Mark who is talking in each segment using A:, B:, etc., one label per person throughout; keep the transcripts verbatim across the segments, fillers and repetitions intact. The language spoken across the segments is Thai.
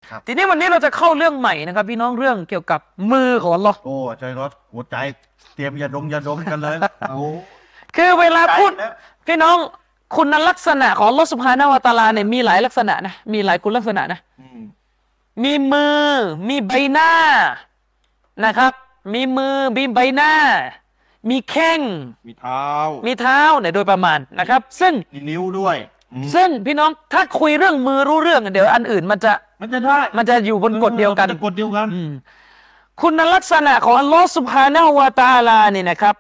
A: ทีนี้วันนี้เราจะเข้าเรื่องใหม่นะครับพี่น้องเรื่องเกี่ยวกับมือของอัลลอฮ์
B: โอ้ใจรถหัวใจเตรียมยาดมยาดมกันเลยโอ้
A: คือเวลาพูดพี่น้องคุณลักษณะของอัลลอฮ์ซุบฮานะฮูวะตะอาลาเนี่ยมีหลายลักษณะนะมีหลายคุณลักษณะนะมีมือมีใบหน้านะครับมีมือมีใบหน้ามีแข้ง
B: มีเท้า
A: มีเท้าเนี่ยโดยประมาณนะครับซึ่ง
B: มีนิ้วด้วย
A: ซึ่งพี่น้องถ้าคุยเรื่องมือรู้เรื่องเดี๋ยวอันอื่นมันจะ
B: มันจะได้
A: มันจะอยู่บนกฎเดียวกัน
B: กฎเดียวกัน
A: คุณลักษณะของอัลลอฮ์ซุบฮานะฮูวะตะอาลาเนี่ยนะครับ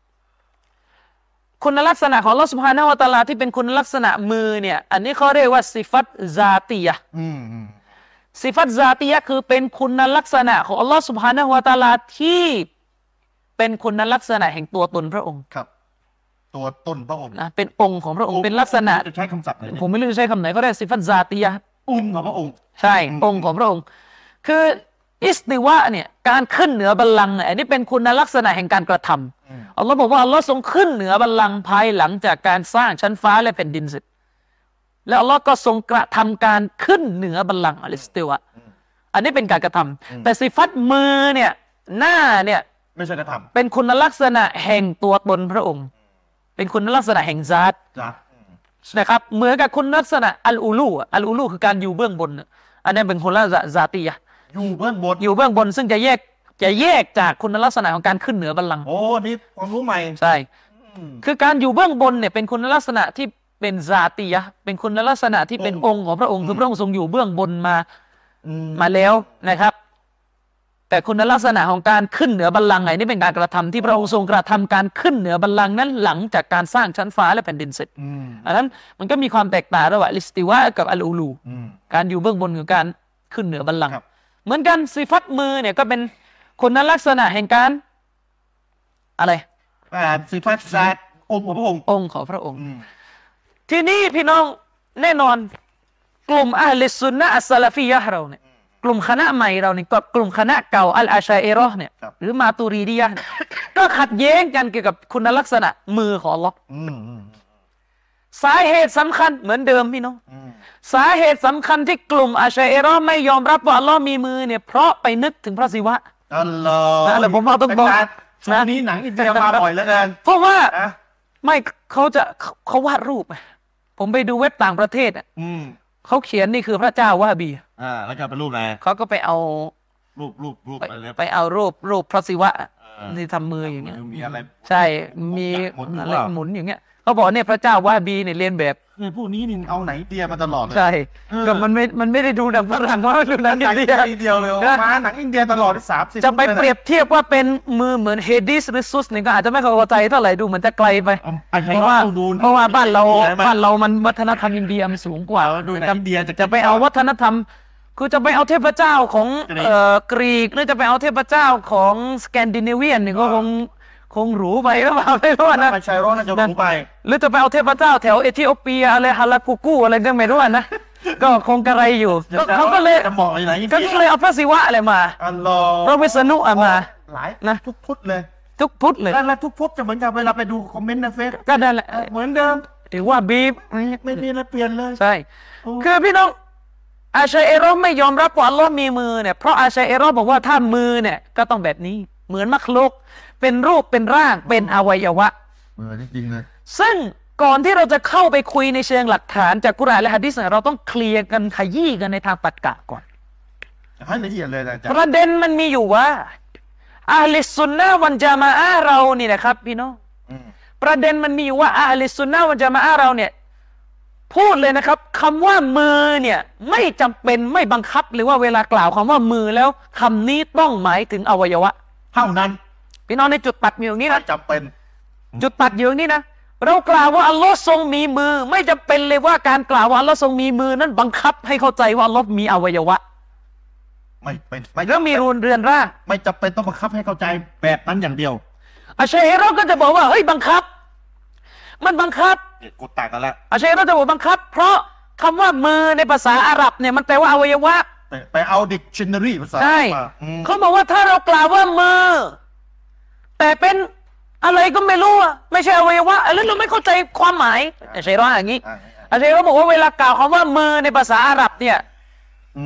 A: คุณลักษณะของอัลลอฮ์ซุบฮานะฮูวะตะอาลาที่เป็นคุณลักษณะมือเนี่ยอันนี้เขาเรียกว่าซิฟัตซาติยะห์ซิฟัตซาติยะห์คือเป็นคุณลักษณะของอัลลอฮ์ซุบฮานะฮูวะตะอาลาที่เป็นคุณลักษณะแห่งตัวตนพระองค์
B: ครับตัวตนพระองค์
A: นะเป็นองค์ของพระองค์เป็นลักษณะ
B: จะใช้คำศัพท์ไหน
A: ผมไม่รู้จะใช้คำไหนก็ได้ซิฟัตซาติยะห์
B: องค์ของพระองค์
A: ใช่องค์ของพระองค์คืออิสติวะเนี่ยการขึ้นเหนือบัลลังก์อันนี้เป็นคุณลักษณะแห่งการกระทำอัลลอฮ์บอกว่าอัลลอฮ์ทรงขึ้นเหนือบัลลังก์ภายหลังจากการสร้างชั้นฟ้าและแผ่นดินเสร็จแล้วอัลลอฮ์ก็ทรงกระทำการขึ้นเหนือบัลลังก์อัลอิสติวะอันนี้เป็นการกระทำแต่สิฟัตมือเนี่ยหน้าเนี่ย
B: ไม่ใช่กระทำ
A: เป็นคุณลักษณะแห่งตัวตนพระองค์เป็นคุณลักษณะแห่งซาตนะครับเหมือนกับคุณลักษณะอัลอูลูอัลอูลูคือการอยู่เบื้องบนอันนี้เป็นคุณลักษณะซาติยะห์
B: อยู่เบื้องบน
A: อยู่เบื้องบนซึ่งจะแยกจะแยกจากคุณลักษณะของการขึ้นเหนือบัลลังก์
B: โอ้นี่ความรู้ใหม่
A: ใช่คือการอยู่เบื้องบนเนี่ยเป็นคุณลักษณะที่เป็นซาติยะห์เป็นคุณลักษณะที่เป็นองค์ของพระองค์คือพระองค์ทรงอยู่เบื้องบนมามาแล้วนะครับแต่คุณลักษณะของการขึ้นเหนือบัลลังก์ไงนี่เป็นการกระทำที่พระองค์ทรงกระทำการขึ้นเหนือบัลลังก์นั้นหลังจากการสร้างชั้นฟ้าและแผ่นดินเสร็จอันนั้นมันก็มีความแตกต่างระหว่างลิสติวะกับอัลอูลูการอยู่เบื้องบนกับการขึ้นเหนือบัลลังก์เหมือนกันสิฟัตมือเนี่ยก็เป็นคุณลักษณะแห่งการอะไร
B: สิฟัตซาตองค์ของพระองค์
A: องค์ของพระองค์ทีนี้พี่น้องแน่นอนกลุ่มอะห์ลิสซุนนะฮ์อัสซะลาฟียะห์เราเนี่ยกลุ่มคณะใหม่เราเนี่ยกับกลุ่มคณะเก่าอัลอาชัยเราะห์เนี่ยหรือมาตูรีดียะห์ก็ขัดแย้งกันเกี่ยวกับคุณลักษณะมือของอัลเลาะห์สาเหตุสำคัญเหมือนเดิมพี่น้องสาเหตุสำคัญที่กลุ่มอาชัยเราะห์ไม่ยอมรับว่าอัลเลาะห์มีมือเนี่ยเพราะไปนึกถึงพระศิวะ
B: อัลลอฮ์
A: นะแล้วผมว่าต้องบอก
B: นะนี้หนังอินเดียมาบ่อยแล้วกัน
A: เพราะว่าไม่เขาจะเขาวาดรูปผมไปดูเว็บต่างประเทศอ่ะเขาเขียนนี่คือพระเจ้าวะฮบี
B: อ่าแล้วจะเป็นรูปอะไร
A: เขาก็ไปเอา
B: รูปรูปรูปอะไร
A: ไปเอารูปรูปพระศิวะนี่ทำมืออย่างเงี้ย
B: มีอะไร
A: ใช่มีอะไรหมุนอย่างเงี้ยเขาบอกเนี่ยพระเจ้าวะฮบีเนี่ยเรียนแบบ
B: เนี่ยพวกนี้นี่เอาไหนเดียมาตลอด
A: ใช่ก็มันไม่มันไม่ได้ดูหนังฝรั่งว่าดูหนังอินเดีย
B: เดียวเลยมาหนังอินเดียตลอดสามสิบ
A: จะไปเปรียบเทียบว่าเป็นมือเหมือนเฮดิสหรือซุสนี่ก็อาจจะไม่เข้าใจเท่าไหร่ดูเหมือนจะไกลไปเพราะว่าเพราะว่าบ้านเราบ้านเรามันวัฒนธรรมอินเดียมันสูงกว่า
B: ดูหนังอินเดีย
A: จะไปเอาวัฒนธรรมคือจะไปเอาเทพเจ้าของกรีกหรือจะไปเอาเทพเจ้าของสแกนดิเนเวียนนี่ก็คงคงหรูไปหรือเปล่าไม่รู้นะ
B: ไม่ใช่ร้อนน่าจะหรูไป
A: หรือจะไปเอาเทพเจ้าแถวเอธิโอเปียอะไรฮาลากูกูอะไรก็ไม่รู้นะก็คงกระไรอยู่เขาก็เลย
B: จะบอกอะไร
A: ก็เลยเอาพระศิวะอะไรมา
B: อัลลอฮ์
A: พระวิษณุมา
B: หลายนะทุกพุทธเลย
A: ทุกพุทธเลย
B: แล้วทุกพุทธจะเหมือนกับเวลาไปดูคอมเมนต์ในเฟซ
A: ก็นั่นแหละ
B: เหมือนเดิม
A: ถือว่าบีบ
B: ไม่มีอะไรเปลี่ยนเลย
A: ใช่คือพี่น้องอาชัยเอรอไม่ยอมรับว่าอัลลอฮ์มีมือเนี่ยเพราะอาชัยเอรอบอกว่าถ้ามือเนี่ยก็ต้องแบบนี้เหมือนมักลุกเป็นรูปเป็นร่างเป็นอวัยวะ
B: มือจริงๆเลย
A: ซึ่งก่อนที่เราจะเข้าไปคุยในเชิงหลักฐานจากกุรอานและหะดีษเราต้องเคลียร์กันขยี้กันในทางตรรกะก่อน
B: ให้ละเอียดเลยนะจ๊ะ
A: ประเด็นมันมีอยู่ว่าอะห์ลิสซุนนะฮ์วัลญะมาอะห์เรานี่นะครับพี่น้องประเด็นมันมีอยู่ว่าอะห์ลิสซุนนะฮ์วัลญะมาอะห์เราเนี่ยพูดเลยนะครับคำว่ามือเนี่ยไม่จำเป็นไม่บังคับหรือว่าเวลากล่าวคำว่ามือแล้วคำนี้ต้องหมายถึงอวัยวะ
B: เท่านั้น
A: พี่น้องในจุดตัดอยู่นี้นะ
B: จำเป็น
A: จุดตัดอยู่นี้นะเรากล่าวว่าอัลลอฮ์ทรงมีมือไม่จำเป็นเลยว่าการกล่าวว่าอัลลอฮ์ทรงมีมือนั้นบังคับให้เข้าใจว่าอัลลอฮ์มีอวัยวะ
B: ไม่เป็น
A: ไม่แล้วมีรูนเรือนร่าง
B: ไม่จำเป็นต้องบังคับให้เข้าใจแบบนั้นอย่างเดียว
A: อาชัยเราก็จะบอกว่าเฮ้ยบังคับมันบังคับ
B: กดต่างกันแล้ว
A: อาชัยเราจะบอกบังคับเพราะคำว่ามือในภาษาอาหรับเนี่ยมันแปลว่าอวัยวะ
B: ไปเอาดิกชันนารีภาษา
A: ใช่เขาบอกว่าถ้าเรากล่าวว่ามือแต่เป็นอะไรก็ไม่รู้อ่ะไม่ใช่อวัยวะแล้วเราไม่เข้าใจความหมายอาชัยเราอย่างนี้อาชัยเราบอกว่าเวลากล่าวคำว่ามือในภาษาอาหรับเนี่ย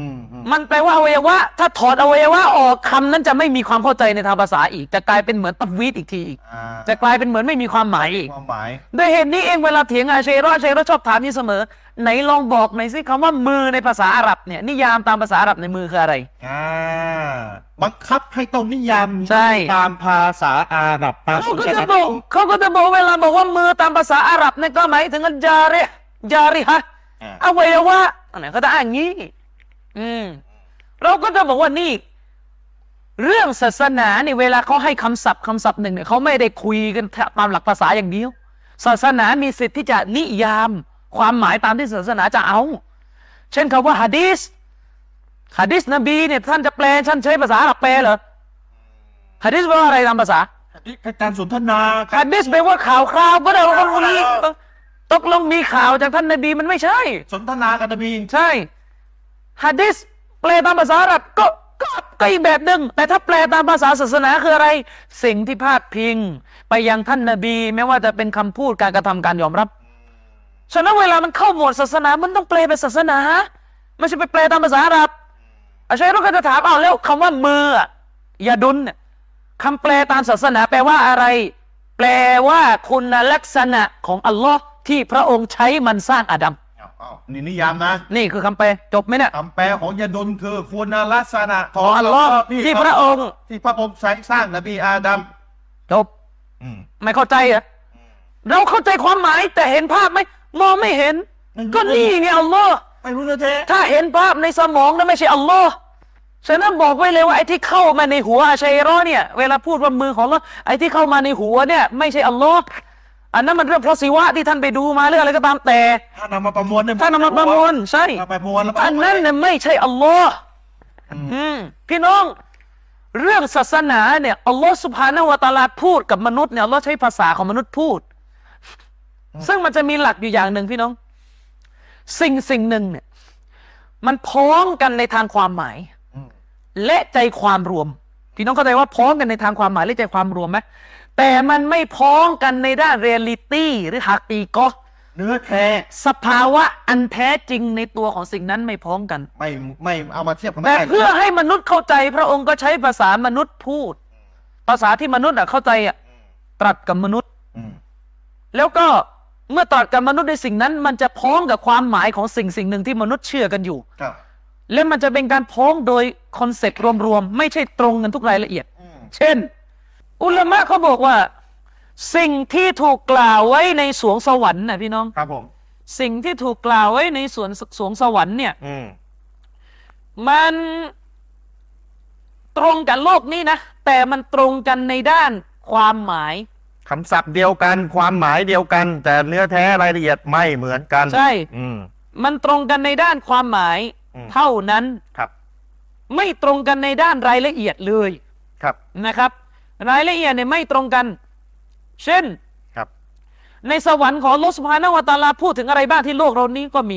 A: มันแปลว่าอวัยวะถ้าถอดอวัยวะออกคำนั้นจะไม่มีความเข้าใจในทางภาษาอีกจะกลายเป็นเหมือนตัฟวีดอีกทีอีก
B: อ่า
A: จะกลายเป็นเหมือนไม่มีความหมายอีก
B: ความหมาย
A: ด้วยเหตุนี้เองเวลาเถียงอาเชยรออาเชยรอชอบถามนี่เสมอไหนลองบอกหน่อยสิคำว่ามือในภาษาอาหรับเนี่ยนิยามตามภาษาอาหรับในมือคืออะไร
B: อ่าบังคับให้ต้องนิยาม
A: ใช่
B: ตามภาษาอาหรับตาม
A: เขาก็จะบอกเขาก็จะบอกเวลาบอกว่ามือตามภาษาอาหรับเนี่ยก็หมายถึงจาริจาริฮะ
B: อ่า
A: อวัยวะอันไหนเขาจะอ้างงี้ อืมเราก็จะบอกว่านี่ เรื่องศาสนาเนี่ยเวลาเขาให้คำศัพท์คำศัพท์หนึ่งเนี่ยเขาไม่ได้คุยกันตามหลักภาษาอย่างเดียว ศาสนามีสิทธิ์ที่จะนิยาม ความหมายตามที่ศาสนาจะเอา เช่นคำว่าหะดีษหะดีษนบีเนี่ยท่านจะแปลท่านใช้ภาษาอาหรับแปลเหรอหะดีษแปลว่าอะไรตามภาษา
B: การสนทนา
A: หะดีษแปลว่าข่าวคราวก็ได้เราก็รู้ตกลงมีข่าวจากท่านนบีมันไม่ใช่
B: สนทนากันนบี
A: ใช่หะดีษแปลตามภาษาอาหรับก็ก็ก็อีกแบบหนึ่งแต่ถ้าแปลตามภาษาศาสนาคืออะไร สิ่งที่พาดพิง ไปยังท่านนบีไม่ว่าจะเป็นคำพูดการกระทำการยอมรับฉะนั้นเวลามันเข้าหมวดศาสนามันต้องแปลเป็นศาสนาไม่ใช่ไปแปลตามภาษาอาหรับอาชัยเราก็จะถามเอาแล้วคำว่ามืออะยาดุลเนี่ยคำแปลตามศาสนาแปลว่าอะไร แปลว่าคุณลักษณะของอัลลอฮ์ที่พระองค์ใช้มันสร้างอาดัม
B: อ้าวอ้าวนี่นิยามนะ
A: นี่คือคำแปลจบไหมเนี่ย
B: คำแปลของยาดุลคือคุณลักษณะข
A: ข
B: อ
A: อง งอัลลอฮ์ที่พระองค์
B: ที่พระองค์ใช้สร้างนบีอาดัม
A: จบ
B: อืม
A: ไม่เข้าใจเหรอเราเข้าใจความหมายแต่เห็นภาพไหมมองไม่เห็น ก็นี่ไงอัลลอฮ์
B: ไม่รู้นะเท
A: ถ้าเห็นภาพในสมองนั้นไม่ใช่อัลลอฮ์ฉะนั้นบอกไว้เลยว่าไอ้ที่เข้ามาในหัวอาชัยรอเนี่ยเวลาพูดว่ามือของอัลลอฮ์ไอ้ที่เข้ามาในหัวเนี่ยไม่ใช่อัลลอฮ์อันนั้นมันเรื่องพระศิวะที่ท่านไปดูมาเรื่องอะไรก็ตามแต่
B: ถ้านำมาประมวลเนี่ย
A: ท่านนำมาประมวลใช่
B: เอาไปประมวลแล้ว
A: อันนั้นเนี่ยไม่ใช่อัลลอฮ์อืมพี่น้องเรื่องศาสนาเนี่ยอัลลอฮ์ซุบฮานะฮูวะตะอาลาพูดกับมนุษย์เนี่ยอัลลอฮ์ใช้ภาษาของมนุษย์พูด ซึ่งมันจะมีหลักอยู่อย่างหนึ่งพี่น้อง สิ่งสิ่งหนึ่งเนี่ยมันพ้องกันในทางความหมาย และใจความรวม พี่น้องเข้าใจว่าพ้องกันในทางความหมายและใจความรวมไหมแต่มันไม่พ้องกันในด้านเรียลิตี้หรือฮักอีกอ
B: เนื้อแท้
A: สภาวะอันแท้จริงในตัวของสิ่งนั้นไม่พ้องกัน
B: ไม่ไม่เอามาเทียบกันไม่
A: แต่
B: ได้
A: เพื่อให้มนุษย์เข้าใจ พระองค์ก็ใช้ภาษามนุษย์พูด ภาษาที่มนุษย์อะเข้าใจอะตรัสกับมนุษย์
B: อืม
A: แล้วก็เมื่อตรัสกับมนุษย์ในสิ่งนั้น มันจะพ้องกับความหมายของสิ่งสิ่งหนึ่งที่มนุษย์เชื่อกันอยู่
B: ครับ
A: และมันจะเป็นการพ้องโดยคอนเซ็ปต์รวมๆไม่ใช่ตรงกันทุกรายละเอียด เช่น อุลามะเขาบอกว่า สิ่งที่ถูกกล่าวไว้ในสวงสวรรค์นะพี่น้อง
B: ครับผม
A: สิ่งที่ถูกกล่าวไว้ในสวนสวงสวรรค์เนี่ย
B: อืม
A: มันตรงกับโลกนี้นะแต่มันตรงกันในด้านความหมาย
B: คำศัพท์เดียวกันความหมายเดียวกัน แต่เนื้อแท้รายละเอียดไม่เหมือนกัน
A: ใช่
B: อืม
A: มันตรงกันในด้านความหมาย
B: อืม
A: เท่านั้น
B: ครับ
A: ไม่ตรงกันในด้านรายละเอียดเลย
B: ครับ
A: นะครับ รายละเอียดเนี่ยไม่ตรงกัน เช่น
B: ครับ
A: ในสวรรค์ของอัลเลาะห์ซุบฮานะฮูวะตะอาลาพูดถึงอะไรบ้างที่โลกเรานี้ก็มี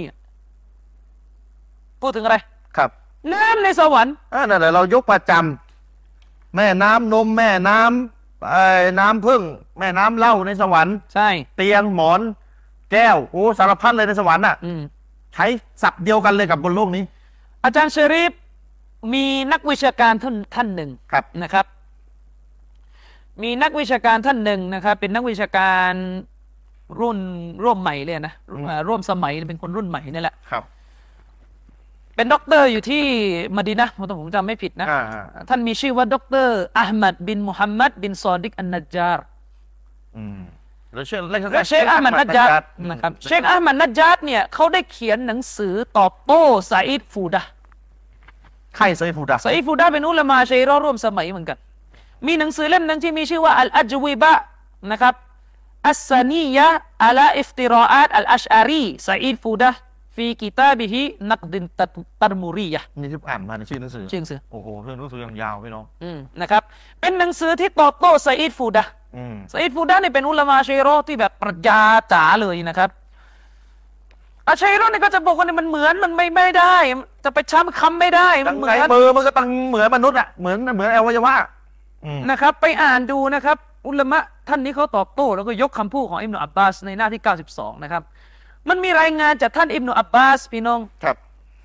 A: พูดถึงอะไร
B: ครับ
A: น้ำในสวรรค์
B: อ่านั่นแหละเรายกประจำแม่น้ำนมแม่น้ำไอ้น้ำพึ่งแม่น้ำเหล้าในสวรรค์
A: ใช่
B: เตียงหมอน แก้วโอ้สารพัดเลยในสวรรค์อ่ะ
A: อืม
B: ใช้ศัพท์เดียวกันเลยกับบนโลกนี้
A: อาจารย์ชะรีฟมีนักวิชาการท่านท่านหนึ่ง
B: ครับ
A: นะครับ มีนักวิชาการท่านหนึ่งนะครับ เป็นนักวิชาการรุ่นร่วมใหม่เลยนะอ่าร่วมสมัยเป็นคนรุ่นใหม่นี่แหละ
B: ครับ
A: เป็นด็อกเตอร์อยู่ที่มะดีนะห์ถ้าผมจำไม่ผิดนะ
B: อ่า
A: ท่านมีชื่อว่าด็อกเตอร์อัลมัดบินมุฮัมมัดบินซอดิกอันนัจจาร์
B: อืมแล้วเชื่อเรียก
A: และเชคอัลมัดนัจจาร์นะครับเชคอัลมัดนัจจาร์เนี่ยเขาได้เขียนหนังสือตอบโต้ซาอิดฟูดะห์
B: ใครเซยฟูดะ
A: ซาอิดฟูดะห์เป็นอุลามะชัยรอร่วมสมัยเหมือนกัน มีหนังสือเล่มหนึงที่มีชื่อว่าอัลอัจวิบะห์นะครับอัสซานียะห์อะลาอิฟติรออาตอัลอัชอารีซาอิดฟูดะห์ฟีกิตาบิฮินักดินตัรมูรียะห์
B: นี่ที่อ่านมาในชื่อหนังสือ
A: ชื่อหนังสือ
B: โอ้โหเรื่องหนังสือยังยาวพี่น้อง
A: อืมนะครับเป็นหนังสือที่ตอบโต้ซาอิดฟูดะห์
B: อืม
A: ซาอิดฟูดะห์นี่เป็นอุลามะชัยรอที่แบบปรัชญาจ๋าเลยนะครับอาชัยรอนี่ก็จะบอกว่าเนี่ยมันเหมือนมันไม่ไม่ได้ จะไปช้ำคำไม่ได้มั
B: ตั้
A: น
B: ง
A: เหมื
B: ไหน
A: อน
B: มือมันก็ตั้งเหมือนมนุษย์อ่ะเหมือนเหมือนอวัยวะอืม
A: นะครับไปอ่านดูนะครับอุลามะท่านนี้เขาตอบโต้แล้วก็ยกคำพูดของอิบนุอับบาสในหน้าที่เก้าสิบสองนะครับมันมีรายงานจากท่านอิบนุอับบาสพี่น้อง
B: ครับ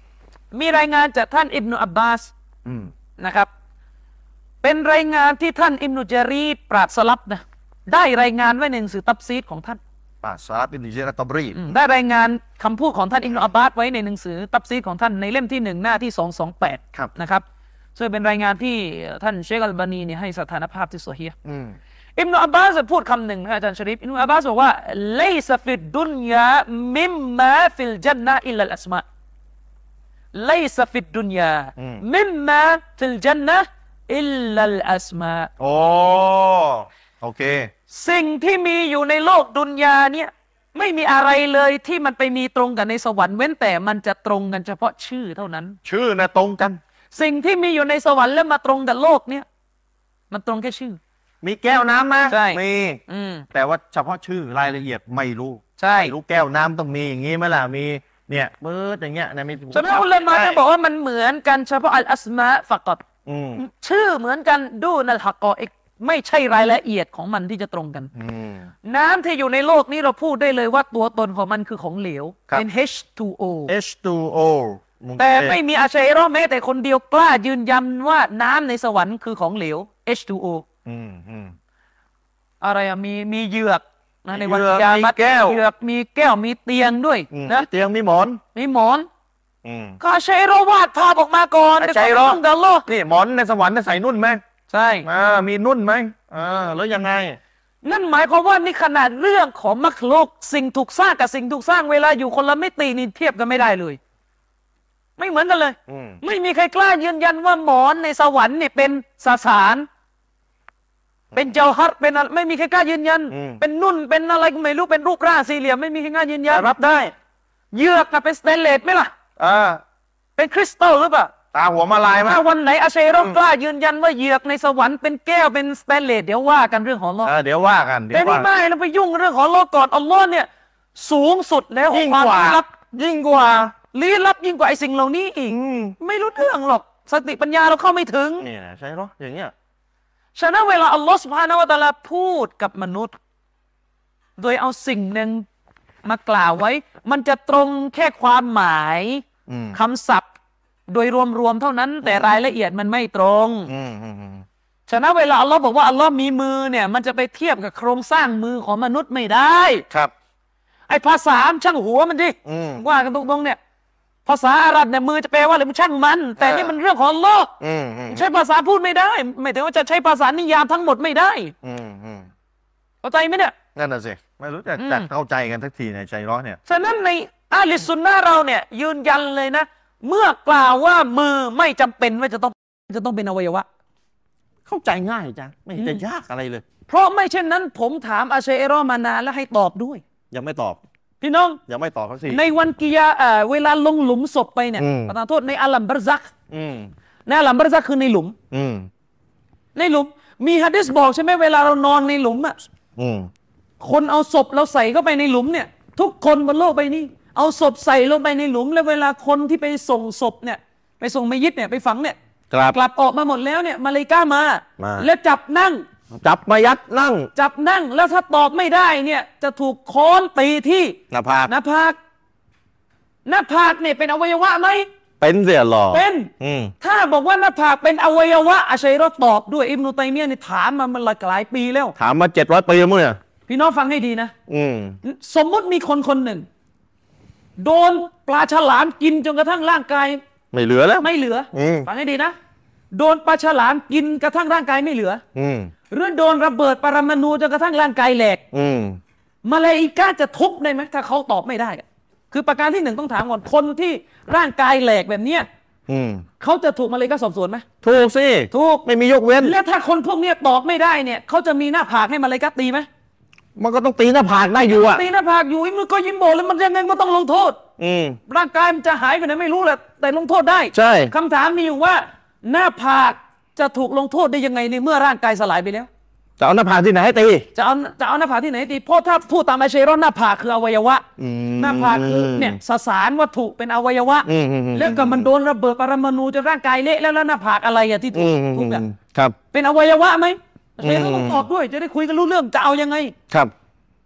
A: มีรายงานจากท่านอิบนุอับบาส
B: อืม
A: นะครับเป็นรายงานที่ท่านอิบนุจารีดปราชญ์สลับนะได้รายงานไว้ในหนังสือตัฟซีรของท่าน
B: ป่าซาลบินดิเจรัตตบรี
A: อืมได้รายงานคำพูดของท่านอิบนุอับบาสไว้ในหนังสือตัฟซีรของท่านในเล่มที่หนึ่งหน้าที่สองสองแปด
B: ครับ
A: นะครับซึ่งเป็นรายงานที่ท่านเชคอัลบานีเนี่ยให้สถานภาพที่ซอฮีฮ์
B: อืม
A: อิบนุอับบาสพูดคำหนึ่งนะอาจารย์ชะรีฟอิบนุอับบาสบอกว่าไลซะฟิดดุนยามิมมาฟิลจันนะอิลลัลอัสมาไลซะฟิดดุนยามิมมาฟิลจันนะอิลลัลอัสมา
B: โอ้โอเค
A: สิ่งที่มีอยู่ในโลกดุนยาเนี่ยไม่มีอะไรเลยที่มันไปมีตรงกันในสวรรค์เว้นแต่มันจะตรงกันเฉพาะชื่อเท่านั้น
B: ชื่อนะตรงกัน
A: สิ่งที่มีอยู่ในสวรรค์แล้วมาตรงกับโลกเนี่ยมันตรงแค่ชื่อ
B: มีแก้วน้ำไหม
A: ใช่
B: มี
A: อืม
B: แต่ว่าเฉพาะชื่อรายละเอียดไม่รู้
A: ใช่
B: ไม่รู้แก้วน้ำต้องมีอย่างงี้ไหมล่ะมีเนี่ยเบิร์ดอย่างเงี้ยนะมี
A: ฉะนั้นอุลามะจะบอกว่ามันเหมือนกันเฉพาะอัลอัสมาฟักต
B: อืม
A: ชื่อเหมือนกันดูนัลฮักกออิกไม่ใช่รายละเอียดของมันที่จะตรงกัน
B: อืม
A: น้ำที่อยู่ในโลกนี้เราพูดได้เลยว่าตัวตนของมันคือของเหลว
B: ครับ
A: เป็น เอช ทู โอ
B: เอช ทู โอ
A: แต่ไม่มีอาชัยรอห์แม้แต่คนเดียวกล้ายืนยันว่าน้ำในสวรรค์คือของเหลว เอช ทู โอ
B: อืมอืม
A: อะไรอะมีมีเหยือกนะในวัน
B: เหยือก
A: ยามัต
B: มีแก้ว
A: เหยือกมีแก้วมีเตียงด้วย
B: อืม
A: นะ
B: มีเตียงมีหมอน
A: มีหมอน
B: อืม
A: ก็อาชัยรอห์วาดภาพออกมาก่อน
B: อาชัยรอห์
A: ต้องกับอัลลอฮ์
B: นี่หมอนในสวรรค์เนี่ยใส่นุ่นไหม
A: ใช่
B: อ่ามีนุ่นไหมอ่าแล้วยังไง
A: นั่นหมายความว่านี่ขนาดเรื่องของมักโลกสิ่งถูกสร้างกับสิ่งถูกสร้างเวลาอยู่คนละมิตินี่เทียบกันไม่ได้เลย ไม่เหมือนกันเลย
B: อืม
A: ไม่มีใครกล้ายืนยันว่าหมอนในสวรรค์เนี่ยเป็นสสาร เป็นเจาฮัรเป็นอะไรไม่มีใครกล้ายืนยัน เป็นนุ่นเป็นอะไรก็ไม่รู้เป็นรูปร่างสี่เหลี่ยมไม่มีใครกล้ายืนยัน
B: แต่รับได้
A: เหยือกน่ะเป็นสเตนเลสไหมล่ะ
B: อ่า
A: เป็นคริสตัลหรือเปล่า
B: ตาหัวมาลายไหม
A: ถ้าวันไหนอาชัยรอห์กล้ายืนยันว่าเหยือกในสวรรค์เป็นแก้วเป็นสเตนเลสเดี๋ยวว่ากันเรื่องของอัลลอฮ์
B: อ่าเดี๋ยวว่ากันเดี๋ย
A: แต่
B: วว่า
A: นี่ไม่เราไปยุ่งเรื่องของอัลลอฮ์ก่อนอัลลอฮ์เนี่ยสูงสุดแล้ว
B: ยิ่ง
A: ความ
B: กว่า
A: ลี้ลับ
B: ยิ่งกว่า
A: ลี้ลับยิ่งกว่าไอ้สิ่งเหล่านี้อีก
B: อืม
A: ไม่รู้เรื่องหรอกสติปัญญาเราเข้าไม่ถึง
B: นี่นะใช่เหรออย่างเงี้ย
A: ฉะนั้นเวลาอัลลอฮ์สุบฮานะฮูวะตะอาลาพูดกับมนุษย์ โดยเอาสิ่งหนึ่งมากล่าวไว้ มันจะตรงแค่ความหมาย
B: อืม
A: คำศัพท์ โดยรวมๆเท่านั้น แต่รายละเอียดมันไม่ตรง
B: อืมอืมอืม
A: ฉะนั้นเวลาอัลลอฮ์บอกว่าอัลลอฮ์มีมือเนี่ย มันจะไปเทียบกับโครงสร้างมือของมนุษย์ไม่ได้
B: ครับ
A: ไอ้ภาษาช่างหัวมันดิ
B: อืม
A: ว่ากันตรงๆเนี่ย ภาษาอาหรับเนี่ยมือจะแปลว่าอะไรมันช่างมัน แต่นี่มันเรื่องของอัลลอฮ์
B: อืมอืม
A: ใช้ภาษาพูดไม่ได้ ไม่ถึงว่าจะใช้ภาษานิยามทั้งหมดไม่ได้
B: อืมอืม
A: เข้าใจไหมเนี่ย
B: นั่นน่ะสิไม่รู้จะ
A: อืม
B: จะเข้าใจกันสักทีในใจร้อนเนี่ย
A: ฉะนั้นในอาลิสซุนนะห์เราเนี่ย ยืนยันเลยนะ เมื่อกล่าวว่ามือไม่จำเป็นว่าจะต้องจะต้องเป็นอวัยวะ
B: เข้าใจง่ายจังไม่เห็นจะยากอะไรเลย
A: เพราะไม่เช่นนั้นผมถามอาชัยรอห์มานานแล้วให้ตอบด้วย
B: ยังไม่ตอบ
A: พี่น้อง
B: ยังไม่ตอบสักที
A: ในวันกิยาเอ่อเวลาลงหลุมศพไปเนี่ย
B: อืม
A: ประทานโทษในอัลลัมบารซัก
B: อืม
A: ในอัลลัมบารซักคือในหลุม
B: อืม
A: ในหลุม มีฮะดิษบอกใช่ไหมเวลาเรานอนในหลุมอ่ะ
B: อืม
A: คนเอาศพเราใส่เข้าไปในหลุมเนี่ย ทุกคนบนโลกใบนี้ เอาศพใส่ลงไปในหลุม แล้วเวลาคนที่ไปส่งศพเนี่ย ไปส่งมัยยิตเนี่ยไปฝังเนี่ย
B: ครับ
A: กลับออกมาหมดแล้วเนี่ยมาเลาอิกะฮ์มา
B: มา
A: แล้วจับนั่ง
B: จับมายัดนั่ง
A: จับนั่งแล้วถ้าตอบไม่ได้เนี่ยจะถูกค้อนตีที่
B: หน้าผาก
A: หน้าผากหน้าผากเนี่ยเป็นอวัยวะไหม
B: เป็นเสียหรอ
A: เป็น
B: อืม
A: ถ้าบอกว่าหน้าผากเป็นอวัยวะอาชัยรอห์ตอบด้วยอิบนุตัยมียะห์เนี่ยถามมามันหลายหลายปีแล้ว
B: ถามมาเจ็ดร้อยปีมั้งเนี่ย
A: พี่น้องฟังให้ดีนะ
B: อืม
A: สมมติมีคนคนหนึ่ง โดนปลาฉลามกินจนกระทั่งร่างกาย
B: ไม่เหลือแล้ว
A: ไม่เหลืออ
B: ม
A: ฟังให้ดีนะ โดนปลาฉลามกินกระทั่งร่างกายไม่เหลือ
B: อืม
A: หรือโดนระเบิดปรมาณูจนกระทั่งร่างกายแหลก
B: อืม
A: มาเลาอิกะฮ์จะทุบได้ไหมถ้าเขาตอบไม่ได้อะคือประการที่หนึ่งต้องถามก่อนคนที่ร่างกายแหลกแบบเนี้ย
B: อืม
A: เขาจะถูกมาเลาอิกะฮ์สอบสวนไหม
B: ถูกสิ
A: ถูก
B: ไม่มียกเว้น
A: แล้วถ้าคนพวกเนี้ยตอบไม่ได้เนี่ยเขาจะมีหน้าผากให้มาเลาอิกะฮ์ตีไหม
B: มันก็ต้องตีหน้าผากได้อยู่อ่ะ
A: ตีหน้าผากอยู่อิบนุก็ยิ้มบอกเลยมันยังไงก็ต้องลงโทษ
B: อืม
A: ร่างกายมันจะหายไปไหนไม่รู้แหละแต่ลงโทษได้
B: ใช่
A: คำถามมีอยู่ว่า หน้าผากจะถูกลงโทษได้ยังไงในเมื่อร่างกายสลายไปแล้ว
B: จะเอาหน้าผากที่ไหนให้ตี
A: จะเอาจะเอาหน้าผากที่ไหนตีเพราะถ้าพูดตามอาชัยรอห์หน้าผากคืออวัยวะ
B: อืม
A: หน้าผากคือเนี่ยสสารวัตถุเป็นอวัยวะ
B: อืมอืมอืม
A: แล้วก็มันโดนระเบิดปรมาณูจนร่างกายเละแล้วแล้วหน้าผากอะไรอะที่ถู
B: อื
A: ก
B: มอืม
A: ทุกอย่าง
B: ครับ
A: เป็นอวัยวะไหมอาชัยรอห์
B: อืม
A: ต้องตอบด้วยจะได้คุยกันรู้เรื่องจะเอายังไง
B: ครับ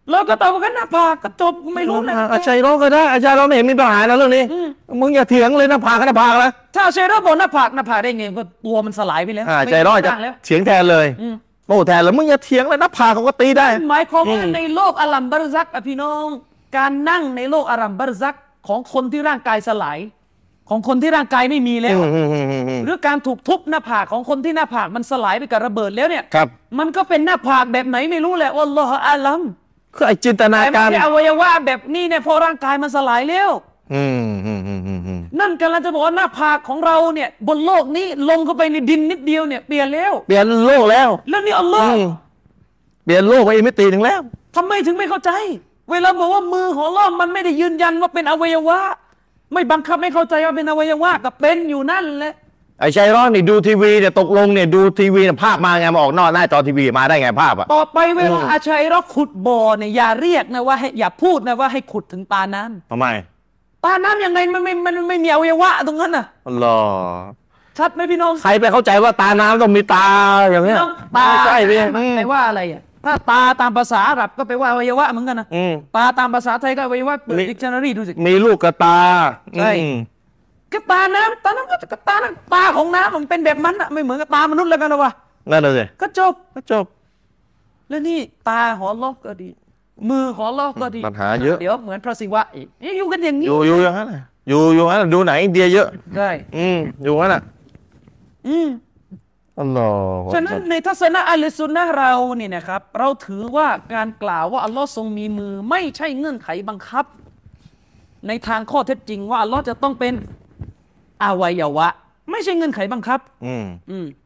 A: แล้วก็ตอบกันหน้าผากก็จบไม่รู้นะ
B: อาชัยร้องก็ได้อาชัยร้องไม่เห็นมีปัญหานะเรื่องนี้มึงอย่าเถียงเลยหน้าผากกับหน้าผากแล้ว
A: ถ้าอาชัยร้องบอกหน้าผากหน้าผากได้ไงก็ตัวมันสลายไปแล้ว
B: อาชัยร้องจะ
A: แล้ว
B: เถียงแทนเลยโต้แทนแล้วมึงอย่าเถียงเลยหน้าผากเขาก็ตีได้
A: หมายความว่าในโลกอารัมบารซักอะพี่น้องการนั่งในโลกอารัมบารซักของคนที่ร่างกายสลายของคนที่ร่างกายไม่มีแล้วหรือการถูกทุบหน้าผากของคนที่หน้าผากมันสลายไปกับระเบิดแล้วเนี่ย
B: ครับ
A: มันก็เป็นหน้าผากแบบไหนไม่รู้แหละอัลลอฮฺอาลัม
B: คือไอจินตนา
A: แต่ไม่
B: การ
A: ใช่อวัยวะแบบนี้เนี่ยพอร่างกายมันสลายแล้ว
B: อืมอืมอืมอืมอืม
A: นั่นกำลังจะบอกว่าหน้าผากของเราเนี่ยบนโลกนี้ลงเข้าไปในดินนิดเดียวเนี่ยเปลี่ยนแล้ว
B: เปลี่ยนโลกแล้ว
A: แล้วนี่อัลลอฮ์
B: เปลี่ยนโลกไปอีกมิติหนึ่งแล้ว
A: ทำไมถึงไม่เข้าใจ เวลาบอกว่ามือของอัลลอฮ์มันไม่ได้ยืนยันว่าเป็นอวัยวะไม่บังคับไม่เข้าใจว่าเป็นอวัยวะก็เป็นอยู่นั่นแหละ
B: ไอ้ชัยร้องนี่ดูทีวีเนี่ยตกลงเนี่ยดูทีวีเนี่ยภาพมาไงมาออกนอกหน้าจอทีวีมาได้ไงภาพอ่ะ
A: ต่อไปเวลาอาชัยเราขุดบ่อเนี่ยอย่าเรียกนะว่าให้อย่าพูดนะว่าให้ขุดถึงตาน้ำ
B: ทำไม
A: ตาน้ำยังไงมันไม่มันไม่มีอวัยวะตรงนั้นน่ะ
B: อัลลอฮ์
A: ชัดไหมพี่น้อง
B: ใครไปเข้าใจว่าตาน้ำต้องมีตาอย่างเงี้ย
A: น้องตา
B: ไม่ใช่พี่
A: แปลว่าอะไรอ่ะถ้าตาตามภาษาอาหรับก็แปลว่าอวัยวะเหมือนกันนะ
B: อืม
A: ตาตามภาษาไทยก็อวัยวะเปิด
B: มี
A: ดิกชันนารีดูสิ
B: มีลูกกระตา
A: ใช่
B: อืม
A: ก็ตาน้ำตาน้ำก็ก็ตาน้ำตาของน้ำมันเป็นแบบนั้นอ่ะไม่เหมือนกับตามนุษย์แล้วกันนะวะ
B: นั่นเลย
A: ก็จบ
B: ก็จบ
A: แล้วนี่ตาหอลอกก็ดี มือหอลอกก็ดี
B: ปัญหาเยอะ
A: เดี๋ยวเหมือนพระศิวะอีกนี่อยู่กันอย่างนี้
B: อยู่อยู่อย่างนั้นน่ะอยู่อยู่อย่างนั้นน่ะดูหนังอินเดียเยอะ
A: ใช่
B: อืมอยู่อย่างนั้นน่ะ
A: อืม
B: อัลลอฮ์
A: ฉะนั้นในทัศนะอัลลซุนนะห์เราเนี่ยนะครับ เราถือว่าการกล่าวว่าอัลลอฮ์ทรงมีมือไม่ใช่เงื่อนไขบังคับ ในทางข้อเท็จจริงว่าอัลลอฮ์จะต้องเป็นอวัยวะ ไม่ใช่เงื่อนไขบังคับ
B: อืม
A: อืม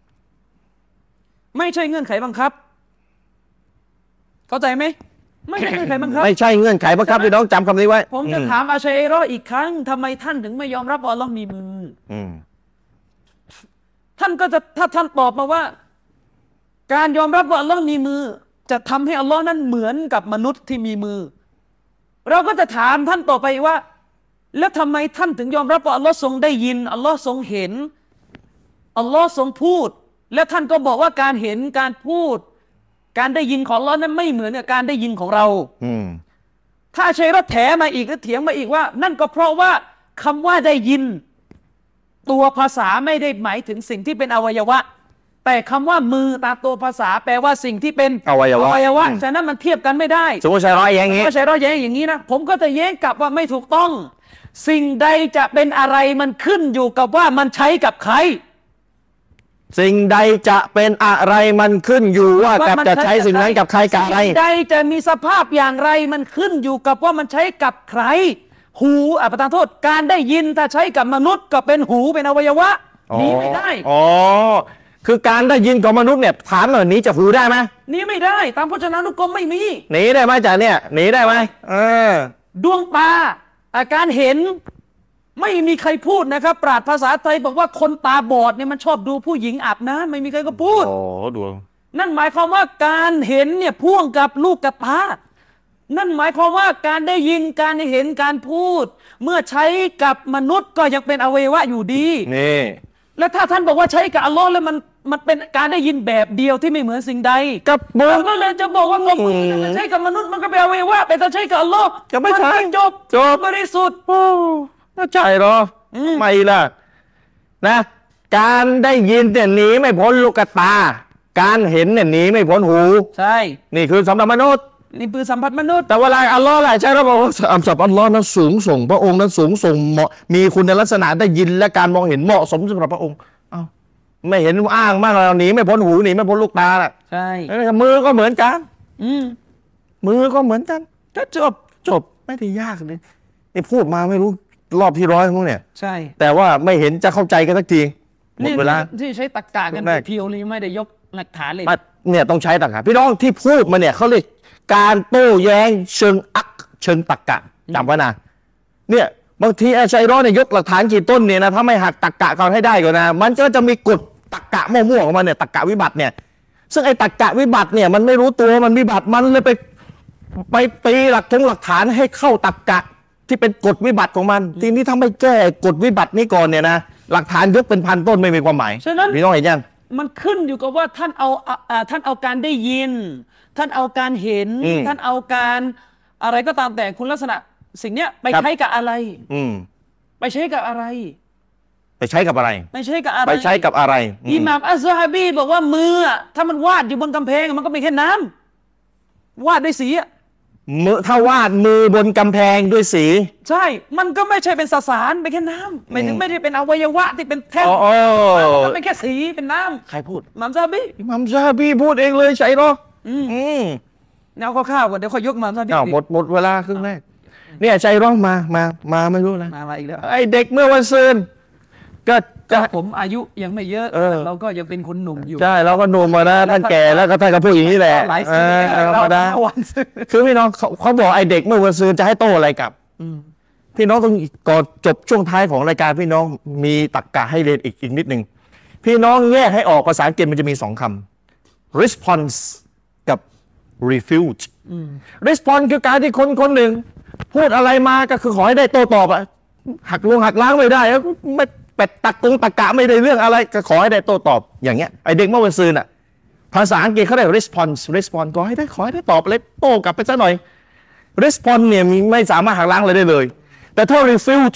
A: ไม่ใช่เงื่อนไขบังคับ เข้าใจไหมไม่ใช่เงื่อนไขบังคับ
B: ไม่ใช่เงื่อนไขบังคับพี่น้องจำคำนี้ไว้
A: ผมจะถามอาชัยรออีกครั้งทำไมท่านถึงไม่ยอมรับว่าอัลลอฮ์มีมือ
B: อืม
A: ท่านก็จะถ้าท่านตอบมาว่า การยอมรับว่าอัลลอฮ์มีมือ จะทำให้อัลลอฮ์นั้นเหมือนกับมนุษย์ที่มีมือ เราก็จะถามท่านต่อไปว่า แล้วทำไมท่านถึงยอมรับว่าอัลลอฮ์ทรงได้ยินอัลลอฮ์ทรงเห็นอัลลอฮ์ทรงพูด และท่านก็บอกว่าการเห็นการพูด การได้ยินของอัลลอฮ์นั้นไม่เหมือนกับการได้ยินของเรา
B: อืม
A: ถ้าชัยรอแถมาอีกแล้วเถียงมาอีกว่า นั่นก็เพราะว่าคำว่าได้ยิน ตัวภาษาไม่ได้หมายถึงสิ่งที่เป็นอวัยวะ แต่คำว่ามือตามตัวภาษาแปลว่าสิ่งที่เป็น
B: อวัยวะ
A: อวัยวะฉะนั้นมันเทียบกันไม่ได้
B: สมมติชัยร้อยอย่างงี้
A: ก็ชัยรอแย้งอย่างนี้นะผมก็จะแย้งกลับว่าไม่ถูกต้อง สิ่งใดจะเป็นอะไรมันขึ้นอยู่กับว่ามันใช้กับใคร
B: สิ่งใดจะเป็นอะไรมันขึ้นอยู่ว่ากับ
A: มัน
B: จะใช้สิ่งนั้นกับใครกับอะไร
A: สิ่งใดจะมีสภาพอย่างไรมันขึ้นอยู่กับว่ามันใช้กับใคร หูอ่ะประทานโทษการได้ยินถ้าใช้กับมนุษย์ก็เป็นหูเป็นอวัยวะหนีไม่ได้
B: อ๋อ คือการได้ยินของมนุษย์เนี่ยถามหน่อยหนี้จะหูได้ไหม
A: หนีไม่ได้ ตามพจนานุกรมไม่มี
B: หนีได้ไหมจ๊ะเนี่ยหนีได้ไหมเออ
A: ดวงตาอาการเห็นไม่มีใครพูดนะครับ ปราชญ์ภาษาไทยบอกว่าคนตาบอดเนี่ยมันชอบดูผู้หญิงอาบน้ำไม่มีใครก็พูด
B: โอ้ดวง
A: นั่นหมายความว่าการเห็นเนี่ยพ่วงกับลูกกับตา นั่นหมายความว่าการได้ยินการเห็นการพูด เมื่อใช้กับมนุษย์ก็ยังเป็นอวัยวะอยู่ดี
B: นี่
A: แล้วถ้าท่านบอกว่าใช้กับอัลลอฮ์แล้วมันมันเป็นการได้ยินแบบเดียวที่ไม่เหมือนสิ่งใด
B: กับมือ
A: เราก็เลยจะบอกว่าก็มือมันใช้กับมนุษย์มันก็เป็นอวัยวะแต่ถ้าใช้กับอัลลอฮ์
B: ก็ไม่ใช่
A: นจบ
B: จบ
A: บริสุทธิ์
B: โอ้น่าใจเหรอ
A: อืม
B: ไม่ล่ะนะ การได้ยินเนี่ยหนีไม่พ้นลูกตา การเห็นเนี่ยหนีไม่พ้นหู
A: ใช่
B: นี่คือสำหรับมนุษย์
A: นี่คือสัมผัสมนุษย์
B: แต่เวลาอัลลอฮ์แหละใช่แล้วบอกว่าอัมสับอัลลอฮ์นั้นสูงส่ง พระองค์นั้นสูงส่งเหมาะมีคุณลักษณะได้ยินและการมองเห็นเหมาะสมสำหรับพระองค์เอ้าไม่เห็นอ้างมากเราหนีไม่พ้นหูหนีไม่พ้นลูกตาแหละ
A: ใช่
B: มือก็เหมือนกัน
A: อืม
B: มือก็เหมือนกันก็จบจบไม่ได้ยากเลยนี่พูดมาไม่รู้รอบที่ร้อยมั้งเนี่ย
A: ใช่
B: แต่ว่าไม่เห็นจะเข้าใจกันสักทีหมดเวลา
A: ที่ใช้ตรรกะกัน
B: แรก
A: เพียวๆนี่ไม่ได้ยกหลักฐานเลย
B: มาเนี่ยต้องใช้ตรรกะพี่น้องที่พูดมาเนี่ยเขาเรียกการโต้แย้งเชิงอักเชิงตรรกะจำไว้นะเนี่ยบางทีอาชัยร้อนเนี่ยยกหลักฐานกี่ต้นเนี่ยนะถ้าไม่หักตรรกะเขาให้ได้ก่อนนะมันก็จะมีกฎตรรกะมั่วๆของมันเนี่ยตรรกะวิบัติเนี่ยซึ่งไอ้ตรรกะวิบัติเนี่ยมันไม่รู้ตัวมันวิบัติมันเลยไปไปตีหลักถึงหลักฐานให้เข้าตรรกะที่เป็นกฎวิบัติของมันทีนี้ถ้าไม่แก้กฎวิบัตินี้ก่อนเนี่ยนะหลักฐานยกเป็นพันต้นไม่มีความหมาย
A: ฉะนั้น
B: พี่น้องเห็นยัง
A: มันขึ้นอยู่กับว่าท่านเอาอ่าท่านเอาการได้ยิน ท่านเอาการเห็น ท่านเอาการอะไรก็ตามแต่คุณลักษณะสิ่งเนี้ยไปใช้กับอะไร
B: อืม
A: ไปใช้กับอะไร
B: ไปใช้กับอะไร
A: ไปใช้กับอะไร
B: ไปใช้กับอะไร
A: อิหม่ามอัซซอฮาบีบอกว่ามือถ้ามันวาดอยู่บนกำแพงมันก็เป็นแค่น้ำวาดด้วยสีอะ
B: มือถ้าวาดมือบนกำแพงด้วยสี
A: ใช่ มันก็ไม่ใช่เป็นสสารเป็นแค่น้ำไม่ถึงไม่ได้เป็นอวัยวะที่เป็นแท่ง
B: อ๋อ
A: มันก็เป็นแค่สีเป็นน้ำ
B: ใครพูด
A: อิหม่ามซอฮาบี
B: อิหมัมซาฮาบีพูดเองเลยใช่หรออืม
A: แนวข้าวๆก่อนเดี๋ยวค่อยยกอิหม่ามซอฮาบี
B: อ้าวหมดหมดเวลาครึ่งแรกเนี่ยใจร้องมามามาไม่รู้นะ
A: มามาอีกแล้ว
B: ไอเด็กเมื่อวันซืนก็จะ
A: ผมอายุยังไม่เยอะ
B: เออ
A: เราก็ยังเป็นคนหนุ่มอยู่
B: ใช่เราก็หนุ่มมานะท่านแก่แล้วก็ท่านก็พูดอย่างนี้แหละ
A: หลาย
B: เอ
A: สิบ
B: อ
A: ปี
B: ธรรมดา
A: วันซื้อ
B: คือพี่น้องเขาเขาบอกไอเด็กเมื่อวันซืนจะให้โตอะไรกลับ พี่น้องต้องก่อนจบช่วงท้ายของรายการพี่น้องมีตรรกะให้เรียนอีกอีกนิดหนึ่งพี่น้องแยกให้ออกภาษาอังกฤษมันจะมีสองคำ response กับ refute response คือการที่คนคนหนึ่งพูดอะไรมาก็คือขอให้ได้โต้ตอบอะหักลงหักล้างไม่ได้แล้วไม่เป็ดตักตรงตรรกะไม่ได้เรื่องอะไรก็ขอให้ได้โต้ตอบอย่างเงี้ยไอเด็กเมื่อวันซืนอะภาษาอังกฤษเขาได้ response response ขอให้ได้ขอให้ได้ตอบเลยโต้กลับไปซะหน่อย response เนี่ยมีไม่สามารถหักล้างอะไรได้เลยแต่ถ้า refute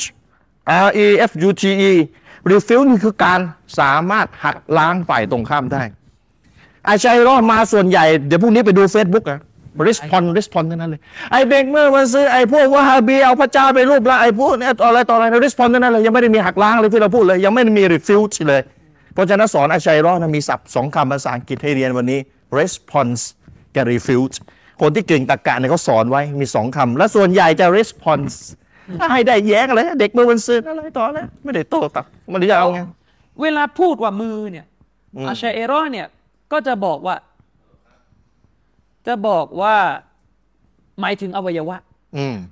B: R E F U T E refute นี่คือการสามารถหักล้างฝ่ายตรงข้ามได้อาชัยรอดมาส่วนใหญ่เดี๋ยวพรุ่งนี้ไปดู Facebook อะ respond respond ทั้งนั้นเลยไอเด็กเมื่อมาซื้อไอพวกวะฮาบีเอาพระเจ้าไปรูปละไอพวกเนี่ยอะไรต่ออะไร respond ทั้งนั้นเลยยังไม่ได้มีหักล้างเลยที่เราพูดเลยยังไม่ได้มี refute เลยเพราะฉะนั้นสอนอาชัยรอดนะมีศัพท์สองคำภาษาอังกฤษให้เรียนวันนี้ response กับ refute คนที่เก่งตรรกะเนี่ยเขาสอนไว้มีสองคำและส่วนใหญ่จะ response ให้ได้แย้งอะไรเด็กเมื่อวันซืนอะไรต่อแล้วไม่ได้โต้ตอบมันจะเอาไง
A: เวลาพูดว่ามือเนี่ยอาชัยเอรอเนี่ยก็จะบอกว่า จะบอกว่าหมายถึงอวัยวะ
B: อืม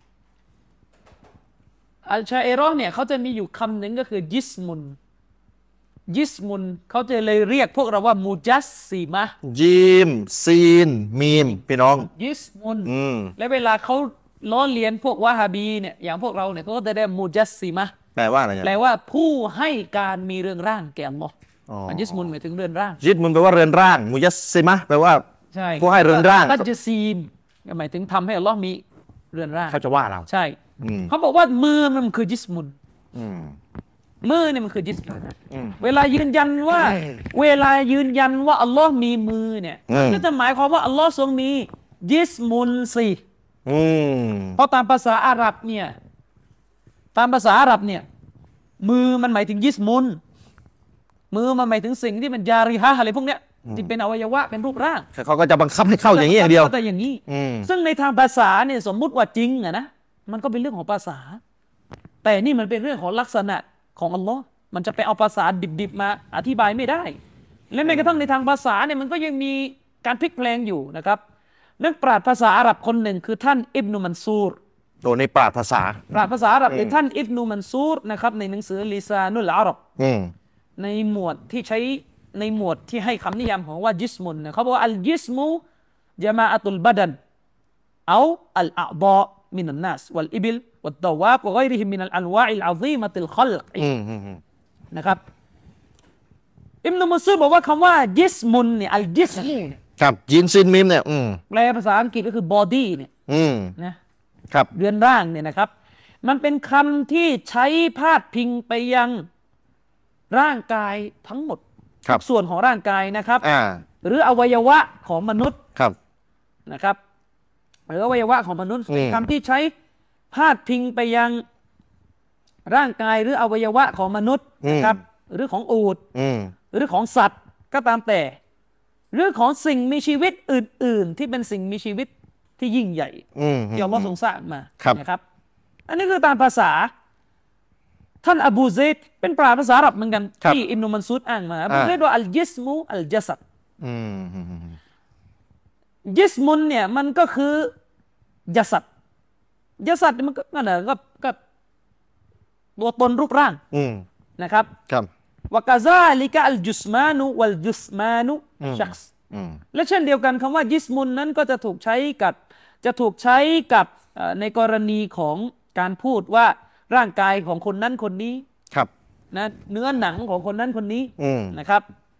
A: อัลชาเอรอเนี่ยเขาจะมีอยู่คำหนึ่งก็คือยิสมุนยิสมุนเขาจะเลยเรียกพวกเราว่ามูจัสซีมะ
B: จีมซีนมีมพี่น้อง
A: ยิสมุน
B: อืม
A: และเวลาเขาล้อเลียนพวกวะฮาบีเนี่ยอย่างพวกเราเนี่ยเขาก็จะได้มูจัสซีมะ
B: แปลว่าอะไรเนี่ย
A: แปลว่าผู้ให้การมีเรือนร่างแก่อัลลอฮ์
B: อ๋อ
A: อันยิสมุนหมายถึงเรือนร่าง
B: ยิดมันแปลว่าเรือนร่างมุยัสซิมะแปลว่า
A: ใช่
B: ผู้ให้เรือนร่าง
A: ตัจซีมหมายถึงทำให้อัลลอฮ์มีเรือนร่าง
B: เขาจะว่าเรา
A: ใช่
B: อืม
A: เขาบอกว่ามือมันคือยิสมุน
B: อืม
A: มือเนี่ยมันคือยิสมุน
B: อืม
A: เวลายืนยันว่า เวลายืนยันว่าอัลลอฮ์มีมือเนี่ย
B: อืม
A: ก็จะหมายความว่าอัลลอฮ์ทรงมียิสมุนสิ
B: อืม
A: เพราะตามภาษาอาหรับเนี่ยตามภาษาอาหรับเนี่ยมือมันหมายถึงยิสมุนมือมันหมายถึงสิ่งที่มันยาริฮะห์อะไรพวกเนี้ยที่เป็นอวัยวะเป็นรูปร่าง
B: เขาก็จะบังคับให้เข้าอย่างนี้อย่างเดียว
A: แต่อย่างนี้
B: อืม
A: ซึ่งในทางภาษาเนี่ยสมมุติว่าจริงอะนะมันก็เป็นเรื่องของภาษา แต่นี่มันเป็นเรื่องของลักษณะของอัลลอฮ์มันจะไปเอาภาษาดิบๆมาอธิบายไม่ได้ และแม้กระทั่งในทางภาษาเนี่ยมันก็ยังมีการพลิกแปลงอยู่นะครับนักปราชญ์ภาษาอาหรับคนหนึ่งคือท่านอิบนุมันซูร
B: โดในปราดภาษา
A: ปราชญ์ภาษาอาหรับเป็นท่านอิบนุมันซูรนะครับในหนังสือลิซานุลอาหรับ
B: อืม
A: ในหมวดที่ใช้ในหมวดที่ให้คำนิยามของว่ายิสมุนเนี่ยเขาบอกว่าอัลยิสมูจามาอะตุลบะดันเอาอัลอาฎอมินันนัสวัลอิบิลวัดดาวาบวะไกริฮิมมินัลอันวาอิลอาซีมะติลคัลก
B: อืมอืมอืม
A: นะครับอิบนุมัสซูดบอกว่าคำว่ายิสมุนเนี่ยอัลยิสม
B: ครับยินซินมิมเนี่ยอืม
A: แปลภาษาอังกฤษก็คือบอดี้เนี่ย
B: อืม
A: นะครับ เรือนร่างเนี่ยนะครับ มันเป็นคำที่ใช้พาดพิงไปยังร่างกายทั้งหมด
B: ครับ
A: ทุกส่วนของร่างกายนะครับ
B: อ่า
A: หรืออวัยวะของมนุษย์
B: ครับ
A: นะครับหรืออวัยวะของมนุษย์
B: อืม
A: เป็นคำที่ใช้พาดพิงไปยังร่างกายหรืออวัยวะของมนุษย์นะครับ หรือของอูฐ
B: อืม
A: หรือของสัตว์ก็ตามแต่หรือของสิ่งมีชีวิตอื่น ๆ ที่เป็นสิ่งมีชีวิตที่ยิ่งใหญ่
B: อืม
A: ที่อัลลอฮ์ทรงสร้างมา
B: ครับ
A: นะครับ อันนี้คือตามภาษา ท่านอบูเซดเป็นปราชญ์ภาษาอาหรับเหมือนกัน
B: ครับ
A: ที่อิบนุมันซูดอ้างมาอบูเซดว่าอัลยิสมูอัลจัสัด
B: อืมอืมอืม
A: ยิสมุนเนี่ยมันก็คือจัสัดจัสัดมันก็นั่นแหละก็ก็ตัวตนรูปร่าง
B: อืม
A: นะครับ
B: ครับ
A: วกาซาลิกะอัลจุสมานุวัลจุสมานุชักส์
B: อืม
A: และเช่นเดียวกันคำว่ายิสมุนนั้นก็จะถูกใช้กับจะถูกใช้กับเอ่อในกรณีของการพูดว่าร่างกายของคนนั้นคนนี้
B: ครับ
A: นะเนื้อหนังของคนนั้นคนนี้
B: อืม
A: นะครับ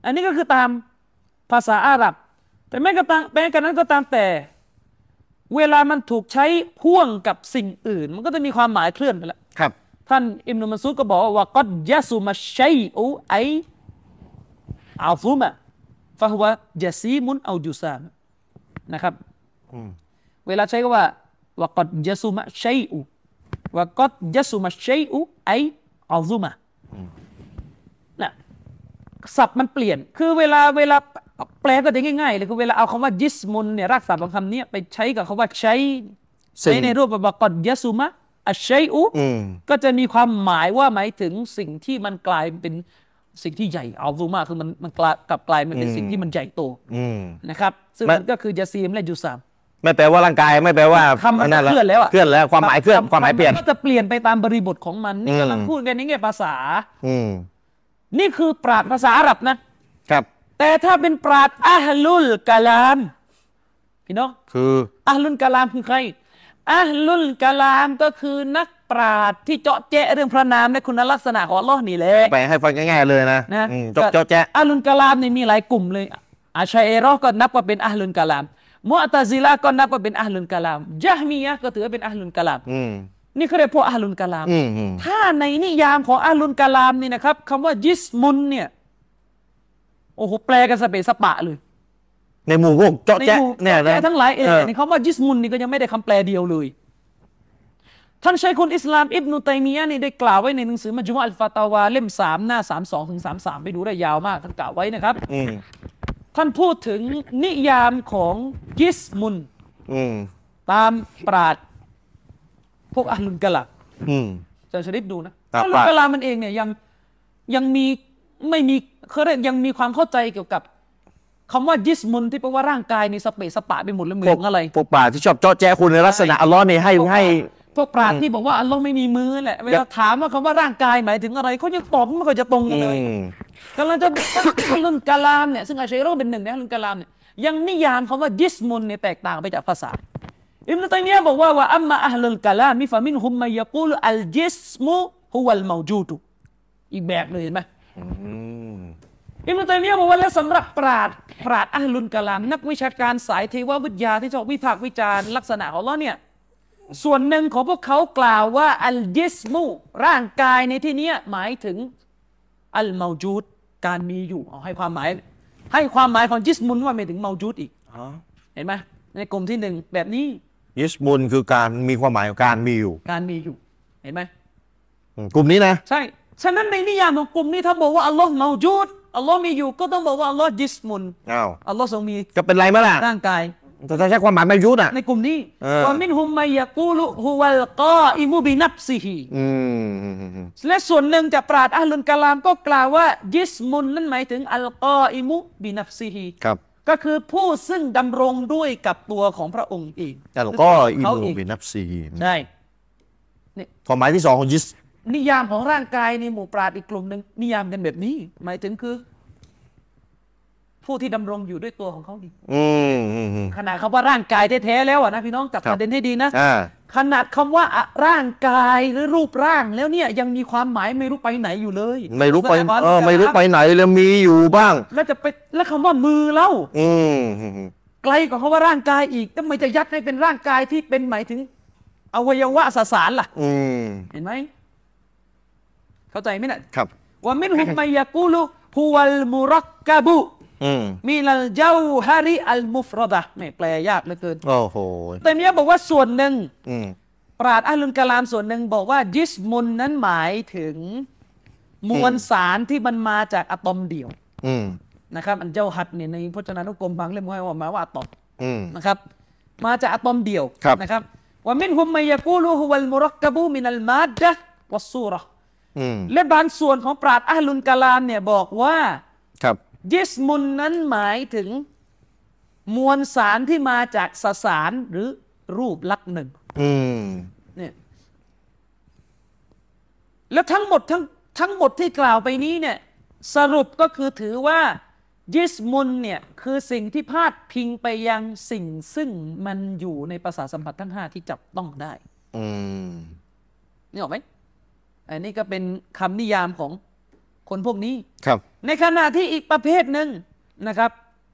A: อันนี้ก็คือตามภาษาอาหรับ แต่แม้กระทั่งแม้กระนั้นก็ตามแต่ เวลามันถูกใช้พ่วงกับสิ่งอื่น มันก็จะมีความหมายเคลื่อนไปแล้ว
B: ครับ
A: ท่านอิบนุมัสอูดก็บอกว่ากัดยะซุมัชชัยอูไออาซุมะฟะฮุวะยะซีมุนเอาจุซามนะครับ
B: อืม
A: เวลาใช้ก็ว่าวะกัดยะซุมะชัยอูวะกัดยะซุมัชชัยอูไออาซุมะนะศัพท์มันเปลี่ยน คือเวลาเวลาแปลก็จะง่ายๆเลยคือเวลาเอาคำว่ายิสมุนเนี่ยรากศัพท์ของคำนี้ไปใช้กับคำว่าใช้ใช้ในรูปแบบกัดยะซุมะอัชชัยอู
B: อืม
A: ก็จะมีความหมายว่าหมายถึงสิ่งที่มันกลายเป็นสิ่งที่ใหญ่เอาซูมาคือมันมันกลายกลับกลายมันเป็นสิ่งที่มันใหญ่โต
B: อืม
A: นะครับ ซึ่ง
B: มัน
A: มันก็คือยาซีมและยูซาม
B: ไม่แปลว่าร่างกายไม่แปลว่า
A: คำมัน
B: นั่น
A: เคลื่อนแล้วอะ
B: เคลื่อนแล้วความหมายเคลื่อนความหมายเปลี่ยน
A: ก็จะเปลี่ยนไปตามบริบทของมันนี่
B: อืม
A: กำลังพูดกันในแง่ภาษา
B: อืม
A: นี่คือปราชญ์ภาษาอาหรับนะ
B: ครับ
A: แต่ถ้าเป็นปราชญ์อะฮลุลกะลามพี่น้อง
B: คือ
A: อะฮลุลกะลามคือใครอะฮลุลกะลามก็คือนักปราชญ์ที่เจาะแจ๊ะเรื่องพระนามและคุณลักษณะของอัลลอฮ์นี่แหละ
B: ไปให้ฟังง่ายๆเลยนะ
A: นะ
B: อืมเจาะเจาะแจ๊ะ
A: อะฮลุลกะลามนี่มีหลายกลุ่มเลยอาชัยเราะห์ก็นับว่าเป็นอะฮลุลกะลามมุอ์ตะซิละห์ก็นับว่าเป็นอะฮลุลกะลามญะฮ์มียะห์ก็ถือว่าเป็นอะฮลุลกะลาม
B: อืม
A: นี่เขาเรียกพวกอะฮลุลกะลาม
B: อืมอืม
A: ถ้าในนิยามของอะฮลุลกะลามนี่นะครับคำว่ายิสมุนเนี่ยโอ้โหแปลกันสเปะสปะเลย
B: ในหมู่พวกเจาะ
A: ใน
B: แจ๊ะ
A: หมู่
B: เนี่ยนะ
A: แจ๊ะทั้งหลายเอง
B: เออ
A: ในคำว่ายิสมุนนี่ก็ยังไม่ได้คำแปลเดียวเลย ท่านชัยคุลอิสลามอิบนุตัยมียะห์นี่ได้กล่าวไว้ในหนังสือมัจมุอะห์อัลฟาตาวาเล่มสามหน้าสามสองถึงสามสามไปดูได้ยาวมากท่านกล่าวไว้นะครับ
B: อืม
A: ท่านพูดถึงนิยามของยิสมุน
B: อืม
A: ตามปราชญ์พวกอะฮลุลกะลาม
B: อืม
A: อาจารย์ชริฟดูนะ
B: ตาม
A: อะฮลุ
B: ป
A: ล
B: ราชญ์
A: กะลามมันเองเนี่ยยังยังมีไม่มีเขาเรียกยังมีความเข้าใจเกี่ยวกับคำว่ายิสมุนที่แปลว่าร่างกายในสเปะสปะไปหมดเลยเหมื
B: พว
A: อก นอะไร
B: พวกป่าที่ชอบเจาะแจ๊ะคุณในลักษณะอัลลอฮ์นี่ให้ให้
A: พวกปราชญ์ที่บอกว่าอัลลอฮ์ไม่มีมือแหละเวลาถามว่าคำว่าร่างกายหมายถึงอะไรเขายังตอบไม่ค่อยจะตรงกัน
B: อื
A: เลย
B: ม
A: กำลังจะอัลลุนกะลามเนี่ยซึ่งอาชัยเราะห์เป็นหนึ่งในอัลลุนกะลามเนี่ยยังนิยามคำว่ายิสมุนเนี่ยแตกต่างไปจากภาษาอิบนุตัยมียะห์บอกว่าว่าอัมมาอัลลุลกะลามฟะมินฮุมมัยยะกูลอัลจิสมุฮุวัลเมาจูดอีกแบบเลยเห็นไหม
B: อืม
A: อิบนุตัยมียะห์บอกว่าแล้วสำหรับปราชญ์ปราชญ์อะฮลุลกะลามนักวิชาการสายเทววิทยาที่ชอบวิพากษ์วิจารณ์ลักษณะของอัลเลาะห์เนี่ยส่วนหนึ่งของพวกเขากล่าวว่าอัลจิสมุร่างกายในที่เนี้ยหมายถึงอัลเมาจูดการมีอยู่เอาให้ความหมาย ให้ความหมายของจิสมุนว่าไม่ถึงเมาจูดอีก
B: อ๋อ
A: เห็นไหมในกลุ่มที่หนึ่งแบบนี้
B: ยิสมุนคือการมีความหมายของการมีอยู่
A: การมีอยู่เห็นไหม
B: อืมกลุ่มนี้นะ
A: ใช่ฉะนั้นในนิยามของกลุ่มนี้ถ้าบอกว่าอัลลอฮ์เมาจูดอัลลอฮ์มีอยู่ก็ต้องบอกว่าอัลลอฮ์จิสมุน
B: อ้าว
A: อัลลอฮ์ทรงมี
B: จะเป็นไรมั้ยล่ะ
A: ร่างกาย
B: แต่ถ้าใช้ความหมายไม่ยุดอ่ะ
A: ในกลุ่มนี้
B: เออ
A: ว่ามินฮุมมัยยะกูลุฮุวัลกออิมุบินับซิฮี
B: อืมอืมอืมอืม
A: และส่วนหนึ่งจากปราชญ์อะห์ลุลกะลามก็กล่าวว่ายิสมุนนั่นหมายถึงอัลกออิมุบินับซิฮี
B: ครับ
A: ก็คือผู้ซึ่งดำรงด้วยกับตัวของพระองค์เอง
B: แต่ก็อิ
A: เขา
B: มู
A: เอง
B: บินับซี
A: ใช่
B: ความหมายที่สองของยิส
A: นิยามของร่างกายในหมู่ปราชญ์อีกกลุ่มหนึ่งนิยามกันแบบนี้ หมายถึงคือ ผู้ที่ดำรงอยู่ด้วยตัวของเขาเอง
B: อืมอืมอืม
A: ขนาดคำว่าร่างกายแท้ๆแล้วอะนะพี่น้องจับ
B: ครับ
A: ประเด็นให้ดีนะ
B: อ่า
A: ขนาดคำว่าอะร่างกายหรือรูปร่างแล้วเนี่ยยังมีความหมายไม่รู้ไปไหนอยู่เลย
B: ไม่รู้ไป
A: แสดงว่า
B: เออไม่รู้ไปไหนเลยมีอยู่บ้าง
A: แล้วจะไปแล้วคำว่ามือเล่า
B: อืมอืมอืม
A: ไกลกว่าคำว่าร่างกายอีกทำไมจะยัดให้เป็นร่างกายที่เป็นหมายถึงอวัยวะสสารล่ะ
B: อืม
A: เห็นไหมเข้าใจไหมน่ะ
B: ครับ
A: ว่ามินฮุมมัยยะกูลุฮุวัลมุรักกะบุ
B: อืม
A: มินัลเจ้าฮาริอัลมุฟรอดะห์ไม่แปลยากเหลือเกิน
B: โอ้โห
A: แต่เนี้ยบอกว่าส่วนหนึ่ง
B: อืม
A: ปราชญ์อะฮลุลกะลามส่วนหนึ่งบอกว่ายิสมุนนั้นหมายถึงมวลสารที่มันมาจากอะตอมเดียว
B: อืม
A: นะครับอันเจ้าหัดเนี่ยในพจนานุกรมบางเล่มก็หมายว่าอะตอม
B: อืม
A: นะครับมาจากอะตอมเดียว
B: ครับ
A: นะครับว่ามินฮุมมัยยะกูลุฮุวัลมุรักกะบุมินัลมาดดะฮ์วัสซูเราะห์
B: อืม
A: และบางส่วนของปราชญ์อะฮลุลกะลามเนี่ยบอกว่า
B: ครับ
A: ยิสมุนนั้นหมายถึงมวลสารที่มาจากสสารหรือรูปลักษณ์หนึ่ง
B: อืม
A: เนี่ยแล้วทั้งหมดทั้งทั้งหมดที่กล่าวไปนี้เนี่ยสรุปก็คือถือว่ายิสมุนเนี่ยคือสิ่งที่พาดพิงไปยังสิ่งซึ่งมันอยู่ในประสาทสัมผัสทั้งห้าที่จับต้องได้
B: อืม
A: นี่ออกไหมอันนี้ก็เป็นคำนิยามของคนพวกนี้
B: ครับ
A: ในขณะที่อีกประเภทหนึ่งนะครับ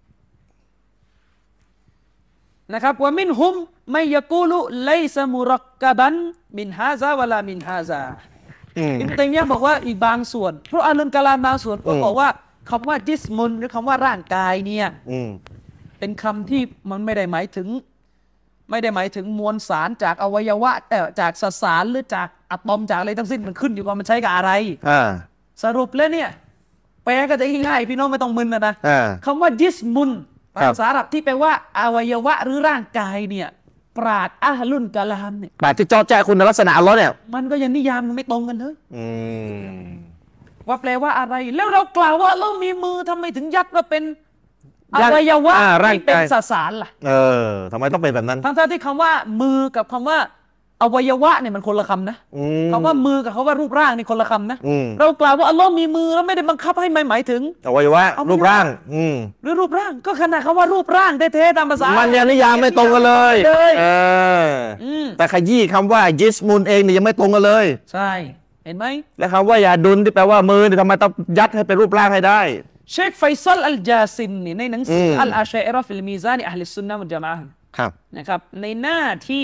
A: นะครับว่ามินฮุมไม่ยะกูลุไลซะมุรักกะบันมินฮาซาวะลามินฮาซา
B: อืม
A: อิบนุตัยมียะห์บอกว่าอีกบางส่วนเพราะอาลุนกะลามบางส่วนก็
B: อืม
A: บอกว่าคำว่าจิสมุนหรือคำว่าร่างกายเนี่ย
B: อืม
A: เป็นคำที่มันไม่ได้หมายถึง ไม่ได้หมายถึงมวลสารจากอวัยวะแต่จากสสารหรือจากอะตอมจากอะไรทั้งสิ้นมันขึ้นอยู่กับมันใช้กับอะไร
B: อ่า
A: สรุปแล้วเนี่ยแปลก็จะง่ายๆพี่น้องไม่ต้องมึนนะนะ
B: อ่า
A: คำว่าจิสมุน
B: ครับ
A: ภาษาอาหรับที่แปลว่าอวัยวะหรือร่างกายเนี่ยปราดอะฮลุนกะลามเนี่ย
B: บาดที่เจาะแจ้คุณลักษณะอัลเลาะห์เนี่ย
A: มันก็ยังนิยามมันไม่ตรงกันเลย
B: อืม
A: ว่าแปลว่าอะไร แล้วเรากล่าวว่าเรามีมือทำไมถึงยัดว่าเป็นอวัยวะ
B: อ่าร่าง
A: ที่เป็น
B: กาย
A: สสารล่ะ
B: เออทำไมต้องเป็นแบบนั้น
A: ทั้งๆที่คำว่ามือกับคำว่าอวัยวะเนี่ยมันคนละคำนะ
B: อืม
A: คำว่ามือกับคำว่ารูปร่างนี่คนละคำนะ
B: อืม
A: เรากล่าวว่าอัลลอฮ์มีมือแล้วไม่ได้บังคับให้หมายถึง
B: อวัยวะ
A: เอาไม่
B: รูปร่าง อืม
A: หรือรูปร่างก็ขนาดคำว่ารูปร่างแท้ๆตามภาษา
B: มันยังนิยามไม่ตรงกันเลย
A: เลย
B: เออ
A: อืม
B: แต่ขยี้คำว่ายิสมุนเองนี่ยังไม่ตรงกันเลย
A: ใช่เห็นไหม
B: และคำว่ายาดุลที่แปลว่ามือนี่ทำไมต้องยัดให้เป็นรูปร่างให้ได้
A: เชคไฟซัลอัลจาซินนี่ในหนังสือ
B: ม
A: อัลอาชัยเราะห์ฟิลมีซานีอะห์ลิสซุนนะฮ์วัลญะมาอะห์
B: ครับ
A: นะครับในหน้าที่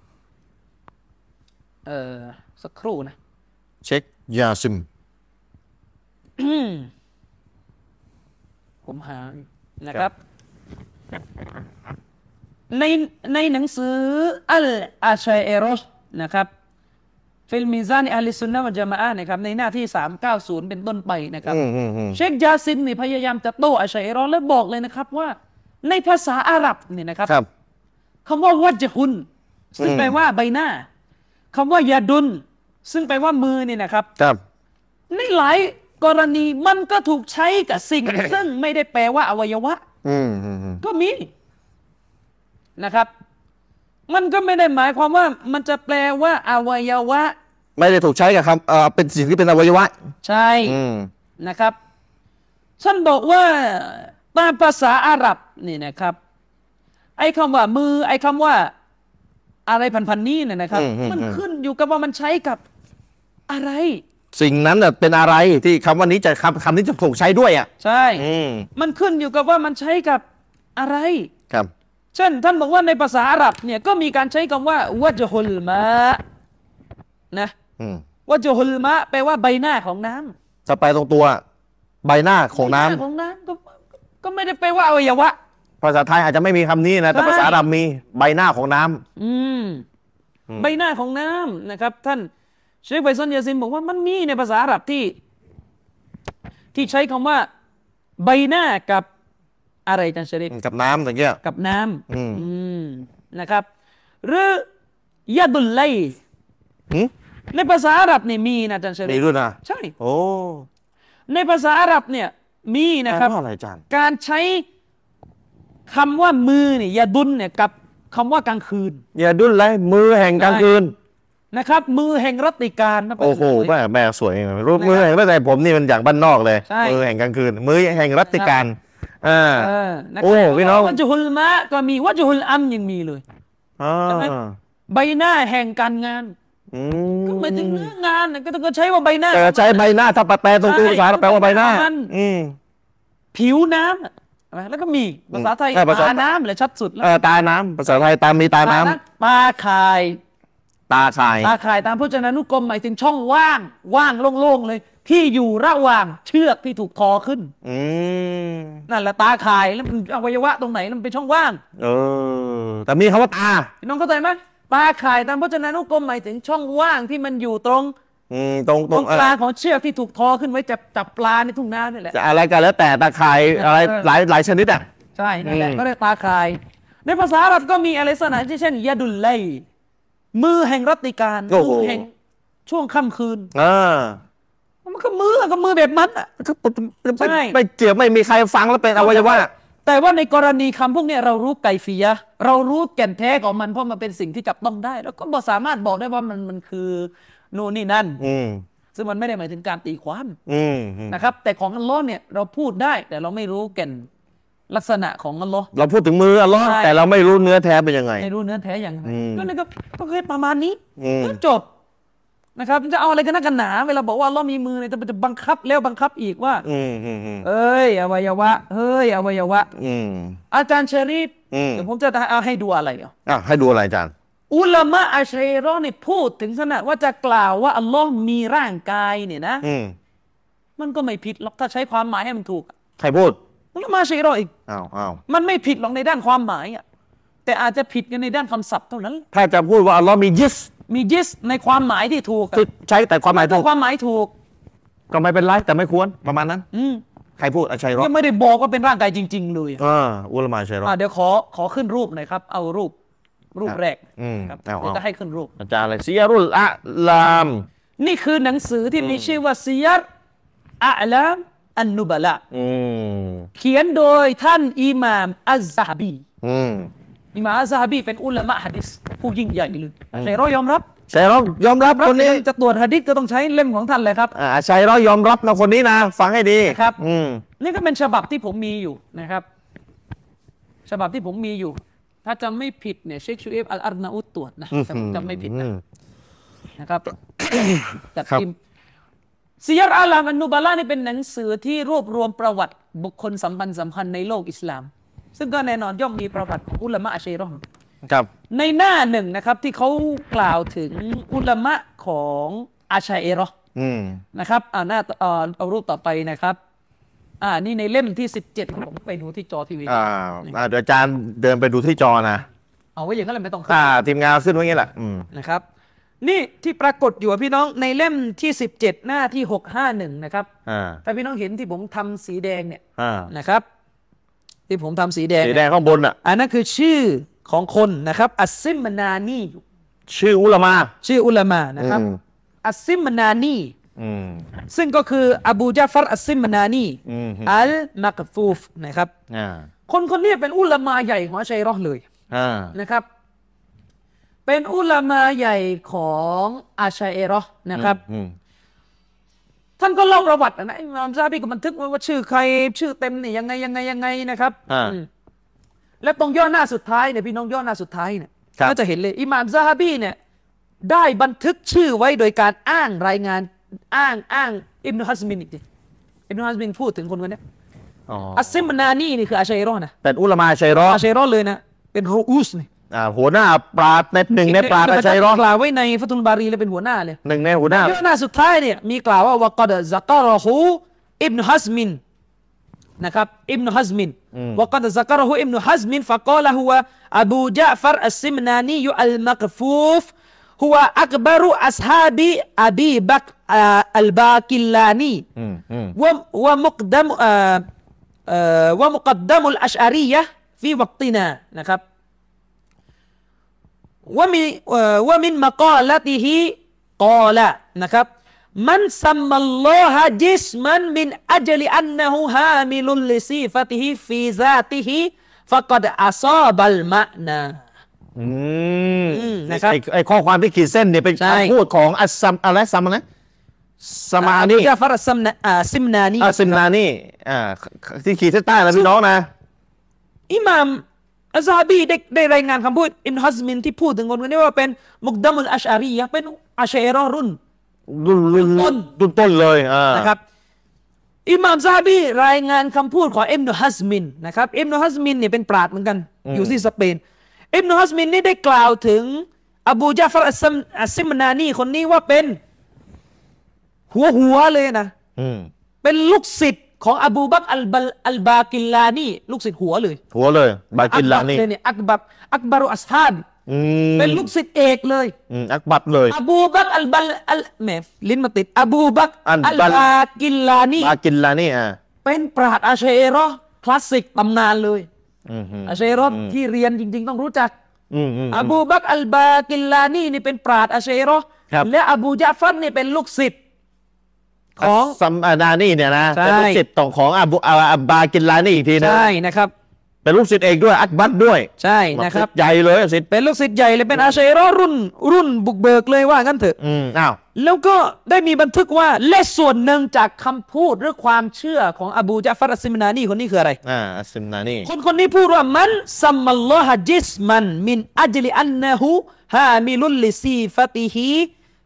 A: เอ่อสักครู่นะ
B: เช็คยาซิม
A: ผมหานะครับ ในในหนังสืออัลอาชัยเราะห์นะครับฟิลมีซานีอะห์ลิสซุนนะฮ์วัลญะมาอะห์นะครับในหน้าที่สามร้อยเก้าสิบเป็นต้นไปนะครับ
B: อืมอืมอืม
A: เชคยาซินนี่พยายามจะโต้อัชชัยเราะห์และบอกเลยนะครับว่าในภาษาอาหรับเนี่ยนะครับ
B: ครับ
A: คำว่าวัจฮุนซึ่ง
B: อืม
A: แปลว่าใบหน้าคำว่ายาดุนซึ่งแปลว่ามือเนี่ยนะครับ
B: ครับ
A: ในหลายกรณีมันก็ถูกใช้กับสิ่ง ซึ่งไม่ได้แปลว่าอวัยวะ
B: อืมอืมอืม
A: ก็มีนะครับ มันก็ไม่ได้หมายความว่ามันจะแปลว่าอวัยวะ
B: ไม่ได้ถูกใช้กับคำเอ่อเป็นสิ่งที่เป็นอวัยวะ
A: ใช่
B: อืม
A: นะครับฉันบอกว่าตามภาษาอาหรับนี่นะครับ ไอ้คำว่ามือ ไอ้คำว่าอะไรพันๆนี้เนี่ยนะครับ
B: อืมอืม
A: มันขึ้นอยู่กับว่ามันใช้กับอะไร
B: สิ่งนั้นน่ะเป็นอะไรที่คำว่านี้จะคำคำนี้จะถูกใช้ด้วยอ่ะ
A: ใช่
B: อืม
A: มันขึ้นอยู่กับว่ามันใช้กับอะไร
B: ครับ
A: เช่นท่านบอกว่าในภาษาอาหรับเนี่ยก็มีการใช้คำว่าวัจฮุลมะนะ
B: อืม
A: วัจฮุลมะแปลว่าใบหน้าของน้ำ
B: จะไปตรงตัวใบหน้าของน้ำ
A: ใบหาของน้ำก็ก็ไม่ได้แปลว่าอวัยวะ
B: ภาษาไทยอาจจะไม่มีคำนี้นะแต่
A: ใช่
B: ภาษาอาหรับมีใบหน้าของน้ำ
A: อืม
B: อืม
A: ใบหน้าของน้ำนะครับ ท่านเชคไฟซอนยาซินบอกว่ามันมีในภาษาอาหรับที่ ที่ใช้คำว่า ใบหน้ากับอะไรจันชริฟ
B: กับน้ำอย่างเงี้ย
A: กับน้ำ
B: อืม
A: อืมนะครับ หรือยาดุลไล
B: หืม
A: ในภาษาอาหรับเนี่ยมีนะจันชริ
B: มี
A: ฟ
B: ด้วยนะ
A: ใช่
B: โอ้
A: ในภาษาอาหรับเนี่ยมีนะครับ
B: แปลว่าอะไรอาจารย์
A: การใช้คำว่ามือเนี่ยยาดุลเนี่ยกับคำว่ากลางคืน
B: อย่าดุนเลยมือแห่งกลางคืน
A: นะครับ มือแห่งรัตติการนะ
B: โอ้โห
A: แม่
B: แม่แม่สวยรูปมือแห่งไม่แต่ผมนี่มันอย่างบ้านนอกเลย
A: ใช่
B: มือแห่งกลางคืน มือแห่งรัตติการอ่า
A: เออนะค
B: โอ้
A: รับ
B: พี่น้อง
A: วัจฮุลมะก็มีวัจฮุลอัมยังมีเลย
B: อ่า
A: ใช่ไหม ใบหน้าแห่งการงาน
B: อื
A: ก็
B: ม
A: หมายถึงเรื่องงานน่ะก็ต้องใช้ว่าใบหน้า
B: แต่ใช้ใบหน้าถ้าแปลตรงตัวภาษาแปลว่าใบหน้า
A: มัน
B: อืม
A: ผิวน้ำน่ะใช่ไหมแล้วก็มีภาษาไทย
B: ใช่ภาษา
A: ตาน้ำเลยชัดสุดแล้ว
B: เอ่อตาน้ำภาษาไทยตามีตาน้ำ
A: ตาคาย
B: ตาชาย
A: ตาคายตามพจนานุกรมหมายถึงช่องว่าง ว่างโล่งๆเลย ที่อยู่ระหว่างเชือกที่ถูกทอขึ้น
B: อืม
A: นั่นแหละตาคายแล้วมันอวัยวะตรงไหนมันเป็นช่องว่าง
B: เออ แต่มีคำว่าตา
A: พี่น้องเข้าใจไหมตาคายตามพจนานุกรมหมายถึงช่องว่างที่มันอยู่ตรง
B: อืมตรง
A: ต
B: ต
A: ร
B: รง
A: ง
B: เอ่
A: ก
B: อ
A: ลางของเชือกที่ถูกทอขึ้นไว้จับจับปลาในทุ่งนานี่แหละ
B: จะอะไรกันแล้วแต่ตาข่ายอะไร
A: เออ
B: หลายหลายชนิดอ่ะ
A: ใช่นั่นแหละ
B: อืม
A: ก็เรียกตาคาย ในภาษาอาหรับก็มีอะไรสนาที่เช่นยาดุลไลมือแห่งรัตติการมือแห่งช่วงค่ำคืน
B: อ่า
A: มันก็มือก็มือแบบมันอ่ะ
B: ก็ไม่
A: ใช่
B: ไม่เจียบไม่มีใครฟังแล้วเป็นอวัยวะ
A: แต่ว่าในกรณีคำพวกเนี้ยเรารู้ไกฟียะห์เรารู้แก่นแท้ของมันเพราะมันเป็นสิ่งที่จับต้องได้ แล้วก็บอกสามารถบอกได้ว่ามันมันคือนู่นนี่นั่น
B: อืม
A: ซึ่งมันไม่ได้หมายถึงการตีความ
B: อืมอืม
A: นะครับ แต่ของอัลลอฮ์เนี่ยเราพูดได้แต่เราไม่รู้แก่นลักษณะของอัลลอฮ์
B: เราพูดถึงมืออัลลอฮ์
A: ใช่
B: แต่เราไม่รู้เนื้อแท้เป็นยังไง
A: ไม่รู้เนื้อแท้อย่างไร
B: อืม
A: ก็เลยก็ก็แค่ประมาณนี้
B: อืม
A: ก็จบนะครับจะเอาอะไรกันนักกันหนาเวลาบอกว่าอัลเลาะห์มีมือเนี่ยจะบังคับแล้วบังคับอีกว่า
B: อืมอืมอืม
A: เอ้ยอวัยวะเฮ้ยอวัยวะ
B: อืม
A: อาจารย์ชะรีฟ
B: อืม
A: เดี๋ยวผมจะเอาให้ดูอะไรอ่ะ
B: อ่ะให้ดูอะไรอาจารย์
A: อุลามะอัชอะเราะห์เนี่ยพูดถึงขนาดว่าจะกล่าวว่าอัลลอฮ์มีร่างกายเนี่ยนะ
B: อืม
A: มันก็ไม่ผิดหรอกถ้าใช้ความหมายให้มันถูก
B: ใครพูด
A: อุลามะอัชอะเราะห์อีก
B: อ้าวอ้าว
A: มันไม่ผิดหรอกในด้านความหมายอ่ะแต่อาจจะผิดกันในด้านคำศัพท์เท่านั้น
B: ถ้าจะพูดว่าอัลลอฮ์มียิส
A: มียิสในความหมายที่ถูกอะ
B: ที่ใช้แต่ความหมายถูก
A: ความหมายถูก
B: ก็ไม่เป็นไรแต่ไม่ควรประมาณนั้น
A: อืม
B: ใครพูดอาชัยรอ
A: ยังไม่ได้บอกว่าเป็นร่างกายจริง ๆ เลยอะ
B: อ่าอุลามะอาชัยรอ
A: อ่ะเดี๋ยวขอขอขึ้นรูปหน่อยครับ เอารูปรูปแรก
B: อืม
A: ครับ
B: เอา
A: เดี๋ยว
B: เอา
A: จะให้ขึ้นรูป
B: อาจารย์อะไรซียารุลอะลาม
A: นี่คือหนังสือที่มีชื่อว่าซียัรอะลามอันนุบะละ
B: อืม
A: เขียนโดยท่านอิหม่ามอัซซะฮบี
B: อืม
A: อิหม่ามอัซซะฮบีเป็นอุลามะฮะดิษผู้ยิ่งใหญ่เลยใช่เรายอมรับ
B: ชัยรอยอมรับคนนี้
A: จะตรวจหะดีษก็ต้องใช้เล่มของท่านเลยครับ
B: อ่าชัยรอยอมรับนะคนนี้นะ ฟังให้ดี
A: ครับ
B: อืม
A: นี่ก็เป็นฉบับที่ผมมีอยู่นะครับ ฉบับที่ผมมีอยู่ ถ้าจำไม่ผิดเนี่ยเชคชูเอฟอัลอาร์นาอุตตรวจนะถ้าผมจำไม่ผิดนะนะครับจัด
B: ครับ
A: พิมพ์ซียัรอาลามอันนุบะละนี่เป็นหนังสือที่รวบรวมประวัติบุคคลสำคัญสำคัญในโลกอิสลาม ซึ่งก็แน่นอนย่อมมีประวัติของอุลามะอัชชัยเราะห์
B: ครับ
A: ในหน้าหนึ่งนะครับที่เขากล่าวถึงอุลามะของอัชชัยเราะห์
B: อืม
A: นะครับอ่าหน้าเอ่อเอารูปต่อไปนะครับอ่านี่ในเล่มที่สิบเจ็ดผมไปดูที่จอทีวี
B: อ่าอ่าเดี๋ยวอาจารย์เดินไปดูที่จอนะ
A: เอาไว้อย่างนั้นเลยไม่ต้องขึ้น
B: อ่าทีมงานขึ้นไว้อย่างนี้แหละอืม
A: นะครับ นี่ที่ปรากฏอยู่อะพี่น้องในเล่มที่สิบเจ็ดหน้าที่หกห้าหนึ่งนะครับ
B: อ่า
A: ถ้าพี่น้องเห็นที่ผมทำสีแดงเนี่ย
B: อ่า
A: นะครับ ที่ผมทำสีแดง
B: สี
A: เนี่ย
B: แดงข้างบนอ่ะ
A: อันนั้นคือชื่อของคนนะครับอัสซิมนานี
B: ชื่ออุลามะ
A: ชื่ออุลามานะครับ
B: อืม
A: อัสซิมนานี
B: อืม
A: ซึ่งก็คืออบูญาฟัรอัสซิมนานี
B: อืม
A: อัลมักฟูฟนะครับ
B: อ่า
A: คนคนนี้เป็นอุลามาใหญ่ของอัชชัยเราะห์เลย
B: อ่า
A: นะครับ เป็นอุลามาใหญ่ของอัชชัยเราะห์นะครับ
B: อืม
A: ท่านก็เล่าประวัตินะอิหม่ามซะฮาบีก็บันทึกไว้ว่าชื่อใครชื่อเต็มนี่ยังไงยังไงยังไงนะครับ
B: อ่า
A: อืมและตรงย่อหน้าสุดท้ายเนี่ยพี่น้องย่อหน้าสุดท้ายเนี่ย
B: ครับ
A: ก็จะเห็นเลยอิหม่ามซะฮาบีเนี่ยได้บันทึกชื่อไว้โดยการอ้างรายงานอ้างอ้างอิบนุฮัซมินอีกทีอิบนุฮัซมินพูดถึงคนคนนี้
B: อ๋อ
A: อัสซิมนานีนี่คืออัชชัยเราะห์นะ
B: เป็นอุลามะอาชัยรอ
A: อัชชัยเราะห์เลยนะเป็นรูอุสนี่
B: อ่าหัวหน้าปราดในหนึ่งในปราดอาชัยรอก
A: ล่าวไว้ในฟัตุลบารีเลยเป็นหัวหน้าเลย
B: หนึ่งในหัวหน้า
A: ย่อหน้าสุดท้ายเนี่ยมีกล่าวว่าวะกอดซักรอฮูอิบนุฮัซมินนะครับอิบนุฮัซมินวะกอดซักรอฮูอิบนุฮัซมินฟะกอละฮุวะอบูญะฟัรอัสซิมนานีอัลมักฟูฟฮุวะอักบารุอัศฮาบิอบีบักอัลบากิลลานี
B: อืมอืม
A: วะวะมุกดัมเอ่อเอ่อวะมุกดดัมุลอัชอารียะห์ฟีวักตินานะครับว่ามีว่ามินมะกอลติฮิกอละนะครับมันซัมมัลลอฮะจิสมันมินอัจลิอันนะฮูฮามิลุลลิซีฟะติฮิฟีซาติฮิฟะกอดอาซาบัลมะนา
B: อืม
A: อืมนะครับ
B: ไอ้ไอ้ข้อความที่ขีดเส้นเนี่ยเป็น
A: ใช่
B: คำพูดของอัสซัมอะไรซัมอะไรสมานี
A: จาฟารัสซัมนาอ่าซิมนานี
B: อัสซิมนานีอ่าที่ขีดเส้นใต้นะพี่น้องนะ
A: อิหม่ามอัซซะฮาบีได้ได้รายงานคำพูดอิบนุฮัซมินที่พูดถึงคนคนนี้ว่าเป็นมุกดัมุลอัชอารียะห์เป็นอัชชัยเราะห์รุ่น
B: รุ่นรุ่น
A: ต้น
B: รุ่นต้นเลยอ่า
A: นะครับอิหม่ามซะฮาบีรายงานคำพูดของอิบนุฮัซมินนะครับอิบนุฮัซมินเนี่ยเป็นปราชญ์เหมือนกัน อยู่ที่สเปนอิบนุฮัซมินนี่ได้กล่าวถึงอบูญาฟัรอัสซัมอัสซิมนานีคนนี้ว่าเป็นหัวหัวเลยนะ
B: อืม
A: เป็นลูกศิษย์ของอบูบักรอัลบัลอัลบากิลลานีลูกศิษย์หัวเลย
B: หัวเลย บากินลานี่
A: อักบัรเลยเนี่ยอักบัรอักบารุอัสฮาบ
B: อืม
A: เป็นลูกศิษย์เอกเลย
B: อืมอักบัดเลย
A: อบูบักรอัลบัลอัลแหมลิ้นมาติดอบูบักร
B: อั
A: อั
B: ล
A: ล
B: บัล
A: บากิลลานี
B: บากินลานี่อ่า
A: เป็นปราชญ์อาชัยเราะห์คลาสสิกตำนานเลย
B: อืมอืม
A: อาชัยเราะห์ที่เรียนจริง ๆ ต้องรู้จัก
B: อืมอืม
A: อบูบักรอัลบากิลลานีนี่เป็นปราชญ์อาชัยเราะห์
B: ครับ
A: และอบูญาฟัรนี่เป็นลูกศิษย์ของ
B: ซัมอานานี่เนี่ยนะ
A: ใช่
B: เป็นลูกศิษย์ต่อของอาบูอาอับบากินลานี่อีกทีนะ
A: ใช่นะครับ
B: เป็นลูกศิษย์เอกด้วยอักบัดด้วย
A: ใช่นะครับ
B: ใหญ่เลยศิษย์
A: เป็นลูกศิษย์ใหญ่เลยเป็นอาชัยเราะห์รุ่นรุ่นบุกเบิกเลยว่างั้นเถอะ
B: อืมอ้าว
A: แล้วก็ได้มีบันทึกว่าและส่วนหนึ่งจากคำพูดหรือความเชื่อของอบูญาฟัรอัสซิมนานีคนนี้คืออะไร
B: อ่าอัสซิมนานี่
A: คนคนนี้พูดว่ามันซัมมัลลอฮะจิสมันมินอัจลิอันนะฮูฮามิลุลลิซีฟะติฮิ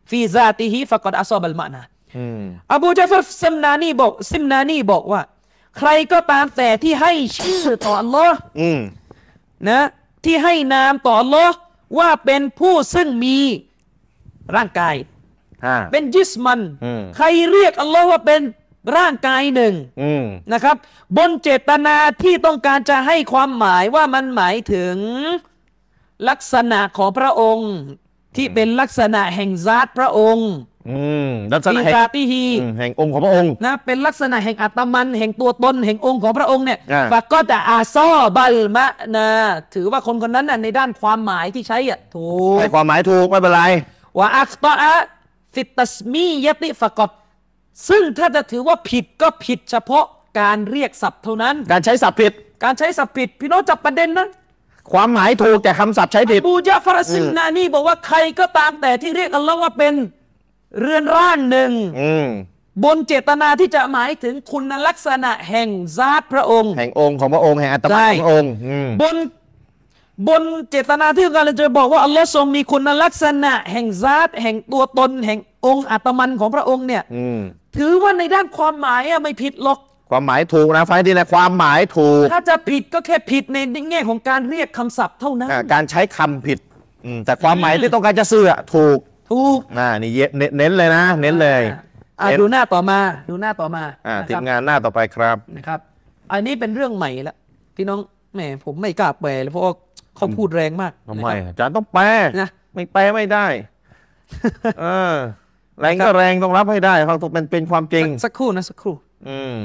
A: ฟีซาติฮิฟะกอดอัศบัลมานะ
B: อืม
A: อบูญะฟัรซิมนานีบอกซิมนานีบอกว่า ใครก็ตามแต่ที่ให้ชื่อต่ออัลลอฮ์
B: อืม
A: นะที่ให้นามต่ออัลลอฮ์ว่าเป็นผู้ซึ่งมีร่างกาย
B: อ่า
A: เป็นยิสมัน
B: อืม
A: ใครเรียกอัลลอฮ์ว่าเป็นร่างกายหนึ่ง
B: อืม
A: นะครับ บนเจตนาที่ต้องการจะให้ความหมายว่ามันหมายถึงลักษณะของพระองค์ที่เป็นลักษณะแห่งซาตพระองค์
B: อืมลักษณะ
A: ฟี
B: แห่ง
A: ซาติฮี
B: อืมแห่งองค์ของพระองค์
A: นะเป็นลักษณะแห่งอัตมันแห่งตัวตนแห่งองค์ของพระองค์เนี่ย
B: อ่า
A: ฟะก็จะอาซอบัลมะนาถือว่าคนคนนั้นน่ะในด้านความหมายที่ใช้อ่ะถูก
B: ให้ความหมายถูกไม่เป็นไร
A: ว่าอัคตออะฟิตตัสมียติฟะกอดซึ่งถ้าจะถือว่าผิดก็ผิดเฉพาะการเรียกศัพท์เท่านั้น
B: การใช้ศัพท์ผิด
A: การใช้ศัพท์ผิดพี่น้องจับประเด็นนะ
B: ความหมายถูกแต่คำศัพท์ใช้ผิด
A: บูญะฟารซิมนานี่บอกว่าใครก็ตามแต่ที่เรียกอัลลอฮ์ว่าเป็นเรือนร่างหนึ่ง
B: อืม
A: บนเจตนาที่จะหมายถึงคุณลักษณะแห่งซาตพระองค์
B: แห่งองค์ของพระองค์แห่งอัต
A: ใช่
B: มันของพระองค์อืม
A: บนบนเจตนาที่การจะบอกว่าอัลลอฮ์ทรงมีคุณลักษณะแห่งซาตแห่งตัวตนแห่งองค์อัตมันของพระองค์เนี่ย
B: อืม
A: ถือว่าในด้านความหมายอะไม่ผิดหรอก
B: ความหมายถูกนะไฟดีนะความหมายถูก
A: ถ้าจะผิดก็แค่ผิดในแง่ของการเรียกคำศัพท์เท่านั้น
B: อ่าการใช้คำผิดอืมแต่ความหมายที่ต้องการจะสื่ออะถูก
A: ถูก
B: น่านี่เยเน้นเน้นเลยนะ เน้นเลย
A: อ่ะ
B: เน้น
A: ดูหน้าต่อมาดูหน้าต่อมา
B: อ่า
A: นะ
B: ที
A: ครั
B: ม
A: บ
B: งานหน้าต่อไปครับ
A: นะครับ อันนี้เป็นเรื่องใหม่แล้วพี่น้องแหมผมไม่กล้าแปลเลยเพราะว่าเขาพูดแรงมาก
B: ทำไม
A: นะครับ
B: อาจารย์ต้องแปล
A: นะ
B: ไม่แปลไม่ได้ เออ แรงก็แรงต้องรับให้ได้เขาต้องเป็นเป็นความจริง
A: สักครู่นะสักครู่
B: อืม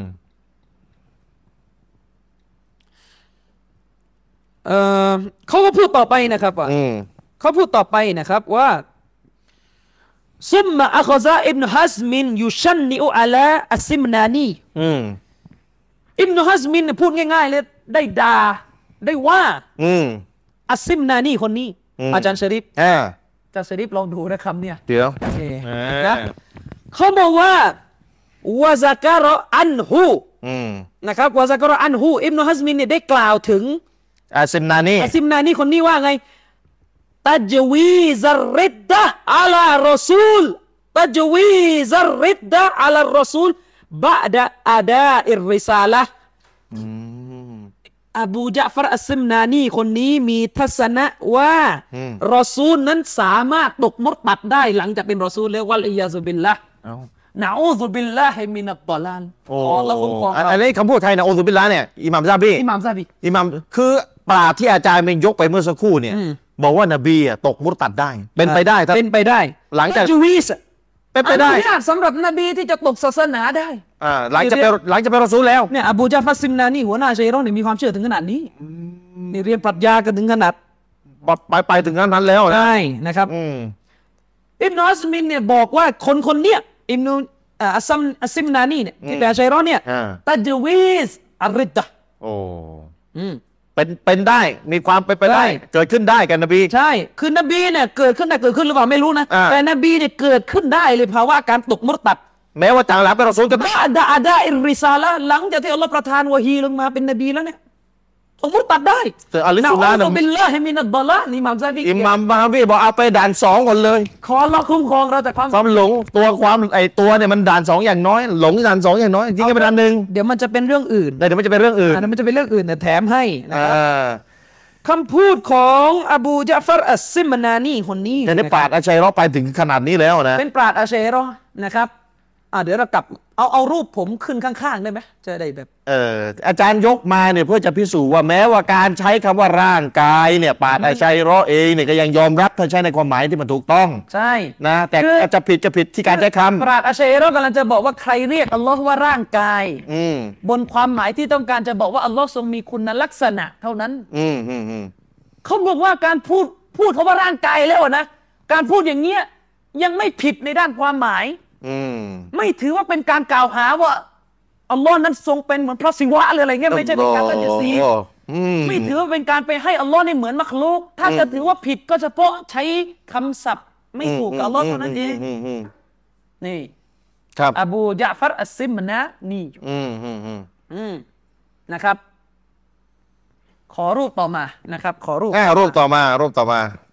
A: เออเขาก็พูดต่อไปนะครับว่า
B: อืม
A: เขาพูดต่อไปนะครับว่าซุมมาอัคซาอิบนุฮัซมินยุชันนิอุอาลาอัสซิมนานี
B: อืม
A: อิบนุฮัซมินเนี่ยพูดง่ายๆเลยได้ด่าได้ว่า
B: อืม
A: อัสซิมนานีคนนี้
B: อืม
A: อาจารย์ชริฟ
B: อ่า
A: อาจารย์ชริฟลองดูนะคำเนี่ย
B: เดี๋ยว
A: โอเค
B: อ่า
A: นะเขาบอกว่าวะซะกะรออันฮู
B: อืม
A: นะครับวะซะกะรออันฮูอิบนุฮัซมินเนี่ยได้กล่าวถึง
B: อาซิมนานี่
A: อัสซิมนานีคนนี้ว่าไงตัจวีซารริดดะอัลารอซูลตัจวีซารริดดะอัลารอซูลบะดะอาดาอิรริซาละห์
B: อืม
A: อบูญะฟรอัสซิมนานีคนนี้มีทัศนะว่า
B: อืม
A: รอซูลนั้นสามารถตกมุรตัดได้หลังจากเป็นรอซูลแล้ววัลอียาซุบิลละห์
B: เอา
A: นะอูซุบิลลาฮิมินัตตอลาล
B: โอ้
A: ขอละคุ้มครอง
B: อัน
A: เรา
B: อันนี้คำพูดใครนะโอซุบิลละเนี่ยอิหม่ามซาบี
A: อิหม่ามซาบี
B: อิหม่ามคือปราชญ์ที่อาจารย์เป็นยกไปเมื่อสักครู่เนี่ย
A: อืม
B: บอกว่านบีอ่ะตกมุรตัดได้ เป็นไปได้ถ้า
A: เป็นไปได้
B: หลังจาก
A: จูวีส
B: เป็นไปได้
A: อนุญาตสำหรับนบีที่จะตกศาสนาได้
B: อ่าหลังจะเป็นหลังจะเป็นรอซูลแล้ว
A: เนี่ยอบูญะฟัสซิมนานีหัวหน้าชัยรอห์นี่มีความเชื่อถึงขนาดนี้นี่เรียนปรัชญากันถึงขนาด
B: ไปไปถึงขั้นนั้นแล้วนะ
A: ได้นะครับ
B: อืม
A: อิบนุอัสมินเนี่ยบอกว่าคนคนเนี้ยอิบนุอ่าอัสซัมอัสซิมนานีเนี่ยที่แปลชัยรอห์เนี่ย
B: อ่า
A: ตัจวีสอัรริดดะห์
B: โอ้
A: อืม
B: เป็นเป็นได้มีความเป็นไปได้
A: ได้
B: เกิดขึ้นได้กันนบี
A: ใช่คือนบีเนี่ยเกิดขึ้นได้เกิดขึ้นหรือเปล่าไม่รู้นะ
B: อ่า
A: แต่นบีเนี่ยเกิดขึ้นได้เลยภาวะการตกมุรตัด
B: แม้ว่าจางหลังเป็นรอซูลก็
A: บะดะอาดาอิรริซาละห์หลังจากที่อัลลอฮ์ประทานวะฮีลงมาเป็นนบีแล้วเนี่ยตกมุรตัดได้
B: แต่อัลลิ
A: นะ
B: สุล
A: อู
B: ลาห์
A: ซุ
B: เนี่ย
A: บิลลาฮิมินัดดอลาลนี่อิหม่ามซาบี
B: อิหมัมบาฮาบีบอกเอาไปด่านสองก่อนเลย
A: ขออัลลอฮ์คุ้มครองเราจากความ
B: ความหลงตัวความไอตัวเนี่ยมันด่านสองอย่างน้อย หลงด่านสองอย่างน้อยจริงๆก็เป็นด่านหนึ่ง
A: เดี๋ยวมันจะเป็นเรื่องอื่น
B: แต่เดี๋ยวมันจะเป็นเรื่องอื่น
A: อันนั้นมันจะเป็นเรื่องอื่นแต่แถมให้นะครับ
B: อ่า
A: คำพูดของอบูญะฟัรอัสซิมนานีคนนี้
B: แต่ใน
A: นะครับ
B: ปราดอาชัยเราะห์ไปถึงขนาดนี้แล้วนะ
A: เป็นปราดอาเชรอห์นะครับอ่าเดี๋ยวเรากลับเอาเอารูปผมขึ้นข้างๆได้ไหมจะได้แบบ
B: เอออาจารย์ยกมาเนี่ยเพื่อจะพิสูจน์ว่าแม้ว่าการใช้คำว่าร่างกายเนี่ยปราดอาชัยเราะห์เองเนี่ยก็ยังยอมรับถ้าใช้ในความหมายที่มันถูกต้อง
A: ใช่
B: นะแต่
A: คือ
B: อาจจะผิดจะผิดที่การใช้ค
A: ปราดอาเชรอห์กำลังจะบอกว่าใครเรียกอัลลอฮ์ว่าร่างกาย
B: ำอืม
A: บนความหมายที่ต้องการจะบอกว่าอัลลอฮ์ทรงมีคุณลักษณะเท่านั้น
B: อืมอืมอืม
A: เขาบอกว่าการพูดพูดเขาว่าร่างกายแล้วนะการพูดอย่างเงี้ยยังไม่ผิดในด้านความหมาย
B: อืม
A: ไม่ถือว่าเป็นการกล่าวหาว่าอัลลอฮ์นั้นทรงเป็นเหมือนพระศิวะหรืออะไรเงี้ยไม่ใช่เป็นการตั้งสี
B: โอ้อืม
A: ไม่ถือว่าเป็นการไปให้อัลลอฮ์นี่เหมือนมักลุกถ้าจะถือว่าผิดก็เฉพาะใช้คำศัพท์ไม่ถูกกับอัลลอฮ์เท่านั้นเอง
B: มอืม
A: นี่
B: ครับ
A: อบูญะฟัรอัสซิมนะนี่
B: อืมอืมอืม
A: อืมนะครับ ขอรูปต่อมานะครับ ขอรูป
B: อ่ารูปต่อมารูปต่อมา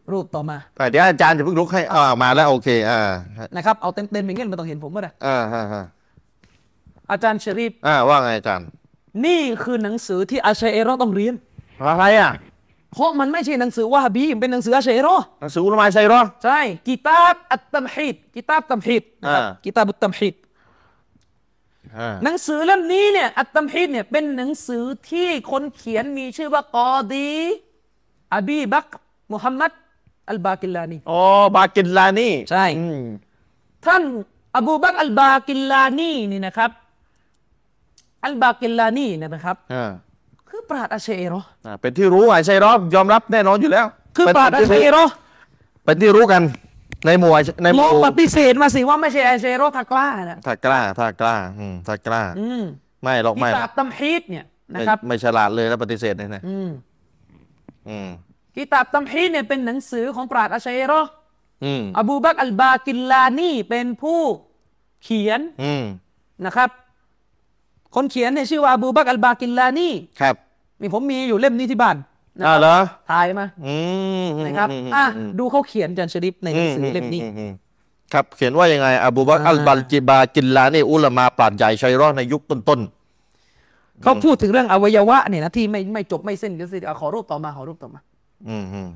A: รูปต่อมา
B: แต่เดี๋ยวอาจารย์จะเพิ่งลุกให้อ่ามาแล้วโอเคอ่า
A: นะครับเอาเต็มๆอย่างเงี้ยไม่ต้องเห็นผมก็ได้
B: อ่าฮะฮะ
A: อาจารย์ชะรีฟ
B: อ่าว่าไงอาจารย์
A: นี่คือหนังสือที่อาชัยเอรอต้องเรียน
B: อะไรอ่ะ
A: เพราะมันไม่ใช่หนังสือวะฮาบีมันเป็นหนังสืออาชัยเอรอ
B: หนังสืออุลามะชัยรอ
A: ใช่กิตาบอัตตัมฮีดกิตาบตัมฮีดนะครับ
B: อ่า
A: กิตาบุตตัมฮีด
B: อ่า
A: หนังสือเล่มนี้เนี่ยอัตตัมฮีดเนี่ยเป็นหนังสือที่คนเขียนมีชื่อว่ากอดีอบีบักรมุฮัมมัดอัลบากิลลานี
B: อ๋อบากินลานี่
A: ใช่
B: อืม
A: ท่านอบูบักรอัลบากิลลานีนี่นะครับอัลบากิลลานีเนยนะครับ
B: อ่า
A: คือปราชญ์อาชัยเอรอ
B: อ่าเป็นที่รู้อ่ะชัยรอยอมรับแน่นอนอยู่แล้ว
A: คือปราชญ์อาชัยเอรอ
B: เป็นที่รู้กันในหมู่ในห
A: ล
B: มู่
A: องปฏิเสธมาสิว่าไม่ใช่อาชัยเอรอถ้ากล้านะ
B: ถ้ากล้าถ้ากล้าอืมถ้ากล้า
A: อืม
B: ไม่หรอก
A: กิ
B: ไม่หร
A: ตา
B: อก
A: บตัมฮีดเนี่ย
B: ไม่
A: นะครับ
B: ไม่ฉลาดเลยแล้วปฏิเสธเนี่ยนะ
A: อืม
B: อืม
A: กิตาบตัมฮีดเนี่ยเป็นหนังสือของปราชญ์อาชัยเอรอ
B: อืม
A: อบูบักรอัลบากิลลานีเป็นผู้เขียน
B: อืม
A: นะครับ คนเขียนเนี่ยชื่อว่าอบูบักรอัลบากิลลานี
B: ครับ
A: นี่ผมมีอยู่เล่มนี้ที่บ้านนะ
B: อ่า
A: ครับ
B: เหรอ
A: ถ่ายมา
B: อืม
A: นะครับ
B: อืม
A: อ่ะ
B: อืม
A: ดูเขาเขียนจันชริฟในหนังสือเล่มนี้
B: อืมครับเขียนว่ายังไงอบูบักร
A: อ่า
B: อัลบัลจิบากินลานี่อุลามาปราชญ์ใหญ่ชัยรอในยุคต้น
A: เขาพูดถึงเรื่องอวัยวะเนี่ยนะที่ไม่ไม่จบไม่สิ้นก็สิอ่ะขอรูปต่อมาขอรูปต่อมา
B: ๆอืมอืม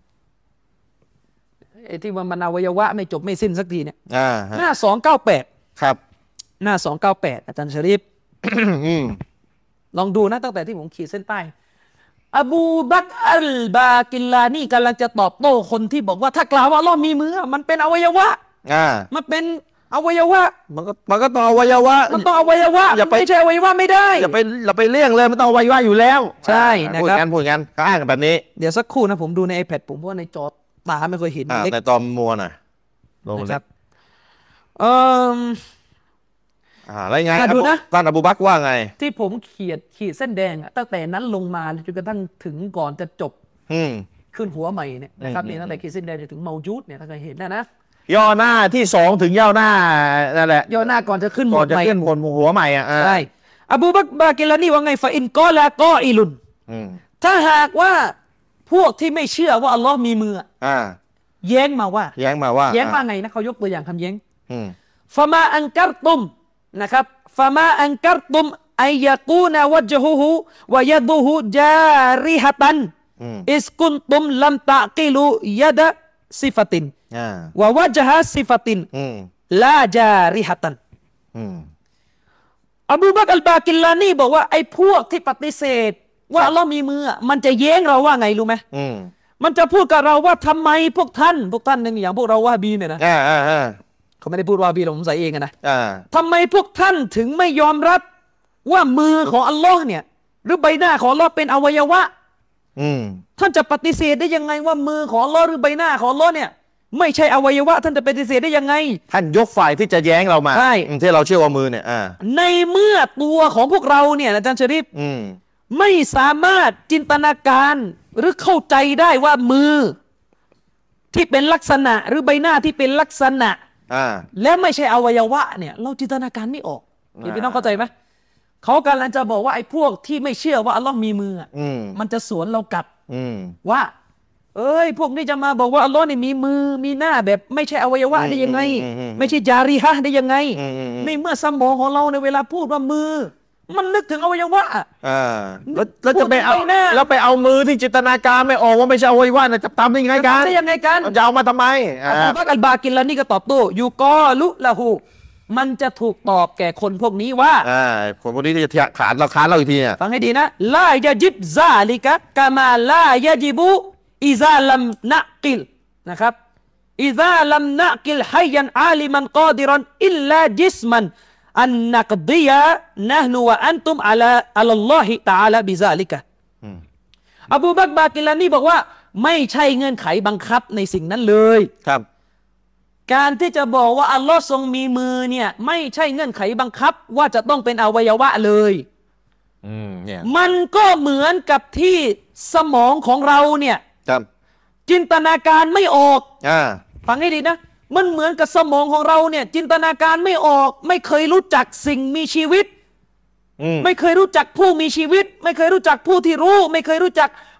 A: ไอ้ที่ว่ามันอวัยวะไม่จบไม่สิ้นสักทีเนี่ย
B: อ่าฮะ
A: หน้าสองเก้าแปด
B: ครับ
A: หน้าสองเก้าแปดอาจารย์ชริฟ
B: อืม
A: ลองดูนะตั้งแต่ที่ผมขีดเส้นใต้ อบูบักรอัลบากิลลานีกำลังจะตอบโต้คนที่บอกว่าถ้ากล่าวว่าอัลเลอฮ์มีมือมันเป็นอวัยวะ
B: อ่า
A: มันเป็นอวัยวะ
B: มันก็มันก็ต้องอวัยวะ
A: มันต้องอวัยวะ
B: อย่าไป
A: ไม่ใช่อวัยวะไม่ได้
B: อย่าไปอย่าไปเลี่ยงเลยมันต้องอวัยวะอยู่แล้ว
A: ใช่นะ
B: พูด
A: ครับ
B: กันพูดกันก็อ้างกันแบบนี้
A: เดี๋ยวสักครู่นะผมดูใน iPad ผมเพราะว่าในจอตาไม่เคยเห็น
B: อ่า
A: เล็ก
B: ในตอนมัวหน่อยลง
A: นะ
B: เล
A: ค
B: ย
A: รับเอ่อ
B: อ่าแล้วยังไง
A: อ่ะดูนะ
B: ท่านอบูบักรว่าไง
A: ที่ผมขีดขีดเส้นแดงอะตั้งแต่นั้นลงมาจนกระทั่งถึงก่อนจะจบ
B: อืม
A: ขึ้นหัวใหม่เนี่ยนะครับ
B: อืม
A: นี่ตั้งแต่ขีดเส้นแดงจนถึงเมาจูดเนี่ยถ้าเคยเห็นนะนะ
B: ย่อหน้าที่สองถึงย่อหน้านั่นแหละ
A: ย่อหน้าก่อนจะขึ้นหม
B: ก่อ
A: ด
B: นจะ
A: ใหม่
B: ขึ้นคนหัวใหม่อ่ะอ่า
A: ใช่อบูบักรบากิลลานีว่าไงฟาอินกอลาก็อิลุน
B: อืม
A: ถ้าหากว่าพวกที่ไม่เชื่อว่าอัลลอฮ์มีมือ
B: อ่า
A: แย้งมาว่า
B: แย้งมาว่า
A: แย้งว่าไงนะเขายกตัวอย่างคำแย้ง
B: อืม
A: ฟามาอันกัรตุมนะครับฟามาอันกัรตุมอัยยกูนวัจฮุฮุวะยะดุฮุจาริฮะตัน
B: อืม
A: อิสกุนตุมลัมตะกิลูยะดะซิฟติน
B: อ่า
A: วะวะจฮะซิฟติน
B: อืม
A: ลาจาริฮะตัน
B: อืม
A: อบูบักรอัลบากิลลานีบอกว่าไอ้พวกที่ปฏิเสธ ว่าอัลลอฮ์มีมืออะมันจะแย้งเราว่าไงรู้ไหม
B: อืม
A: มันจะพูดกับเราว่าทำไมพวกท่าน พวกท่านเนี่ยอย่างพวกเราว่าบีเนี่ยนะ
B: อ่าอ่าอ่า
A: เขาไม่ได้พูดว่าบีหรอกผมใส่เองอะนะ
B: อ่า
A: ทำไมพวกท่านถึงไม่ยอมรับว่ามือของอัลลอฮ์เนี่ย หรือใบหน้าของอัลลอฮ์เป็นอวัยวะ
B: อืม
A: ท่านจะปฏิเสธได้ยังไงว่ามือของอัลลอฮ์หรือใบหน้าของอัลลอฮ์เนี่ย ไม่ใช่อวัยวะ ท่านจะปฏิเสธได้ยังไง
B: ท่านยกฝ่ายที่จะแย้งเรามา
A: ใช่
B: อืมที่เราเชื่อว่ามือเนี่ยอ่า
A: ในเมื่อตัวของพวกเราเนี่ยอาจารย์ชริฟ
B: อืม
A: ไม่สามารถจินตนาการหรือเข้าใจได้ว่ามือ ที่เป็นลักษณะหรือใบหน้าที่เป็นลักษณะ
B: อ่า
A: และไม่ใช่อวัยวะเนี่ย เราจินตนาการไม่ออก
B: อ่า
A: พี่น้องเข้าใจไหมเขากำลังจะบอกว่าไอ้พวกที่ไม่เชื่อว่าอัลลอฮ์มีมืออะ
B: อืม
A: มันจะสวนเรากลับ
B: อืม
A: ว่า เอ้ย พวกนี้จะมาบอกว่าอัลลอฮ์เนี่ยมีมือมีหน้าแบบไม่ใช่อวัยวะได้ยังไง
B: อืมอืมอืม
A: ไม่ใช่จารีฮะห์ได้ยังไง
B: อืมอืมอืม
A: ในเมื่อสมองของเราในเวลาพูดว่ามือ มันนึกถึงอวัยวะ
B: อ่าแล้วแล้วจะไปเอา
A: พูดไม่ได้
B: แล้วไปเอามือที่จินตนาการไม่ออกว่าไม่ใช่อวัยวะนะจะตามได้ยังไงกัน
A: ได้ยังไงกัน
B: จะเอามาทำไมอ่า
A: อบูบักรอัลบากิลลานีก็ตอบโต้ยูกอลุละหูมันจะถูกตอบแก่คนพวกนี้ว่า
B: อ่าคนพวกนี้ที่จะขานเราค้านเราอีกทีเนี่ย
A: ฟังให้ดีนะลายาจิบซาลิกะกามาลายาจิบุอิซาลัมนะกิลนะครับอิซาลัมนะกิลฮัยยันอาลิมันกอดิรันอิลลาจิสมันอันนักดียะนะฮนูวะอันตุมอะลาอัลลอฮิตะอาลาบิซาลิกะ
B: อืม
A: อบูบักรบากิลลานีบอกว่าไม่ใช่เงื่อนไขบังคับในสิ่งนั้นเลย
B: ครับ
A: การที่จะบอกว่าอัลลอฮ์ทรงมีมือเนี่ยไม่ใช่เงื่อนไขบังคับว่าจะต้องเป็นอวัยวะเลย
B: อืมเนี่ย
A: มันก็เหมือนกับที่สมองของเราเนี่ย
B: ครับ
A: จินตนาการไม่ออก
B: อ่า
A: ฟังให้ดีนะ มันเหมือนกับสมองของเราเนี่ยจินตนาการไม่ออก ไม่เคยรู้จักสิ่งมีชีวิต
B: อืม
A: ไม่เคยรู้จักผู้มีชีวิต ไม่เคยรู้จักผู้ที่รู้ ไม่เคยรู้จัก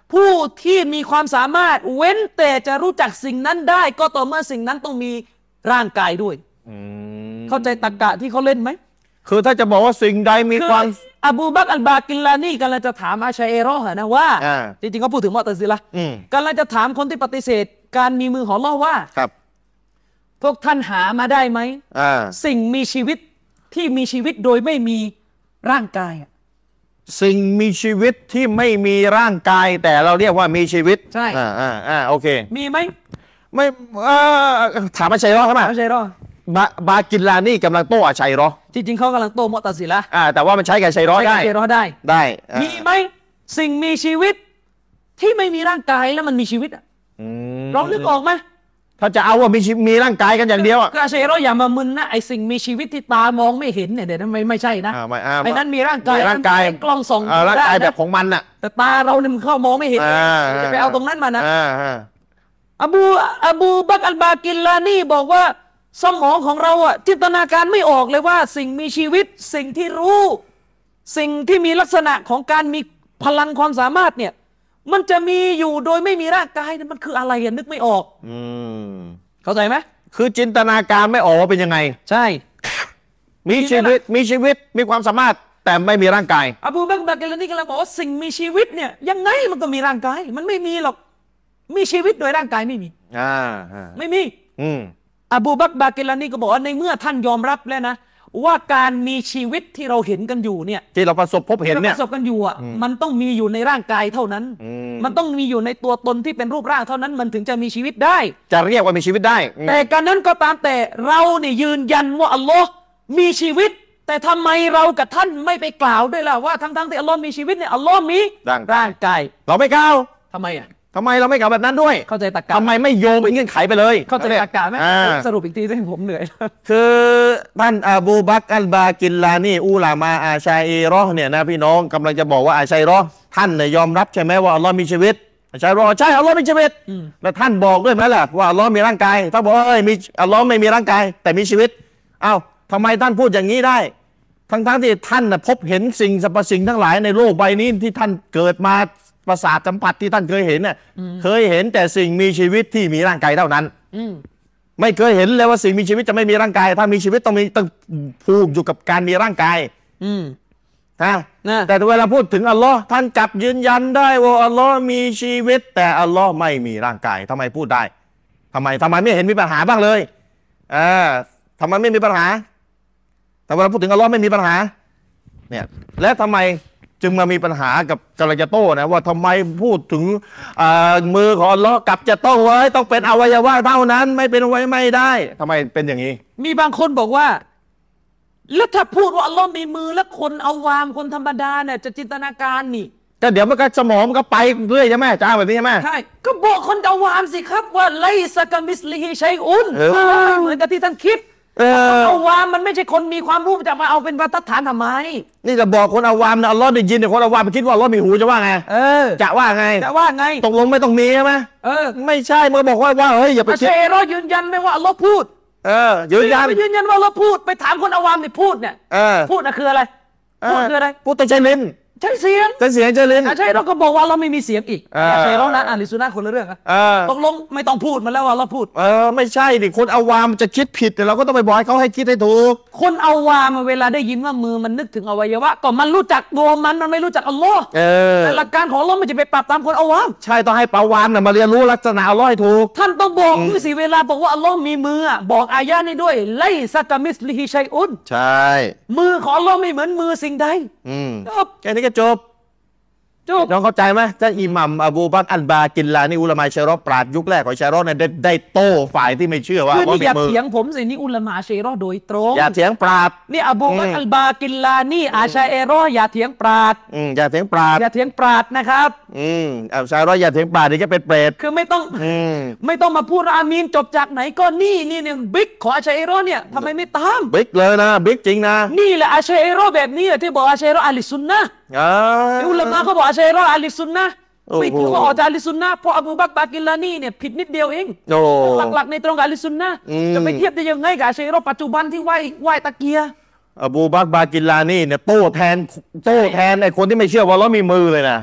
A: ผู้ที่มีความสามารถเว้นแต่จะรู้จักสิ่งนั้นได้ ก็ต่อเมื่อสิ่งนั้นต้องมีร่างกายด้วย
B: อืม
A: เข้าใจตรรกะที่เขาเล่นไหม
B: คือถ้าจะบอกว่าสิ่งใดมี
A: คือ
B: ความ
A: อบูบักรอัลบากิลลานีกำลังจะถามอาชัยเอรอฮ์นะว่า
B: อ่า
A: จริงๆเขาพูดถึงมุอ์ตะซิละห์
B: อืม
A: กำลังจะถามคนที่ปฏิเสธ การมีมือของอัลเลอฮ์ว่า
B: ครับ
A: พวกท่านหามาได้ไหม
B: อ่า
A: สิ่งมีชีวิตที่มีชีวิตโดยไม่มีร่างกายอะ
B: สิ่งมีชีวิตที่ไม่มีร่างกาย แต่เราเรียกว่ามีชีวิต
A: ใช่
B: อ่าอ่าอ่าโอเค
A: มีไหม
B: ไม่เอ่อถามอาชัยรอใช่ไหม
A: อาชัยเอรอฮ์
B: บาบากินลานี่กำลังโต้อาชัยรอ
A: จริงๆเขากำลังโต้มุอ์ตะซิละห์
B: อ่าแต่ว่ามันใช้กับอาชัยรอ
A: ใช้
B: ได้
A: อาชัยเอรอฮ์ได้
B: ได้อ่า
A: มีไหมสิ่งมีชีวิตที่ไม่มีร่างกายแล้วมันมีชีวิตอะ
B: อืม
A: ลองนึกออกไหม
B: ถ้าจะเอาว่ามีชีวิตมีร่างกายกันอย่างเดียวอ่ะ
A: ก็อาชัยเอรอฮ์อย่ามามึนนะไอสิ่งมีชีวิตที่ตามองไม่เห็นเนี่ยเดี๋ยวไม่ไม่ใช่นะ
B: อ่าไม่อ่า
A: ไอ้นั้นมีร่างกาย
B: มีร่างกาย
A: กล้องส่อง
B: อ่าร่างกาย
A: ได้นะ
B: แบบของมันอ่ะ
A: แต่ตาเราเนี่ยมันเข้ามองไม่เห็น
B: อ่า
A: จะไปเอาตรงนั้นมานะ
B: อ่าอ่า
A: อบูอบูบักรอัลบากิลลานีบอกว่าสมองของเราอะจินตนาการไม่ออกเลยว่า สิ่งมีชีวิต สิ่งที่รู้ สิ่งที่มีลักษณะของการมีพลังความสามารถเนี่ย มันจะมีอยู่โดยไม่มีร่างกายเนี่ยมันคืออะไรอะนึกไม่ออก
B: อืม
A: เข้าใจไหม
B: คือจินตนาการไม่ออกว่าเป็นยังไง
A: ใช่
B: มีชีวิตมีชีวิตมีความสามารถแต่ไม่มีร่างกาย
A: อบูบักรอัลบากิลลานีกำลังบอกว่าสิ่งมีชีวิตเนี่ยยังไงมันก็มีร่างกาย มันไม่มีหรอกมีชีวิตโดยร่างกายไม่มี
B: อ่าอ่า
A: ไม่มี
B: อืม
A: อบูบักรบากิลลานีก็บอกว่าในเมื่อท่านยอมรับแล้วนะ ว่าการมีชีวิตที่เราเห็นกันอยู่เนี่ย
B: ที่เราประสบพบเห็น
A: ที่รา
B: เนี่ย
A: ประสบกันอยู่อ่ะมันต้องมีอยู่ในร่างกายเท่านั้น
B: อืม
A: มันต้องมีอยู่ในตัวตนที่เป็นรูปร่างเท่านั้น มันถึงจะมีชีวิตได้
B: จะเรียกว่ามีชีวิตได้อืม
A: แต่การนั้นก็ตามแต่เราเนี่ยยืนยันว่าอัลลอฮ์มีชีวิต แต่ทำไมเรากับท่านไม่ไปกล่าวด้วยล่ะว่าทั้งๆที่อัลลอฮ์มีชีวิตเนี่ยอัลลอฮ์มี
B: ร่างกาย
A: ร่างกาย
B: เราไม่กล่าว
A: ทำไมอ่ะ
B: ทำไมเราไม่กล่าวแบบนั้นด้วย
A: เข้าใจตรรกะ
B: ทำไมไม่โยงเป็นเงื่อนไขไปเลย
A: เข้าใจตรรกะไหม
B: อ่า
A: สรุปอีกทีได้ผมเหนื่อย
B: คือท่านอบูบักรอัลบากิลลานีอูลามาอาชัยรอห์เนี่ยนะพี่น้องกำลังจะบอกว่าอาชัยรอห์ท่านเนี่ยยอมรับใช่ไหมว่าอัลลอฮ์มีชีวิตอาชัยรอห์ใช่อัลลอฮ์มีชีวิต
A: อืม
B: แล้วท่านบอกด้วยไหมล่ะว่าอัลลอฮ์มีร่างกายถ้าบอกว่าเอ้ยมีอัลลอฮ์ไม่มีร่างกาย แต่มีชีวิตอ้าวทำไมท่านพูดอย่างนี้ได้ ทั้งๆที่ท่านน่ะพบเห็นสิ่งสรรพสิ่งทั้งหลายในโลกใบนี้ที่ท่านเกิดมาประสาทสัมผัสที่ท่านเคยเห็นน่ะเคยเห็นแต่สิ่งมีชีวิตที่มีร่างกายเท่านั้น
A: อืม
B: ไม่เคยเห็นเลยว่าสิ่งมีชีวิตจะไม่มีร่างกาย ถ้ามีชีวิตต้องมีต้องผูกอยู่กับการมีร่างกาย
A: อืม
B: นะ
A: นะ
B: แต่เวลาพูดถึงอัลลอฮ์ท่านกลับยืนยันได้ว่าอัลลอฮ์มีชีวิต แต่อัลลอฮ์ไม่มีร่างกายทำไมพูดได้ทำไมทำไมไม่เห็นมีปัญหาบ้างเลยอ่าทำไมไม่มีปัญหาแต่เวลาพูดถึงอัลลอฮ์ไม่มีปัญหาเนี่ยและทำไมจึงมามีปัญหากับกาลาโต้นะว่าทำไมพูดถึงอ่ามือของอัลลอฮ์กลับจะต้องไว้ต้องเป็นอวัยวะเท่านั้น ไม่เป็นไว้ไม่ได้ทำไมเป็นอย่างนี้
A: มีบางคนบอกว่า แล้วถ้าพูดว่าอัลลอฮ์มีมือแล้วคนเอาวามคนธรรมดาเนี่ยจะจินตนาการนี่
B: ก็เดี๋ยวมันก็สมองมันก็ไปเรื่อยใช่ไหมจ้าแบบนี้ใช่ไหม
A: ใช่ก็บอกคนเอาวามสิครับว่าไลซะกะมิสลิฮิชัยอุน
B: เออ
A: ไม่เหมือนกับที่ท่านคิด
B: เออ
A: เอาวามมันไม่ใช่คนมีความรู้จะมาเอาเป็นบรรทัดฐานทำไม
B: นี่จะบอกคนอาวามนะอัลลอฮ์ได้ยินแต่คนอาวามไปคิดว่าอัลลอฮ์มีหูจะว่าไง
A: เออ
B: จะว่าไง
A: จะว่าไง
B: ตกลงไม่ต้องมีใช่ไหม
A: เออ
B: ไม่ใช่มันก็บอกว่าว่าเฮ้ยอย่าไป
A: อา
B: คิด
A: เชรอยืนยันไหมว่าอัลลอฮ์พูด
B: เออยืนยัน
A: ไม่ยืนยันว่าอัลลอฮ์พูดไปถามคนเอาวามนี่พูดเนี่ย
B: เออ
A: พูดน่ะคืออะไรพูดคืออะไร
B: พูดแต่ใจลิ้น
A: ใช้เสียง
B: แต่เสียงใจลิ้น
A: อาเชรอก็บอกว่าเราไม่มีเสียงอีก
B: เออ
A: อาเชรอนะอาลิสุนนะห์คนละเรื่องอะ
B: เออ
A: ตกลงไม่ต้องพูดมาแล้วว่าอัลลอฮ์พูด
B: เออไม่ใช่ดิคนอาวามจะคิดผิดแต่เราก็ต้องไปบอกให้เขาให้คิดให้ถูก
A: คนเอาวามาเวลาได้ยินว่ามือมันนึกถึงอวัยวะก็มันรู้จักตัวมันมันไม่รู้จักอัลลอฮ์
B: เออ
A: แต่หลักการของอัลลอฮ์มันจะไปปรับตามคนเอาวาม
B: ใช่ต้องให้ปาวามน่ะมาเรียนรู้ลักษณะอัลลอฮ์ให้ถูก
A: ท่านต้องบอกด้วยสิเวลาบอกว่าอัลลอฮ์มีมืออะบอกอายะห์นี้ด้วยไลซะกะมิสลิฮิชัยอุน
B: ใช่
A: มือของอัลลอฮ์ไม่เหมือนมือสิ่งใด
B: อืม
A: จบ
B: แค่นี้ก็จบ
A: จบ
B: น้องเข้าใจไหมท่านอิหมัมอบูบักรอัลบากินลานี่อุลามะชัยรอห์ปราชญ์ยุคแรกของชัยรอห์เนี่ยได้ได้โต้ฝ่ายที่ไม่เชื่อว่า
A: คือ
B: อัลลอฮ์
A: นี่
B: มี
A: อย่า
B: มือ
A: เถียงผมสินี่อุลามะเชรอห์โดยตรง
B: อย่าเถียงปราด
A: นี่อบูบักร
B: อืม
A: อัลบากินลานี่อาชาเอรอห์อย่าเถียงปราด
B: อืมอย่าเถียงปราด
A: อย่าเถียงปราดนะครับ
B: อืมเอาชัยรอห์อย่าเถียงปราดเดี๋ยวจะเป็นเปรต
A: คือไม่ต้อง
B: อืม
A: ไม่ต้องมาพูดว่าอามีนจบจากไหนก็นี่นี่เนี่ยบิ๊กของอาชัยเอรอเนี่ยทำไมไม่ตาม
B: บิ๊กเลยนะบิ๊กจริงนะ
A: นี่แหละอาชัยเอรอแบบนี้ที่บอกอาชัยเอรออะลิซุนนะห์
B: อ่า
A: อุลามะเขาบอกอาชัยเอรออะลิซุนนะห์
B: โอ้โห
A: ไม่ถือว่าออกจากอะลิซุนนะห์เพราะอบูบักรบากิลลานีเนี่ยผิดนิดเดียวเอง
B: โอ้
A: หลักๆในตรงกับอะลิซุนนะห์
B: อืม
A: จะไปเทียบได้ยังไงกับอาชัยเอรอปัจจุบันที่ไหว้ไหว้ตะเกียร์
B: อบูบักรบากินลานี่เนี่ยโต้แทนโต้แทนไอ้คนที่ไม่เชื่อว่าอัลลอฮ์มีมือเลยนะ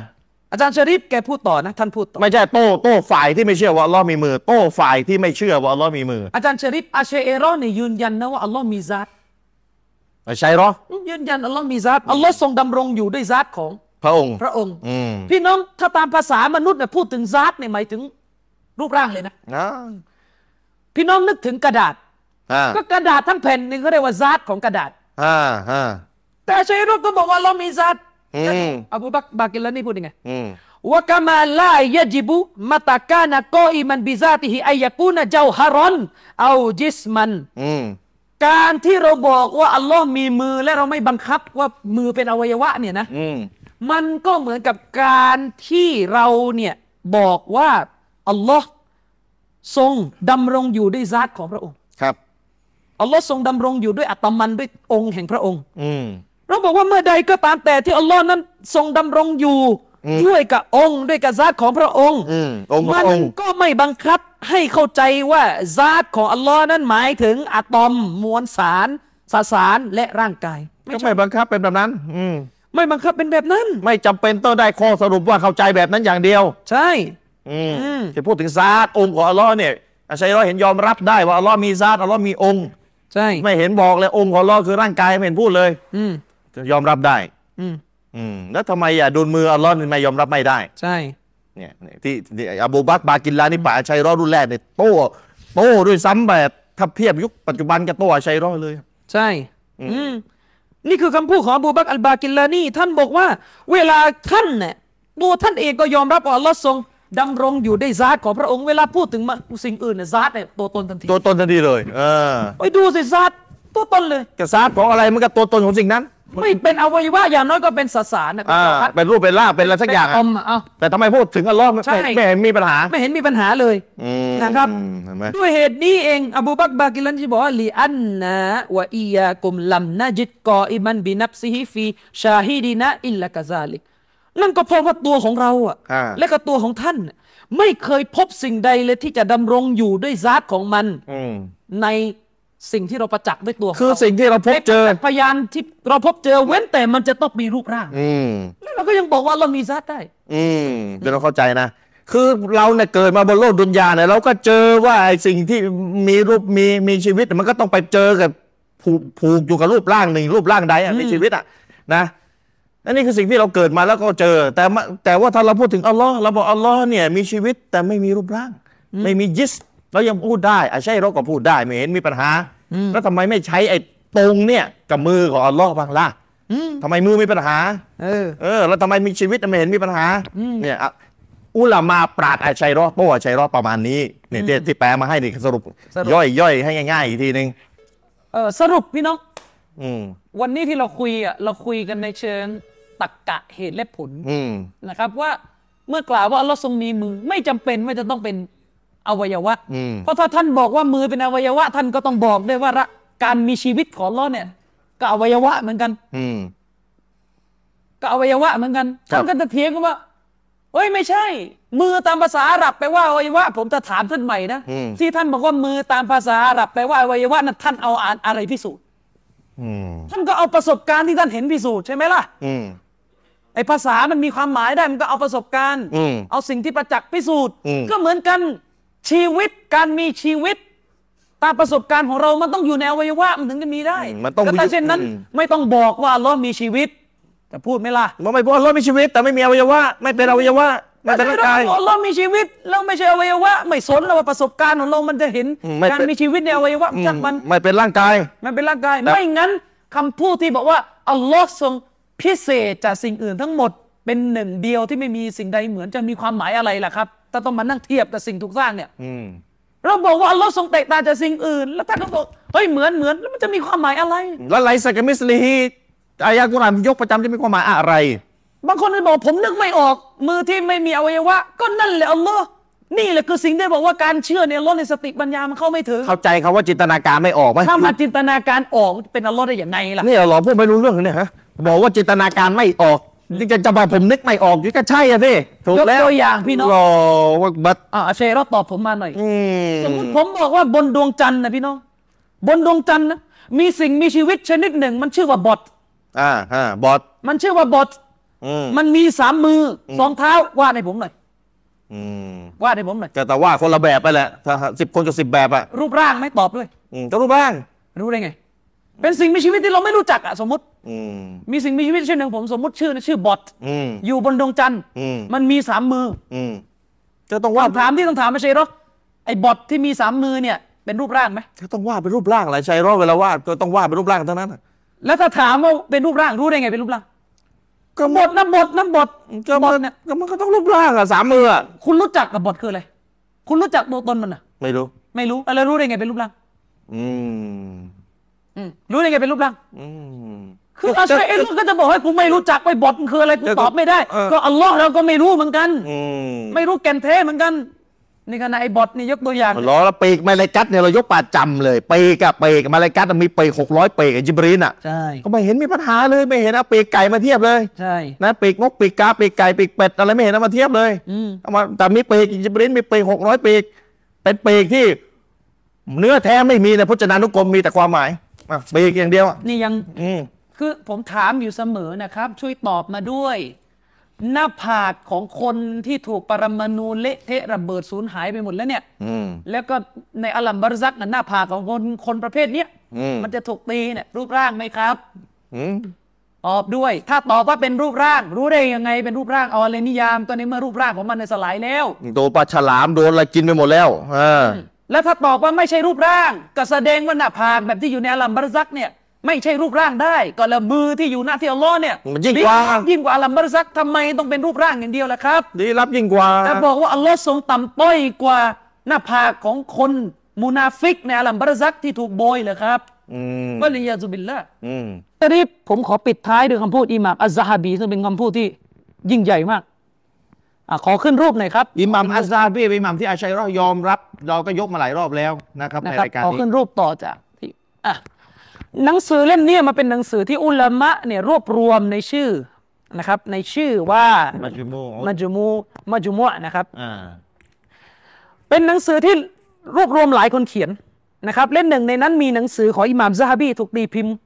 A: อาจารย์ชะริฟแกพูดต่อนะท่านพูดต่อ
B: ไม่ใช่โต้โต้ฝ่ายที่ไม่เชื่อว่าอัลลอฮ์มีมือ โต้ฝ่ายที่ไม่เชื่อว่าอัลลอฮ์มีมือ
A: อาจารย์ชะริฟอาเชเอรอเนี่ยยืนยันนะว่าอัลลอฮ์มีซาต
B: ใช่หรอ
A: ยืนยันอัลลอฮ์มีซาตอัลลอฮ์ทรงดำรงอยู่ด้วยซาตของ
B: พระองค์
A: พระองค์
B: อืม
A: พี่น้องถ้าตามภาษามนุษย์เนี่ยพูดถึงซาตเนี่ยหมายถึงรูปร่างเลยนะ
B: อ่า
A: พี่น้องนึกถึงกระดาษ
B: อ่า
A: ก็กระดาษทั้งแผ่นหนึ่งเขาเรียกว่าซาตของกระดาษ
B: อ่าอ่า
A: แต่อาเชเอรอก็บอกว่าอัลลอฮ์มีซาต
B: อืม
A: อบูบักรบากิลลานี่พูดยังไง
B: อืม
A: วะกามาลายะจิบุมะตากานะกออิมันบิซาติฮิอัยยะกูนะเจ้าฮารอนเอาจิสมัน
B: อืม
A: การที่เราบอกว่าอัลลอฮ์มีมือและเราไม่บังคับว่ามือเป็นอวัยวะเนี่ยนะ
B: อืม
A: มันก็เหมือนกับการที่เราเนี่ยบอกว่าอัลลอฮ์ทรงดำรงอยู่ด้วยซาตของพระองค์
B: ครับ
A: อัลลอฮ์ทรงดำรงอยู่ด้วยอัตมันด้วยองค์แห่งพระองค์
B: อืม
A: เราบอกว่าเมื่อใดก็ตามแต่ที่อัลลอฮ์นั้นทรงดำรงอยู่
B: อืม
A: ด้วยกับองค์ด้วยกับซาตของพระองค์
B: อืมองค์พ
A: มั
B: ระองค์
A: ก็ไม่บังคับให้เข้าใจว่าซาตของอัลลอฮ์นั้นหมายถึงอะตอมมวลสารสสารและร่างกาย
B: ก็ไม่บังคับเป็นแบบนั้น อืม
A: ไม่บังคับเป็นแบบนั้น
B: ไม่จำเป็นต้องได้ข้อสรุปว่าเข้าใจแบบนั้นอย่างเดียว
A: ใช่
B: อืม
A: อืม
B: จะพูดถึงซาตองค์ของอัลลอฮ์เนี่ยอาชัยรอเห็นยอมรับได้ว่าอัลลอฮ์มีซาตอัลลอฮ์มีองค์
A: ใช่
B: ไม่เห็นบอกเลยองค์ของอัลลอฮ์คือร่างกายไม่เห็นพูดเลย
A: อืม
B: ยอมรับได้
A: อืม
B: อืมแล้วทำไมอ่ะดุลมืออัลลอฮ์นี่ไม่ยอมรับไม่ได้
A: ใช่
B: เนี่ยที่ที่อบูบักรบากินลานี่ป่าอาชัยรอรุ่นแรกเนี่ยโต้โต้ด้วยซ้ำแบบถ้าเทียบยุคปัจจุบันกับโต้อาชัยรอเลย
A: ใช่อืมนี่คือคำพูดของอบูบักรอัลบากิลลานีท่านบอกว่า เวลาท่านเนี่ยตัวท่านเองก็ยอมรับว่าอัลลอฮ์ทรงดำรงอยู่ด้วยซาตของพระองค์เวลาพูดถึงสิ่งอื่นเนี่ยซาตเนี่ยตัวตนทันที
B: ตัวตนทันทีเลย เออ
A: ไปดูสิซาตตัวตนเลย
B: กซาตของอะไรมันก็ตัวตนของสิ่งนั้น
A: ไม่เป็นอวัยวะอย่างน้อยก็เป็นสสารนะ
B: อ่าเป็นรูปเป็นร่างเป็นอะไรสักอย่าง
A: เป็นอ
B: อะ
A: มอะเอา
B: แต่ทำไมพูดถึงอัลลอฮ์ไม่
A: ใช่
B: ไม่ไม่เห็นมีปัญหา
A: ไม่เห็นมีปัญหาเลย
B: อืม
A: นะครับ
B: เห็นไหม
A: ด้วยเหตุนี้เองอบูบักรบากิลันที่บอกว่าลีอันนะวะอียากุมลัมนะจิดกออิมันบินับซิฮิฟีชาฮิดีนะอิลละกะซาลิกนั่นก็เพราะว่าตัวของเราอ่ะ
B: อ่า
A: และก็ตัวของท่านน่ะไม่เคยพบสิ่งใดเลยที่จะดำรงอยู่ด้วยซาตของมัน
B: อืม
A: ในสิ่งที่เราประจักษ์ด้วยตัวขง
B: คือ
A: เรา
B: สิ่งที่เราพบเจอ
A: ในพยานที่เราพบเจอเว้นแต่มันจะต้องมีรูปร่าง
B: อืม
A: แล้วเราก็ยังบอกว่าเรามีซาตได้
B: อืมเดี๋ยวเราเข้าใจนะ คือเราเนี่ยเกิดมาบนโลกดุนยาเนี่ยเราก็เจอว่าไอ้สิ่งที่มีรูปมีมีชีวิตมันก็ต้องไปเจอกับผูกผูกอยู่กับรูปร่างหนึ่งรูปร่างใดอะมีชีวิตอะนะอันนี้คือสิ่งที่เราเกิดมาแล้วก็เจอ แต่มาแต่ว่าถ้าเราพูดถึงอัลลอฮ์เราบอกอัลลอฮ์เนี่ยมีชีวิตแต่ไม่มีรูปร่าง ไม่มียิสเรายังพูดได้อ่ะใช่เราก็พูดได้ไม่เห็นมีปัญหา แล้วทำไมไม่ใช้ไอ้ตรงเนี่ยกับมือของอัลลอฮ์บ้างล่ะทำไมมือมีปัญหา
A: เออ
B: เออแล้วทำไมมีชีวิตไม่เห็นมีปัญหา
A: อืม
B: เนี่ยอ่ะอุลามาปราดอาชัยรอโตอาชัยรอประมาณนี้เนี่ยที่ที่แปลมาให้นี่สรุป
A: สรุป
B: ย่อยย่อยให้ง่ายๆอีกทีหนึ่ง
A: เออสรุปพี่น้อง
B: อืม
A: วันนี้ที่เราคุยอ่ะเราคุยกันในเชิงตรรกะเหตุและผล
B: อืม
A: นะครับว่าเมื่อกล่าวว่าอัลลอฮ์ทรงมีมือไม่จำเป็นว่าจะต้องเป็นอวัยวะ
B: อืม
A: เพราะถ้าท่านบอกว่ามือเป็นอวัยวะ ท่านก็ต้องบอกด้วยว่าระการมีชีวิตของอัลลอฮ์เนี่ยก็อวัยวะเหมือนกัน
B: อืม
A: ก็อวัยวะเหมือนกัน
B: ครับ
A: ท่านก็จะเถียงกันว่าเฮ้ยไม่ใช่ มือตามภาษาอาหรับแปลว่าอวัยวะ ผมจะถามท่านใหม่นะ
B: อืม
A: ที่ท่านบอกว่ามือตามภาษาอาหรับแปลว่าอวัยวะนั้นท่านเอาอ่านอะไรพิสูจน์
B: อืม
A: ท่านก็เอาประสบการณ์ที่ท่านเห็นพิสูจน์ใช่ไหมล่ะ
B: อืม
A: ไอ้ภาษามันมีความหมายได้มันก็เอาประสบการณ์
B: อืม
A: เอาสิ่งที่ประจักษ์พิสูจน์
B: อืม
A: ก็เหมือนกันชีวิตการมีชีวิต ตามประสบการณ์ของเรามันต้องอยู่ในอวัยวะมันถึงจะมีได้
B: มันต้อง
A: ก็ถ้าเช่นนั้น
B: อืม
A: ไม่ต้องบอกว่าอัลลอฮ์มีชีวิตแต่พูดไหมล่ะ
B: บอกไม่พออัลลอฮ์มีชีวิต แต่ไม่มีอวัยวะไม่เป็นอวัยวะไม่เป็นร่างกาย
A: แต่ถ้เรบอกอัลลอฮ์มีชีวิตเราไม่ใช่อวัยวะไม่สนเราว่าประสบการณ์ของเรามันจะเห็น
B: อืมไม่
A: การ
B: เป็น
A: มีชีวิตในอวัยวะจากมัน
B: ไม่เป็นร่างกาย
A: มันเป็นร่างกาย
B: ครับ
A: ไม่งั้นคำพูดที่บอกว่าอัลลอฮ์ทรงพิเศษจากสิ่งอื่นทั้งหมดเป็นหนึ่งเดียวที่ไม่มีสิ่งใดเหมือนจะมีความหมายอะไรล่ะครับถ้าต้องมานั่งเทียบกับสิ่งถูกสร้างเนี่ย
B: อืม
A: เราบอกว่าอัลลอฮ์ทรงแตกต่างจากสิ่งอื่น แล้วท่านก็บอกเฮ้ยเหมือนเหมือนแล้วมันจะมีความหมายอะไร
B: แล้วไลซะกะมิสลิฮีอายะกุรอานยกประจำจะมีความหมายอะไร
A: บางคนจะบอกผมนึกไม่ออก มือที่ไม่มีอวัยวะ ก็นั่นแหละอัลลอฮ์นี่แหละคือสิ่งที่บอกว่าการเชื่อในอัลลอฮ์ในสติปัญญามันเข้าไม่ถึง
B: เข้าใจคำว่าจินตนาการไม่ออกไหม
A: ถ้ามาจินตนาการออกเป็นอัลลอฮ์ได้อย่างไงล่ะ
B: นี่เหรอพูดไม่รู้เรื่องเลยเนี่ยฮะบอกว่าจินตนาการไม่ออกนี่จะจะบอกผมนึกไม่ออกอยู่ก็ใช่อะสิถูก
A: ยก
B: แล้ว
A: ตัวอย่างพี่น้อง
B: รอว่าบัด
A: อ่าเชยเราตอบผมมาหน่อย
B: อืม
A: สมมติผมบอกว่าบนดวงจันทร์นะพี่น้อง บนดวงจันทร์นะมีสิ่งมีชีวิตชนิดหนึ่ง มันชื่อว่าบอท
B: อ่าอ่าบอด
A: มันชื่อว่าบอท
B: อืม
A: มันมีสามมืออสองเท้าวาดให้ผมหน่อย
B: อืม
A: วาดให้ผมหน่อย
B: ก็แต่ว่าคนละแบบไปแหละถ้าสิบคนกับสิบแบบอ่ะ
A: รูปร่างไหม่ตอบด้วย
B: อืมก็รู้บ้าง
A: รู้ได้ไง เป็นสิ่งมีชีวิตที่เราไม่รู้จักอะสมมติ
B: อืม
A: มีสิ่งมีชีวิตเช่นหนึ่งผมสมมติชื่อนะชื่อบอท
B: อืม
A: อยู่บนดวงจันทร์
B: อืม
A: มันมีสามมือ
B: อืมก็ต้องว่า
A: คำถามที่ต้องถามไม่ใช่หรอไอ้บอทที่มีสามมือเนี่ยเป็นรูปร่างไหม
B: ก็ต้องวาดเป็นรูปร่างอะไรใช่รอบเวลาวาดก็ต้องวาดเป็นรูปร่างทั้งนั้นน่ะ
A: แล้วถ้าถามว่าเป็นรูปร่างรู้ได้ไงเป็นรูปร่าง
B: ก็
A: บทนะบทนะบท
B: ก็
A: บ
B: มั
A: ท
B: น
A: เนี่ย
B: ก็มันก็ต้องรูปร่างอ่ะสามมืออ่ะ
A: คุณรู้จักกับบทคืออะไรคุณรู้จักตัวตนมันอะ
B: ไม่รู้
A: ไม่รู้แล้วรู้ได้ไงเป็นรูปร่าง
B: อืม
A: อืมรู้ได้ไงเป็นรูปร่าง
B: อืม
A: คืออาชัยเอ็นก็จะบอกให้กูไม่รู้จักไปบทมันคืออะไรกูตอบไม่ได้
B: เออ
A: ก็อัลลอฮ์เราก็ไม่รู้เหมือนกัน
B: อืม
A: ไม่รู้แก่นแท้เหมือนกันนี่ขณะไอ้บอทนี่ยกตัวอย่าง
B: ล้อแล้วปีกมาลากัตเนี่ยเรายกป่าจำเลยปีกอะปีกมาลากัตมีปีกหกร้อยปีกกับจิบรีนอ่ะ
A: ใช่
B: ก็ไม่เห็นมีปัญหาเลยไม่เห็นเอาปีกไก่มาเทียบเลย
A: ใช่
B: นะปีกนกปีกกาปีกไก่ปีกเป็ดอะไรไม่เห็นเอามาเทียบเลย
A: อืม
B: เอามาแต่มีปีกจิบรีนมีปีกหกร้อยปีกเป็นปีกที่ เนื้อแท้ไม่มีในพจนานุกรมมีแต่ความหมายอ่ะปีกอย่างเดียวอ่ะ
A: นี่ยัง
B: อืม
A: คือผมถามอยู่เสมอนะครับ ช่วยตอบมาด้วย หน้าผากของคนที่ถูกปรมาณูเละเทะระเบิดสูญหายไปหมดแล้วเนี่ย
B: อืม
A: แล้วก็ในอัลลัมบารซักน่ะหน้าผากของคนคนประเภทเนี้ย
B: อืม
A: มันจะถูกตีเนี่ยรูปร่างไหมครับ
B: อืม
A: ตอบด้วย ถ้าตอบว่าเป็นรูปร่าง รู้ได้ยังไงเป็นรูปร่างเอาอะไรนิยามตอนนี้เมื่อรูปร่างของมันในยสลายแล้ว
B: โดนปลาฉลามโดนอะไรกินไปหมดแล้วอ่า
A: แล้วถ้าตอบว่าไม่ใช่รูปร่าง ก็แสดงว่าหน้าผากแบบที่อยู่ในอัลลัมบารซักเนี่ยไม่ใช่รูปร่างได้ ก็ละมือที่อยู่หน้าที่อัลลอฮ์เนี่ย
B: มันยิ่งกว่า
A: ยิ่งกว่าอัลลัมบารซักทำไมต้องเป็นรูปร่างอย่างเดียวล่ะครับ
B: ดีรับยิ่งกว่า
A: แต่บอกว่าอัลลอฮ์ทรงต่ำต้อยกว่าหน้าผากของคนมุนาฟิกในอัลลัมบารซักที่ถูกโบยเหรอครับ
B: อืม
A: วะลียาซุบิลละ
B: อืม
A: ตอนนี้ผมขอปิดท้ายด้วยคำพูดอิหม่ามอัซซะฮาบีซึ่งเป็นคำพูดที่ยิ่งใหญ่มากอ่ะขอขึ้นรูปหน่อยครับ
C: อิหมัมอัซซาบีเป็นอิหมัมที่อาชัยเราะห์ยอมรับ เราก็ยกมาหลายรอบแล้วนะครับ
A: นะ
C: ใน
A: ครับ
C: รายการ
A: ขอ
C: นี้
A: ขึ้นรูปต่อจากที่อ่ะหนังสือเล่มนี้มาเป็นหนังสือที่อุลามะเนี่ยรวบรวมในชื่อนะครับ ในชื่อว่า
C: มัจมู
A: มัจมูมัจมุอะนะครับ
C: อ่า
A: เป็นหนังสือที่รวบรวมหลายคนเขียนนะครับ เล่มหนึ่งในนั้นมีหนังสือของอิหม่ามซะฮาบีถูกตีพิมพ์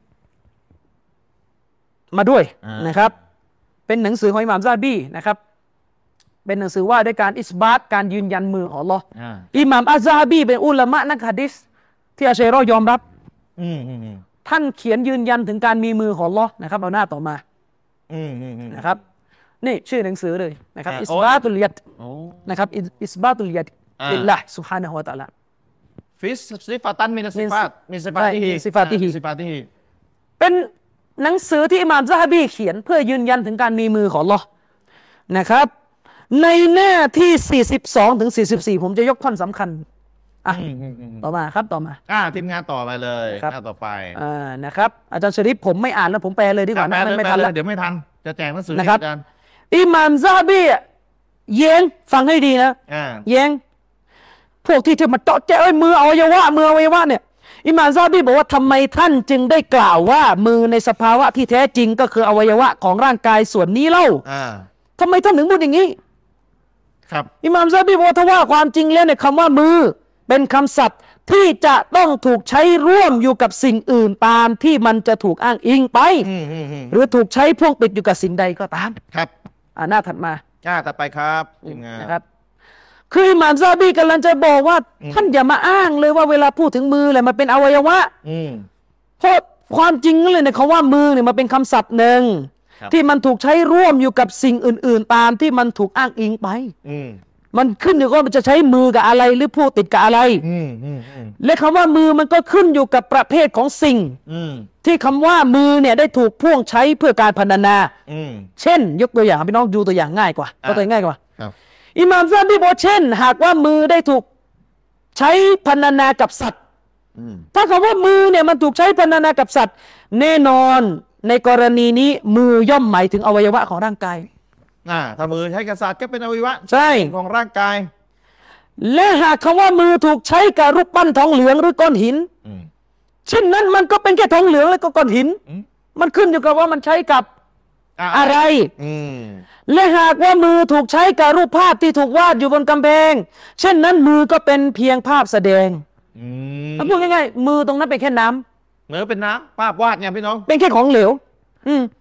A: มาด้วยนะครับ เป็นหนังสือของอิหม่ามซะฮาบีนะครับ เป็นหนังสือว่าด้วยการอิสบาตการยืนยันมือของอัลลอฮ์
C: อ่า
A: อิหม่ามอัซซะฮาบีเป็นอุลามะนักหะดีษที่อาชัยเราะห์ยอมรับ
C: อืมอืมอืม
A: ท่านเขียนยืนยันถึงการมีมือของอัลลอฮ์นะครับเอาหน้าต่อมา
C: อืมอืมอืม
A: นะครับ นี่ชื่อหนังสือเลยนะครับ
C: อ่า
A: อิสบาตุลยัด
C: โอ้
A: นะครับอิสอิสบาตุลยัด
C: อ่า
A: ลิลลาห์ซุบฮานะฮูวะตะอาลา
C: ฟิสซิฟาตันมินซิฟาตมินซิฟาติฮิ
A: ใช่ซิฟาติฮิ
C: ซิฟาติฮิ
A: เป็นหนังสือที่อิหม่ามซะฮาบีเขียนเพื่อยืนยันถึงการมีมือของอัลลอฮ์นะครับ ในหน้าที่สี่สิบสองถึงสี่สิบสี่ผมจะยกท่อนสำคัญอ่ะ
C: อืมอืมอืม
A: ต่อมาครับต่อมา
C: อ่าทีมงานต่อไปเลย
A: ครับ
C: หน้าต่อไป
A: อ่านะครับอาจารย์ชริฟผมไม่อ่านแล้วผมแปลเลยดีกว่า
C: อ่ะ
A: นะ
C: แปล
A: มัน
C: เลย
A: ไม่
C: แปล
A: ทัน
C: เล
A: แล้
C: ยว เดี๋ยวไม่ทันจะแจกหนังสือ
A: นะครับ
C: อาจารย์
A: อิหม่ามซะฮาบีอ่ะแย้งฟังให้ดีนะ
C: อ่า
A: แย้งพวกที่จะมาเจาะแจ้เอ้ยมืออวัยวะมืออวัยวะเนี่ยอิหม่ามซะฮาบีบอกว่าทำไมท่านจึงได้กล่าวว่ามือในสภาวะที่แท้จริงก็คืออวัยวะของร่างกายส่วนนี้เล่า
C: อ่า
A: ทำไมท่านถึงพูดอย่างนี้
C: ครับ
A: อิหม่ามซะฮาบีบอกว่าถ้าว่าความจริงแล้วเนี่ยคำว่ามือเป็นคำศัพท์ที่จะต้องถูกใช้ร่วมอยู่กับสิ่งอื่นตามที่มันจะถูกอ้างอิงไป
C: อืมอืมอืม
A: หรือถูกใช้พ่วงติดอยู่กับสิ่งใดก็ตาม
C: ครับ
A: อ่าหน้าถัดมา
C: อ่าต่อไปครับทีมงาน
A: นะครับ คืออิหม่ามซะฮาบีกำลังจะบอกว่า ท่านอย่ามาอ้างเลยว่าเวลาพูดถึงมือเลยมันเป็นอวัยวะ
C: อืม
A: เพราะความจริงเลยเนี่ยคำว่ามือเนี่ยมันเป็นคำศัพท์หนึ่ง
C: ครับ
A: ที่มันถูกใช้ร่วมอยู่กับสิ่งอื่น ๆ ตามที่มันถูกอ้างอิงไป
C: อืม
A: มันขึ้นอยู่กับว่ามันจะใช้มือกับอะไรหรือพูดติดกับอะไร
C: อืมอืมอืม
A: และคำว่ามือมันก็ขึ้นอยู่กับประเภทของสิ่ง
C: อืม
A: ที่คำว่ามือเนี่ยได้ถูกพ่วงใช้เพื่อการพรรณนา
C: อืม
A: เช่น ยกตัวอย่างพี่น้องดูตัวอย่างง่ายกว่า
C: อ่ะ
A: ก็ตัวอย่างง่ายกว่า
C: ครับ
A: อิหม่ามซะฮาบีบอกเช่น หากว่ามือได้ถูกใช้พรรณนากับสัตว์
C: อืม
A: ถ้าคำว่ามือเนี่ยมันถูกใช้พรรณนากับสัตว์ แน่นอนในกรณีนี้มือย่อมหมายถึงอวัยวะของร่างกาย
C: อ่าถ้ามือใช้กษัตริย์ก็เป็นอวัยวะ
A: ใช่
C: ของร่างกาย
A: และหากคำว่ามือถูกใช้กับรูปปั้นทองเหลืองหรือก้อนหิน
C: อืม
A: เช่นนั้นมันก็เป็นแค่ทองเหลืองและก็ก้อนหิน
C: อืม
A: มันขึ้นอยู่กับว่ามันใช้กับ
C: อ่า
A: อะไร
C: อืม
A: และหากว่ามือถูกใช้กับรูปภาพที่ถูกวาดอยู่บนกำแพง เช่นนั้นมือก็เป็นเพียงภาพแสดง
C: อืม
A: แล้วพูดง่ายๆมือตรงนั้นเป็นแค่น้ำ
C: เหมือนเป็นน้ำภาพวาดไงพี่น้อง
A: เป็นแค่ของเหลว อืม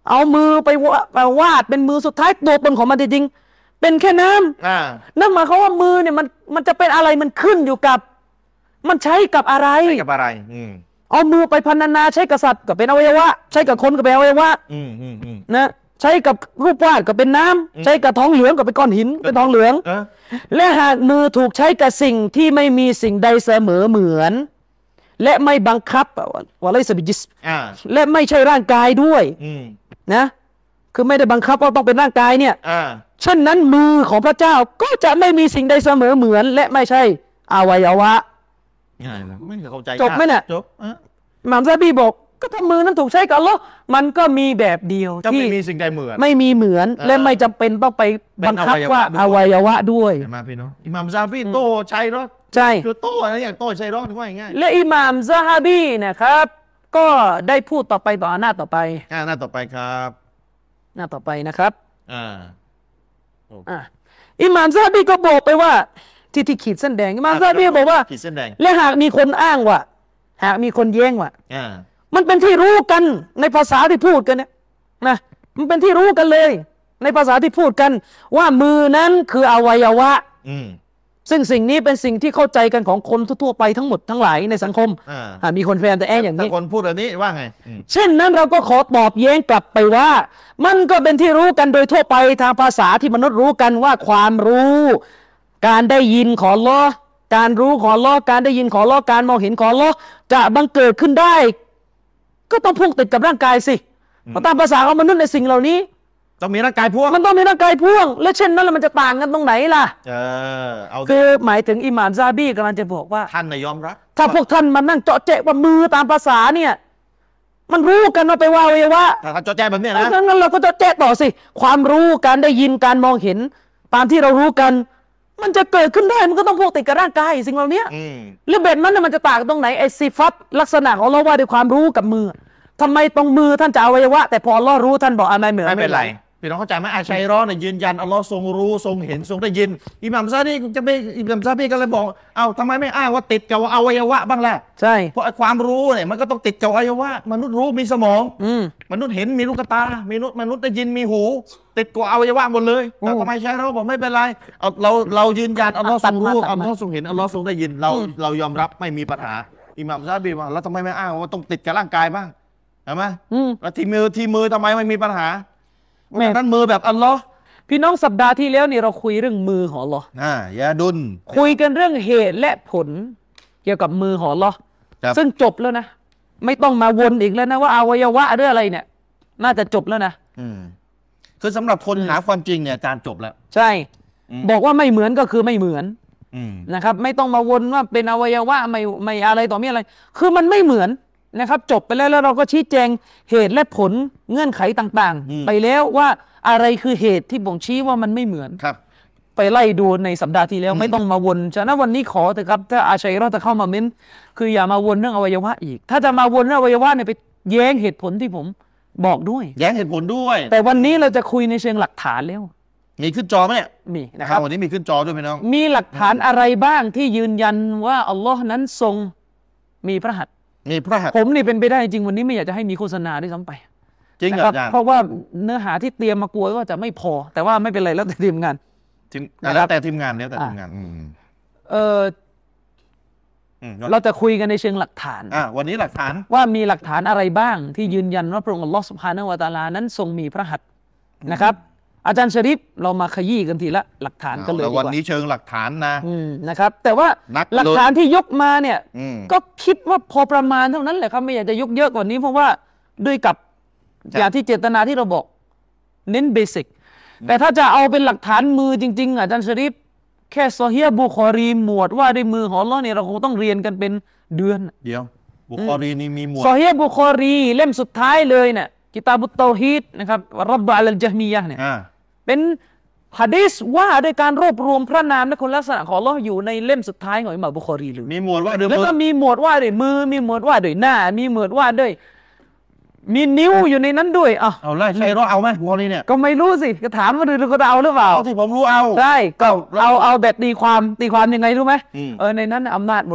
A: เอามือไปวาไปวาดเป็นมือสุดท้ายตัวตนของมันจริงๆเป็นแค่น้ำ
C: อ่า
A: นั่นหมายความว่ามือเนี่ยมันมันจะเป็นอะไรมันขึ้นอยู่กับ มันใช้กับอะไร
C: ใช้กับอะไร อืม
A: เอามือไปพันนาใช้กับสัตว์ก็เป็นอวัยวะ ใช้กับคนก็เป็นอวัยวะ
C: อืมอืมอืม
A: นะใช้กับรูปวาดก็เป็นน้ำใช้กับทองเหลืองก็เป็นก้อนหินเป็นทองเหลือง
C: เออ
A: และหากมือถูกใช้กับสิ่งที่ไม่มีสิ่งใดเสมอเหมือน และไม่บังคับว่าอะไรสบิจิส
C: อ่า
A: และไม่ใช่ร่างกายด้วย
C: อืม
A: นะคือไม่ได้บังคับว่าต้องเป็นร่างกายเนี่ย
C: อ่า
A: เช่นนั้นมือของพระเจ้าก็จะไม่มีสิ่งใดเสมอเหมือน และไม่ใช่อวัยวะ
C: ง่ายแล้วไม่เข้าใจ
A: จบไหมเนี่ย
C: จบอ่ะ
A: อิหม่ามซาบีบอกก็ถ้ามือนั้นถูกใช้กับอัลเลาะห์มันก็มีแบบเดียว
C: จะ
A: ที่
C: ไม่มีสิ่งใดเหมือน
A: ไม่มีเหมือน
C: เออ
A: และไม่จำเป็นต้องไปบังคับว่าอวัยวะด้วย
C: เห็นไหมาพี่น้องอิหม่ามซาฟีโต้ใช่รอด
A: ใช่
C: คือโต้อะไรอย่างโต้ใช่รอดว่าง่าย
A: และอิหม่ามซะฮาบีนะครับ ก็ได้พูดต่อไปต่อหน้าต่อไป
C: ๆอ่าหน้าต่อไปครับ
A: หน้าต่อไปนะครับ
C: อ่า
A: อ่ะอิหม่ามซะฮาบีก็บอกไปว่าที่ที่ขีดเส้นแดงอิหม่ามซะฮาบีบอกว่า
C: ขีดเส้นแดง
A: และหากมีคนอ้างว่า หากมีคนแย้งว่า
C: อ่า
A: มันเป็นที่รู้กันในภาษาที่พูดกันเนี่ยนะมันเป็นที่รู้กันเลย ในภาษาที่พูดกัน ว่ามือนั้นคืออวัยวะ
C: อืม
A: ซึ่งสิ่งนี้เป็นสิ่งที่เข้าใจกันของคนทั่วๆไปทั้งหมดทั้งหลายในสังคม
C: อ่า
A: หากมีคนแฟนแต่แอ้งอย่าง
C: ถ้า
A: นี้
C: คนพูดแบบนี้ว่าไงอืม
A: เช่นนั้นเราก็ขอตอบแย้งกลับไปว่า มันก็เป็นที่รู้กันโดยทั่วไปทางภาษาที่มนุษย์รู้กันว่าความรู้ การได้ยินของอัลเลอฮ์การรู้ของอัลเลอฮ์การได้ยินของอัลเลอฮ์การมองเห็นของอัลเลอฮ์จะบังเกิดขึ้นได้ ก็ต้องพ่วงติดกับร่างกายสิเพราะตามภาษาของมนุษย์ในสิ่งเหล่านี้
C: ต้องมีร่างกายพวก
A: มันต้องมีร่างกายพ่วง และเช่นนั้นแล้วมันจะต่างกันตรงไหนล่ะ
C: เออเอา
A: คือหมายถึงอิหม่ามซาบีกำลังจะบอกว่า
C: ท่านน่ะยอมรับ
A: ถ้าพวกท่านมานั่งเจาะแจะว่ามือตามภาษาเนี่ย มันรู้กันว่าไปว่าอวัยวะ
C: ถ้าท่านจดแจ้งแบบเนี้ยนะ
A: งั้นเราก็จะแจ้ต่อสิ ความรู้การได้ยินการมองเห็น ตามที่เรารู้กัน มันจะเกิดขึ้นได้มันก็ต้องพวกติดกับร่างกายสิ่งเหล่านี้
C: อืม
A: หรือแบบนั้นน่ะมันจะต่างกันตรงไหนไอ้สิฟัตลักษณะของเราว่าด้วยความรู้กับมือทำไมตรงมือท่านจะอวัยวะ แต่พออัลเลอฮ์รู้ท่านบอกอะไรเหมือน
C: ไม่เป็นไรพี่น้องเข้าใจไหมอาชัยร้อนเนี่ยยืนยันอัลลอฮ์ทรงรู้ทรงเห็นทรงได้ยินอิหม่ามซาดีจะไม่อิหม่ามซาบีก็เลยบอกเอ้าทำไมไม่อ้างว่าติดกับอวัยวะบ้างล่ะ
A: ใช่
C: เพราะไอ้ความรู้เนี่ยมันก็ต้องติดกับอวัยวะมนุษย์รู้มีสมอง
A: อืม
C: มนุษย์เห็นมีลูกตามนุษย์มนุษย์ได้ยินมีหู ติดกับอวัยวะหมดเลยแต่ทำไมใช่เราบอกไม่เป็นไรเอาเราเรายืนยันอัลลอฮ์ทรงรู้อัลลอฮ์ทรงเห็นอัลลอฮ์ทรงได้ยินเราเรายอมรับไม่มีปัญหาอิหม่ามซาบีว่าแล้วทำไมไม่อ้างว่าต้องติดกับร่างกายบ้างเห็นไหม
A: อืม
C: แล้วที่มือที่มือทำไมไม่มีปัญหา
A: แม่
C: นั่นมือแบบอัลลอฮ์
A: พี่น้องสัปดาห์ที่แล้วนี่เราคุยเรื่องมือของอัลเลอฮ์
C: อ่า ยาดุน
A: คุยกันเรื่องเหตุและผล เกี่ยวกับมือของอัลเลอฮ์
C: ครับ
A: ซึ่งจบแล้วนะ ไม่ต้องมาวนอีกแล้วนะว่าอวัยวะหรืออะไรเนี่ย น่าจะจบแล้วนะ
C: อืมคือสำหรับคนหาความจริงเนี่ยอาจารย์จบแล้ว
A: ใช่
C: อืม
A: บอกว่าไม่เหมือนก็คือไม่เหมือน
C: อืม
A: นะครับ ไม่ต้องมาวนว่าเป็นอวัยวะไม่ไม่อะไรต่อมีอะไร คือมันไม่เหมือนนะครับ จบไปแล้วแล้วเราก็ชี้แจงเหตุและผลเงื่อนไขต่าง
C: อืม
A: ๆ ไปแล้วว่าอะไรคือเหตุที่บ่งชี้ว่ามันไม่เหมือน
C: ครับ
A: ไปไล่ดูในสัปดาห์ที่แล้วไม่ต้องมาวนฉะนั้นวันนี้ขอเถอะครับถ้าอาชัยเราะห์จะเข้ามาเม้นคืออย่ามาวนเรื่องอวัยวะอีก ถ้าจะมาวนเรื่องอวัยวะเนี่ยไปแย้งเหตุผลที่ผมบอกด้วย
C: แย้งเหตุผลด้วย
A: แต่วันนี้เราจะคุยในเชิงหลักฐานแล้ว
C: มีขึ้นจอไหมเนี่ย
A: มีนะครับ
C: วันนี้มีขึ้นจอด้วยพี่น้อง
A: มีหลักฐานอะไรบ้างที่ยืนยันว่าอัลลอฮ์นั้นทรงมีพระหัตถ์
C: มีพระหัตถ์
A: ผมนี่เป็นไปได้จริงวันนี้ไม่อยากจะให้มีโฆษณาด้วยซ้ำไป
C: จริงเหร
A: นะ
C: อ
A: ครับ
C: อาจารย์
A: เพราะว่าเนื้อหาที่เตรียมมากลัวว่าจะไม่พอ แต่ว่าไม่เป็นไรแล้วแต่ทีมงาน
C: ทีม
A: นะครับ
C: แล้วแต่ทีมงานแล้วแต่
A: อ่ะ
C: ทีมงานอืม
A: เออ
C: อืม
A: เราจะคุยกันในเชิงหลักฐาน
C: อ่ะวันนี้หลักฐาน
A: ว่ามีหลักฐานอะไรบ้างที่ยืนยันว่าพระองค์อัลลอฮ์สุบฮานะฮูวะตะอาลานั้นทรงมีพระหัตถ์นะครับ อาจารย์ชริฟเรามาขยี้กันทีละหลักฐานกันเลย
C: แล้
A: ดี
C: ว
A: ก
C: วัน
A: ว่า
C: นี้เชิงหลักฐานนะ
A: อืมนะครับ แต่ว่า
C: นัก
A: หลักฐานที่ยกมาเนี่ย
C: อืม
A: ก็คิดว่าพอประมาณเท่านั้นแหละครับไม่อยากจะยกเยอะกว่านี้เพราะว่าด้วยกับอย่างที่เจตนาที่เราบอก เน้นเบสิกแต่ถ้าจะเอาเป็นหลักฐานมือจริงๆอาจารย์ชริฟแค่ซอฮีฮ์บุคอรีหมวดว่าด้วยมือของอัลเลาะห์เนี่ยเราคงต้องเรียนกันเป็นเดือน
C: เดี๋ยว บุคอรีนี่มีหมวด
A: ซอฮีฮ์บุคอรีเล่มสุดท้ายเลยเนี่ยกิตาบุตเตาฮีดนะครับรับบะอัลจฮมียะห์เนี่ย
C: อ่า
A: เป็นหะดีษว่าด้วยการรวบรวมพระนามและคุณลักษณะของอัลเลาะห์อยู่ในเล่มสุดท้ายของอิหม่ามบุคอรีเลย
C: มีหมวดว่าเดือ
A: แล้วก็มีหมวดว่าด้วยมือมีหมวดว่าด้วยหน้า มีหมวดว่าด้วยมีนิ้วอยู่ในนั้นด้วยอ่ะ
C: เอาเลยใช่รอเอาไหมบุคอรีเนี่ย
A: ก็ไม่รู้สิก็ถามว่าเราก็เอาหรือเปล่า
C: เอาที่ผมรู้เอา
A: ใช่ก็เอาเอาแบบตีความตีความยังไงรู้ไหม
C: อืม
A: เออในนั้นน่ะอำนาจหมดเลย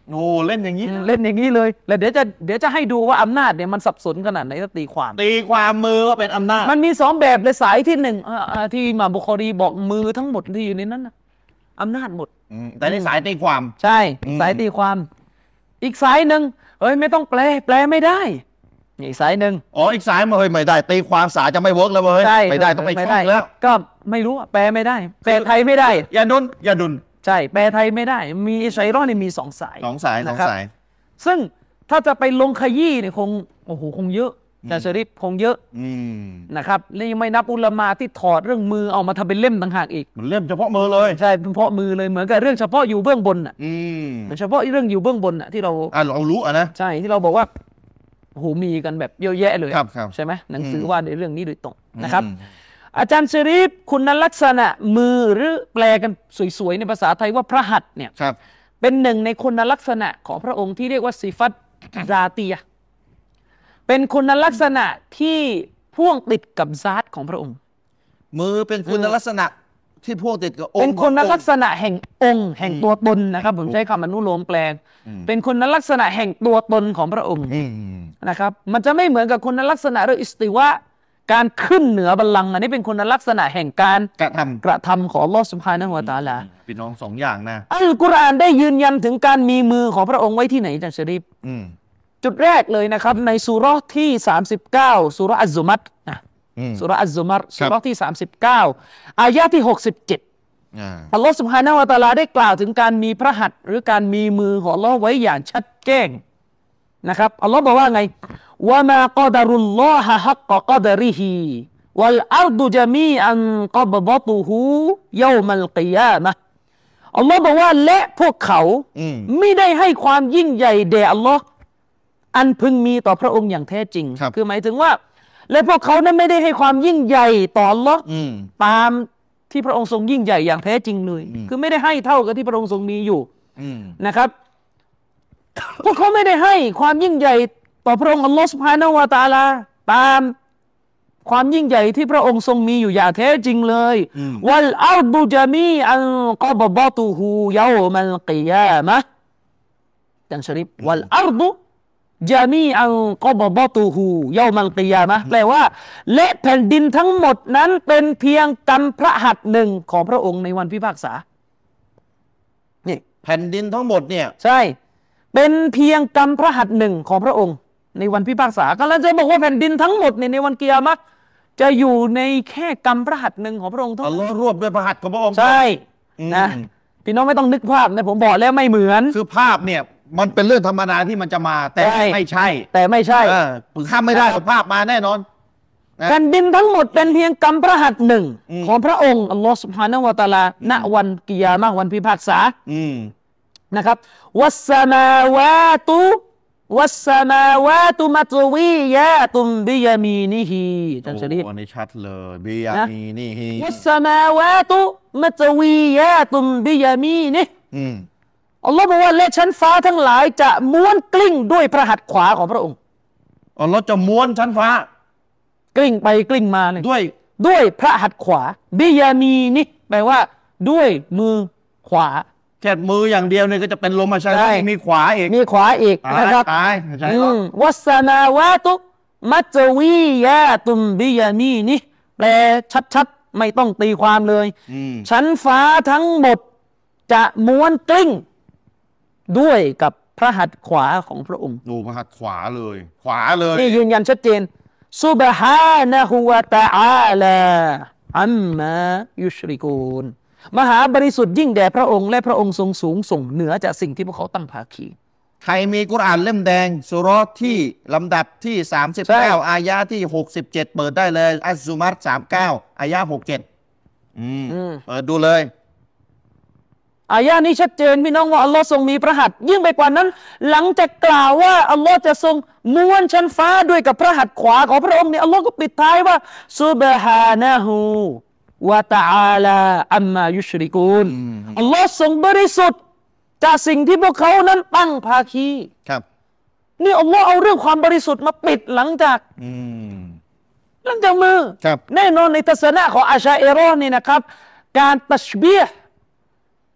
C: โอ้เล่นอย่างนี้
A: เล่นอย่างนี้เลยแล้วเดี๋ยวจะเดี๋ยวจะให้ดูว่าอำนาจเนี่ยมันสับสนขนาดไหนถ้าตีความ
C: ตีความมือว่าเป็นอำนาจ
A: มันมีสองแบบเลยสายที่หนึ่งอ่าอ่าที่อิหม่ามบุคอรีบอกมือทั้งหมดที่อยู่ในนั้นนะอำนาจหมด
C: อืมแต่ในสายตีความ
A: ใช่
C: อืม
A: สายตีความ อีกสายหนึ่งเฮ้ยไม่ต้องแปลแปลไม่ได้นี่อีกสายหนึ่ง
C: อ๋ออีกสายมาเฮ้ยไม่ได้ตีความสาจะไม่เวิร์กแล้วเว้ย
A: ใช่
C: ไม่ได้ต้องไป
A: ม่
C: ช่องแล้ว
A: ก็ไม่รู้อะแปลไม่ได้ แปลไทยไม่ได้
C: อย่าดุนอย่าดุน
A: ใช่แปลไทยไม่ได้ มีไชรอนนี่มีสองสาย
C: สองสายสอง
A: นะครับ
C: สาย
A: ซึ่งถ้าจะไปลงขยี้เนี่ยคงโอ้โหคงเยอะจะชริฟคงเยอะ
C: อืม
A: นะครับนี่ยังไม่นับอุลามาที่ถอดเรื่องมือเอามาทำเป็นเล่มต่างหากอีก
C: มันเล่มเฉพาะมือเลย
A: ใช่เฉพาะมือเลยเหมือนกับเรื่องเฉพาะอยู่เบื้องบนอ่ะ
C: อืม
A: เฉพาะเรื่องอยู่เบื้องบนอ่ะที่เรา
C: อ่ะเรารู้อ่ะนะ
A: ใช่ที่เราบอกว่าโอ้โหมีกันแบบเยอะแยะเลย
C: ครับครับ
A: ใช่ไหมหนังสือ
C: อืม
A: ว่าในเรื่องนี้โดยตรงนะครับ
C: อืม
A: อาจารย์ชริฟคุณลักษณะมือหรือแปลกันสวยๆในภาษาไทยว่าพระหัตถ์เนี่ย
C: ครับ
A: เป็นหนึ่งในคุณลักษณะของพระองค์ที่เรียกว่าซิฟัตซาตียะห์เป็นคุณลักษณะที่พ่วงติดกับซาตของพระองค์
C: มือเป็นคุณลักษณะที่พวกติดกับองค์
A: เป็นคุณลัก
C: ษณะ
A: ษณะแห่งองค์แห่งตัวตนนะครับ ผมใช้คำอนุโลมแปลง เป็นคุณลักษณะแห่งตัวตนของพระองค์นะครับ มันจะไม่เหมือนกับคุณลักษณะเรื่องอิสติวะการขึ้นเหนือบัลลังก์อันนี้เป็นคุณลักษณะแห่งการ
C: กระท
A: กระทำของอัลลอฮฺซุบฮานะฮูวะตะอาลา
C: ำพี่น้องสองอย่างนะ
A: อัลกุรอานได้ยืนยันถึงการมีมือของพระองค์ไว้ที่ไหนอาจารย์ชะรีฟ
C: อืม
A: จุดแรกเลยนะครับในซูเราะห์ที่สามสิบเก้าซูเราะห์อัซซุมัรนะ
C: อืม
A: ซูเราะห์อัซซุมัร
C: ครั
A: ซู
C: บ
A: เราะห์ที่สามสิบเก้าอายะห์ที่หกสิบเจ็ด
C: อ่า
A: อัลลอฮฺซุบฮานะฮูวะตะอาลาได้กล่าวถึงการมีพระหัตถ์หรือการมีมือของอัลลอฮ์ไว้อย่างชัดแจ้งนะครับอัลลอฮ์บอกว่าไงวะมากอดารุลลอฮะฮักกะกอดาริฮิวัลอัรดุญะมีอันกับฎตุฮูยอมัลกิยามะห์อัลลอฮ์บอกว่าและพวกเขา
C: อืม
A: ไม่ได้ให้ความยิ่งใหญ่แด่อัลลอฮ์อันพึงมีต่อพระองค์อย่างแท้จริง
C: ครับ
A: อหมายถึงว่า และพวกเขานั้นไม่ได้ให้ความยิ่งใหญ่ต่ออัลลอฮ์
C: อืม
A: ตามที่พระองค์ทรงยิ่งใหญ่อย่างแท้จริงเลย
C: อืม
A: คือไม่ได้ให้เท่ากับที่พระองค์ทรงมีอยู่
C: อืม
A: นะครับ พวกเขาไม่ได้ให้ความยิ่งใหญ่ต่อพระองค์อัลลอฮ์ซุบฮานะฮูวะตะอาลาตามความยิ่งใหญ่ที่พระองค์ทรงมีอยู่อย่างแท้จริงเลยวัลอัรดุญะมีอันกับฎตุฮูยอมัลกิยามะห์จันชริฟวัลอัรดุญะมีอันกับฎตุฮูยอมัลกิยามะห์แปลว่าและแผ่นดินทั้งหมดนั้นเป็นเพียงกำพระหัตถ์หนึ่งของพระองค์ในวันพิพากษานี่
C: แผ่นดินทั้งหมดเนี่ย
A: ใช่ เป็นเพียงกำพระหัตถ์หนึ่งของพระองค์ ในวันพิพากษาก็แล้วจะบอกว่าแผ่นดินทั้งหมดเนี่ยในวันกิยามะห์จะอยู่ในแค่กำพระหัตถ์หนึ่งของพระองค์เท่า
C: อัล
A: นั้น
C: ลอฮ์รวบด้วยพระหัตถ์ของพระองค์
A: ใช่
C: อืม
A: นะพี่น้องไม่ต้องนึกภาพนะผมบอกแล้วไม่เหมือน
C: คือภาพเนี่ย มันเป็นเรื่องธรรมดาที่มันจะมา แต่
A: ใช่
C: ไม่ใช่
A: แต่ไม่ใช่
C: เออข้ามไม่ได้หรอกภาพมาแน่นอน นะ
A: แผ่นดินทั้งหมดเป็นเพียงกำพระหัตถ์หนึ่ง
C: อืม
A: ของพระองค์อัลลอฮฺสุบฮานะฮูวะตะอาลาณวันกิยามะห์วันพิพากษา
C: อืม
A: นะครับวัสสมาวาตุวัสสมาวาตุมัตวียาตุมบิยามีนิฮีอาจารย์ชะรีฟ
C: โอ้อันนี้ชัดเลยบียา
A: นะ
C: มีนี่ฮี
A: วัสสมาวาตุมัตวียาตุมบิยามีนิฮ
C: อืม
A: อัลลอฮ์บอกว่าและชั้นฟ้าทั้งหลายจะม้วนกลิ้งด้วยพระหัตถ์ขวาของพระองค์
C: อัลลอฮ์จะม้วนชั้นฟ้า
A: กลิ้งไปกลิ้งมาเลย
C: ด้วย
A: ด้วยพระหัตถ์ขวาบิยามีนิแปลว่า ด้วยมือขวา
C: แค่มืออย่างเดียวเนี่ยก็จะเป็นลมมาใช่ไหม
A: ใช่
C: มีขวาอีก
A: มีขวาอีก
C: ตาย
A: นะครับ
C: ตายใช่
A: อื
C: ครับ
A: มวัสสมาวาตุมัตวียาตุมบิยามีนิแปลชัดๆไม่ต้องตีความเลย
C: อืม
A: ชั้นฟ้าทั้งหมดจะม้วนกลิ้ง ด้วยกับพระหัตถ์ขวาของพระองค์
C: ดูพระหัตถ์ขวาเลย ขวาเลย
A: นี่ยืนยันชัดเจนซุบฮานะฮูวะตะอาลาอัมมายุชริกูนมหาบริสุทธิ์ยิ่งแด่พระองค์และพระองค์ทรงสูงส่งเหนือจากสิ่งที่พวกเขาตั้งภาคี
C: ใครมีกุรอานเล่มแดงสุเราะห์ที่ลำดับที่สามสิบ
A: ใช่
C: เก้าอายะที่หกสิบเจ็ดเปิดได้เลยอัซซุมัรสามสิบเก้าอายะหกสิบเจ็ดอืม
A: อืม
C: เปิดดูเลย
A: อายะนี้ชัดเจนพี่น้องว่าอัลลอฮ์ทรงมีพระหัตถ์ยิ่งไปกว่านั้น หลังจากกล่าวว่าอัลลอฮ์จะทรงม้วนชั้นฟ้าด้วยกับพระหัตถ์ขวาของพระองค์เนี่ยอัลลอฮ์ก็ปิดท้ายว่าซุบฮานะฮูวะตะอาลาอัมมายุชริกูน
C: อืม
A: อัลลอฮ์ทรงบริสุทธิ์จากสิ่งที่พวกเขานั้นตั้งภาคี
C: ครับ
A: นี่อัลลอฮ์เอาเรื่องความบริสุทธิ์มาปิดหลังจาก
C: อืม
A: หลังจากมือ
C: ครับ
A: แน่นอนในทัศนะของอาชาเอรอห์นี่นะครับ การตัชเบียห์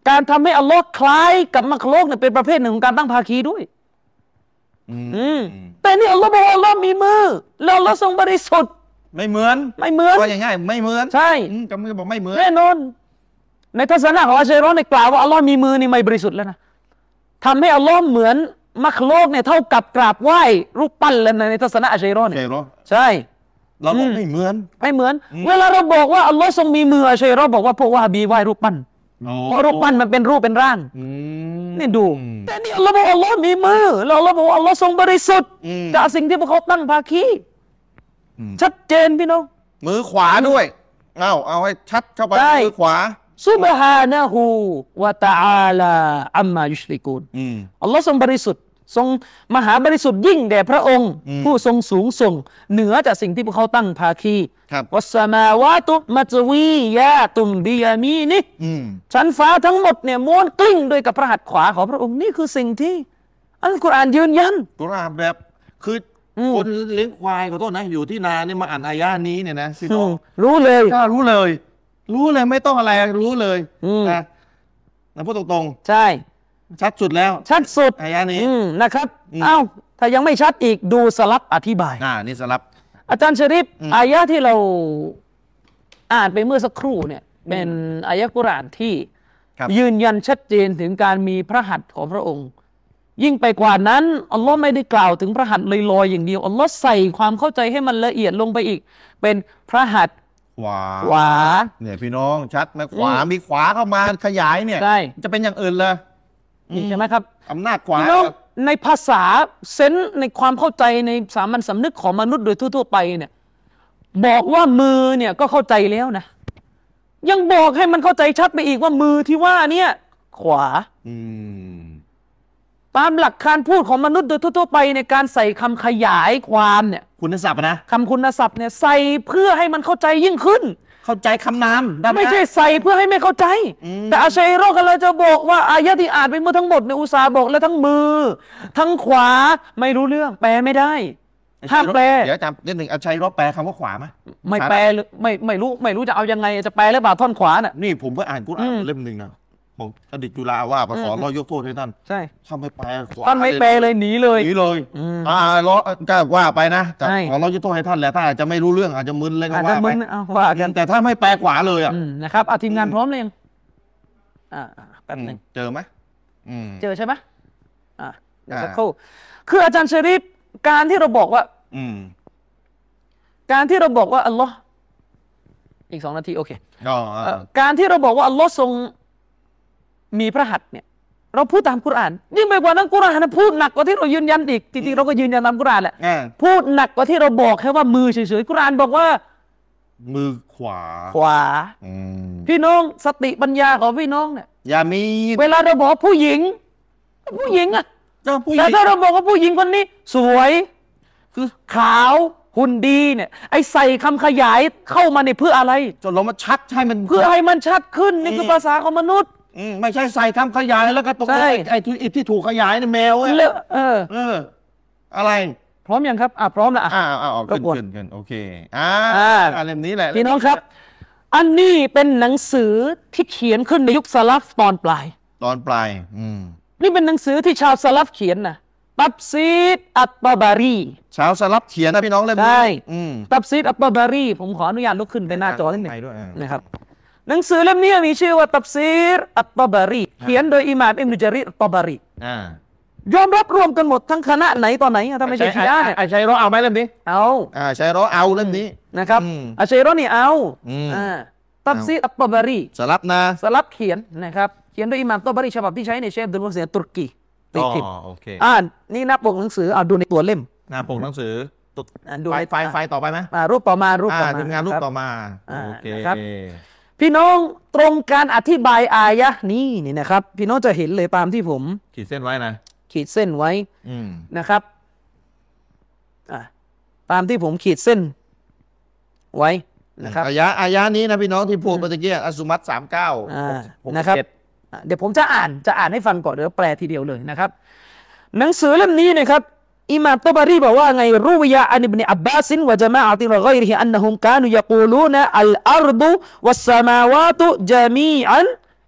A: การทำให้อัลลอฮ์คล้ายกับมักลุกเนี่ยเป็นประเภทหนึ่งของการตั้งภาคีด้วย
C: อืม
A: อืมแต่นี่อัลลอฮ์บอกว่าอัลลอฮ์มีมือแล้วอัลลอฮ์ทรงบริสุทธิ์
C: ไม่เหมือน
A: ไม่เหมือน
C: ว่าอย่างง่ายๆไม่เหมือน
A: ใช่
C: อืมกำลังจะบอกไม่เหมือน
A: แน่นอนในทัศนะของอัชชัยรอห์เนี่ยกล่าวว่าอัลลอฮ์มีมือนี่ไม่บริสุทธิ์แล้วนะทำให้อัลลอฮ์เหมือนมักลุกเนี่ยเท่ากับกราบไหว้รูปปั้นแล้วนะในทัศนะอัชชัยรอห์เนี่ย
C: ใช่หรอ
A: ใช่
C: เราบอกไม่เหมือน
A: ไม่เหมือน เวลาเราบอกว่าอัลลอฮ์ทรงมีมืออัชชัยรอห์บอกว่าพวกวะฮาบีไหว้รูปปั้น
C: โอ้
A: เพราะรูปปั้นมันเป็นรูปเป็นร่าง
C: อืม
A: นี่ดู แต่นี่อัลลอฮ์บอกอัลลอฮ์มีมือแล้วอัลลอฮ์บอกว่าอัลลอฮ์ทรงบริสุทธิ์
C: อืม
A: จากสิ่งที่พวกเขาตั้งภาคีชัดเจนพี่น้อง
C: มือขวาด้วยเอาเอาให้ชัดเข้าไป
A: ใช่
C: มือขวา
A: ซุบฮานะฮูวะตะอาลาอัมมายุชริกูน
C: อืม
A: อัลลอฮ์ทรงบริสุทธิ์ทรงมหาบริสุทธิ์ยิ่งแด่พระองค์
C: อืม
A: ผู้ทรงสูงส่งเหนือจากสิ่งที่พวกเขาตั้งภาคี
C: ครับ
A: วัสสมาวาตุมัจวียาตุมบิยามีนิ
C: อืม
A: ชั้นฟ้าทั้งหมดเนี่ยม้วนกลิ้งด้วยกับพระหัตถ์ขวาของพระองค์นี่คือสิ่งที่อัลกุรอานยืนยัน
C: กุรอานแบบคืออ
A: ม
C: คนเลี้ยงควายขอโทษนะอยู่ที่นาเนี่ยมาอ่านอายะห์นี้เนี่ยนะพี่น้อง
A: รู้เลย
C: ก็รู้เลย รู้เลยไม่ต้องอะไรรู้เลย
A: อืม
C: นะนะพูดตรง
A: ใช่
C: ๆ ชัดสุดแล้ว
A: ชัดสุด
C: อายะห์นี้
A: อืมนะครับ
C: อืม
A: เอ้าถ้ายังไม่ชัดอีกดูสลับอธิบาย
C: อ่านี่สลับ
A: อาจารย์ชริฟ
C: อืม
A: อายะที่เราอ่านไปเมื่อสักครู่เนี่ย เป็นอายะกุรอานที่
C: ครับ
A: ยืนยันชัดเจนถึงการมีพระหัตถ์ของพระองค์ ยิ่งไปกว่านั้นอัลลอฮ์ไม่ได้กล่าวถึงพระหัตถ์ลอยๆอย่างเดียวอัลลอฮ์ใส่ความเข้าใจให้มันละเอียดลงไปอีก เป็นพระหัตถ์
C: ขวา
A: ขวา
C: เนี่ยพี่น้องชัดไหมขวา
A: อืม
C: มีขวาเข้ามาขยายเนี่ย
A: ใช่
C: จะเป็นอย่างอื่นเลย
A: นี่ใช่ไหมครับ
C: อำนาจขวา
A: พี่น้องในภาษาเซนส์ในความเข้าใจในสามัญสำนึกของมนุษย์โดยทั่วๆไปเนี่ย บอกว่ามือเนี่ยก็เข้าใจแล้วนะ ยังบอกให้มันเข้าใจชัดไปอีกว่ามือที่ว่าเนี่ยขวา
C: อืม
A: ตามหลักการพูดของมนุษย์โดยทั่วๆไปในการใส่คำขยายความเนี่ย
C: คุณศัพท์นะ
A: คำคุณศัพท์เนี่ยใส่เพื่อให้มันเข้าใจยิ่งขึ้น
C: เข้าใจคำนามด้านหน้า
A: ไม่ใช่ใส่เพื่อให้ไม่เข้าใจ
C: อืม
A: แต่อาชัยรอกันเลยจะบอกว่าอายะที่อ่านไปเมื่อทั้งหมดในยอุตสาห์บอกแล้วทั้งมือ ทั้งขวาไม่รู้เรื่อง แปลไม่ได้ห้ามแปล
C: เดี๋ยวอาจารย์นิดหนึ่งอาชัยรบแปลคำว่าขวาไหม
A: ไม่แปลเลยไม่ไม่รู้ไม่รู้จะเอายังไงจะแปลหรือเปล่าท่อนขวาน่ะ
C: นี่ผมก็อ่านกุรอาน
A: อืม
C: เล่มหนึ่งนะของอดีตจุฬาว่าพศ
A: อืม
C: เรายกโทษให้ท่าน
A: ใช่
C: ทำให้แปลขวา
A: ท่านไม่แปลเลยหนีเลย
C: หนีเลย
A: อืม
C: อ่าล้อก็ว่าไปนะแต่
A: ใช่
C: ของเรายกโทษให้ท่านแหละถ้าอาจจะไม่รู้เรื่องอาจจะมึนอะไรก็
A: อาจจะ
C: ว่าไป
A: มึนเอาว่ากัน
C: แต่ถ้าไม่แปลขวาเลยอ่ะ
A: อืมนะครับเอาทีมงานพร้อมเลยยังอ่าอ่าแป๊บหนึง
C: เจอไหมอืม
A: เจอใช่ไหมอ่าเดี๋ยว
C: อ่า
A: สักครู่คืออาจารย์ชริฟการที่เราบอกว่า
C: อืม
A: การที่เราบอกว่าอัลลอฮ์อีกสองนาทีโอเค
C: อ๋อ
A: เอ่อการที่เราบอกว่าอัลลอฮ์ทรงมีพระหัตถ์เนี่ย เราพูดตามกุรอานยิ่งไปกว่านั้นกุรอานนะพูดหนักกว่าที่เรายืนยันอีกจริงๆเราก็ยืนยันตามกุรอานแหละ
C: อ่า
A: พูดหนักกว่าที่เราบอกแค่ว่ามือเฉยๆกุรอานบอกว่า
C: มือขวา
A: ขวา
C: อืม
A: พี่น้องสติปัญญาของพี่น้องเนี่ย
C: อย่ามี
A: เวลาเราบอกว่าผู้หญิง ผู้หญิงอะ
C: เจ้าผู้หญิ
A: แต่
C: ง
A: ถ้าเราบอกว่าผู้หญิงคนนี้ สวยคือขาวหุ่นดีเนี่ยไอ้ใส่คำขยายเข้ามาเนี่ยเพื่ออะไร
C: จนเรามาชัดให้มัน
A: เพื่อให้มันชัดขึ้นนี่คือ
C: อืม
A: ภาษาของมนุษย์
C: อืมไม่ใช่ใส่คำขยายแล้วก็ตรง
A: ใช่
C: ไอ้ที่ไอ้ที่ถูกขยายเนี่ยแมวเว้ย
A: แล้วเออ
C: เออ อะไร
A: พร้อมยังครับอ่ะพร้อมแล้วอ่ะ
C: อ่าอ่าเอาขึ้น
A: รบกวน
C: ขึ้นขึ้นโอเคอ่า
A: อ่า
C: อ่าเล่มนี้แหละ
A: พี่น้องครับ อันนี้เป็นหนังสือที่เขียนขึ้นในยุคสลัฟตอนปลาย
C: ตอนปลาย อืม
A: นี่เป็นหนังสือที่ชาวสลัฟเขียนนะตับซีดอัตตบารี
C: ชาวสลับเขียนนะพี่น้องเล่มนี้
A: ใช่
C: อืม
A: ตับซีดอัตตบารีผมขออนุญาตลุกขึ้นไปหน้าจอนิดหนึ่ง
C: ไปด้วยอ่า
A: นะครับหนังสือเล่มนี้มีชื่อว่าตับซีดอัตตบารีเขียนโดยอิหม่ามอิบนุจารีรอัตตบารี
C: อ่าย
A: อมรับรวมกันหมดทั้งคณะไหนตอนไหนอะถ้าไม่ใช่ชีอะห์เนี่ย
C: ไอ้ชัยรอเอาไหมเล่มนี้
A: เอา
C: อ่าชัยรอเอาเล่มนี้
A: นะครับ
C: อืม
A: อาชัยรอนี่เอา
C: อืม
A: อ่าตับซีดอัตตบารี
C: สลับนะ
A: สลับเขียนนะครับเขียนโดยอิหม่ามตอบารีฉบับที่ใช้ในเชฟดุลมุสลิมตุรกีตีพิมพ์
C: โอเค
A: อ่านนี่หน้าปกหนังสืออ่าดูในตัวเล่ม
C: หน้าปกหนังสือตุด
A: อ่าดู
C: ไฟ
A: ใน
C: ไฟไฟต่อไปไหม
A: อ่ารูปต่อมารูป
C: อ่า
A: ต่อมา
C: ทีมงานรูป
A: ครับ
C: ต่อมา
A: อ่า
C: โอเค
A: นะครับ พี่น้องตรงการอธิบายอายะห์นี้นี่นะครับ พี่น้องจะเห็นเลยตามที่ผม
C: ขีดเส้นไว้นะ
A: ขีดเส้นไว้
C: อืม
A: นะครับอ่าตามที่ผมขีดเส้นไว้นะครับ
C: อายะอายะนี้นะพี่น้องที่พูดเมื่อกี้อัสสุมัตสามเก้า
A: อ่านะครับอ่ะเดี๋ยวผมจะอ่านจะอ่านให้ฟังก่อนเดี๋ยวแปลทีเดียวเลยนะครับ หนังสือเล่มนี้นะครับอิหม่ามตอบารีบอกว่าไงรูวิยะอันอิบนุอับบาซินวะญะมาอะติรกอยริฮิอันนะฮุมกานุยะกูลูนะอัลอัรดุวัสสมาวาตุญะมีอัน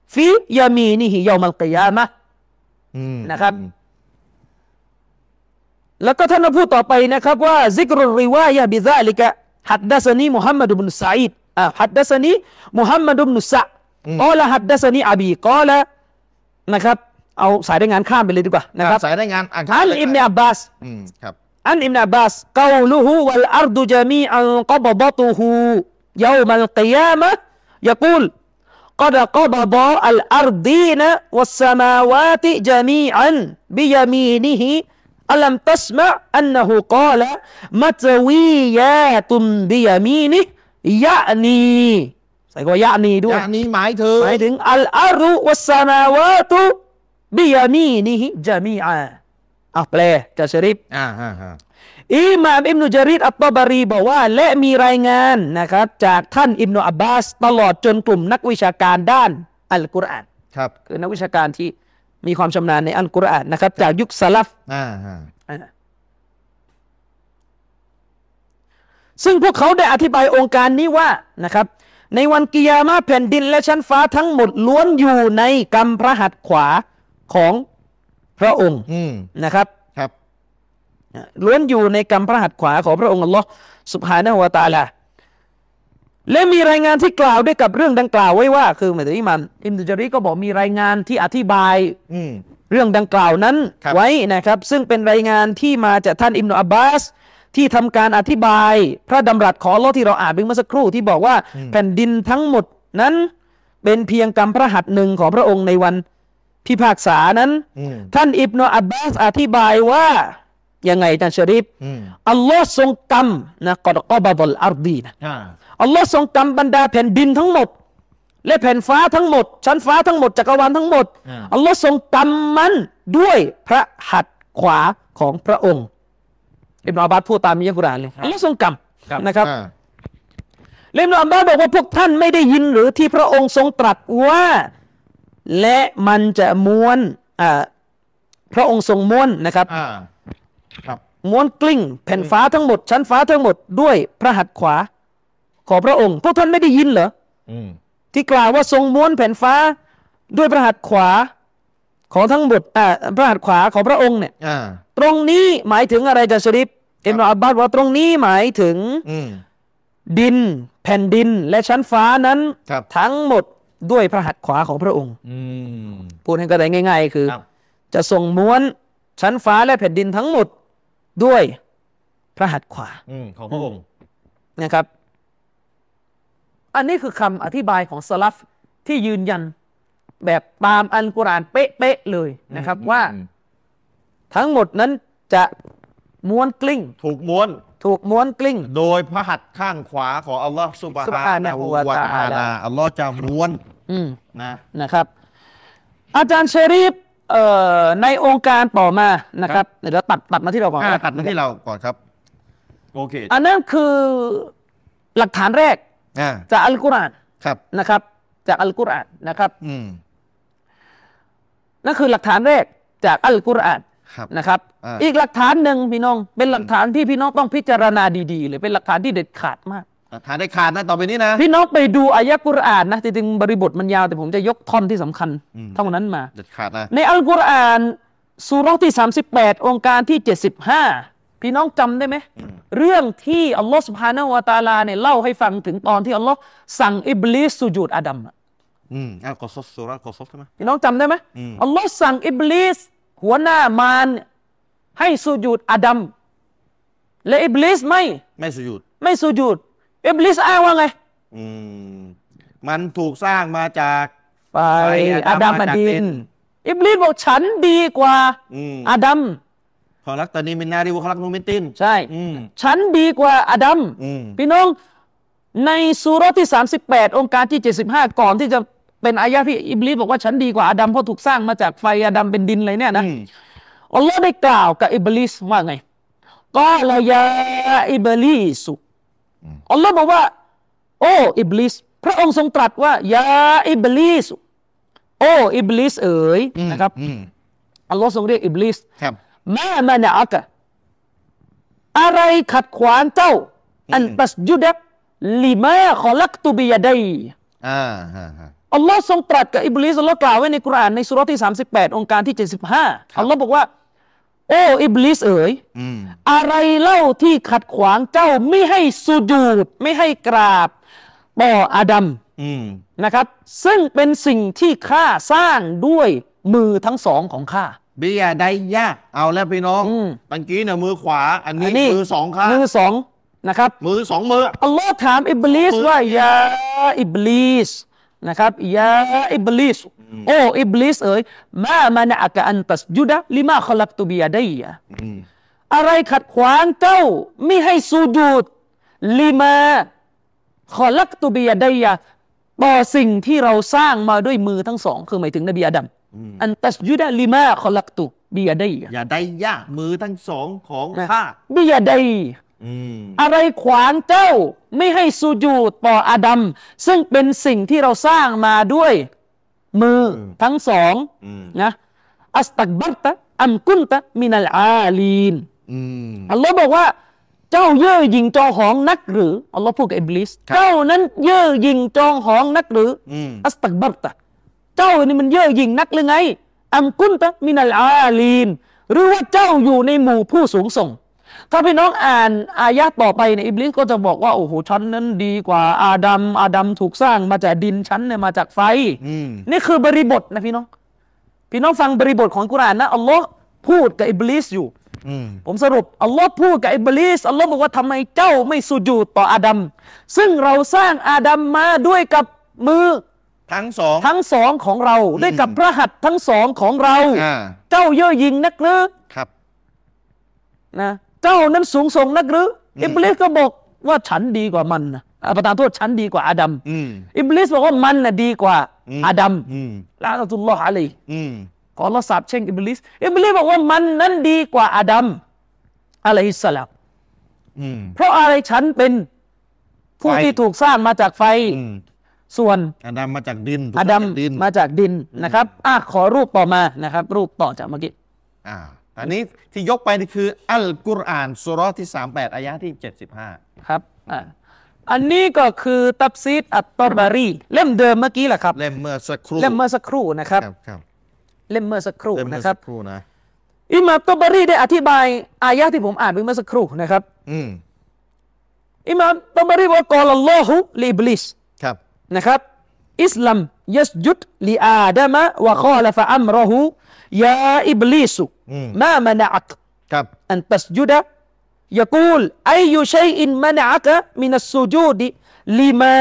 A: ฟียามีนิฮิยอมัลกิยามะห์
C: อืม
A: นะครับ แล้วก็ท่านพูดต่อไปนะครับว่าซิกรุริวายะบิซาลิกะฮัดดะซะนีมุฮัมมัดบินซะอีดอ่าฮัดดะซะนีมุฮัมมัดบินซะกอละฮัดดะซะนีอบีกอละนะครับเอาสายรายงานข้ามไปเลยดีกว่านะครับ
C: สายรายงานอ่าน
A: อันอิบนุอับบาส
C: อืมครับ
A: อันอิบนุอับบาสกอลูฮุวัลอัรดุญะมีอันกอบะตุฮุยอมัลกิยามะห์ยะกูลقد قبض الأرضين والسماوات جميعا بيمينه ألم تسمع أنه قال متويات بيمينه يعني ใส่ก็ยะนีด้วย
C: อย่างนี้หมายถึง
A: หมายถึงอัลอารุวัสสามาวาตุบิยามีนิฮิจามีอาอ่ะแปลจะชริฟ
C: อ่าฮะฮะ
A: อิหม่ามอิบนุจารีรอัตตะบารีบอกว่าและมีรายงานนะครับจากท่านอิบนุอับบาสตลอดจนกลุ่มนักวิชาการด้านอัลกุรอาน
C: ครับ
A: คือนักวิชาการที่มีความชำนาญในอัลกุรอานนะครับจากยุคสลัฟ
C: อ่าฮะ
A: ซึ่งพวกเขาได้อธิบายองค์การนี้ว่านะครับในวันกิยามะห์แผ่นดินและชั้นฟ้าทั้งหมดล้วนอยู่ในกำพระหัตถ์ขวาของพระองค์
C: อืม
A: นะครับ
C: ครับ
A: ล้วนอยู่ในกำพระหัตถ์ขวาของพระองค์อัลลอฮ์ซุบฮานะฮูวะตะอาลาและมีรายงานที่กล่าวด้วยกับเรื่องดังกล่าวไว้ว่าคือหมายถึงอิหม่ามอิบนุจารีก็บอกมีรายงานที่อธิบาย
C: อืม
A: เรื่องดังกล่าวนั้น
C: ครับ
A: ไว้นะครับซึ่งเป็นรายงานที่มาจากท่านอิบนุอับบาสที่ทำการอธิบายพระดำรัสของอัลเลาะห์ที่เราอ่านไปเมื่อสักครู่ที่บอกว่าแผ่นดินทั้งหมดนั้นเป็นเพียงกำพระหัตถ์หนึ่งของพระองค์ในวันพิพากษานั้น
C: อืม
A: ท่านอิบนุอับบาสอธิบายว่ายังไงท่านชะรีฟ
C: อืม
A: อัลลอฮ์ทรงกำนะกอดกอบะดัลอาร์ดีนะ
C: อ่า
A: อัลลอฮ์ทรงกำบรรดาแผ่นดินทั้งหมด และแผ่นฟ้าทั้งหมด ชั้นฟ้าทั้งหมดจักรวาลทั้งหมดอัลลอฮ์ทรงกำมันด้วยพระหัตถ์ขวาของพระองค์อิบนุอับบาสพูดตามมีอัลกุรอานเลยอัลลอฮ์ทรงกำนะครับ
C: อ่า
A: และอิบนุอับบาสบอกว่าพวกท่านไม่ได้ยินหรือที่พระองค์ทรงตรัสว่าและมันจะม้วนอ่าพระองค์ทรงม้วนนะครับ
C: อ่าครับ
A: ม้วนกลิ้งแผ่นฟ้าทั้งหมดชั้นฟ้าทั้งหมดด้วยพระหัตถ์ขวาของพระองค์พวกท่านไม่ได้ยินเหรอ
C: อืม
A: ที่กล่าวว่าทรงม้วนแผ่นฟ้าด้วยพระหัตถ์ขวาของทั้งหมดอ่าพระหัตถ์ขวาของพระองค์เนี่ย
C: อ่า
A: ตรงนี้หมายถึงอะไรจะชริฟอิบนุอับบาสว่าตรงนี้หมายถึง
C: อืม
A: ดินแผ่นดินและชั้นฟ้านั้น
C: ครับ
A: ทั้งหมดด้วยพระหัตถ์ขวาของพระองค์
C: อืม
A: พูดให้กระไดง่ายๆ คือ
C: ครับ
A: จะทรงม้วนชั้นฟ้าและแผ่นดินทั้งหมดด้วยพระหัตถ์ขวา
C: อืมของพระองค์
A: นะครับ อันนี้คือคำอธิบายของสลัฟที่ยืนยันแบบตามอัลกุรอานเป๊ะๆเลยนะครับ
C: อืม
A: ว่า
C: อืม
A: ทั้งหมดนั้นจะม้วนกลิ้ง
C: ถูกม้วน
A: ถูกม้วนกลิ้ง
C: โดยพระหัตถ์ข้างขวาของอัลลอฮ์ซุบฮา
A: ซุบฮานะ
C: นะ
A: ฮู
C: ฮู
A: วะ
C: วะ
A: ตะ
C: ตะ
A: อา
C: อา
A: ลา
C: ลาอัลลอฮ์จะม้วน
A: อืม
C: นะ
A: นะครับ อาจารย์เชรีฟเอ่อในองค์การต่อมานะครับเดี๋ยวเราตัดตัดมาที่เราก่อน
C: อ่าตัดมาที่เราก่อนครับ โอเค
A: อันนั้นคือหลักฐานแรก
C: อ่า
A: จากอัลกุรอาน
C: ครับ
A: นะครับ จากอัลกุรอานนะครับ
C: อืม
A: นั่นคือหลักฐานแรกจากอัลกุรอาน
C: ครับ
A: นะครับ
C: อ่า
A: อีกหลักฐานหนึ่งพี่น้อง เป็นหลักฐานที่พี่น้องต้องพิจารณาดีๆเลยเป็นหลักฐานที่เด็ดขาดมาก
C: ทานได้ขาดนะต่อไปนี้นะ
A: พี่น้องไปดูอายะกุรอานนะจริงๆบริบทมันยาวแต่ผมจะยกท่อนที่สำคัญ
C: อืม
A: เท่านั้นมา
C: เด็ดขาดนะ
A: ในอัลกุรอานซูเราะห์ที่สามสิบแปดองค์การที่เจ็ดสิบห้าพี่น้องจำได้ไหมเรื่องที่อัลลอฮฺซุบฮานะฮูวะตะอาลาเนี่ยเล่าให้ฟังถึงตอนที่อัลลอฮ์สั่งอิบลิสสุญูดอาดัมอะ
C: อืมอ่ากอซอสสุรากอซอสใช่ไหม
A: พี่น้องจำได้ไหม
C: อืม
A: อัลลอฮ์สั่งอิบลิสหัวหน้ามารเนี่ยให้สุญูดอาดัมและอิบลิสไม่
C: ไม่สุญูด
A: ไม่สุญูดอิบลิสอ้างว่าไง
C: อืมมันถูกสร้างมาจาก
A: ไป
C: ไป
A: อาดัมมาดิน อิบลิสบอกฉันดีกว่า
C: อืม
A: อาดัม
C: พอรักตอนนี้มินนาริวะคลักนูมินติน
A: ใช่
C: อืม
A: ฉันดีกว่าอาดัม
C: อืม
A: พี่น้องในซูเราะห์ที่สามสิบแปดองค์การที่เจ็ดสิบห้าก่อนที่จะเป็นอายะห์ที่อิบลิสบอกว่าฉันดีกว่าอาดัมเพราะถูกสร้างมาจากไฟอาดัมเป็นดินเลยเนี่ยนะ
C: อืม
A: อัลลอฮ์ได้กล่าวกับอิบลิสว่าไงกาลายาอิบลิสุอัลลอฮ์บอกว่า โอ้อิบลิสพระองค์ทรงตรัสว่ายาอิบลิสโอ้อิบลิสเอ๋ย
C: อืม
A: นะครับ
C: อืม
A: อัลลอฮ์ทรงเรียกอิบลิส
C: ครับ
A: มามานะอะกะอะไรขัดขวางเจ้า อันตัสจุดะลิมาขอลักตุบิยาดัย
C: อ่าฮะฮะ
A: อัลลอฮ์ทรงตรัสกับอิบลิสอัลลอฮ์กล่าวไว้ในกุรอานในสุเราะห์ที่สามสิบแปดองค์การที่เจ็ดสิบห้าอัลลอฮ์บอกว่าโอ้อิบลิสเอ๋ย
C: อืม
A: อะไรเล่าที่ขัดขวางเจ้าไม่ให้สุญูดไม่ให้กราบต่ออาดัม
C: อืม
A: นะครับ ซึ่งเป็นสิ่งที่ข้าสร้างด้วยมือทั้งสองของข้า
C: เบียไดยะเอาแล้วพี่น้อง
A: อืม
C: ตะกี้เนี่ยมือขวา อันนี้
A: อันนี้
C: มือสองข้าง
A: มือสองนะครับ
C: มือสองมือ
A: อัลลอฮ์ถามอิบลิสว่ายาอิบลิสนะครับยาอิบลิสโอ้อิบลิสเอ๋ยมามานะอะกะอันตัสจุดะลิมาขลักตุบิยาดัยยะ
C: อืม
A: อะไรขัดขวางเจ้าไม่ให้สูญูดลิมาขลักตุบิยาดัยยะต่อสิ่งที่เราสร้างมาด้วยมือทั้งสองคือหมายถึงนบีอาดัมอันตัสจุดะลิมาขลักตุบิยาดัยยะ
C: อย่าได้ยะมือทั้งสองของข้า
A: บิยาดัย
C: อืม
A: อะไรขวางเจ้าไม่ให้สุญูดต่ออาดัมซึ่งเป็นสิ่งที่เราสร้างมาด้วยมือทั้งสอง
C: อืม
A: นะอัสตักบัรตะอัมกุนตะมินัลอาลีน
C: อืม
A: อัลลอฮ์บอกว่าเจ้าเย่อหยิ่งจองหองนักหรืออัลลอฮ์พูดกับอิบลิส
C: ครับ
A: เจ้านั้นเย่อหยิ่งจองหองนักหรือ
C: อืม
A: อัสตักบัรตะเจ้านี่มันเย่อหยิ่งนักหรือไงอัมกุนตะมินัลอาลีนหรือว่าเจ้าอยู่ในหมู่ผู้สูงส่งถ้าพี่น้องอ่านอายะห์ต่อไปในยอิบลิสก็จะบอกว่าโอ้โหฉันนั้นดีกว่าอาดัมอาดัมถูกสร้างมาจากดินฉันเนี่ยมาจากไฟ
C: อืม
A: นี่คือบริบทนะพี่น้อง พี่น้องฟังบริบทของกุรอานนะอัลลอฮ์พูดกับอิบลิสอยู่
C: อืม
A: ผมสรุปอัลลอฮ์พูดกับอิบลิสอัลลอฮ์บอกว่าทำไมเจ้าไม่สุญูดต่ออาดัมซึ่งเราสร้างอาดัมมาด้วยกับมือ
C: ทั้งสอง
A: ทั้งสองของเราด้วยกับพระหัตถ์ทั้งสองของเรา
C: อ่า
A: เจ้าเย่อหยิ่งนักหรือ
C: ครับ
A: นะเจ้านั้นสูงส่งนักหรืออิบลิสก็บอกว่าฉันดีกว่ามันนะอ่ะประทานโทษฉันดีกว่าอาดัม
C: อืม
A: อิบลิสบอกว่ามันน่ะดีกว่า
C: อืม
A: อาดัม
C: อืม
A: ละอัตุลลอฮ์อะลัยฮิ
C: อืม
A: ขออัลลอฮ์สาปแช่งอิบลิสอิบลิสบอกว่ามันนั้นดีกว่าอาดัมอะลัยฮิสสลาม
C: อืม
A: เพราะอะไรฉันเป็นผู้
C: ไฟ
A: ที่ถูกสร้างมาจากไฟ
C: อืม
A: ส่วน
C: อาดัมมาจากดิน
A: อาดัม
C: ถูกสร้งจกดิน
A: มาจากดินนะครับอ่ะขอรูปต่อมานะครับ รูปต่อจากเมื่อกี้
C: อ่าอันนี้ที่ยกไปนี่คืออัลกุรอานสุเราะห์ที่สามสิบแปดอายะที่เจ็ดสิบห้า
A: ครับอ่ะอันนี้ก็คือตัฟซีรอัตตอบารีเล่มเดิมเมื่อกี้แหละครับ
C: เล่มเมื่อสักครู่
A: เล่มเมื่อสักครู่นะครับ
C: ครับครับ
A: เล่มเมื่อสักครู่
C: เล่มเมื่
A: นะ
C: อ
A: ครั
C: สั
A: บ
C: กครู่นะ
A: อิหม่ามตอบารีได้อธิบายอายะที่ผมอ่านไปเมื่อสักครู่นะครับ
C: อืม
A: อิหม่ามตอบารีบอกกอลัลลอฮุลิอิบลิส
C: ครับ
A: นะครับอิสลามยัสจุดลิอาดัมะวะคอลฟะอัมรหูยาอิบลิสุมามะนะอัก
C: ครับ
A: อันตัสจุดะيقول أي شيء منعك من السجود لما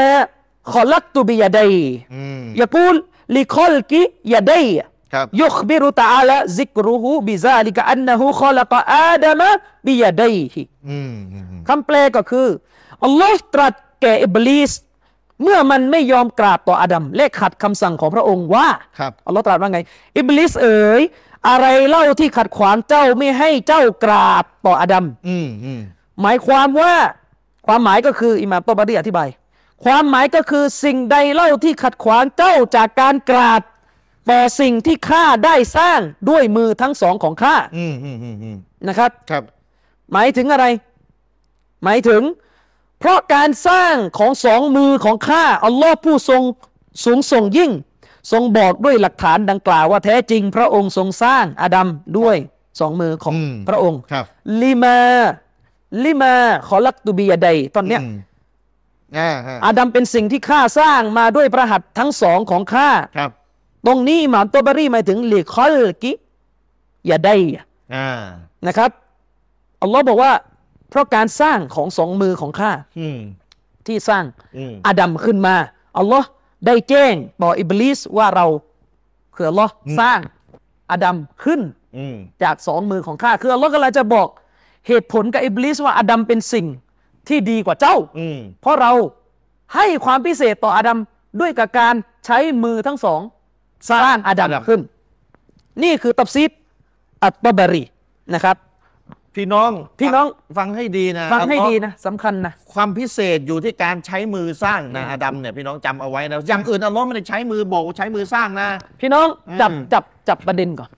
A: خلقت بيدي
C: อืม
A: يقول لخلق يدي
C: ครับ
A: يخبر تعالى ذكره بذلك أنه خلق آدم بيديه
C: อืมอืม
A: คำแปลก็คืออัลลอฮ์ตรัสแก่อิบลิสเมื่อมันไม่ยอมกราบต่ออาดัมและขัดคำสั่งของพระองค์ว่า
C: ครับ
A: อัลลอฮ์ตรัสว่าไงอิบลิสเอ๋ยอะไรเล่าที่ขัดขวางเจ้าไม่ให้เจ้ากราบต่ออาดัม
C: อืมอืม
A: หมายความว่าความหมายก็คืออิหม่ามตอบารีอธิบาย ความหมายก็คือสิ่งใดเล่าที่ขัดขวางเจ้าจากการกราบต่อสิ่งที่ข้าได้สร้างด้วยมือทั้งสองของข้า
C: อืมอืมอืมอืม
A: นะครับ
C: ครับ
A: หมายถึงอะไร หมายถึง เพราะการสร้างของสองมือของข้าอัลลอฮ์ผู้ทรงสูงส่งยิ่ง ทรงบอกด้วยหลักฐานดังกล่าวว่าแท้จริง พระองค์ทรงสร้างอาดัมด้วยสองมือของ
C: อืม
A: พระองค์
C: ครับ
A: ลิมาลิมาขอลักตุบียาใดตอนเนี้ย
C: อืมอ่าฮะ
A: อาดัมเป็นสิ่งที่ข้าสร้างมาด้วยพระหัตถ์ทั้งสองของข้า
C: ครับ
A: ตรงนี้อิหม่ามตอบารีหมายถึงลิคอลกิยาได
C: อ่า
A: นะครับอัลลอฮ์บอกว่า เพราะการสร้างของสองมือของข้า
C: อืม
A: ที่สร้าง
C: อืม
A: อาดัมขึ้นมาอัลลอฮ์ได้แจ้งต่ออิบลิสว่าเราคืออัลลอฮ์สร้างอาดัมขึ้น
C: อืม
A: จากสองมือของข้าคืออัลลอฮ์ก็เลยจะบอกเหตุผลกับอิบลิสว่าอาดัมเป็นสิ่งที่ดีกว่าเจ้า
C: อืม
A: เพราะเราให้ความพิเศษต่ออาดัมด้วยกับการใช้มือทั้งสองสร้างอาดัมขึ้น นี่คือตัฟซีรอัตตบารีนะครับ
C: พี่น้อง
A: พี่น้อง
C: ฟังให้ดีนะ
A: ฟังให้
C: อัลลอฮ์
A: ดีนะสำคัญนะ
C: ความพิเศษอยู่ที่การใช้มือสร้างนะอาดัมเนี่ยพี่น้องจำเอาไว้นะอย่างอื่นอัลลอฮ์ไม่ได้ใช้มือบอกว่าใช้มือสร้างนะ
A: พี่น้องจับ
C: อืม
A: จับจับประเด็นก่อน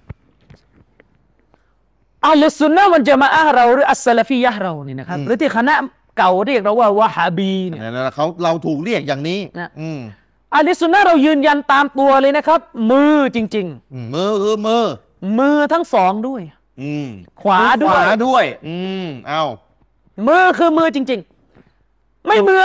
A: อัลสุนนะวันจะมาอะห์เราหรืออัสซะลาฟียะห์เรานี่นะครับหรือที่คณะเก่าเรียกเราว่าวะฮาบีเนี่ย
C: เนี่ยนะเขาเราถูกเรียกอย่างนี้
A: นะ
C: อืม
A: อะลิสุนนะห์เรายืนยันตามตัวเลยนะครับ มือจริง
C: อืมมือคือมือ
A: ๆ มือทั้งสองด้วย
C: อืม
A: ขวาด้วย
C: ขวาด้วย อืมเอา
A: มือคือมือจริง ๆ ไม่เหมือน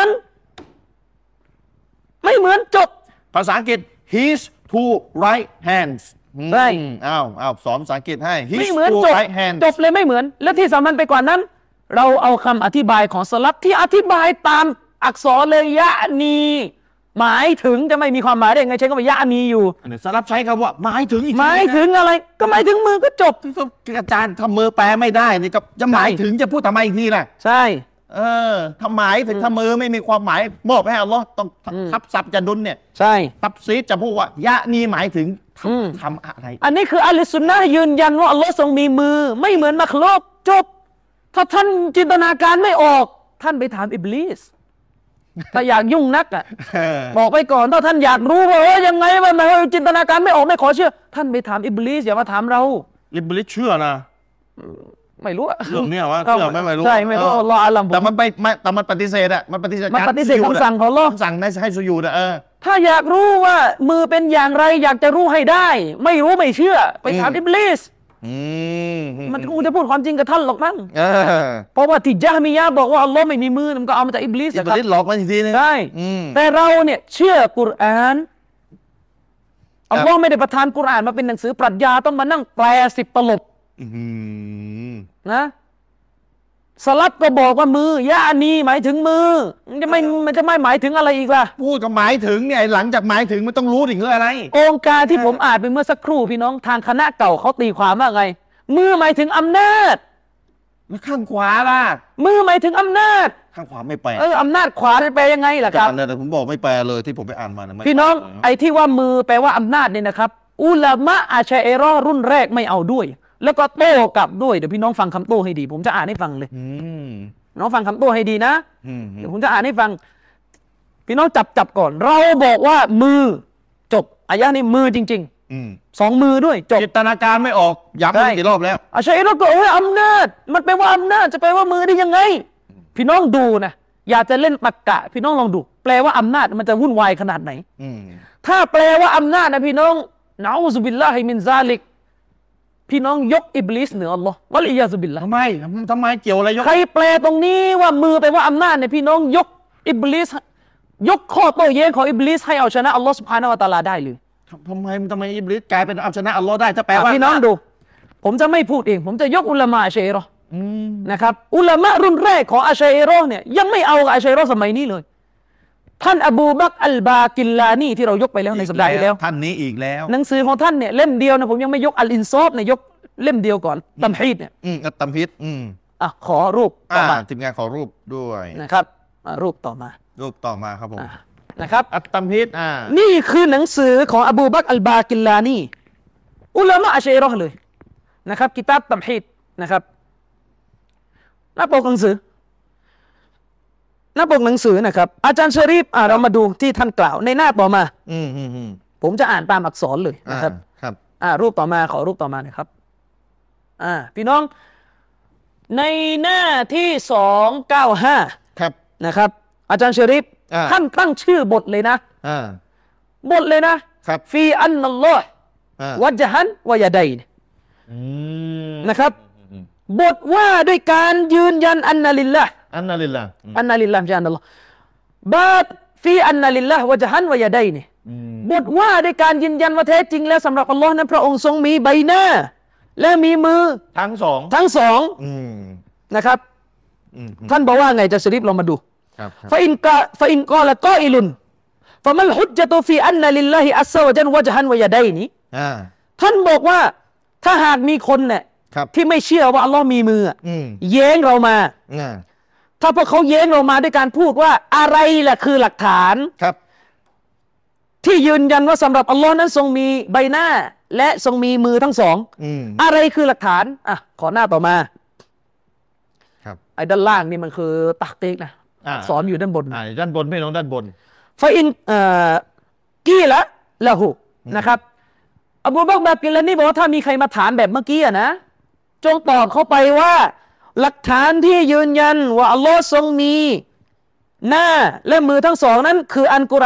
A: ไม่เหมือนจบ
C: ภาษาอังกฤษ his two right hands
A: ใช่
C: อืมอ้าวอ้าวสอนภาษาอังกฤษให้ his
A: ไม่เหมือน
C: two
A: จบ
C: right hands
A: จบเลยไม่เหมือน และที่สำคัญไปกว่านั้น เราเอาคำอธิบายของสลับที่อธิบายตามอักษรเลยยะนี หมายถึงจะไม่มีความหมายได้ยังไงใช้คำว่ายะนีอยู่
C: อันนี้สลับใช้คำว่าหมายถึงอีกที
A: หมายถึงอะไร ก็หมายถึงมือก็จบ
C: นะอาจารย์ทำมือแปลไม่ได้นี่ก็จะหมายถึงจะพูดทำไมอีกทีล่ะ
A: ใช่
C: เออถ้าหมายถึงถ้ามือไม่มีความหมายมอบให้อัลลอฮ์ต้องทับศัพท์จะดุลเนี่ย
A: ใช่
C: ทับซีดจะพูดว่ายะนี่หมายถึงท
A: อืม
C: ำทำอะไร
A: อันนี้คืออัลลิสุนนะห์ยืนยันว่าอัลลอฮ์ทรงมีมือ ไม่เหมือนมักลุกจบ ถ้าท่านจินตนาการไม่ออก ท่านไปถามอิบลิสถ้าอยากยุ่งนักอ่ะ
C: เออ
A: บอกไปก่อนถ้าท่านอยากรู้ว่าเออยังไงมันจินตนาการไม่ออกไม่ขอเชื่อ ท่านไปถามอิบลิสอย่ามาถามเรา
C: ลิบลิสเชื่อนะ
A: ไม่รู้อะ
C: เรื่องเนี้ยว่าเชื่อไม่ไม่รู้
A: ใช่ไม่รู้
C: เออ
A: อัลลอฮ์อาลัมผม
C: แต่มันไปไม่แต่มันปฏิเสธอะมันปฏิเสธ
A: มัน
C: การ
A: ปฏิเสธ
C: สุญูดอะ
A: คำสั่งของอัลลอฮ์
C: คำสั่งในให้สุญูดอะเออ
A: ถ้าอยากรู้ว่ามือเป็นอย่างไรอยากจะรู้ให้ได้ ไม่รู้ไม่เชื่อ ไปถาม
C: อืม
A: อิบลิส
C: อืม
A: มันคงจะพูดความจริงกับท่านหรอกมั้ง
C: เออ
A: เพราะว่าที่ญะฮ์มียะห์บอกว่าอัลลอฮ์ไม่มีมือมันก็เอามาจากอิบลิส
C: อิ
A: นะ
C: บ
A: ครับ
C: ลิสหลอกมันอีกทีนึง
A: ใช่
C: อืม
A: แต่เราเนี่ยเชื่อกุรอานอัลลอฮ์ไม่ได้ประทานกุรอานมาเป็นหนังสือปรัชญาต้องมานั่งแปลสิบตลบ
C: อืม
A: นะสลับก็บอกว่ามือยะนีหมายถึงมือมันจะไม่มันจะไม่หมายถึงอะไรอีกล่ะ
C: พูดก็หมายถึงเนี่ยหลังจากหมายถึงมันต้องรู้ถึงอะไร
A: องค์การที่ผมอ่านไปเมื่อสักครู่พี่น้องทางคณะเก่าเขาตีความว่าไง มือหมายถึงอำนาจ
C: แล้วข้างขวาล่ะ
A: มือหมายถึงอำนาจ
C: ข้างขวาไม่แปล
A: เอออำนาจขวาจะแปลยังไงล่ะค
C: กา
A: รับ
C: รเนี่ยแต่ผมบอกไม่แปลเลยที่ผมไปอ่านมานะไม่
A: พี่น้อง
C: แปล
A: ไอ้ที่ว่ามือแปลว่าอำนาจเนี่ยนะครับ อุลามะอาชัยรอห์รุ่นแรกไม่เอาด้วย แล้วก็โต้กลับด้วยเดี๋ยวพี่น้องฟังคำโต้ให้ดี ผมจะอ่านให้ฟังเลย
C: อืม
A: น้องฟังคำโต้ให้ดีนะ
C: อืม
A: เดี๋ยวผมจะอ่านให้ฟัง พี่น้องจับจับก่อน เราบอกว่ามือจบอายะนี้มือจริง
C: อืม
A: ๆสองมือด้วยจบ
C: จินตนาการไม่ออกย้ำ
A: ใช่
C: มากี่รอบแล้ว
A: อาชัยรอห์ก็เอออำนาจ มันแปลว่าอำนาจจะแปลว่ามือได้ยังไง พี่น้องดูนะอยากจะเล่นตรรกะ พี่น้องลองดู แปลว่าอำนาจมันจะวุ่นวายขนาดไหน
C: อืม
A: ถ้าแปลว่าอำนาจนะพี่น้องนะอูซุบิลลาฮิมินซาลิก พี่น้องยกอิบลิสเหนืออัลลอฮ์วะลิยาซุบิลลาห์
C: ทำไมทำไมเกี่ยวอะไรยก
A: ใครแปลตรงนี้ว่ามือแปลว่าอำนาจเนี่ยพี่น้องยกอิบลิสยกข้อโต้แย้งของอิบลิสให้เอาชนะอัลลอฮ์ซุบฮานะฮูวะตะอาลาได้เลย
C: ทำไมทำไมอิบลิสกลายเป็นเอาชนะอัลลอฮ์ได้ถ้าแปลว่า
A: อ่ะพี่น้องดู ผมจะไม่พูดเอง ผมจะยกอุลามะอัชชัยรอห์
C: อืม
A: นะครับอุลามะรุ่นแรกของอัชชัยรอห์เนี่ยยังไม่เอากับอัชชัยรอห์สมัยนี้เลย ท่านอบูบักรอัลบากิลลานีที่เรายกไปแล้วในสัปดาห์ที่แล้ว
C: ท่านนี้อีกแล้ว
A: หนังสือของท่านเนี่ยเล่มเดียวนะผมยังไม่ยกอัลอินซอฟเนี่ยยกเล่มเดียวก่อนตัมฮีดเนี่ย
C: อืมอัตตัมพิษอืม
A: อ่ะขอรูปต่อ
C: อ่า
A: มา
C: ทีมงานขอรูปด้วย
A: นะครับอ่ะรูปต่อมา
C: รูปต่อมาครับผม
A: อ่ะนะครับ
C: อัตตัมพิษอ่า
A: นี่คือหนังสือของอบูบักรอัลบากิลลานีอุลามะอัชชัยรอห์เลยนะครับกิตาบตัมฮีดนะครับหน้าปกหนังสือหน้าปกหนังสือนะครับอาจารย์ชะรีฟอ่ะเรามาดูที่ท่านกล่าวในหน้าต่อมา
C: อืมอืมอืม
A: ผมจะอ่านตามอักษรเลย
C: อ่า
A: นะครับ
C: ครับ
A: อ่ารูปต่อมาขอรูปต่อมาหนะครับอ่าพี่น้องในหน้าที่สองเก้าห้า
C: ครับ
A: นะครับ อาจารย์ชะรีฟ
C: อ่า
A: ท่านตั้งชื่อบทเลยนะ
C: อ่า
A: บทเลยนะครับ ฟีอันนัลลอฮ์
C: อ่า
A: วัจฮันวะยะดัยน
C: อืม
A: นะครับ บทว่าด้วยการยืนยันอันนัลิลละ
C: อันนั้นลิลละอืม
A: อันนัลิลละไม่ใช่อันนัลลอฮ์บาตฟีอันนัลิลละวะจฮันวะยะดัยน
C: อืม
A: บทว่าด้วยการยืนยันว่าแท้จริงแล้วสำหรับอัลลอฮ์นั้นพระองค์ทรงมีใบหน้า และมีมือ
C: ทั้งสอง
A: ทั้งสอง
C: อืม
A: นะครับ
C: อืม
A: ท่านบอกว่าไงจะชริฟลองมาดู
C: ครับครับ
A: ฟาอินกะฟาอินกอละกออิลุนฟะมัลฮุจญะตุฟีอันนะลิลลาฮิอัสซะวะจัลวะจฮันวะยะดัยน
C: อ่า
A: ท่านบอกว่าถ้าหากมีคนเนี่ย
C: ครับ
A: ที่ไม่เชื่อว่าอัลลอฮ์มีมืออะ
C: อืม
A: แย้งเรามา
C: อ่า
A: ถ้าพวกเขาแย้งเรามาด้วยการพูดว่าอะไรล่ะคือหลักฐาน
C: ครับ
A: ที่ยืนยันว่าสำหรับอัลลอฮ์นั้นทรงมีใบหน้า และทรงมีมือทั้งสอง
C: อืม
A: อะไรคือหลักฐานอ่ะขอหน้าต่อมา
C: ครับ
A: ไอ้ด้านล่างนี่มันคือตักติกนะ
C: อ่า
A: สอนอยู่ด้านบน
C: อ่าด้านบนพี่น้องด้านบน
A: ฟาอินเอ่อกีละละหูนะครับอบูบักรบากิลานีบอกว่าถ้ามีใครมาถามแบบเมื่อกี้อะนะ จงตอบเข้าไปว่า หลักฐานที่ยืนยันว่าอัลลอฮ์ทรงมีหน้าและมือทั้งสองนั้นคืออันกุรอาน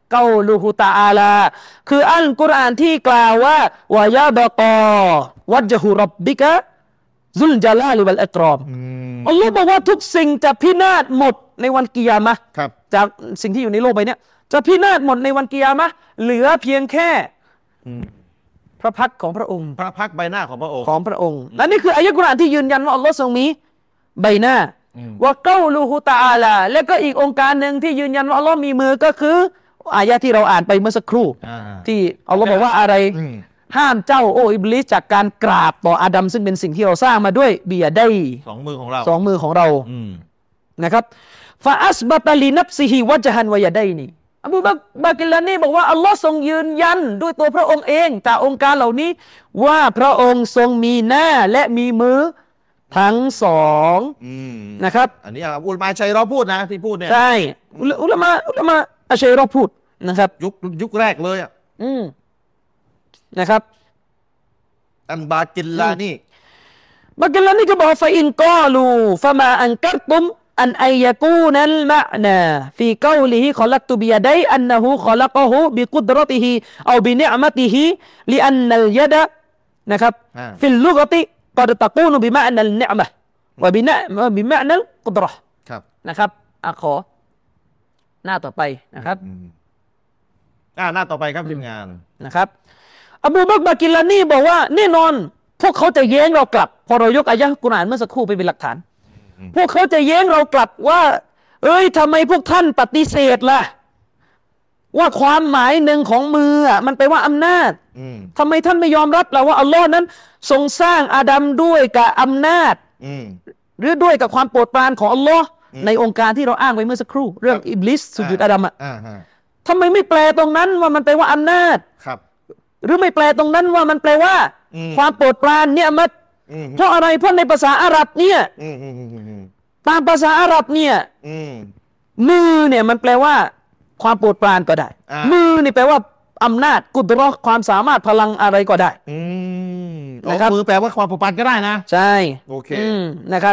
A: เกาลูฮุตะอาลาคืออัลกุรอานที่กล่าวว่าวะยาบะกอวัจฮุร็อบบิกะซุลญะลาลิวัลอิกรอม
C: อืม
A: อัลลอฮ์บอกว่าทุกสิ่งจะพินาศหมดในวันกิยามะห์
C: ครับ
A: จากสิ่งที่อยู่ในโลกใบเนี้ยจะพินาศหมดในวันกิยามะห์เหลือเพียงแค่
C: อืม
A: พระพักตร์ของพระองค์
C: พระพักตร์ใบหน้าของพระองค์
A: ของพระองค์และนี่คืออายะกุรอานที่ยืนยันว่าอัลลอฮ์ทรงมีใบหน้า
C: อืม
A: ว่าเกาลูฮุตะอาลาและก็อีกองค์การหนึ่งที่ยืนยันว่าอัลลอฮ์มีมือก็คืออายะที่เราอ่านไปเมื่อสักครู่
C: อ่า
A: ที่อัลลอฮ์บอกว่าอะไร
C: อืม
A: ห้ามเจ้าโอ้อิบลิสจากการกราบต่ออาดัมซึ่งเป็นสิ่งที่เราสร้างมาด้วยเบียได้
C: สองมือของเรา
A: สองมือของเรา
C: อืม
A: นะครับฟาอัสบัตลีนับซิฮิวัจฮันวะยะได้นี่อบูบักรบากิลานีบอกว่าอัลลอฮ์ทรงยืนยันด้วยตัวพระองค์เองจากองค์การเหล่านี้ว่าพระองค์ทรงมีหน้าและมีมือทั้งสอง
C: อืม
A: นะครับ
C: อันนี้อุลมาชัยเราพูดนะที่พูดเนี่ย
A: ใช่อุลอุลามะอุลามะอัชชัยรอพูดนะครับ
C: ยุคยุคแรกเลยอ่ะ
A: อืมนะครับ
C: อันบากินลานี่
A: บากิลานีก็บอกฟาอินกอลูฟะมาอันกัรตุมอันอัยยกูนัลมะนาฟีกอลิฮิขอลักตุบิยะดัยอันนะฮูขอลักะฮูบิกุดรติฮิเอาบินิอ์มะติฮิลิอันนัลยะดะนะครับ
C: อ่า
A: ฟิลลุกติกอดตะกูนบิมะนัลนิอ์มะฮ์วะบินะบิมะนัลกุดเราะห์
C: ครับ
A: นะครับอ่ะขอหน้าต่อไปนะครับ
C: อืมอ่าหน้าต่อไปครับทีมงาน
A: นะครับอบูบักรบากิลานีบอกว่าแน่นอน พวกเขาจะแย้งเรากลับ พอเรายกอายะห์กุรอานเมื่อสักครู่ไปเป็นหลักฐาน
C: อืม
A: พวกเขาจะแย้งเรากลับว่า เอ้ยทำไมพวกท่านปฏิเสธล่ะ ว่าความหมายหนึ่งของมืออ่ะมันแปลว่าอำนาจ
C: อืม
A: ทำไมท่านไม่ยอมรับล่ะว่าอัลลอฮ์นั้นทรงสร้างอาดัมด้วยกับอำนาจ
C: อืม
A: หรือด้วยกับความโปรดปรานของอัลลอฮ์
C: อืม
A: ในองค์การที่เราอ้างไว้เมื่อสักครู่ เรื่อง
C: ครับ
A: อิบลิสสุญูดอาดัมอ่ะ
C: อ่าฮะ
A: ทำไมไม่แปลตรงนั้นว่ามันแปลว่าอำนาจ
C: ครับ
A: หรือไม่แปลตรงนั้นว่ามันแปลว่า
C: อืม
A: ความโปรดปรานเนี่ยมัน
C: อืม
A: เพราะอะไรเพราะในภาษาอาหรับเนี่ย
C: อืมอืมอืมอืม
A: ตามภาษาอาหรับเนี่ย
C: อืม
A: มือเนี่ยมันแปลว่า ความโปรดปรานก็ได้
C: อ่ามื
A: มือนี่แปลว่าอำนาจกุดเราะห์ความสามารถพลังอะไรก็ได้
C: อืม
A: นะครับ
C: เอามือแปลว่าความผูกพันก็ได้นะ
A: ใช่
C: โอเค
A: อืมนะครับ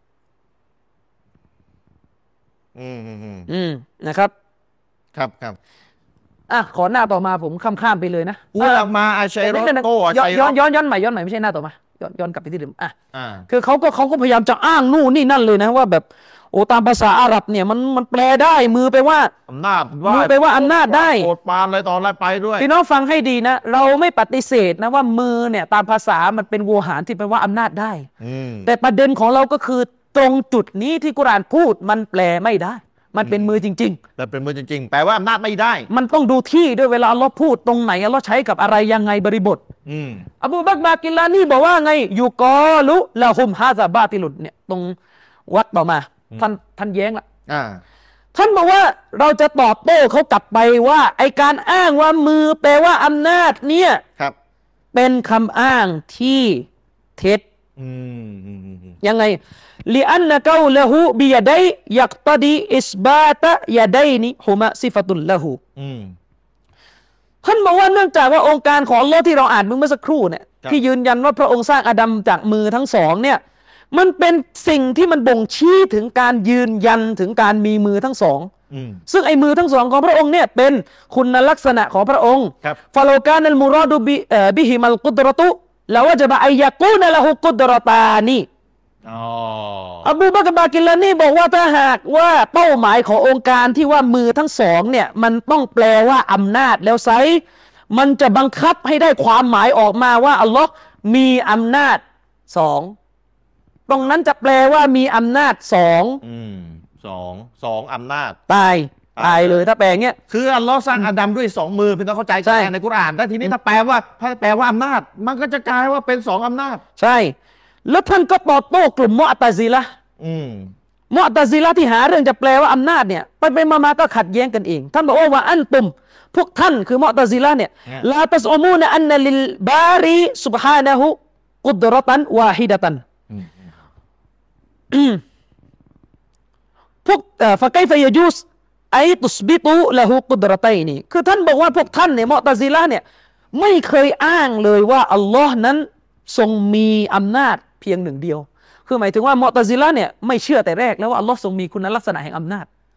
C: อืมอืมอืม
A: อืมนะครับ
C: ครับครับ
A: อ่ะขอหน้าต่อมาผมข้ามข้ามๆไปเลยนะ
C: อุลามาอาชัยรอ
A: เดี๋ยวๆๆ
C: โตอา
A: ย้อน
C: ชัยร
A: ย้
C: อ
A: อนย้อนย้อนใหม่ย้อนใหม่ไม่ใช่หน้าต่อมาย้อนย้อนกลับไปที่เดิมอ่ะ
C: อ่า
A: คือเขาก็เขาก็พยายามจะอ้างนู่นนี่นั่นเลยนะว่าแบบโอ้ตามภาษาอาหรับเนี่ยมันมันแปลได้มือไปว่า
C: อำนาจ
A: มือแปลว่าอำนาจได้
C: โปรดปรานอะไรต่ออะไรไปด้วย
A: พี่น้องฟังให้ดีนะ เราไม่ปฏิเสธนะว่ามือเนี่ยตามภาษามันเป็นโวหารที่แปลว่าอำนาจได้
C: อืม
A: แต่ประเด็นของเราก็คือตรงจุดนี้ที่กุรอานพูดมันแปลไม่ได้ มันเป็นมือจริง
C: แต่เป็นมือจริงๆ แปลว่าอำนาจไม่ได้
A: ๆ มันต้องดูที่ด้วยเวลาอัลเลาะห์พูดตรงไหนอัลเลาะห์ใช้กับอะไรยังไงบริบท
C: อืม
A: อบูบักรบากิลานีบอกว่าไงอยู่กอลุละฮุมฮาซาบาติลุดเนี่ยตรงวัดต่อมาท่านท่านแย้งละ
C: อ่า
A: ท่านบอกว่าเราจะตอบโต้เขากลับไปว่าไอการอ้างว่ามือแปลว่าอำนาจเนี่ย
C: ครับ
A: เป็นคำอ้างที่เท็จ
C: อืมอืมอืมอืม
A: ยังไงลิอันนะกาละหูบิยะดัยยักตดีอิสบาตะยะดัยนิฮุมะซิฟะตุลละหู
C: อืม
A: ท่านบอกว่าเนื่องจากว่าองค์การของอัลเลาะห์ที่เราอ่านเมื่อสักครู่เนี่ย
C: ครับ
A: ที่ยืนยันว่าพระองค์สร้างอาดัมจากมือทั้งสองเนี่ยมันเป็นสิ่งที่มันบ่งชี้ถึงการยืนยันถึงการมีมือทั้งสอง
C: อืม
A: ซึ่งไอ้มือทั้งสองของพระองค์เนี่ยเป็นคุณลักษณะของพระองค์
C: ครับ
A: ฟาโลกานัลมุรอดุบิเอ่อบิฮิมัลกุดเราะตุแล้วว่าจะบะอัยยะกูนละหุกุดเราะตานี
C: อ๋อ
A: อบูบักรบากิลานีบอกว่าถ้าหากว่าเป้าหมายขององค์การที่ว่ามือทั้งสองเนี่ยมันต้องแปลว่าอำนาจแล้วไซมันจะบังคับให้ได้ความหมายออกมาว่าอัลลอฮ์มีอำนาจสองตรงนั้นจะแปลว่ามีอำนาจสอง
C: อืมสองสองอำนาจ
A: ตายตายเลยถ้าแปลอย่างเงี้ย
C: คืออัลลอฮ์สร้างอาดัมด้วยสองมือเพี่ต้องเข้าใจ
A: ใช่
C: ในกุรอานแต่ทีนี้ถ้าแปลว่าถ้าแปลว่าอำนาจ มันก็จะกลายว่าเป็นสองอำนาจ
A: ใช่ แล้วท่านก็ตอบโต้กลุ่มมุอ์ตะซิละห์
C: อืม
A: มุอ์ตะซิละห์ที่หาเรื่องจะแปลว่าอำนาจเนี่ยไปไปมามาก็ขัดแย้งกันเอง ท่านบอกว่าว่าอันตุมพวกท่านคือมุอ์ตะซิละห์เนี่ย
C: เนี่ย
A: ลาตัสอมูนอันนลิลบารีซุบฮานะฮูกุดเราะตันวาฮิดะตัน
C: อืม
A: อืมพวกเอ่อฟะไกฟะยะจูสไอตุสบิตุละฮูกุดเราะตัยนี่คือท่านบอกว่าพวกท่านเนี่ยมุอ์ตะซิละห์เนี่ยไม่เคยอ้างเลยว่าอัลลอฮ์นั้นทรงมีอำนาจเพียงหนึ่งเดียว คือหมายถึงว่ามุอ์ตะซิละห์เนี่ยไม่เชื่อแต่แรกแล้วว่าอัลลอฮ์ทรงมีคุณลักษณะแห่งอำนาจ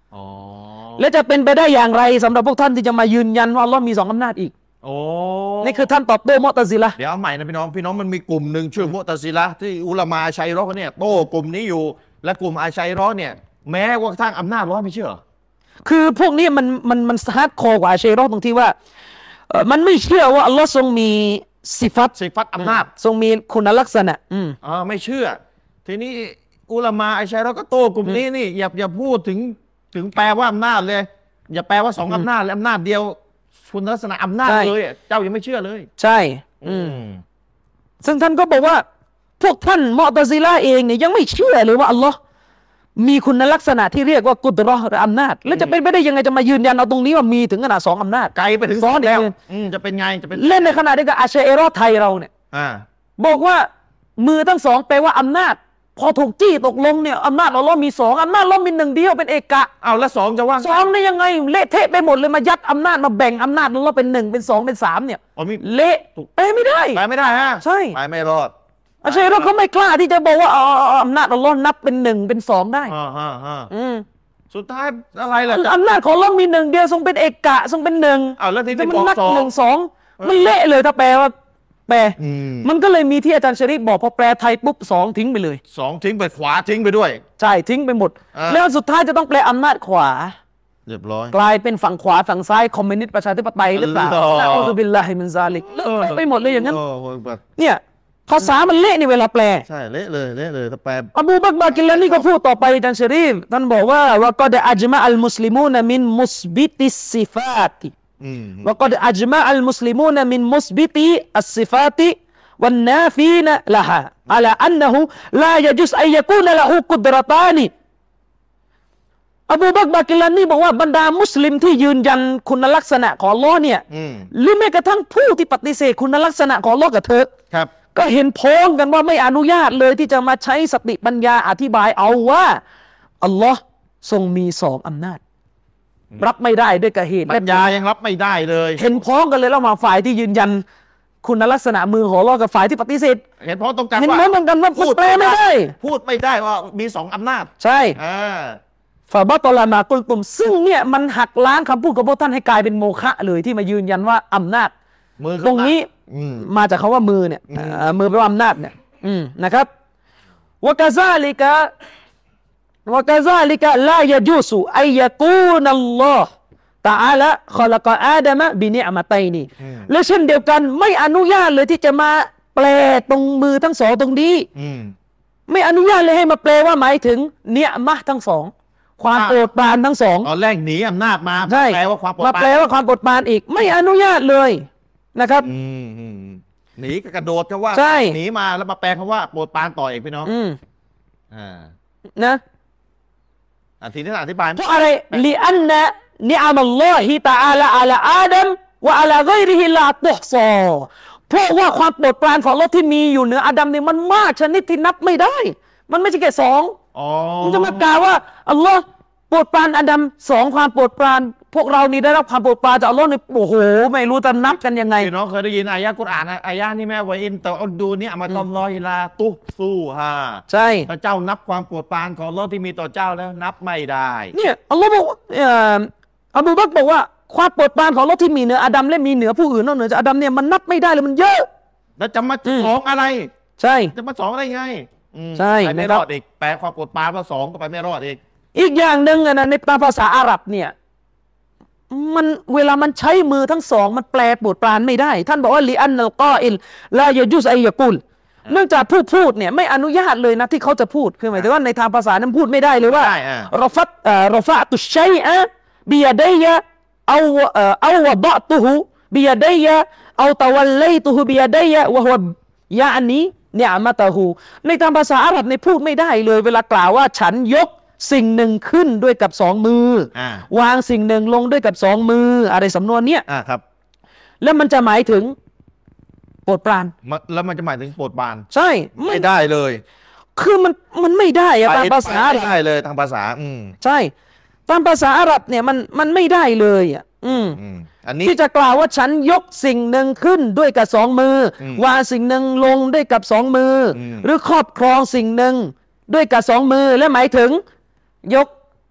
C: อ๋อ
A: และจะเป็นไปได้อย่างไรสำหรับพวกท่านที่จะมายืนยันว่าอัลลอฮ์มีสองอำนาจอีก
C: โอ้
A: นี่คือท่านตอบโต้มุอ์ตะซิละห์
C: เดี๋ยวเอาใหม่นะพี่น้องพี่น้องมันมีกลุ่มหนึ่งชื่อมุอ์ตะซิละห์ที่อุลามะอาชัยเราะห์เนี่ยโต้กลุ่มนี้อยู่ และกลุ่มอาชัยเราะห์เนี่ยแม้ว่าทางอำนาจร้อยไม่เชื่อ
A: คือพวกนี้มันมันมันฮาร์ดคอร์กว่าอาชัยเราะห์ตรงที่ว่าเอ่อมันไม่เชื่อว่าอัลลอฮ์ทรงมีสิฟัต
C: สิฟัตอำนาจ
A: ทรงมีคุณลักษณะอืม
C: อ่าไม่เชื่อ ทีนี้อุลามะอาชัยเราะห์ก็โต้กลุ่มนี้นี่อย่าอย่าพูดถึงถึงแปลว่าอำนาจเลย อย่าแปลว่าสองอำนาจและอำนาจเดียวคุณลักษณะอำนาจ
A: ใช่
C: เลยอะเจ้ายังไม่เชื่อเลย
A: ใช่ อืม ซึ่งท่านก็บอกว่า พวกท่านมุอ์ตะซิละห์เองเนี่ยยังไม่เชื่อเลยว่าอัลลอฮ์มีคุณลักษณะที่เรียกว่ากุดเราะห์หรืออำนาจ แล้วจะเป็นไปได้ยังไงจะมายืนยันเอาตรงนี้ว่ามีถึงขนาดสองอำนาจ
C: ไกลไปถึง
A: ซ้อน
C: แล้ว
A: อีก
C: อืมจะเป็นไงจะเป็น
A: เล่นในขณะเดียวกันอาชัยเราะห์ไทยเราเนี่ย
C: อ่า
A: บอกว่ามือทั้งสองแปลว่าอำนาจ พอถูกจี้ตกลงเนี่ยอำนาจอัลลอฮ์มีสองอำนาจอัลลอฮ์มีหนึ่งเดียวเป็นเอกะ
C: เอาแล้วสองจะว่าง
A: สองได้ยังไงเละเทะไปหมดเลยมายัดอำนาจมาแบ่งอำนาจอัลลอฮ์เป็นหนึ่งเป็นสองเป็นสามเนี่ย
C: อ๋อมี
A: เละไปไม่ได้
C: ไปไม่ได้ฮะ
A: ใช่
C: ไปไม่รอด
A: อาชัยเราะห์เขาไม่กล้าที่จะบอกว่าอ๋ออำนาจอัลลอฮ์นับเป็นหนึ่งเป็นสองได้
C: อ่าฮะฮะ
A: อืม
C: สุดท้ายอะไรล่ะ
A: อำนาจของอัลลอฮ์มีหนึ่งเดียวทรงเป็นเอกะทรงเป็นหนึ่ง
C: เอาแล้วที่
A: แต่
C: ที่
A: มั
C: บ
A: น
C: อก
A: นับ
C: สอง
A: หนึ่งสองมันเละเลยถ้าแปลว่าแปล
C: อืม
A: มันก็เลยมีที่อาจารย์ชะริฟบอกพอแปลไทยปุ๊บสองทิ้งไปเลย
C: สองทิ้งไปขวาทิ้งไปด้วย
A: ใช่ทิ้งไปหมด
C: อ่า
A: แล้วสุดท้ายจะต้องแปลอำนาจขวา
C: เรียบร้อย
A: กลายเป็นฝั่งขวาฝั่งซ้ายคอมมิวนิสต์ประชาธิปไตยหรือเปล่า
C: อัลลอฮ์
A: นะอูซุบิลลาฮิมินซาลิกเลิกไปหมดเลยอย่างนั้น
C: โอ้โหแบบ
A: เนี่ยภาษามันเละนี่เวลาแปล
C: ใช่เละเลยเละเลยถ้าแปล
A: อบูบักรบากิลลานี่ก็พูดต่อไปอาจารย์ชะรีฟท่านบอกว่าว่าก็ได้อัจมะอัลมุสลิมูนมินมุสบิติสซิฟาติ
C: อืม
A: ว่าก็ได้อัจมะอัลมุสลิมูนมินมุสบิติอัสซิฟาติวันนาฟีนละฮะอัลอันนะฮูลายุสอัยกูนละฮูกุดรตานีอบูบักรบากิลลานี่บอกว่าบรรดามุสลิมที่ยืนยันคุณลักษณะของอัลลอฮ์เนี่ย
C: อืม
A: หรือแม้กระทั่งผู้ที่ปฏิเสธคุณลักษณะของอัลลอฮ์กับเธอ
C: ครับ
A: ก็เห็นพ้องกันว่าไม่อนุญาตเลยที่จะมาใช้สติปัญญาอธิบายเอาว่าอัลลอฮ์ทรงมีสองอำนาจ รับไม่ได้ด้วยกับเหตุ
C: ปั
A: และ
C: ญญายังรับไม่ได้เลย
A: เห็นพ้องกันเลยระหว่างฝ่ายที่ยืนยันคุณลักษณะมือของอัลลอฮ์กับฝ่ายที่ปฏิเสธ
C: เห็นเพราะต้องการ
A: เห็น
C: ว่า
A: พ้องกันว่ามันแปลไม่ได้
C: พูดไม่ได้ว่ามีสองอำนาจ
A: ใช่
C: อ่า
A: ฟาบะตอลามากุลตุมซึ่งเนี่ยมันหักล้างคำพูดของพวกท่านให้กลายเป็นโมฆะเลยที่มายืนยันว่าอำนาจ
C: มือ
A: ตรงนี้
C: อืม
A: มาจากคาว่ามือเนี่ย
C: อืม
A: เอ่อมือแปลว่าอำนาจเนี่ยอืมนะครับวะกะซาลิกะวะกะซาลิกะลายะจูซุอัยยะกูนัลลอฮ์ตะอาลาขอละกะอาดามะบินิอ์มะตัยนีและเช่นเดียวกันไม่อนุญาตเลยที่จะมาแปลตรงมือทั้งสองตรงนี้
C: อืม
A: ไม่อนุญาตเลยให้มาแปลว่าหมายถึงเนียมะห์ทั้งสองความ
C: อ่า
A: โปรดปรานทั้งสอง
C: ตอนแรกหนีอำนาจมา
A: ใช่
C: แปลว่าความปลอด
A: มา
C: ภั
A: แปล
C: ย
A: ว่าความโปรดปรานอีก ไม่อนุญาตเลยนะครับ
C: อืมอืมหนีก็กระโดดก็ว่า
A: ใช่
C: หนีมาแล้วมาแปลคำว่าโปรดปรานต่ออีกพี่น้อง
A: อืม
C: อ่า
A: นะ
C: อ่ะทีนี้อธิบาย
A: เพราะอะไรลิอันนะนิอามัลลอฮิตะอาลาอาลาอาดัมวะอาลากัยริฮิลาตุฮซอเพราะว่าความโปรดปรานของอัลเลาะห์ที่มีอยู่เหนืออาดัมเนี่ยมันมากชนิดที่นับไม่ได้ มันไม่ใช่แค่สอง
C: อ๋อ
A: มันจะมากล่าวว่าอัลลอฮ์โปรดปรานอาดัมสองความโปรดปราน พวกเรานี่ได้รับความโปรดปรานจากอัลลอฮ์เนี่ยโอ้โหไม่รู้จะนับกันยังไง
C: พี่น้องเคยได้ยินอายะกุรอานนะอายะนี่แม่ว่าอินตะอุดดูเนี่ยมาตอมลอฮิลาตุสู้ฮา
A: ใช่
C: ถ้าเจ้านับความโปรดปรานของอัลเลอฮ์ที่มีต่อเจ้าแล้วนับไม่ได้
A: เนี่ยอัลลอฮ์บอกว่าเอ่ออบูบักรบอกว่าความโปรดปรานของอัลลอฮ์ที่มีเหนืออาดัมและมีเหนือผู้อื่นนอกเหนือจากอาดัมเนี่ยมันนับไม่ได้เลยมันเยอะ
C: แล้วจะมา
A: อืม
C: สองอะไร
A: ใช่
C: จะมาสองได้ไงอืม
A: ใช่
C: ไปไม่
A: นะครับ
C: รอดอีกแปลความโปรดปรานว่าสองก็ไปไม่รอดอีก
A: อีกอย่างหนึ่งอะนะในภาษาอาหรับเนี่ยมันเวลามันใช้มือทั้งสองมันแปลโปรดปรานไม่ได้ ท่านบอกว่าลิอันนัลกออิลลายยุสอัยยะกุลเนื่องจากผู้พูดเนี่ยไม่อนุญาตเลยนะที่เขาจะพูดคือหมายถึงว่าในทางภาษานั้นพูดไม่ได้เลยว่า
C: ได้อ่ะ
A: รฟัตเอ่อรฟะตุชัยอะบิยะดัยะเอาเอ่อเอาวะดะตุฮุบิยะดัยะเอาตะวัลลัยตุฮุบิยะดัยะวะฮุวะยะอันนี้เนี่ยอะมะตะฮูในทางภาษาอาหรับในยพูดไม่ได้เลย เวลากล่าวว่าฉันยกสิ่งหนึ่งขึ้นด้วยกับสองมืออา วางสิ่งหนึ่งลงด้วยกับสองมือ อะไรสำนวนเนี้ย
C: อ่าครับ
A: แล้วมันจะหมายถึงโปรดปราน
C: มาแล้วมันจะหมายถึงโปรดปราน
A: ใช่
C: ไม่ได้เลย
A: คือมันมันไม่ได้อะตามภาษาอาห
C: ไม่
A: รับ
C: ได้เลยทางภาษา อืม
A: ใช่ตามภาษาอาหรับเนี่ยมันมันไม่ได้เลยอ่ะอืม
C: อืมอันนี้
A: ที่จะกล่าวว่าฉันยกสิ่งหนึ่งขึ้นด้วยกับสองมืออ
C: ม
A: วางสิ่งหนึ่งลงด้วยกับสองมืออ
C: ม
A: หรือครอบครองสิ่งหนึ่งด้วยกับสองมือและหมายถึง ยก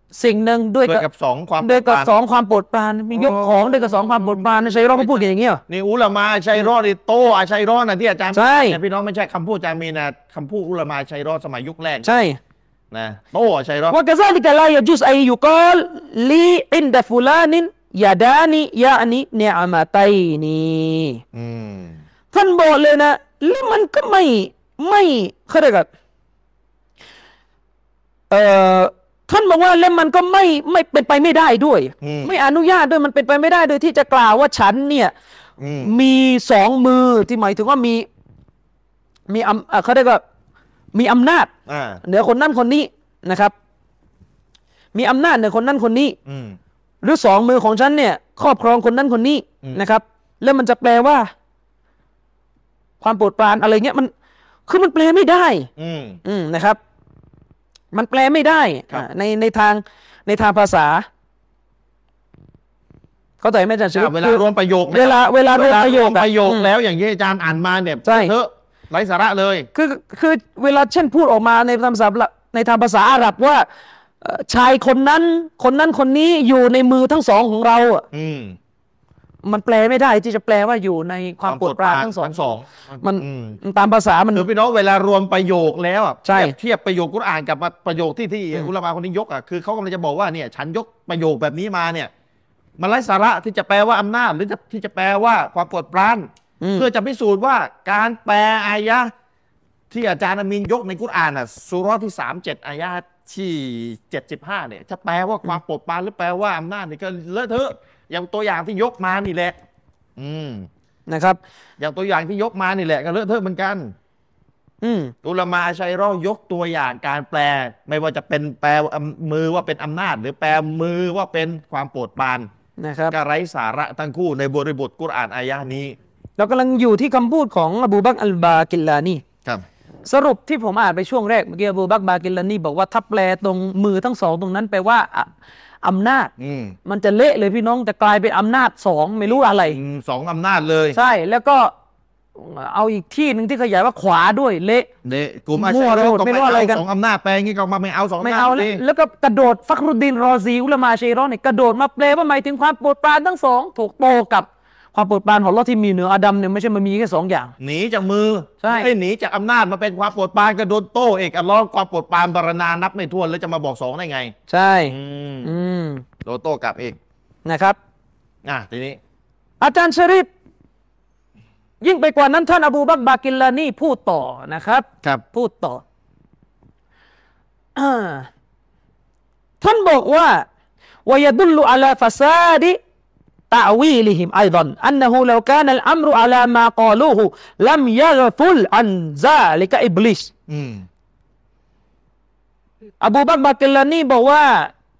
A: สิ่งหนึ่งด้วย
C: ด้วยกับสองความ
A: ด้วยกับ
C: ปราน
A: สองความโปรดปรานมียกของด้วยกับสองความโปรดปรานใช่เราก็พูดกันอย่างเงี้ย
C: นี่อุลามะชัยรอดนี่โตอาชัยรอดนะที่อาจารย์
A: ใช่
C: เนี่ยพี่น้องไม่ใช่คำพูดอาจารย์มีนะคำพูดอุลามะชัยรอดสมัยยุคแรก
A: ใช่
C: นะโตอาชัยรอด
A: وكذلك لا يجوز أن يقال لي عند فلان يدان يعني نعمتين
C: อืม
A: ท่านบอกเลยนะแล้วมันก็ไม่ไม่เขาเรียกว่าเอ่อท่านบอกว่าแล้วมันก็ไม่ไม่เป็นไปไม่ได้ด้วย
C: อืม
A: ไม่อนุญาตด้วยมันเป็นไปไม่ได้โดยที่จะกล่าวว่าฉันเนี่ย
C: อืม
A: มีสองมือที่หมายถึงว่ามีมีอำเอ่อเขาเรียกว่ามีอำนาจ
C: อ่า
A: เหนือคนนั้นคนนี้นะครับ มีอำนาจเหนือคนนั้นคนนี้
C: อืม
A: หรือสองมือของฉันเนี่ยครอบครองคนนั้นคนนี้
C: อืม
A: นะครับ แล้วมันจะแปลว่า ความโปรดปรานอะไรเงี้ยมันคือมันแปลไม่ได้
C: อืม
A: อืมนะครับ มันแปลไม่ได้
C: ครับ
A: อ่าในในทางในทางภาษา เข้าใจไหมอาจารย์
C: อ่ะเวลารวมประโยค
A: เวลาเวลารวมประโยค
C: เวลารวมประโยค
A: อืม
C: แล้วอย่างที่อาจารย์อ่านมาเนี่ย
A: ใช่
C: เถอะไร้สาระเลย
A: คือคือเวลาเช่นพูดออกมาในทางภาษาในทางภาษาอาหรับว่าเอ่อชายคนนั้น คนนั้นคนนี้อยู่ในมือทั้งสองของเราอ่ะ
C: อืม
A: มันแปลไม่ได้ที่จะแปลว่าอยู่ในความโปรดปรานทั้งสอง
C: ทั้งสอง
A: มัน
C: อืม
A: ตามภาษามัน
C: คือพี่น้องเวลารวมประโยคแล้วอ่ะ
A: ใช่
C: เทียบเทียบประโยคกุรอานกับประโยคที่ที่อุลามะคนนี้ยกอ่ะคือเขากำลังจะบอกว่าเนี่ย ฉันยกประโยคแบบนี้มาเนี่ย มันไร้สาระที่จะแปลว่าอำนาจหรือจะที่จะแปลว่าความโปรดปราน
A: อืม
C: เพื่อจะพิสูจน์ว่าการแปลอายะห์ที่อาจารย์อามีนยกในกุรอานอ่ะซูเราะห์ที่สามเจ็ดอายะห์ที่เจ็ดสิบห้าเนี่ยจะแปลว่าความโปรดปรานหรือแปลว่าอำนาจนี่ก็เลอะเทอะอย่างตัวอย่างที่ยกมานี่แหละ อืม
A: นะครับ
C: อย่างตัวอย่างที่ยกมานี่แหละก็เลอะเทอะเหมือนกัน
A: อืม
C: อุลามะชัยเราะห์ยกตัวอย่างการแปล ไม่ว่าจะเป็นแปลมือว่าเป็นอำนาจ หรือแปลมือว่าเป็นความโปรดปราน
A: นะครับ
C: ก็ไร้สาระทั้งคู่ในบริบทกุรอานอายะห์นี้
A: เรากำลังอยู่ที่คำพูดของอบูบักรอัลบากิลลานี
C: ครับ
A: สรุปที่ผมอ่านไปช่วงแรกเมื่อกี้อบูบักรบากิลลานีบอกว่าถ้าแปลตรงมือทั้งสองตรงนั้นแปลว่าอะอำนาจ
C: อืม
A: มันจะเละเลยพี่น้องจะกลายเป็นอำนาจสองไม่รู้อะไร
C: อืมสองอำนาจเลย
A: ใช่แล้วก็เอาอีกที่หนึ่งที่ขยายว่าขวาด้วยเละ
C: เดะกลุ่มอา
A: มั่
C: ชั
A: วย
C: เราะห์ก็
A: ไม่
C: ไม่
A: รู้อะไรกัน
C: เอาสองอำนาจแปลงี้ก็มาไม่เอาสองอำ
A: ไม่
C: นาจ
A: เอาแล้ว
C: ดิ
A: แล้วก็กระโดดฟักรุดดินรอซีอุลามะชัยเราะห์เนี่ยกระโดดมาแปลว่าหมายถึงความโปรดปรานทั้งสองถูกโตกับความโปรดปรานของอัลเลาะห์ที่มีเหนืออาดัมเนี่ยไม่ใช่มันมีแค่สองอย่าง
C: หนีจากมือ
A: ใช่
C: ไม่หนีจากอำนาจมาเป็นความโปรดปรานก็โดนโต้เอกอัลเลอฮ์ความโปรดปรานบารณานับไม่ถ้วนแล้วจะมาบอกสองได้ไง
A: ใช่
C: อืม
A: อืม
C: โดนโต้กลับอีก
A: นะครับ
C: อ่ะทีนี้
A: อาจารย์ชะริฟยิ่งไปกว่านั้นท่านอบูบักรบากิลลานีพูดต่อนะครับ
C: ครับ
A: พูดต่ออ่าท่านบอกว่า ويدل على فساد تأويلهم أيضا أنه لو كان الأمر على ما قالوه لم يغفل عن ذلك إبليس
C: อืม
A: อบูบักรบากิลลานีบอกว่า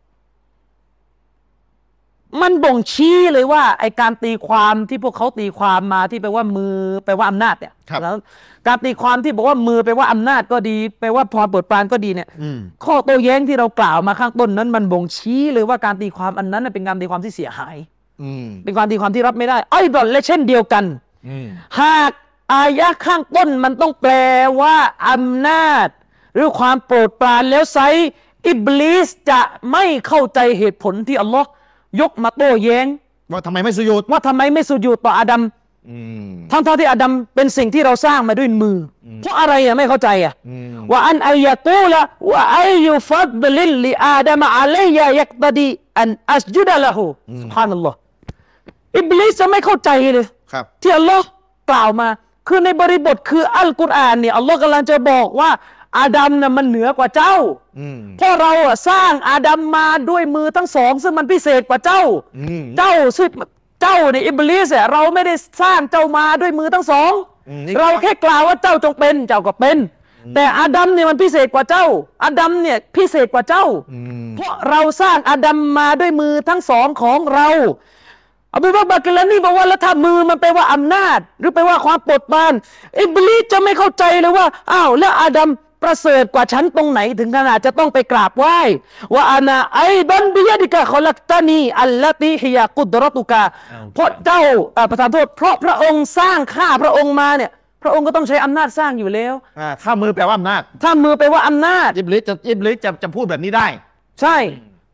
A: มันบ่งชี้เลยว่าไอการตีความที่พวกเขาตีความมาที่แปลว่ามือแปลว่าอำนาจเนี่ย
C: ครับ
A: แล้วการตีความที่บอกว่ามือแปลว่าอำนาจก็ดีแปลว่าพรโปรดปรานก็ดีเนี่ย
C: อืม
A: ข้อโต้แย้งที่เรากล่าวมาข้างต้นนั้น มันบ่งชี้เลยว่าการตีความอันนั้นนะเป็นการตีความที่เสียหาย
C: อืม
A: เป็นการตีความที่รับไม่ได้ไอ้ดอนและเช่นเดียวกัน
C: อืม
A: หากอายะห์ข้างต้นมันต้องแปลว่าอำนาจ หรือความโปรดปรานแล้วไซอิบลิสจะไม่เข้าใจเหตุผลที่อัลลอฮ์ยกมาโต้แย้ง
C: ว่าทำไมไม่สุญูด
A: ว่าทำไมไม่สุญูดต่ออาดัม
C: อืม
A: ทั้งๆที่อาดัมเป็นสิ่งที่เราสร้างมาด้วยมืออเพราะอะไรอ่ะไม่เข้าใจอ่ะ
C: อืม
A: ว่าอันอายะกูละว่าอายุฟัดลิลลิอาดัมอะลัยยะยักตดีอันอัสจุดะละหูซุบฮานัลลอฮ์อิบลิสจะไม่เข้าใจเลย
C: ครับ
A: ที่อัลลอฮ์กล่าวมา คือในบริบทคืออัลกุรอานเนี่ยอัลลอฮ์กำลังจะบอกว่าอาดัมน่ะมันเหนือกว่าเจ้า
C: อืม
A: เพราะเราอะสร้างอาดัมมาด้วยมือทั้งสอง ซึ่งมันพิเศษกว่าเจ้า
C: อืม
A: เจ้าซึ่งเจ้าในยอิบลิสเนี่ยเราไม่ได้สร้างเจ้ามาด้วยมือทั้งสอง
C: อืมนี่
A: เราแค่กล่าวว่าเจ้าจงเป็นเจ้าก็เป็น แต่อาดัมเนี่ยมันพิเศษกว่าเจ้า อาดัมเนี่ยพิเศษกว่าเจ้า
C: อืม
A: เพราะเราสร้างอาดัมมาด้วยมือทั้งสองของเราอบูบักรบากิลลานีบอกว่าแล้วถ้ามือมันแปลว่าอำนาจ หรือแปลว่าความโปรดปรานอิบลิสจะไม่เข้าใจเลยว่าอ้าวแล้วอาดัมประเสริฐกว่าฉันตรงไหนถึงขนาดจะต้องไปกราบไหว้ว่าอานาไอดันบิยะดิกะขอลักตานีอัลลตีฮิยากุดรตุกาเพราะเจ้าอ่าประทานโทษเพราะพระองค์สร้างข้าพระองค์มาเนี่ยพระองค์ก็ต้องใช้อำนาจสร้างอยู่แล้ว
C: อ่าข้ามือแปลว่าอำนาจ
A: ถ้ามือแปลว่าอำนาจ
C: อิบลิสจะอิบลิสจะจะพูดแบบนี้ได้
A: ใช่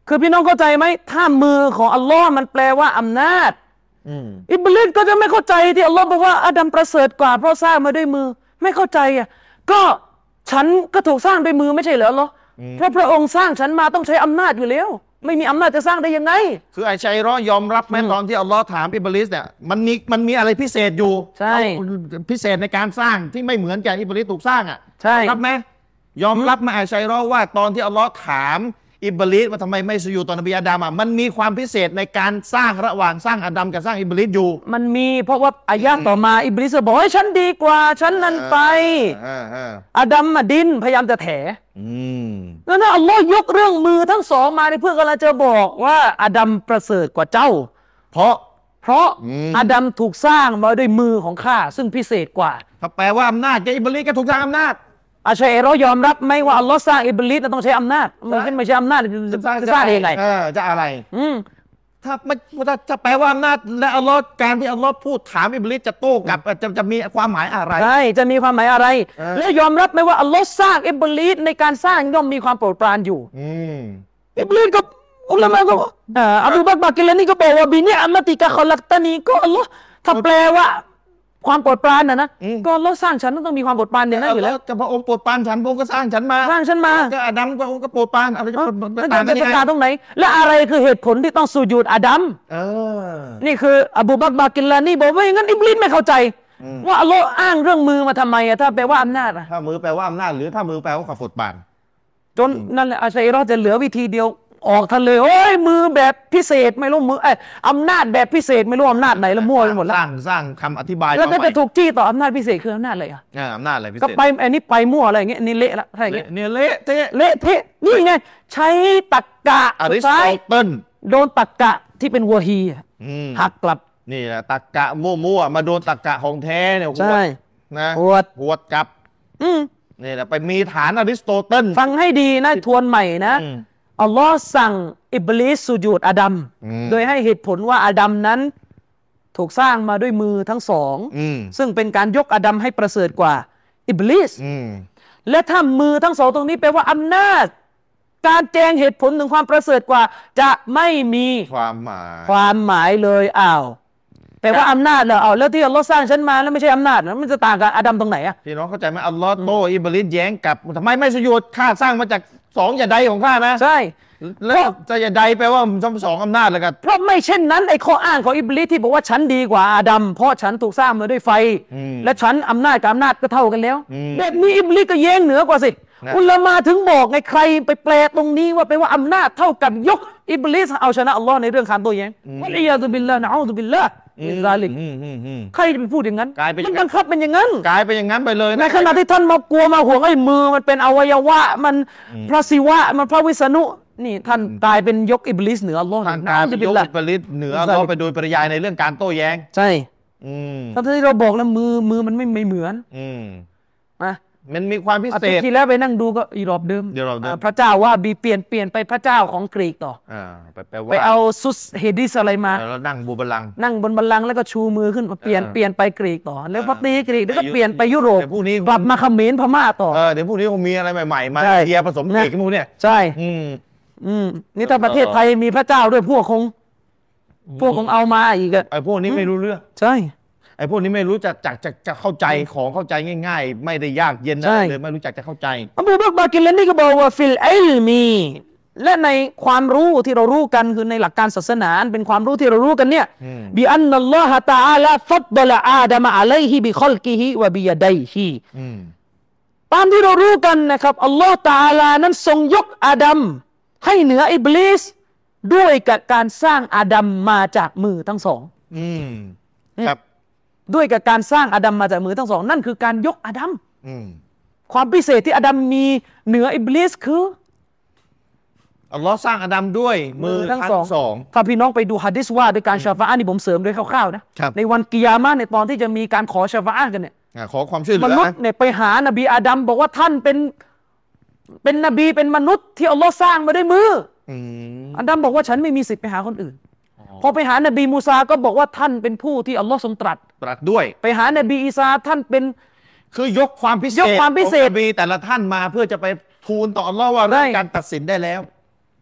A: คือพี่น้องเข้าใจไหมถ้ามือของอัลลอฮ์มันแปลว่าอำนาจ
C: อืม
A: อิบลิสก็จะไม่เข้าใจที่อัลลอฮ์บอกว่าอาดัมประเสริฐกว่าเพราะสร้างมาด้วยมือไม่เข้าใจอ่ะก็ฉันก็ถูกสร้างด้วยมือไม่ใช่เหรออัลลอฮ์เพราะพระองค์สร้างฉันมาต้องใช้อำนาจอยู่แล้ว ไม่มีอำนาจจะสร้างได้ยังไง
C: คือไอ้ชัยรอยอมรับไหมตอนที่อัลลอฮ์ถามอิบลิสเนี่ยมันมีมันมีอะไรพิเศษอยู่
A: ใช่
C: พิเศษในการสร้างที่ไม่เหมือนกับอิบลิสถูกสร้างอ่ะ
A: ใช่
C: รับไหมยอมรับไหมไอ้ชัยรอว่าตอนที่อัลลอฮ์ถามอิบลิสว่าทำไมไม่สุญูดต่อนบีอาดัมอ่ะมันมีความพิเศษในการสร้างระหว่างสร้างอาดัมกับสร้างอิบลิสอยู่
A: มันมีเพราะว่าอายะห์ต่อมาอิบลิสบอกให้ฉันดีกว่าฉันนั้นไป
C: อ่าอ่า
A: อาดัมมาดินพยายามจะแถ
C: อืม
A: แล้วนะอัลลอฮ์ยกเรื่องมือทั้งสองมาในเพื่อกำลังจะบอกว่าอาดัมประเสริฐกว่าเจ้า
C: เพราะ
A: เพราะ
C: อืม
A: อาดัมถูกสร้างมาด้วยมือของข้าซึ่งพิเศษกว่า
C: ถ้าแปลว่าอำนาจแกอิบลิสก็ถูกสร้างอำนาจ
A: อาชัยเอรอยอมรับไหมว่าอัลลอฮ์สร้างอิบลิสต้องใช้อำนาจมันไม่ใช่อำนาจจะสร้างจะสร้างได้ยังไง
C: เออจะอะไร
A: อืม
C: ถ้าไม่ถ้าจะแปลว่าอำนาจและอัลลอฮ์การที่อัลลอฮ์พูดถามอิบลิสจะโต้กลับจะจะมีความหมายอะไร
A: ใช่จะมีความหมายอะไร
C: เออ
A: และยอมรับไหมว่าอัลลอฮ์สร้างอิบลิสในการสร้างย่อมมีความโปรดปรานอยู่
C: อืม
A: อิบลิสก็อุลามะก็บอกอ่าอบูบักรบากิลานี่ก็บอกว่าบินิอัมมติกะคอลักตานีก็อัลลอฮ์ถ้าแปลว่าความโปรดปรานนะนะก็อัลลอฮ์สร้างฉันต้องมีความโปรดปรานอย่างนั้นอยู่แล้ว
C: จะพระองค์โปรดปรานฉันพระองค์ก็สร้างฉันมา
A: สร้างฉันมา
C: ก็อาดัมพระองค์ก็โปรดปรานอะไรจะ
A: เอ้า
C: โปรด
A: แล้ว
C: ปราน
A: จะ
C: กัน
A: จะ
C: ยังไง
A: การตรงไหน และอะไรคือเหตุผลที่ต้องสุญูดอาดัม
C: เออ
A: นี่คืออบูบักรบากิลานี่บอกว่าอย่างนั้นอิบลิสไม่เข้าใจ ว่าอัลลอฮ์อ้างเรื่องมือมาทำไมอะถ้าแปลว่าอำนาจอะ
C: ถ้ามือแปลว่าอำนาจหรือถ้ามือแปลว่าความโปรดปราน
A: จนนั่นแหละอาชัยรอจะเหลือวิธีเดียวออกทะเลโอ้ยมือแบบพิเศษไม่รู้มือไอ้ยอำนาจแบบพิเศษไม่รู้อำนาจไหนละมั่วไปหมด
C: ส
A: แล้ว
C: ร้างสร้างคำอธิบาย
A: แล้วก็
C: ต่อไป
A: จะถูกจี้ต่ออำนาจพิเศษคืออำนาจอะไรอะ
C: อ่าอำนาจอะไรพิเศษ
A: ก็ไปอันนี้ไปมั่วอะไรอย่างเงี้ยอันนี่เละละถ้าอย่างเงี้ย
C: เนี่ยเละเทะ
A: เละเทะนี่ไงใช้ตักกะ
C: อ
A: สุ
C: ริ
A: ด
C: ส
A: ท้า
C: โต
A: ย
C: เติล
A: โดนตักกะที่เป็นวัวฮีอะ
C: อืม
A: หักกลับ
C: นี่แหละตักกะมั่วๆมาโดนตักกะของแท้เนี่ยหัว
A: ใช่
C: นะ
A: หวด
C: หัวดกลับ
A: อืม
C: นี่แหละไปมีฐานอริสโตเติล
A: ฟังให้ดีนะทวนใหม่นะ
C: อืม
A: อัลลอฮ์สั่งอิบลิสสุญูดอาดัม
C: อืม
A: โดยให้เหตุผลว่าอาดัมนั้นถูกสร้างมาด้วยมือทั้งสอง
C: อืม
A: ซึ่งเป็นการยกอาดัมให้ประเสริฐกว่าอิบลิส
C: อืม
A: และถ้ามือทั้งสองตรงนี้แปลว่าอำนาจ การแจงเหตุผลถึงความประเสริฐกว่า จะไม่มี
C: ความหมาย
A: ความหมายเลยอ้าวแปลว่าอำนาจเหรอเอาแล้วที่อัลลอฮ์สร้างฉันมาแล้วไม่ใช่อำนาจนะมันจะต่างกับอาดัมตรงไหนอะ
C: พี่น้องเข้าใจไหมอัลลอฮ์โตอิบลิสแย้งกลับทำไมไม่สยุดข้าสร้างมาจากสองอย่าใดของข้านะ
A: ใช่
C: แล้วจะอย่าใดแปลว่าสองสองอำนาจเลยกัน
A: เพราะไม่เช่นนั้นไอ้ข้ออ้างของอิบลิสที่บอกว่าฉันดีกว่าอาดัมเพราะฉันถูกสร้างมาด้วยไฟ
C: อืม
A: และฉันอำนาจกับอำนาจก็เท่ากันแล้ว
C: อืม
A: แบบนี้อิบลิสก็แย้งเหนือกว่าสิ
C: นะ
A: อุลามาถึงบอกไงใครไปแปลตรงนี้ว่าแปลว่าอำนาจเท่ากับยกอิบลิสเอาชนะอัลลอฮ์ในเรื่องคำโต้แย้งวะลียาซุบิลลาฮ์นะอูซุบิลลาฮ์มินซาลิก
C: อืมอืมอืม
A: ใครจะไปพูดอย่างนั้น
C: กลายเป็น
A: มันบังคับเป็นอย่างนั้น
C: กลายเป็นอย่างนั้นไปเลย
A: ใน
C: นะ
A: ขณะที่ท่านมากลัวมาห่วงไอ้มือมันเป็นอวัยวะมันพระศิวะมันพระวิษณุนี่ท่านกลายเป็นยกอิบลิสเหนืออัลลอฮ์
C: ทางการ
A: นะอูซุบิ
C: ย
A: ล
C: ก
A: ลาฮ์
C: อิบลิสเหนืออัลลอฮ์ไปโดยปริยายในเรื่องการโต้แย้ง
A: ใช่
C: อืม
A: ทั้งที่เราบอกแล้วมือมือมันไม่ไม่เหมือน
C: อืม
A: นะ
C: มันมีความพิ
A: อา
C: เศ
A: ทิต
C: ษ
A: ย์ที่แล้วไปนั่งดูก็อีรอบเดิม
C: อีรอบเดิม
A: อ่าพระเจ้าว่าบีเปลี่ยนเปลี่ยนไปพระเจ้าของกรีกต่อ
C: อ่าไปแปลว่า
A: ไปเอาซุสเฮดิสอะไรมา
C: แล้วนั่งบูบลังก์
A: นั่งบนบัลลังก์แล้วก็ชูมือขึ้นมาเปลี่ยน
C: เออ
A: เปลี่ยนไปกรีกต่อ แล้วพอตีกรีกแล้วก็
C: แต่ยุ
A: เปลี่ยนไปยุโรป
C: แต่พวกนี้
A: กลับมาเขมรพม่าต่อ
C: เออเดี๋ยวพรุ่งนี้คงมีอะไรใหม่ ๆ มา
A: ใช่
C: เทียร์ผสมเอกกันพวกเนี่ย
A: ใช่
C: อืม
A: อืมนี่ถ้าประเทศไทยมีพระเจ้าด้วยพวกคง พวกคงเอามาอีกอะ
C: ไอ้พวกนี้ไม่รู้เรื่อง
A: ใช่
C: ไอ้พวกนี้ไม่รู้จักจักจะจะเข้าใจของเข้าใจง่าย ๆ ไม่ได้ยากเย็น
A: ใช่
C: นะเลยไม่รู้จักจะเข้าใจ
A: อบูบักรบากิลานี่ก็บอกว่าฟิลอิลมี และในความรู้ที่เรารู้กันคือในหลักการศาสนาเป็นความรู้ที่เรารู้กันเนี่ย
C: อืม
A: บิอันนัลลอฮะตะอาลาฟัดดละอาดามะอะลัยฮิบิคอลกิฮิวะบิยะดัยฮิ
C: อืม
A: ตามที่เรารู้กันนะครับอัลลอฮ์ตะอาลานั้นทรงยกอาดัมให้เหนืออิบลิสด้วยกับการสร้างอาดัมมาจากมือทั้งสอง
C: อืม
A: เนี่ย
C: ครับ
A: ด้วยกับการสร้างอาดัมมาจากมือทั้งสอง นั่นคือการยกอาดัม
C: อืม
A: ความพิเศษที่อาดัมมีเหนืออิบลิสคือ
C: อัลลอฮ์สร้างอาดัมด้วยมือทั้งสอง
A: ถ้าพี่น้องไปดูหะดีษว่าด้วยการชาฟาอะห์นี่ผมเสริมด้วยคร่าวๆนะครับ ในวันกิยามะห์ในตอนที่จะมีการขอชาฟาอะห์กันเนี่ย
C: อ่ะขอความช่วยเหลื
A: ม
C: อ
A: นุษย์
C: นะ
A: เนี่ยไปหานบีอาดัมบอกว่าท่านเป็นเป็นนบีเป็นมนุษย์ที่อัลลอฮ์สร้างมาด้วยมือ
C: อืม
A: อาดัมบอกว่าฉันไม่มีสิทธิ์ไปหาคนอื่น พอไปหานบีมูซาก็บอกว่าท่านเป็นผู้ที่อัลลอฮ์ทรงตรัส
C: ตรัสด้วย
A: ไปหานบีอีสาท่านเป็น
C: คือยกความพิเศษ
A: ยกความพิเศษ
C: ของนบีแต่ละท่านมาเพื่อจะไปทูลต่ออัลลอฮ์ว่า
A: ได้
C: เรื่องการตัดสินได้แล้ว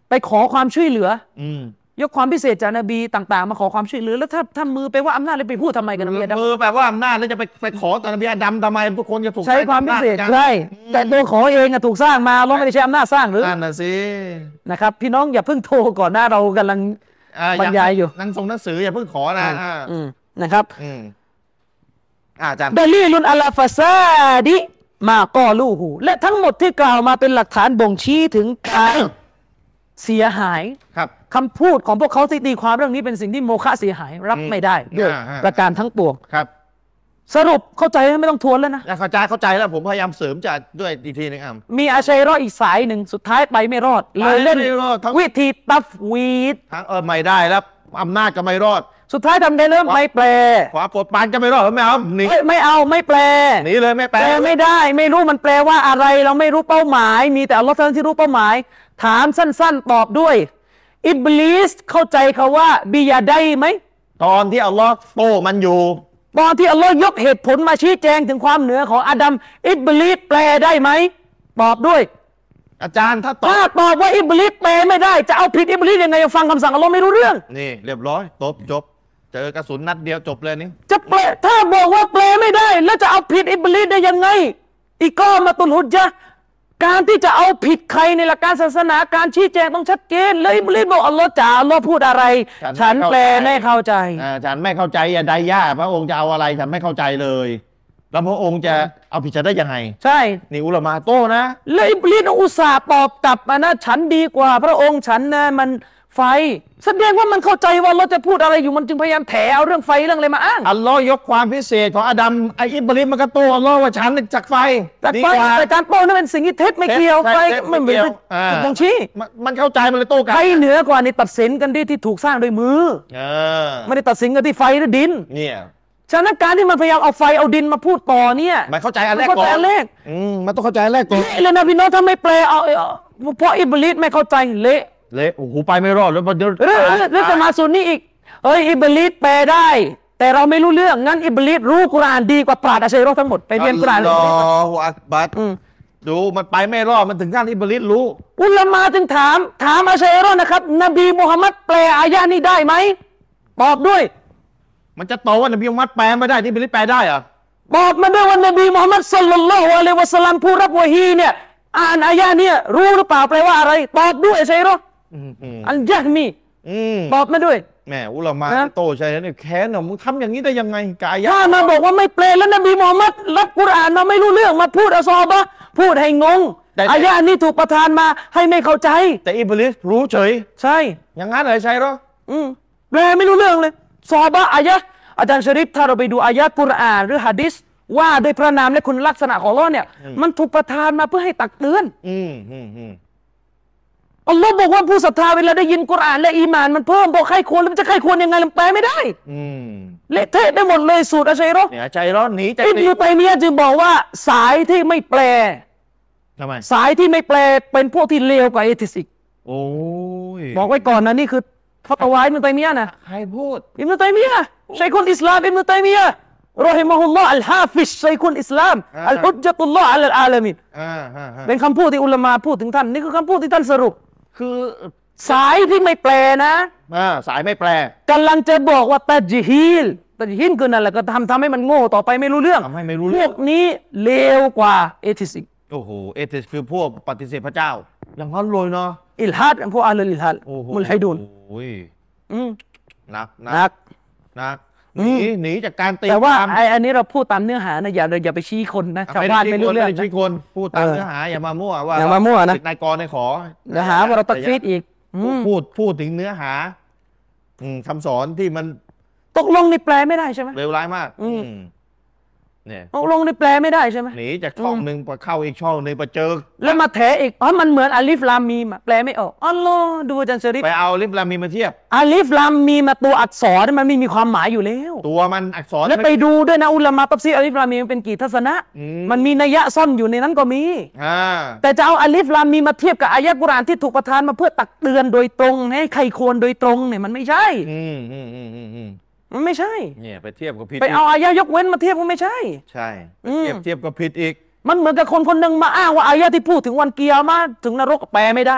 A: ไปขอความช่วยเหลือ
C: อืม
A: ยกความพิเศษจากนบีต่างๆมาขอความช่วยเหลือแล้วถ้าถ้ามือไปว่าอำนาจเลยไปพูดทำไมกันนบีอาดัม
C: มือแปลว่าอำนาจแล้วจะไปไปขอตอนนบีอาดัมทำไมทุกคนจะถูก
A: ใช้ความพิเศษ
C: กัน
A: ใช่แต่ตัวขอเองอะถูกสร้างมาเราไม่ได้ใช้อำนาจสร้างหรือ
C: นั่นน่ะสิ
A: นะครับพี่น้องอย่าเพิ่งโทรก่อนหน้าเรากำลัง
C: อ่
A: บรรยายอยู่
C: หนังส่งหนังสืออย่าเพิ่งขอนะอ่า
A: อืมนะครับ
C: อืมอ่าอาจารย์
A: ดลีลุนอัลฟาซาดิมากอลูหูและทั้งหมดที่กล่าวมาเป็นหลักฐานบ่งชี้ถึงการเสียหาย
C: ครับ
A: คำพูดของพวกเขาที่ตีความเรื่องนี้เป็นสิ่งที่โมฆะเสียหายรับไม่ได้ด้วย
C: อ่าฮะ
A: ประการทั้งปวง
C: ครับ
A: สรุปเข้าใจไหมไม่ต้องทวนแล้วนะ
C: เข้าใจเข้าใจแล้วผมพยายามเสริมจะด้วยอีกทีหนึงอ่ะ
A: มีอาชัยรออีกสายหนึ่งสุดท้ายไปไม่รอดเลยเล่น
C: ไม่รอดทั้ง
A: วิธีตัฟวีด
C: ทั้งเออไม่ได้แล้วอำนาจก็ไม่รอด
A: สุดท้ายทำไงเริ่มไม่แปล
C: ขวาปดปานก็ไม่รอดแล้วไม่เอาหนี
A: เอ้ยไม่เอาไม่แปล
C: หนีเลยไม่แปล
A: แปลไม่ได้ ไม่รู้มันแปลว่าอะไร เราไม่รู้เป้าหมาย มีแต่อัลลอฮ์เท่านั้นที่รู้เป้าหมาย ถามสั้นๆตอบด้วย อิบลิสเข้าใจเขาว่าบิยาได้ไหม
C: ตอนที่อัลลอฮ์โต้มันอยู่
A: ตอนที่อัลลอฮ์ยกเหตุผลมาชี้แจงถึงความเหนือของอาดัมอิบลิสแปลได้ไหมตอบด้วย
C: อาจารย์ถ้าตอ
A: ถ้า
C: บ
A: ตอบว่าอิบลิสแปลไม่ได้จะเอาผิดอิบลิสยังไงฟังคำสั่งอัลลอฮ์ไม่รู้เรื่อง
C: นี่เรียบร้อยจบจบเจอกระสุนนัดเดียวจบเลยนี่
A: จะแปลถ้าบอกว่าแปลไม่ได้ แล้วจะเอาผิดอิบลิสได้ยังไง อีกก็มาตุลฮุจญะห์การที่จะเอาผิดใครในหลักการศาสนาการชี้แจงต้องชัดเจนแล้วอิบลิสบอกอัลลอฮ์จ๋าอัลลอฮ์พูดอะไร ฉันแปลไม่เข้าใจ
C: อ่าฉันไม่เข้าใจอย่าได้ย่าพระองค์จะเอาอะไรฉันไม่เข้าใจเลย แล้วพระองค์จะเอาผิดฉันได้ยังไง
A: ใช่
C: นี่อุลามาโต้นะ
A: แล้วอิบลิสอุตส่าห์ตอบกลับมานะฉันดีกว่า พระองค์ฉันนะมันไฟ แสดงว่ามันเข้าใจว่าเราจะพูดอะไรอยู่มันจึงพยายามแถเอาเรื่องไฟเรื่องอะไรมาอ้าง
C: อัลลอฮ์ยกความพิเศษของอาดัมไออิบริสมันก็โต้อัลลอฮ์ว่าฉันเนี่ยจากไฟ
A: แต่
C: ดี
A: ไฟ
C: กว่า
A: แต่การโต้นั้นเป็นสิ่งที่เท็จไม่เกี่ยว
C: เท็จ
A: ไฟ
C: เท็จ
A: ไม่
C: ไม่
A: เหมื
C: เกี่
A: อน
C: ยวอ่า
A: บ่งชี้
C: มันมันเข้าใจมันเลยโต้กลับ
A: ใครเหนือกว่านี่ตัดสินกันที่ที่ถูกสร้างโดยมือ
C: เออ
A: ไม่ได้ตัดสินกันที่ไฟหรือดิน
C: เนี่ย
A: ฉะนั้นการที่มันพยายามเอาไฟเอาดินมาพูดต่อเนี่ย
C: มันเข้าใจอันแรก
A: มันเข้า
C: ก่
A: ใจ
C: อน
A: อันแรก
C: อืมมันต้องเข้าใจอันแรกก่อน
A: เละเลยนะพี่น้องถ้าไม่แปลเอาเอาเพราะอิบลิสไม่เข้าใจเละ
C: เละโอ้โหไปไม่รอดแล้วมันจะ
A: เรื่องเรื่องเรื่องจะมาส่วนนี้อีกเอ้ยอิบลิสแปลได้ แต่เราไม่รู้เรื่องงั้นอิบลิสรู้กุรอานดีกว่าปราชญ์อาชัยรอห์ทั้งหมดไปเรียนกุรอาน
C: อัลลอฮฺอักบัร
A: อืม
C: ดูมันไปไม่รอดมันถึงขั้นอิบลิสรู้
A: อุลามาจึงถามถามอาชัยรอห์นะครับนบีมุฮัมมัดแปลอายะนี้ได้ไหมตอบด้วย
C: มันจะโตว่านบีมุฮัมมัดแปลไม่ได้ที่อิบลิสแปลได้เหรอ
A: บอกมาด้วยว่านบีมุฮัมมัดศ็อลลัลลอฮุอะลัยฮิวะซัลลัมผู้รับวะฮีเนี่ยอ่านอายะเนี่ยรู้หรือเปล่าแปลว่าอะไรตอบด้วยอาชัยรอห์
C: อืมอืม
A: อัลญะฮ์มี
C: อืม
A: ตอบมาด้วย
C: แหมอุลามา
A: นะ
C: โตใช่ไหมเนี่ยแค้นเหรอมึงทำอย่างนี้ได้ยังไงกายะ
A: ถ้ามาบอกว่าไม่แปลแล้วนบีมุฮัมมัดรับกุรอานมาไม่รู้เรื่องมาพูดอัลซอฮาบะห์พูดให้งงอายะนี้ถูกประทานมาให้ไม่เข้าใจ
C: แต่อิบลิสรู้เฉย
A: ใช่
C: อย่างนั้นเลยใช่หรอ
A: อืมแปลไม่รู้เรื่องเลยซอฮาบะห์อายะอาจารย์ชริฟถ้าเราไปดูอายะกุรอานหรือหะดีษว่าด้วยพระนามและคุณลักษณะของอัลเลอฮ์เนี่ยมันถูกประทานมาเพื่อให้ตักเตือน
C: อืมอืมอืม
A: อัลลอฮ์บอกว่าผู้ศรัทธาเวลาได้ยินกุรอานและอีหมานมันเพิ่มบอกใครควรแล้วมันจะใครควรยังไงมันแปลไม่ได้
C: อืม
A: เละเทะไปหมดเลยสูตรอาชัยรอห์
C: เนี่ยใจร้อนหนีจาก
A: อิบนุตัยมียะห์จึงบอกว่าสายที่ไม่แปล
C: ทำไม
A: สายที่ไม่แปลเป็นพวกที่เลวกว่าเอทิสอีก
C: โอ้ย
A: บอกไว้ก่อนนะนี่คือฟัตวาอิบนุตัยมียะห์นะ
C: ใครพูด
A: อิบนุตัยมียะห์ชัยคุลอิสลามอิบนุตัยมียะห์รอฮิมะฮุลลอฮ์อัลฮาฟิชชัยคุลอิสลาม
C: อ่า
A: อัลฮุจญะตุลลอฮ์อะลัลอาลามีน
C: อ่าฮะฮะ
A: เป็นคำพูดที่อุลามะพูดถึงท่านนี่คือคำพูดที่ท่านสรุป
C: คือ
A: สายที่ไม่แปลนะ
C: อ่าสายไม่แปล
A: กำลังจะบอกว่าตัจฮีลตัจฮีลคือนั่นแหละก็ทำทำให้มันโง่ต่อไปไม่รู้เรื่อง
C: ทำให้ไม่รู้
A: พ
C: เรื่
A: ว
C: อง
A: กนี้เลวกว่าเอทิสอีก
C: โอ้โหเอเทสคือพวกปฏิเสธพระเจ้า อย่างนั้นเลยเนาะ
A: อิลฮัดพวกอาลอิลฮัด
C: โอ้โห
A: มุลฮิดูน
C: โอ้ย
A: อืม
C: หนักห
A: หนัก
C: หนักห
A: อื
C: นี
A: ม
C: หนีจากการตี
A: แต่ว่า
C: ความ
A: ไออันนี้เราพูดตามเนื้อหานะอย่าอย่าไปชี้คนนะชาวบ้านไม่รู้เรื่อง
C: ไม่ได้ชี้คนพูดตาม
A: เออ
C: เนื้อหาอย่ามามั่วว่า
A: อย่ามามั่วนะ
C: นายกรนายขอ
A: เนื้อหาว่าเราตักฟีดอีกอืม
C: พูดพูดถึงเนื้อหาอืมคำสอนที่มัน
A: ตกลงนี่แปลไม่ได้ใช่ไหม
C: เลวร้ายมาก
A: อืม
C: อืมเนี่ย
A: ตกลงนี่แปลไม่ได้ใช่ไหม
C: หนีจากช่องหนึ่งไปเข้าอีกช่องหนึ่งไปเจอ
A: แล้วมาแถอีกอ๋อมันเหมือนอาลิฟลามมีมอะแปลไม่ออกอ๋อโลดูอาจารย์ชริฟ
C: ไปเอาลิฟลามีมาเทียบ
A: อาลิฟลามมีมาตัวอักษรมันไม่มีความหมายอยู่แล้ว
C: ตัวมันอักษร
A: แล้วไปดูด้วยนะอุลามะตัฟซีรอาลิฟลามมีมันเป็นกี่ทัศนะ
C: อืม
A: มันมีนัยยะซ่อนอยู่ในนั้นก็มี
C: อ่า
A: แต่จะเอาอาลิฟลามมีมาเทียบกับอายะกุรอานที่ถูกประทานมาเพื่อตักเตือนโดยตรงให้ใครควรโดยตรงเนี่ยมันไม่ใช่
C: อืมอืมอืมอืมอืม
A: มันไม่ใช่
C: เนี่ยไปเทียบกับผิด
A: ไปเอา
C: ก
A: อายะยกเว้นมาเทียบก็ไม่ใช่
C: ใช่
A: อืม
C: เทียบเทียบกับผิดอีก
A: มันเหมือนกับคนคนหนึ่งมาอ้างว่าอายะที่พูดถึงวันเกียร์มาถึงนรกแปลไม่ได้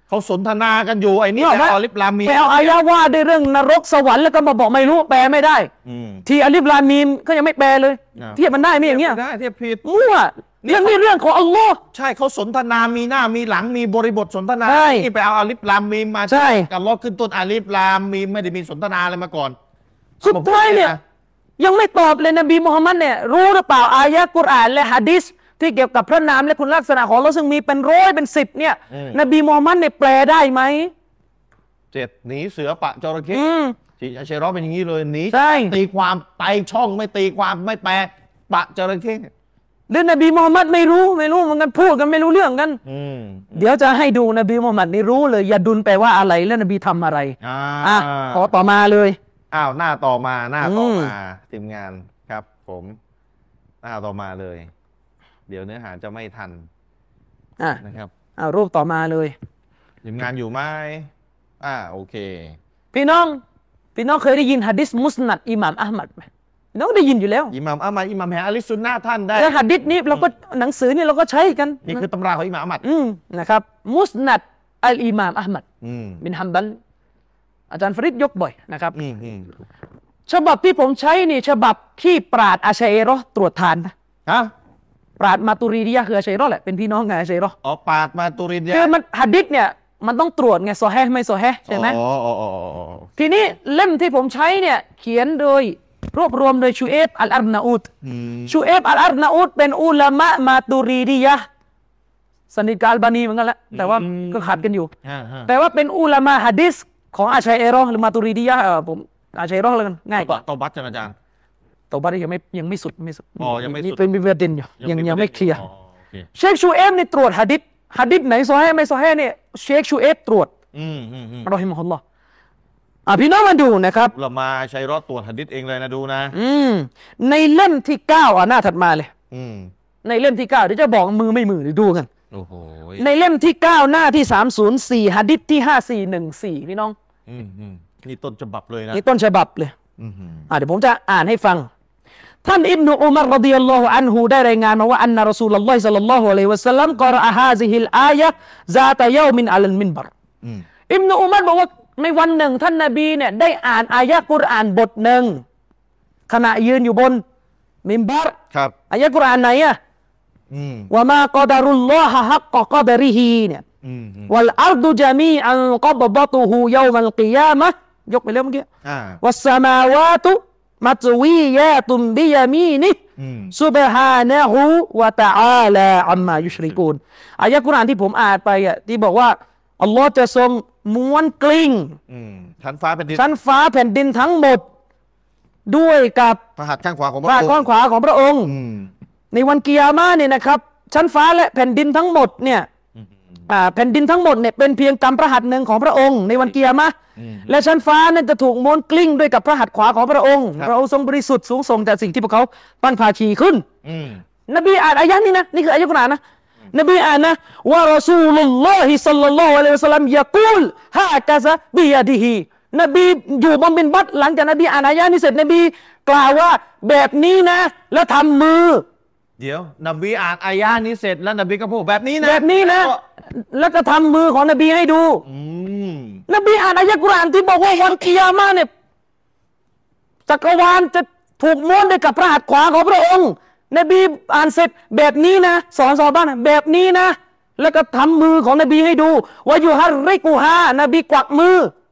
C: เขาสนทนากันอยู่ไอ้นี่
A: เนี่ย
C: แต่
A: นะ
C: อัลลิฟลามมี
A: ไปเอาอายะว่าด้วยเรื่องนรกสวรรค์แล้วก็มาบอกไม่รู้แปลไม่ได้
C: อืม
A: ที่อัลิฟลามีมก็ยังไม่แปลเลย
C: อ่า
A: เทียบมันได้ไหมอย่างเงี้ย
C: ไม่ได้เทียบผิด
A: มั่วเรื่องนี้เรื่องของอัลลอฮ์
C: ใช่เขาสนทนามีหน้ามีหลังมีบริบทสนทนา
A: ใช่
C: ที่ไปเอาอาลิฟลามมีมมา
A: ใช่
C: กับล้อขึ้นต้นอาลิฟลามมีไม่ได้มีสนทนาอะไรมาก่อน
A: สุดท้ายเนี่ยยังไม่ตอบเลยนบีมุฮัมมัดเนี่ยรู้หรือเปล่าอายะกุรอานและหะดีษที่เกี่ยวกับพระนามและคุณลักษณะของอัลเลาะห์ซึ่งมีเป็นร้อยเป็นสิบเนี่ยนบีมุฮัมมัดเนี่ยแปลได้ไหม
C: เจ็ดหนีเสือปะจระเข้
A: อืม
C: ที่เชรอเป็นอย่างนี้เลยหนี
A: ใช่
C: ตีความไปช่องไม่ตีความไม่แปลปะจระเข้
A: หรือนบีมุฮัมมัดไม่รู้ไม่รู้เหมันกันพูดกันไม่รู้เรื่องกัน
C: อืม
A: เดี๋ยวจะให้ดูนบีมุฮัมมัดนี่รู้เลยอย่าดุลแปลว่าอะไรและนบีทำอะไร
C: อ่า
A: อ่ะขอต่อมาเลย
C: อ้าวหน้าต่อมาหน้าต่อ
A: ม
C: มาทีมงานครับ ผมหน้าต่อมาเลย เดี๋ยวเนื้อหาจะไม่ทัน
A: อ่ะ
C: นะครับ
A: เอารูปต่อมาเลย
C: ทีมงานอยู่ไหมอ่าโอเค
A: พี่น้องพี่น้องเคยได้ยินหะดีษมุสนัดอิหม่ามอะห์มัดไหมพี่น้องได้ยินอยู่แล้ว
C: อิหม่ามอามัดอิหม่ามแห่งอะลิซุนนะห์ท่านได้
A: แล้วหะดีษนี้เราก็หนังสือนี่เราก็ใช้กัน
C: นี่คือตำราของอิหม่ามอามัด
A: อืมนะครับมุสนัดอัลอิหม่ามอะห์มัด
C: อืม
A: บินฮัมบัลอาจารย์ฟริดยกบ่อยนะครับ
C: อืมอืม
A: ฉบับที่ผมใช้นี่ฉบับที่ปราดอาชัยเราะห์ตรวจทานนะ
C: ฮะ
A: ปราดมาตุรีดียะห์คืออาชัยเราะห์แหละเป็นพี่น้องกับอาชัยเราะห์
C: อ๋อปาดมาตุรินเนี่ย
A: คือมันหะดีษเนี่ยมันต้องตรวจไงซอแฮห์ไม่ซอแฮห์ใช่ไหม
C: อ๋ออ๋ออ๋ออ๋ออ๋อ
A: ทีนี้เล่มที่ผมใช้เนี่ยเขียนโดยรวบรวมโดยชูเอฟอัลอาร์นาอูด
C: อืม
A: ชูเอฟอัลอาร์นาอูดเป็นอุลามะมาตุรีดียะห์สนิทกับอัลบานีเหมือนกันแหละแต่ว่าก็ขัดกันอยู่
C: ฮะฮะ
A: แต่ว่าเป็นอุลามะฮะดิษของอาชัยเอรอห์หรือมาตุรีดียะห์เออผมอาชัยเอรอห์แล้วกันง่ายกว่า
C: ตอบัตรอาจารย์
A: ตอบารียังไม่ยังไม่สุดไม่สุด
C: อ๋อยังไม่สุด
A: เป็นมีประเด็นอยู่ยังยังไม่เคลียร์
C: อ๋อโอเค
A: เชคชูเอฟนี่ตรวจหะดิษหะดิษไหนซอแฮห์ไม่ซอแฮห์เนี่ยเชคชูเอฟตรวจ
C: อืมอืมอืม
A: รอฮิมะฮุลลอฮ์อ่ะพี่น้องมาดูนะครับ
C: เรามาใช้รอดตรวจหะดิษเองเลยนะดูนะ
A: อืมในเล่มที่เก้าอ่ะหน้าถัดมาเลย
C: อืม
A: ในเล่มที่เก้าเดี๋ยวจะบอกมือไม่มือเดี๋ยวดูกัน
C: โอ้โห
A: ในเล่มที่เก้าหน้าที่สามศูนย์สี่หะดิษที่ห้าสี่หนึ่งสี่พี่น้อง
C: อืมอืมนี่ต้นฉบับเลยนะ
A: นี่ต้นฉบับเลย
C: อืมอืม
A: อ่ะเดี๋ยวผมจะอ่านให้ฟัง ท่านอิบนุอุมัรรฎิยัลลอฮุอันฮุได้รายงานมาว่าอันนะรอซูลุลลอฮิศ็อลลัลลอฮุอะลัยฮิวะซัลลัมกอรอะฮาซิฮิลอายะซาตะยอมินอะลัลมินบัร
C: อืม
A: อิบนุอุมัรบอกว่าในวันหนึ่งท่านนบีเนี่ยได้อ่านอายะกุรอานบทหนึ่งขณะยืนอยู่บนมิมบัร
C: ครับ
A: อายะกุรอานไหนอะ
C: อืม
A: วะมากอดารุลลอฮะฮักกะกอดาริฮีเนี่ย
C: อืมอืม
A: วัลอัรดุจามีอันกอบดะตุฮูยอมัลกิยามะห์ยกไปแล้วเมื่อกี้
C: อ่า
A: วัสสมาวาตุมัตวียาตุมบิยามีนิ
C: อืม
A: ซุบฮานะฮูวะตะอาลาอัมมายุชริกูนอายะกุรอานที่ผมอ่านไปอ่ะที่บอกว่าอัลลอฮ์จะทรงม้วนกลิ้ง
C: อืมชั้นฟ้าเป็นดิน
A: ชั้นฟ้าแผ่นดินทั้งหมด ด้วยกับ
C: พระหัตถ์ข้างขวาของพ
A: พ
C: ระ
A: ระ
C: อง
A: ก้อน
C: ค์
A: ขวาของพระองค์
C: อืม
A: ในวันกิยามะห์เนี่ยนะครับ ชั้นฟ้าและแผ่นดินทั้งหมดเนี่ย
C: อืม
A: อ่าแผ่นดินทั้งหมดเนี่ยเป็นเพียงกำพระหัตถ์หนึ่งของพระองค์ในวันกิยามะห์
C: อืม
A: และชั้นฟ้านั้นจะถูกม้วนกลิ้งด้วยกับพระหัตถ์ขวาของพระองค์
C: ครับ
A: พระองค์ทรงบริสุทธิ์สูงส่งจากสิ่งที่พวกเขาปั้นพาคีขึ้น
C: อืม
A: นบีอ่านอายะนี้นะนี่คืออายะกุรอานนะนบีอ่านนะวะรอซูลุลลอฮิศ็อลลัลลอฮุอะลัยฮิวะซัลลัมยะกูลฮากะซะบิยะดิฮินบีอยู่บนมินบัรหลังจากนบีอ่านอายะนี้เสร็จนบีกล่าวว่าแบบนี้นะ แล้วทำมือ
C: เดี๋ยวนบีอ่านอายะนี้เสร็จแล้วนบีก็พูดแบบนี้นะ
A: แบบนี้นะ แล้วก็ทำมือของนบีให้ดู
C: อืม
A: นบีอ่านอายะกุรอานที่บอกว่าวันกิยามะห์เนี่ยจักรวาลจะถูกม้วนด้วยกับพระหัตถ์ขวาของพระองค์นบีอ่านเสร็จแบบนี้นะสอนสอนบ้านนะแบบนี้นะ แล้วก็ทำมือของนบีให้ดูว่าอยู่ฮัรริกูฮานบีกวักมือก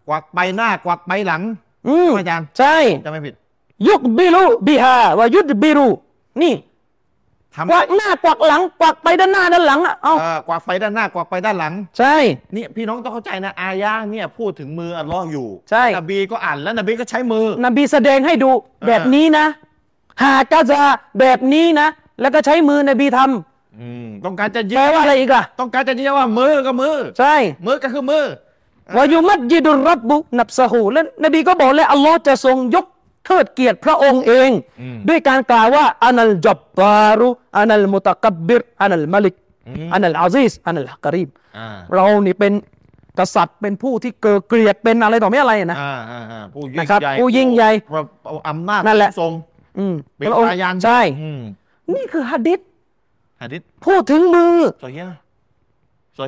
C: วักไปหน้ากวักไปหลัง
A: อืม
C: อาจารย์
A: ใช่
C: จะไม่ผิด
A: ยุกบิรุบิฮาวายุดบิรุนี่
C: ทำ
A: กวักหน้ากวักหลังกวักไปด้านหน้าด้านหลังอ่ะเอา
C: เอ่อกวักไปด้านหน้ากวักไปด้านหลัง
A: ใช่
C: เนี่ยพี่น้องต้องเข้าใจนะอายะเนี่ยพูดถึงมืออัลลอฮ์อยู่
A: ใช่
C: นบีก็อ่านแล้วนบีก็ใช้มือ
A: นบีแสดงให้ดูแบบนี้นะหากะซาแบบนี้นะ แล้วก็ใช้มือนบีทำ
C: อืมต้องการจะยื
A: แปลว่าอะไรอีกล่ะ
C: ต้องการจะยืนยันว่ามือก็มือ
A: ใช่
C: มือก็คือมือ
A: วายุมัดยิดุลรับบุนับสหูและนบีก็บอกเลยอัลลอฮ์จะทรงยกเทิดเกียรติพระองค์เอง
C: อืม
A: ด้วยการกล่าวว่าอานัลจับบารุอานัลมุตะกับบบิรอานัลมาลิก
C: อืม
A: อานัลอาซิซอานัลกะรีม
C: อ่า
A: เรานี่เป็นกษัตริย์เป็นผู้ที่เกิดเกลียดเป็นอะไรต่อไม่อะไรนะ
C: อ่าอ่าอ่าผู้ยิ่ง
A: นะครับ
C: ใหญ่
A: ผู้ยิ่งใหญ่
C: ผู้ผู้อำนาจ
A: นั่นแหละ
C: ทรง
A: อืม
C: เป็น
A: พระองค์
C: พยาน
A: ใช่
C: อืม
A: นี่คือหะดิษ
C: หะดิษ
A: พูดถึงมือ
C: โซเฮียโซเฮีย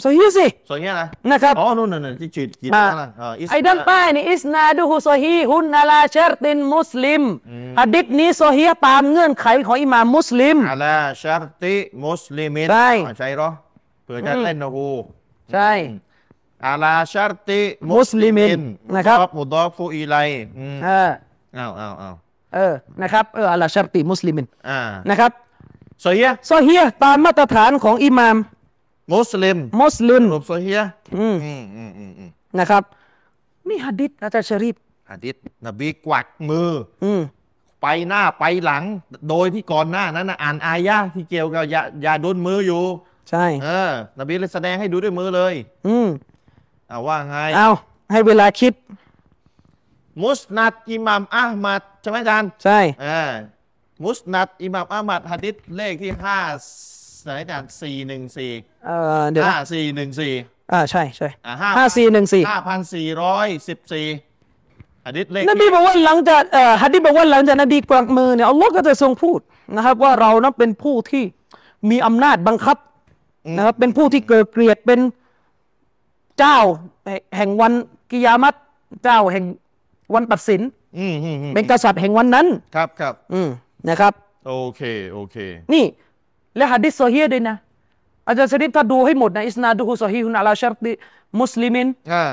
A: โซฮีสิ
C: ส่วนเนี้ยนะ
A: นะครับ
C: อ๋อนู่นนั่นที่จีดจีด
A: มา
C: นั่นเอออิส
A: ไอ้ด้านใต้นี่อิสนาดูฮุซอฮีฮุนอาลาชรตินมุสลิมหะดีษนี้โซฮีตามเงื่อนไขของอิหม่ามมุสลิม
C: อาลาชาร์ติมุสลิมิน
A: ใช่
C: ใช่หรอเผื่อจะเล่นนะฮู
A: ใช่
C: อาลาชาร์ติ
A: มุสลิมินนะครับ
C: มุดอฟูอีไลอืม
A: เออ
C: อ้าวอ้าวอ้าว
A: เออนะครับเอออาลาชรติมุสลิมิน
C: อ่า
A: นะครับ
C: โซเฮีย
A: โซฮีตามมาตรฐานของอิหม่าม
C: มุสลิม
A: มุสลิม
C: รูปโซเฮีย
A: อืม
C: อืมอืมอืมอืม
A: นะครับนี่หะดีษอาจารย์ชะรีฟ
C: หะดีษนบีกวักมือ
A: อืม
C: ไปหน้าไปหลัง โดยที่ก่อนหน้านั้นนะอ่านอายะห์ที่เกี่ยวกับยาอยาดุนมืออยู่
A: ใช่
C: เออนบีเลยแสดงให้ดูด้วยมือเลย
A: อืม
C: เอาว่าไง
A: เอาให้เวลาคิด
C: มุสนัดอิหม่ามอะห์มัดใช่ไหมอาจารย์
A: ใช่
C: เออมุสนัดอิหม่ามอะห์มัดหะดีษเลขที่ห้าไหนอาจารย์สี่หนึ่งสี่
A: เออเดี๋ยว
C: ห้าสี่หนึ่งสี่
A: อ่าใช่ใช่
C: อ่า
A: ห้าสี่หนึ่งสี่
C: ห้าพันสี่ร้อยสิบสี่หะดีษเลข
A: นบีบอกว่าหลังจากเอ่อฮะดีษบอกว่าหลังจากนบีกวักมือเนี่ยอัลลอฮ์ก็จะทรงพูดนะครับ ว่าเรานั้นเป็นผู้ที่มีอำนาจบังคับนะครับ เป็นผู้ที่เกิดเกลียดเป็นเจ้าแห่งวันกิยามัตเจ้าแห่งวันตัดสิน
C: อืมอืมอืม
A: เป็นกษัตริย์แห่งวันนั้น
C: ครับครับ
A: อืมนะครับ
C: โอเคโอเค
A: นี่และหะดีษโซฮีฮ์ด้วยนะอาจารย์ชะรีฟถ้าดูให้หมดนะอิสนาดูฮุโซฮีฮุนอาลาชัรติมุสลิมิน
C: อ่าว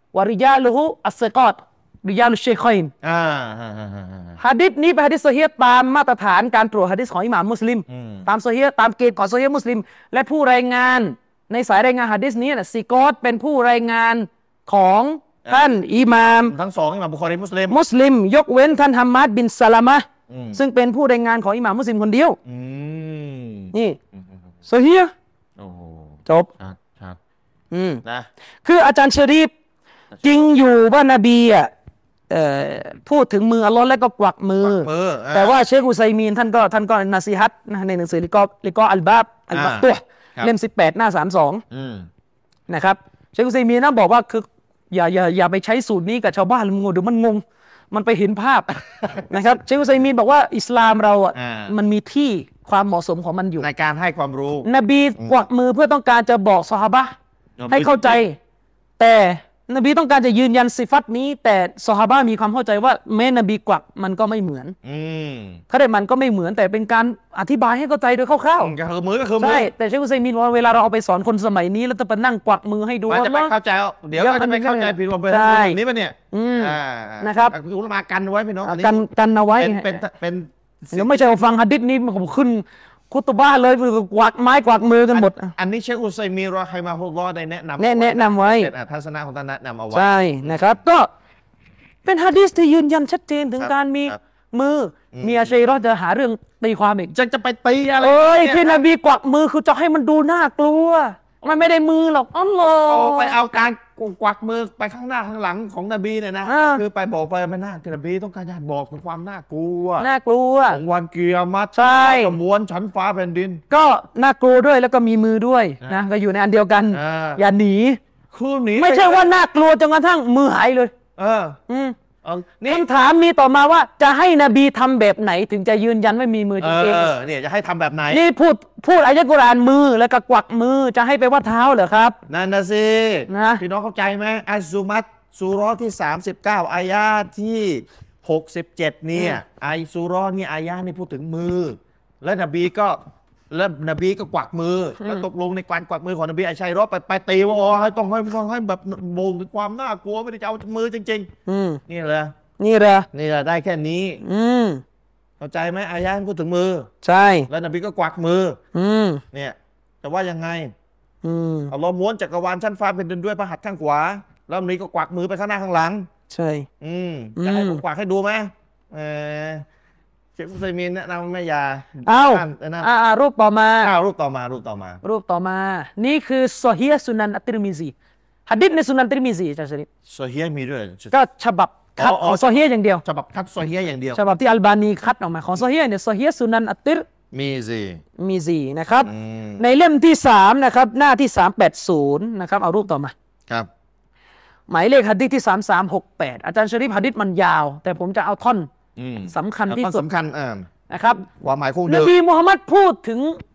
A: ะริยาลุฮุอัสซิกอตริยาลุเชคอยน์
C: อ่าอ่าอ่าอ่าอ่า
A: หะดีษนี้เป็นหะดีษโซฮีฮ์ตามมาตรฐานการตรวจหะดีษของอิหม่ามมุสลิม
C: อืม
A: ตามโซฮีฮ์ตามเกณฑ์ของโซฮีฮ์มุสลิม และผู้รายงานในสายรายงานหะดีษนี้นะซิกอตเป็นผู้รายงานของท่านอิหม่าม
C: ทั้งสองอิหม่ามบุคอรีมุสลิม
A: มุสลิม ยกเว้นท่านฮัมมัดบินซะลามะห์
C: อืม
A: ซึ่งเป็นผู้รายงานของอิหม่ามมุสลิมคนเดียว
C: อืม
A: นี่
C: อืมอืมอืม
A: โซฮีฮ์
C: โอ้โห
A: จบ
C: ชัดชัด
A: อืม
C: นะ
A: คืออาจารย์ชะรีฟจริงอยู่ว่านบีอ่ะเอ่อพูดถึงมืออัลลอฮ์แล้วก็กวักมือ
C: มืออ่า
A: แต่ว่าเชคอุซัยมีนท่านก็ท่านก็นาซีฮัตนะในหนังสือลิกอลิกออัลบาบอัลบัตตุฮ์
C: ครับ
A: เล่มสิบแปดหน้าสามสอง
C: อืม
A: นะครับเชคอุซัยมีนนะบอกว่าคืออย่าอย่าอย่าไปใช้สูตรนี้กับชาวบ้านเลยมึงงเดี๋ยวมันงง มันไปเห็นภาพ นะครับเชคอุซัยมีนบอกว่าอิสลามเราอ่ะ
C: อ่า
A: มันมีที่ความเหมาะสมของมันอยู่
C: ในการให้ความรู้
A: นบีกวักมือเพื่อต้องการจะบอกซอฮาบะห์
C: นบี
A: ให้เข้าใจ แต่นบีต้องการจะยืนยันสิฟัตนี้ แต่ซอฮาบะห์มีความเข้าใจว่าแม้นบีกวักมันก็ไม่เหมือน
C: อืม
A: เขาได้มันก็ไม่เหมือนแต่เป็นการอธิบายให้เข้าใจโดยคร่าว
C: ก็คือมือก็คือ
A: ๆ
C: มือ
A: ใช่แต่เชคอุซัยมีนว่าเวลาเราเอาไปสอนคนสมัยนี้แล้วจะไปนั่งกวักมือให้ดู
C: มันจะไป
A: ว่า
C: เข้าใจเอาเดี๋ยว
A: เดี๋ยว
C: ก็จะไปเข้าใจผิดว่าเป็น
A: ใช่
C: แบบนี้ป่ะเนี่ย
A: อืม
C: อ่า
A: นะครับ
C: อุลามะกันไว้พี่น้องอันนี้
A: กันกันเอาไว้
C: เป็นเป็นเป็น
A: เดี๋ยวไม่ใช่ว่าฟังหะดีษนี้ผมขึ้นคุตบ้าเลยกวักไม้กวักมือกันหมด
C: อันนี้เชคอุซัยมีนรอฮิมาฮุลลอฮ์ได้แนะนำ
A: แนะแนะนำไว้
C: เป็นทัศนะของท่านแนะนำเอาไว้
A: ใช่นะครับก็เป็นฮะดีษที่ยืนยันชัดเจนถึง
C: ครับ
A: การมี
C: ครับ
A: มืออมีอาชัยรอห์จะหาเรื่องตีความอีก
C: จะจะไปตีอะไร
A: เอ้ย
C: เนี่ย
A: ที่นบีกวักมือคือจะให้มันดูน่ากลัว มันไม่ได้มือหรอกอัลลอฮ
C: โอ้
A: ์
C: ไปเอาการกวักมือไปข้างหน้าข้างหลังของนบีเนี่ยนะ
A: อ่า
C: คือไปบอกไปไม่น่าคือนบีต้องการจะบอกถึงความน่ากลัว
A: น่ากลัว
C: ของวันเกียรติ
A: ใช่
C: กับมวลชั้นฟ้าแผ่นดิน
A: ก็น่ากลัวด้วยแล้วก็มีมือด้วยนะก็อยู่ในอันเดียวกัน
C: อ่า
A: อย่าหนี
C: คือหนี
A: ไม่ใช่ว่าน่ากลัวจนกระทั่งมือหายเลย
C: เออ
A: อืม
C: เอานี่
A: คำถามมีต่อมาว่าจะให้นบีทำแบบไหนถึงจะยืนยันว่ามีมือ
C: เอ
A: จริง
C: อเนี่ยจะให้ทำแบบไหน
A: ๆนี่พูดพูดอายะกุรอานมือแล้วก็กวักมือจะให้ไปว่าเท้าเหรอครับ
C: นั่นนะสิ
A: นะ
C: พี่น้องเข้าใจไหมอัซซุมัตซูเราะห์ที่สามสิบเก้าอายาที่หกสิบเจ็ดเนี่ยไอซูเราะห์นี่อายานี่พูดถึงมือ แล้วนบีก็แล้วนบีก็กวักมืออแล้วตกลงในการกวักมือของนบีไอชัยรอไปไปตีว่าอ๋อให้ต้องให้ต้องให้แบบโมงถึงความน่ากลัวไม่ได้จะเอามือจริง
A: อืม
C: ๆ นี่เลย
A: นี่เหรอ
C: นี่แหละได้แค่นี้
A: อืม
C: เข้าใจไหมอายาพูดถึงมือ
A: ใช่
C: แล้วนบีก็กวักมือ
A: อืม
C: เนี่ยแต่ว่ายังไง
A: อืม
C: อัลลอฮ์ม้วนจักรวาลชั้นฟ้าเป็นดินด้วยพระหัตถ์ข้างขวา แล้วนบีก็กวักมือไปข้างหน้าข้างหลัง
A: ใช่
C: อืม
A: อืม
C: จะให้ผมกวาดให้ดูไหมเออเชฟอุซัยมินแนะนำแม่ยา
A: เอ้า
C: อ่านเออนะ
A: อ่าอ่ารูปต่อมา
C: อ้าวรูปต่อมารูปต่อมา
A: รูปต่อมา นี่คือซอฮีฮ์สุนันอัตติรมิซีหะดีษในสุนันติรมิซีอาจารย์ชริฟ
C: โซเฮียมีด้วย
A: ก็ฉบับคัด
C: อ๋ออ๋
A: ข
C: อ
A: องซอฮีฮ์อย่างเดียว
C: ฉบับคัดโซเฮียอย่างเดียว
A: ฉบับที่อัลบานีคัดออกมาของซอฮีฮ์เนี่ยซอฮีฮ์สุนันอัตติร
C: มีสิ
A: มิซีนะครับ
C: อืม
A: ในเล่มที่สามนะครับหน้าที่สามแปดศูนย์นะครับเอารูปต่อมา
C: ครับ
A: หมายเลขหะดีษที่สามสามหกแปดอาจารย์ชริฟหะดีษมันยาว แต่ผมจะเอาท่อน
C: อืม
A: สำคัญที่
C: แล้วก็
A: สุด
C: สำคัญอ่า
A: นะครับ
C: ความหมายคง
A: น
C: เดิม
A: บีมุฮัมมัดพูดถึง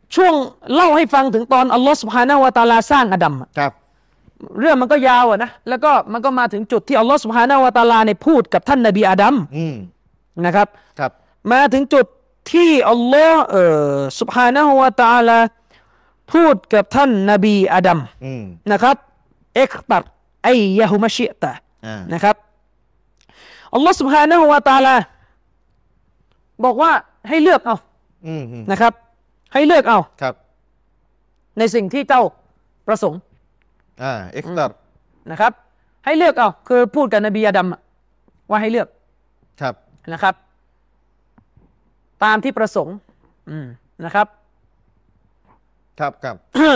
A: ช่วงเล่าให้ฟังถึงตอนอัลลอฮฺซุบฮานะฮูวะตะอาลาสร้างอาดัมอะ
C: ครับ
A: เรื่องมันก็ยาวอะนะแล้วก็มันก็มาถึงจุดที่อัลลอฮฺซุบฮานะฮูวะตะอาลาเนี่ยพูดกับท่านนบีอาดัม
C: อืม
A: นะครับ
C: ครับ
A: มาถึงจุดที่อัลลอฮ์เอ่อซุบฮานะฮูวะตะอาลาพูดกับท่านนบีอาดัม
C: อืม
A: นะครับเอ็กตัดไอยะฮุมะชิตะ
C: อ่า
A: นะครับอัลลอฮ์ سبحانه และ تعالى บอกว่าให้เลือกเอา
C: อืมอืม
A: นะครับ ให้เลือกเอา
C: ครับ
A: ในสิ่งที่เจ้าประสงค์
C: อ่าเอ็กซ์ตัด
A: นะครับ ให้เลือกเอาคือพูดกับนบีอาดัมอะว่าให้เลือก
C: ครับ
A: นะครับ ตามที่ประสงค์อืมนะครับ
C: ครับครับ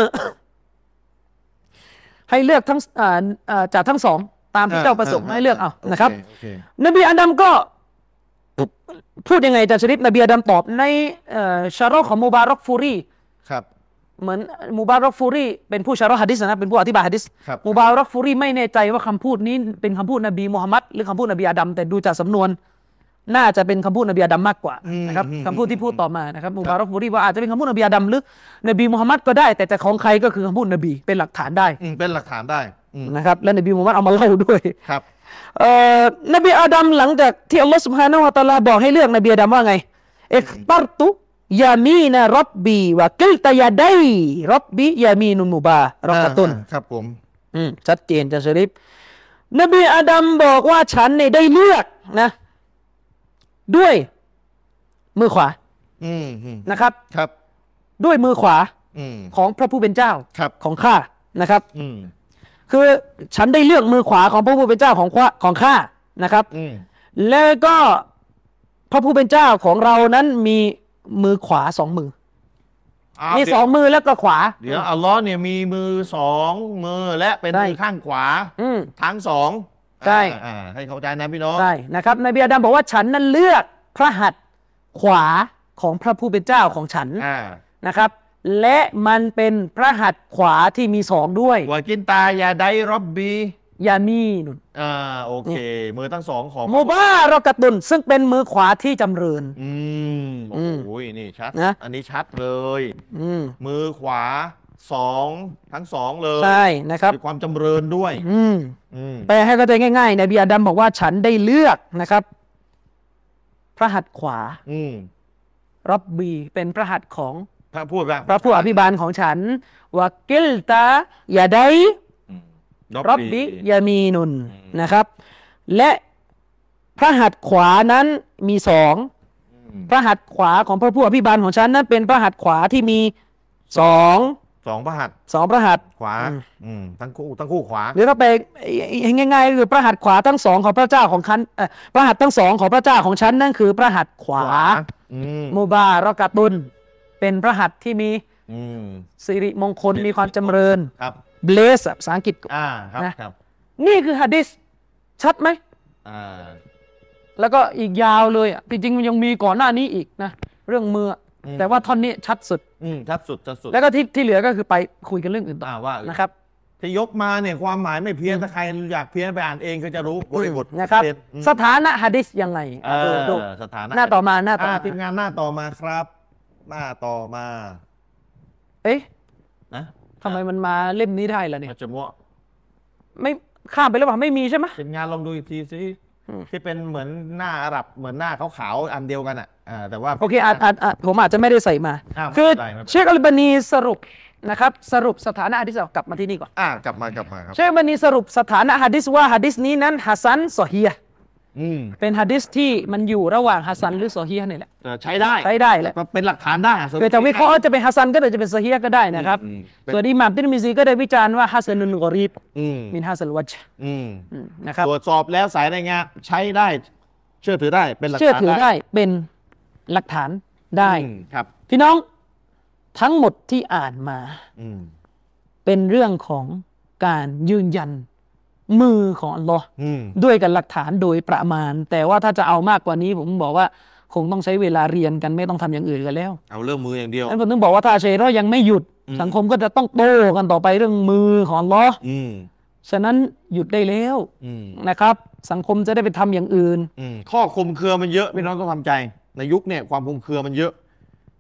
A: ให้เลือกทั้งอ่าอ่าจากทั้งสอง ตามที่เจ้าประสงค์ให้เลือกเอานะครับ
C: โอเโอเคน
A: บีอาดัมก็พูดยังไงอาจารย์ชริฟนบีอาดัมตอบในเอ่อชาร์อของมูบารอกฟูรี
C: ครับ
A: เหมือนมูบารอกฟูรีเป็นผู้ชาร์อฮะดิษนะเป็นผู้อธิบายฮะดิษ
C: ครับ
A: มูบารอกฟูรีไม่แน่ใจว่าคำพูดนี้เป็นคำพูดนบีมูฮัมมัดหรือคำพูดนบีอาดัมแต่ดูจากสำนวน น่าจะเป็นคำพูดนบีอาดัมมากกว่านะครับคำพูดที่พูดต่อมานะครับมูบารอกฟูรีว่าอาจจะเป็นคำพูดนบีอาดัมหรือนบีมูฮัมมัดก็ได้แต่แต่ของใครก็คือคำพูดนบีเป็นหลักฐานได้
C: อืมเป็นหลักฐานได้อืม
A: นะครับและนบีมูฮัมมัดเอามาเล่าด้วย
C: ครับ
A: เอ่อนบีอาดัมหลังจากที่อัลลอฮฺ سبحانه และ تعالى บอกให้เลือกนบีอาดัมว่าไงอิคตัรตุยามีนะรับบีวะกิลตายาไดรับบียามีนุนมุบารอกะตุน
C: อ่าครับผม
A: อืมชัดเจนจะชริฟนบีอาดัมบอกว่าฉันเนี่ยได้เลือกนะ ด้วยมือขวา
C: อืมอืม
A: นะครับ
C: ครับ
A: ด้วยมือขวา
C: อืม
A: ของพระผู้เป็นเจ้า
C: ครับ
A: ของข้านะครับ
C: อืม
A: คือฉันได้เลือกมือขวาของพระผู้เป็นเจ้าของข้าของข้านะครับ
C: อืม
A: แล้วก็พระผู้เป็นเจ้าของเรานั้นมีมือขวาสองมือ
C: เอา
A: มี
C: เดี๋ยว
A: สองมือแล้วก็ขวา
C: เดี๋ยวอัลลอฮ์เนี่ยมีมือสองมือและเป็น
A: ใช่
C: มือข้างขวา
A: อืม
C: ทั้งสอง
A: ใช่
C: อ่าอ่าให้เข้าใจนะพี่น้อง
A: ใช่นะครับนบีอาดัมบอกว่าฉันนั้นเลือกพระหัตถ์ขวาของพระผู้เป็นเจ้าของฉัน
C: อ่า
A: นะครับ และมันเป็นพระหัตถ์ขวาที่มีสองด้วย
C: วากินตายาไดรอบบี
A: ยามีนุน
C: อ่าโอเค มือทั้งสองของ
A: มูบารอกะตุนซึ่งเป็นมือขวาที่จำเริญ
C: อืม
A: อื
C: โอ้
A: ม
C: ยนี่ชัด
A: นะ
C: อันนี้ชัดเลย
A: อืม
C: มือขวาสองทั้งสองเลย
A: ใช่นะครับ
C: มีความจำเริญด้วย
A: อืม
C: อืม
A: แปลให้เข้าใจง่ายๆนบีอาดัมบอกว่าฉันได้เลือกนะครับ พระหัตถ์ขวา
C: อืม
A: รับบีเป็นพระหัตถ์ของ
C: พระพูดว่า
A: พระผู้อภิบาลของฉันวะกิลตายาไดรับบียามีนุนนะครับ และพระหัตถ์ขวานั้นมีสองพระหัตถ์ขวาของพระผู้อภิบาลของฉันนั้นเป็นพระหัตถ์ขวาที่มีสอง
C: สองพระหัตถ์
A: สองพระหัตถ์
C: ขวา
A: อืม
C: อืมทั้งคู่ทั้งคู่ขวา
A: หรือถ้าไปง่ายๆคือพระหัตถ์ขวาทั้งสองของพระเจ้าของฉันเอ่อพระหัตถ์ทั้งสองของพระเจ้าของฉันนั่นคือพระหัตถ์ขวา
C: อืม
A: มูบารอกะตุนเป็นพระหัตถ์ที่มี
C: อืม
A: สิริมงคลมีความจำเริญ
C: ครับ
A: bless ภาษาอังกฤษ
C: อ่าครับ
A: นะ
C: ครับ
A: นี่คือหะดีษชัดไหม
C: อ่า
A: แล้วก็อีกยาวเลยอ่ะจริงๆมันยังมีก่อนหน้านี้อีกนะเรื่องมืออะ
C: อืม
A: แต่ว่าท่อนนี้ชัดสุด
C: อืมชัดสุดชัดสุด
A: แล้วก็ที่ที่เหลือก็คือไปคุยกันเรื่องอื่นต่อ
C: อ่าว่า
A: นะครับ
C: ที่ยกมาเนี่ยความหมายไม่เพี้ยนถ้าใครอยากเพี้ยนไปอ่านเองก็จะรู้บริบท
A: นะครับ
C: ชัดเจอืม
A: สถานะหะดีษยังไง
C: เอ
A: เออ
C: อ
A: ดู
C: สถานะ
A: หน้าต่อมาหน้าต่อ
C: อ่า
A: มา
C: ทีมงานหน้าต่อมาครับ หน้าต่อมา
A: เอ๊ะ
C: นะ
A: ทำไมมันมาเล่มนี้ได้ล่ะเนี่ย
C: มันจะมั่ว
A: ไม่ข้ามไปหรือเปล่าไม่มีใช่ไหม
C: ทีมงานลองดูอีกทีสิ
A: อืม
C: ที่เป็นเหมือนหน้าอาหรับเหมือนหน้าขาวๆอันเดียวกันอ่ะอ่าแต่ว่า
A: โอเคอาจอาจอาจผมอาจจะไม่ได้ใส่มา
C: อ้าว
A: คือ
C: ไม่เป็นไรไม่เป็นไร
A: เชคอัลบานีสรุปนะครับ สรุปสถานะหะดีษกลับมาที่นี่ก่อน
C: อ่ากลับมากลับมาครับ
A: เชคอัลบานีสรุปสถานะหะดีษว่าหะดีษนี้นั้นฮัสซันซอฮีฮ์
C: อืม
A: เป็นหะดีษที่มันอยู่ระหว่างฮัสซันหรือซอฮีฮ์นี่แหละ
C: เออใช้ได้
A: ใช้ได้แหละ
C: เป็นหลักฐานได้อะ
A: คือจะวิเคราะห์ว่าจะเป็นฮัสซันก็ได้จะเป็นซอฮีฮ์ก็ได้นะครับ
C: อืมเป็น
A: ส่วนอิหม่ามติรมิซีก็ได้วิจารณ์ว่าฮัสซันุนกอรีบ
C: อืม
A: มินฮัสซันวัจ
C: อืม
A: อืมนะครับ
C: ตรวจสอบแล้วสายรายงานใช้ได้ เชื่อถือได้เป็นหลักฐาน
A: เชื่อถือได้เป็นหลักฐานได้
C: อืมครับ
A: พี่น้องทั้งหมดที่อ่านมา
C: อืม
A: เป็นเรื่องของการยืนยันมือของอัลลอฮ์
C: อืม
A: ด้วยกันหลักฐานโดยประมาณ แต่ว่าถ้าจะเอามากกว่านี้ผมบอกว่าคงต้องใช้เวลาเรียนกันไม่ต้องทำอย่างอื่นกันแล้ว
C: เอาเรื่องมืออย่างเดียว
A: นั้นผมถึงบอกว่าถ้าเชรอยังไม่หยุด
C: อืม
A: สังคมก็จะต้องโต้กันต่อไปเรื่องมือของอัลลอฮ์
C: อืม
A: ฉะนั้นหยุดได้แล้ว
C: อืม
A: นะครับ สังคมจะได้ไปทำอย่างอื่น
C: อืมข้อคลุมเครือมันเยอะพี่น้องต้องทำใจ ในยุคเนี่ยความคลุมเครือมันเยอะ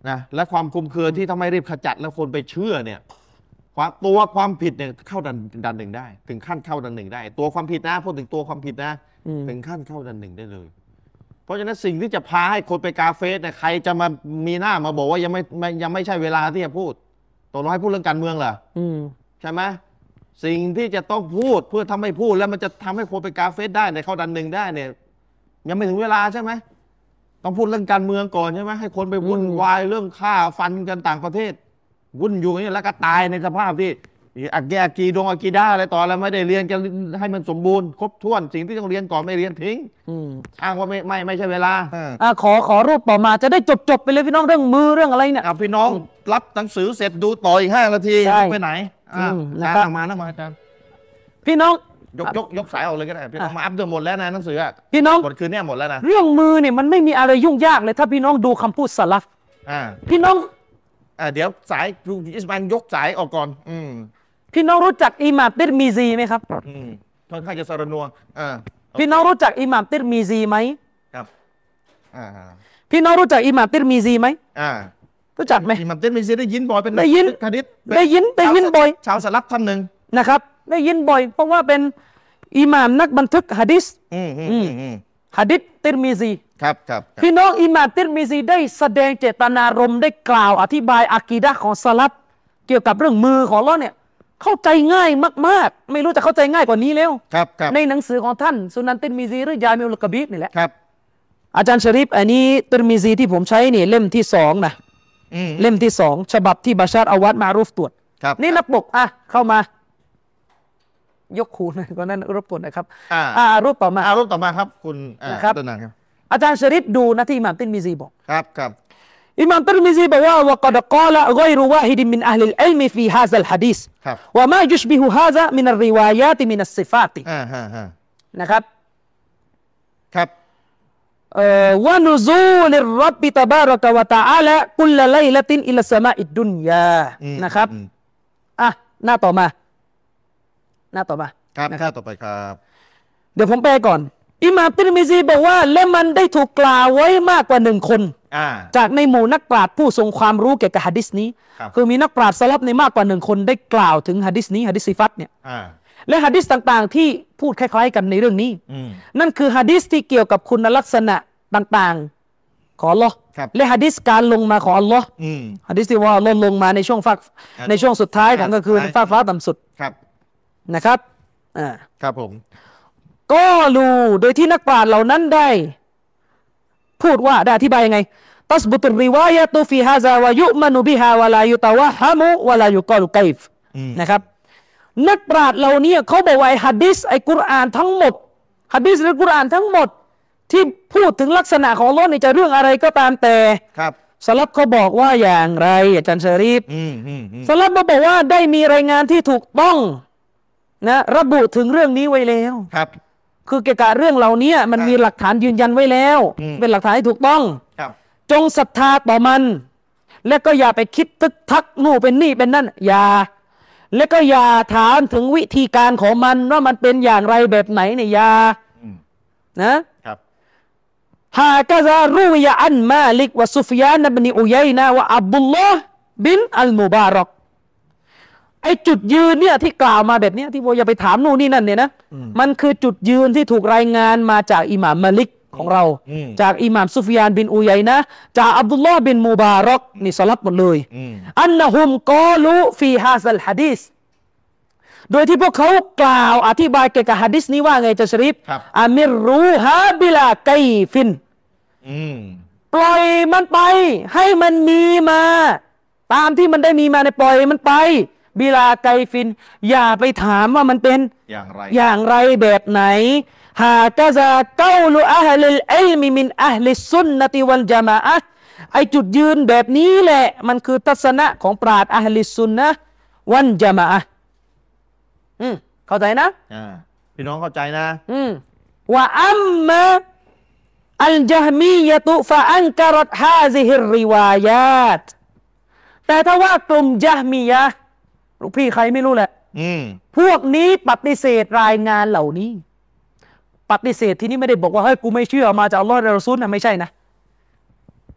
C: นะและความคลุมเครือที่ทำให้รีบขจัดแล้วคนไปเชื่อเนี่ยความตัวความผิดเนี่ยเข้าดันดันหนึ่งได้ ถึงขั้นเข้าดันหนึ่งได้ ตัวความผิดนะพูดถึงตัวความผิดนะถึงขั้นเข้าดันหนึ่งได้เลย เพราะฉะนั้นสิ่งที่จะพาให้คนไปกาเฟสเนี่ยใครจะมามีหน้ามาบอกว่ายังไม่ไม่ยังไม่ใช่เวลาที่จะพูดตกลงให้พูดเรื่องการเมืองเหรอใช่ไหมสิ่งที่จะต้องพูดเพื่อทำให้พูดแล้วมันจะทำให้คนไปกาเฟสได้เนี่ยเข้าดันหนึ่งได้เนี่ยยังไม่ถึงเวลาใช่ไหมต้องพูดเรื่องการเมืองก่อนใช่ไหมให้คนไปวุ่นวายเรื่องฆ่าฟันกันต่างประเทศวุ่นอยู่อย่างนี้แล้วก็ตายในสภาพที่อักแกอากีดงอากีด้าอะไรต่ออะไรไม่ได้เรียนกันให้มันสมบูรณ์ครบถ้วนสิ่งที่ต้องเรียนก่อนไม่เรียนทิ้งอ้างว่าไม่ไม่ไม่ใช่เวลา
A: อ่าขอขอรูปต่อมาจะได้จบจบไปเลยพี่น้องเรื่องมือเรื่องอะไรเนี่ย
C: พี่น้องรับหนังสือเสร็จดูต่ออีกห้านาทีไปไหนอ่านะครับมานะมาอาจารย์
A: พี่น้อง
C: ยกยกยกสายออกเลยก็ได้พี่น้องมาอัพเดทหมดแล้วนะหนังสือ
A: พี่น้อง
C: หมดคืนนี้หมดแล้วนะ
A: เรื่องมือเนี่ยมันไม่มีอะไรยุ่งยากเลยถ้าพี่น้องดูคำพูดสลับพี่น้อง
C: อ่าเดี๋ยวสายอิสมานยกสายออกก่อนอืม
A: พี่น้องรู้จักอิหม่ามติรมิซีไหมครับ
C: อืมค่อนข้างจะสรนัวอ่า
A: พี่น้องรู้จักอิหม่ามติรมิซีไหม
C: ครับอ่า
A: พี่น้องรู้จักอิหม่ามติรมิซีไหม
C: อ่า
A: รู้จักไหม
C: อิหม่ามติรมิซีได้ยินบ่อยเป็น
A: ได้ยิน
C: ฮะดิษ
A: ได้ยินได้ยินบ่อย
C: ชาวสลับท่านหนึ่ง
A: นะครับได้ยินบ่อยเพราะว่าเป็นอิหม่ามนักบันทึกหะดีษ
C: อืมอืมอืม
A: หะดีษติรมิซี
C: ครับครับ
A: พี่น้องอิหม่ามติรมิซีได้แสดงเจตนารมณ์ได้กล่าวอธิบายอะกีดะห์ของสลับเกี่ยวกับเรื่องมือของอัลเลาะห์เนี่ยเข้าใจง่ายมากๆไม่รู้จะเข้าใจง่ายกว่านี้แล้ว
C: ครับครับ
A: ในหนังสือของท่านสุนันติรมิซีหรือยามิอุลกะบีรนี่แหละ
C: ครับ
A: อาจารย์ชะรีฟอันนี้ติรมิซีที่ผมใช้นี่เล่มที่สองนะเล่มที่สองฉบับที่บาชาร์อาวัดมารูฟตรวจนี่นักปกอ่ะเข้ามายกคูนะก็นั่นรบกวนนะครับอ่ารูปต่อมา
C: อ่ารูปต่อมาครับคุณ
A: นะครับอาจารย์ชะรีฟดูนะที่อิหม่ามติรมิซีบอก
C: ครับครับ
A: อิหม่ามติรมิซีบอกว่าวะกอดกาละฆอยรุวาฮิดมินอะห์ลิลอิลมฟีฮาซาลฮะดีษวะมายุชบิฮุฮาซามินัรริวายาตมินัสซิฟาต
C: อ่าฮะฮะ
A: นะครับ
C: ครับ
A: เอ่อวะนุซูลิรร็อบบิตะบารอกะวะตะอาลากุลไลละตินอิลาสมาอิดดุนยานะครับอ่ะหน้าต่อมาหน้าต่อมา
C: ครับหน้าต่อไปครับ
A: เดี๋ยวผมแปลก่อนอิหม่ามติรมิซีบอกว่าและมันได้ถูกกล่าวไว้มากกว่าหนึ่งคนจากในหมู่นักปราชญ์ผู้ทรงความรู้เกี่ยวกับหะดีษนี้คือมีนักปราชญ์สลับในมากกว่าหนึ่งคนได้กล่าวถึงหะดีษนี้หะดีษซิฟัตเนี่ยและหะดีษต่างๆที่พูดคล้ายๆกันในเรื่องนี้นั่นคือหะดีษที่เกี่ยวกับคุณลักษณะต่างๆของอัลเลาะห์และหะดีษการลงมาของอัลเลาะห์หะดีษที่ว่าอัลเลาะห์ลงมาในช่วงฟักในช่วงสุดท้ายของก็คือฟากฟ้าต่ำสุดนะครับอ่า
C: ครับผม
A: ก็รู้โดยที่นักปราชญ์เหล่านั้นได้พูดว่าได้อธิบายยังไงตัสบุตุริวายะตุฟีฮาซาวะยุมะนุบิฮาวะลายุตะวะฮะมุวะลายุกอลุไกฟนะครับนักปราชญ์เหล่านี้เขาบอกว่าหะดีษไอ้กุรอานทั้งหมดหะดีษหรือกุรอานทั้งหมดที่พูดถึงลักษณะของอัลเลาะห์นี่จะเรื่องอะไรก็ตามแต่
C: ครับ
A: สลับเขาบอกว่าอย่างไรอาจารย์ชะรีฟสลับมาบอกว่าได้มีรายงานที่ถูกต้องนะระบุถึงเรื่องนี้ไว้แล้ว
C: ครับ
A: คือเกี่ยวกับเรื่องเหล่านี้มันมีหลักฐานยืนยันไว้แล้วเป็นหลักฐานที่ถูกต้องจงศรัทธาต่อมัน และก็อย่าไปคิดทึกทักนู่นเป็นนี่เป็นนั่นอย่าและก็อย่าถามถึงวิธีการของมันว่ามันเป็นอย่างไรแบบไหนเนี่ยอย่านะครับฮากะซารูวิยะอันมาลิกวะซุฟยานบินอุยัยนะวะอับดุลลอฮ์บินอัลมุบารักไอ้จุดยืนเนี่ยที่กล่าวมาแบบนี้ที่ว่าอย่าไปถามนู่นนี่นั่นเนี่ยนะมันคือจุดยืนที่ถูกรายงานมาจากอิหม่ามมาลิกของเราจากอิหม่ามซุฟยานบินอุยัยนะจากอับดุลลอฮ์บินมุบารักนี่สลับหมดเลยอันนะฮุมกอลูฟีฮาซัลฮะดีษโดยที่พวกเขากล่าวอธิบายเกี่ยวกับหะดีษนี้ว่าไงจะชริฟอามิรูฮาบิลาไกฟินปล่อยมันไปให้มันมีมาตามที่มันได้มีมาในปล่อยมันไปบิลาไกฟินอย่าไปถามว่ามันเป็น
C: อย่างไร
A: อย่างไรแบบไหนฮากะซาเกาลุอะฮลิลอิลมิมินอะฮลิซุนนะติวัลญะมาอะห์ไอจุดยืนแบบนี้แหละมันคือทัศนะของปราชญ์อะฮลิซุนนะห์วัลญะมาอะห์อืมเข้าใจนะ
C: อ่าพี่น้องเข้าใจนะ
A: อืมว่าอัมมาอัลญะฮมียะตุฟะอันกะรัตฮาซิฮิรริวายาตแต่ถ้าว่ากลุ่มญะฮมียะห์ลูกพี่ใครไม่รู้แหละพวกนี้ปฏิเสธรายงานเหล่านี้ปฏิเสธที่นี่ไม่ได้บอกว่าเฮ้ยกูไม่เชื่อมาจากอัลลอฮ์และรอซูลนะไม่ใช่นะ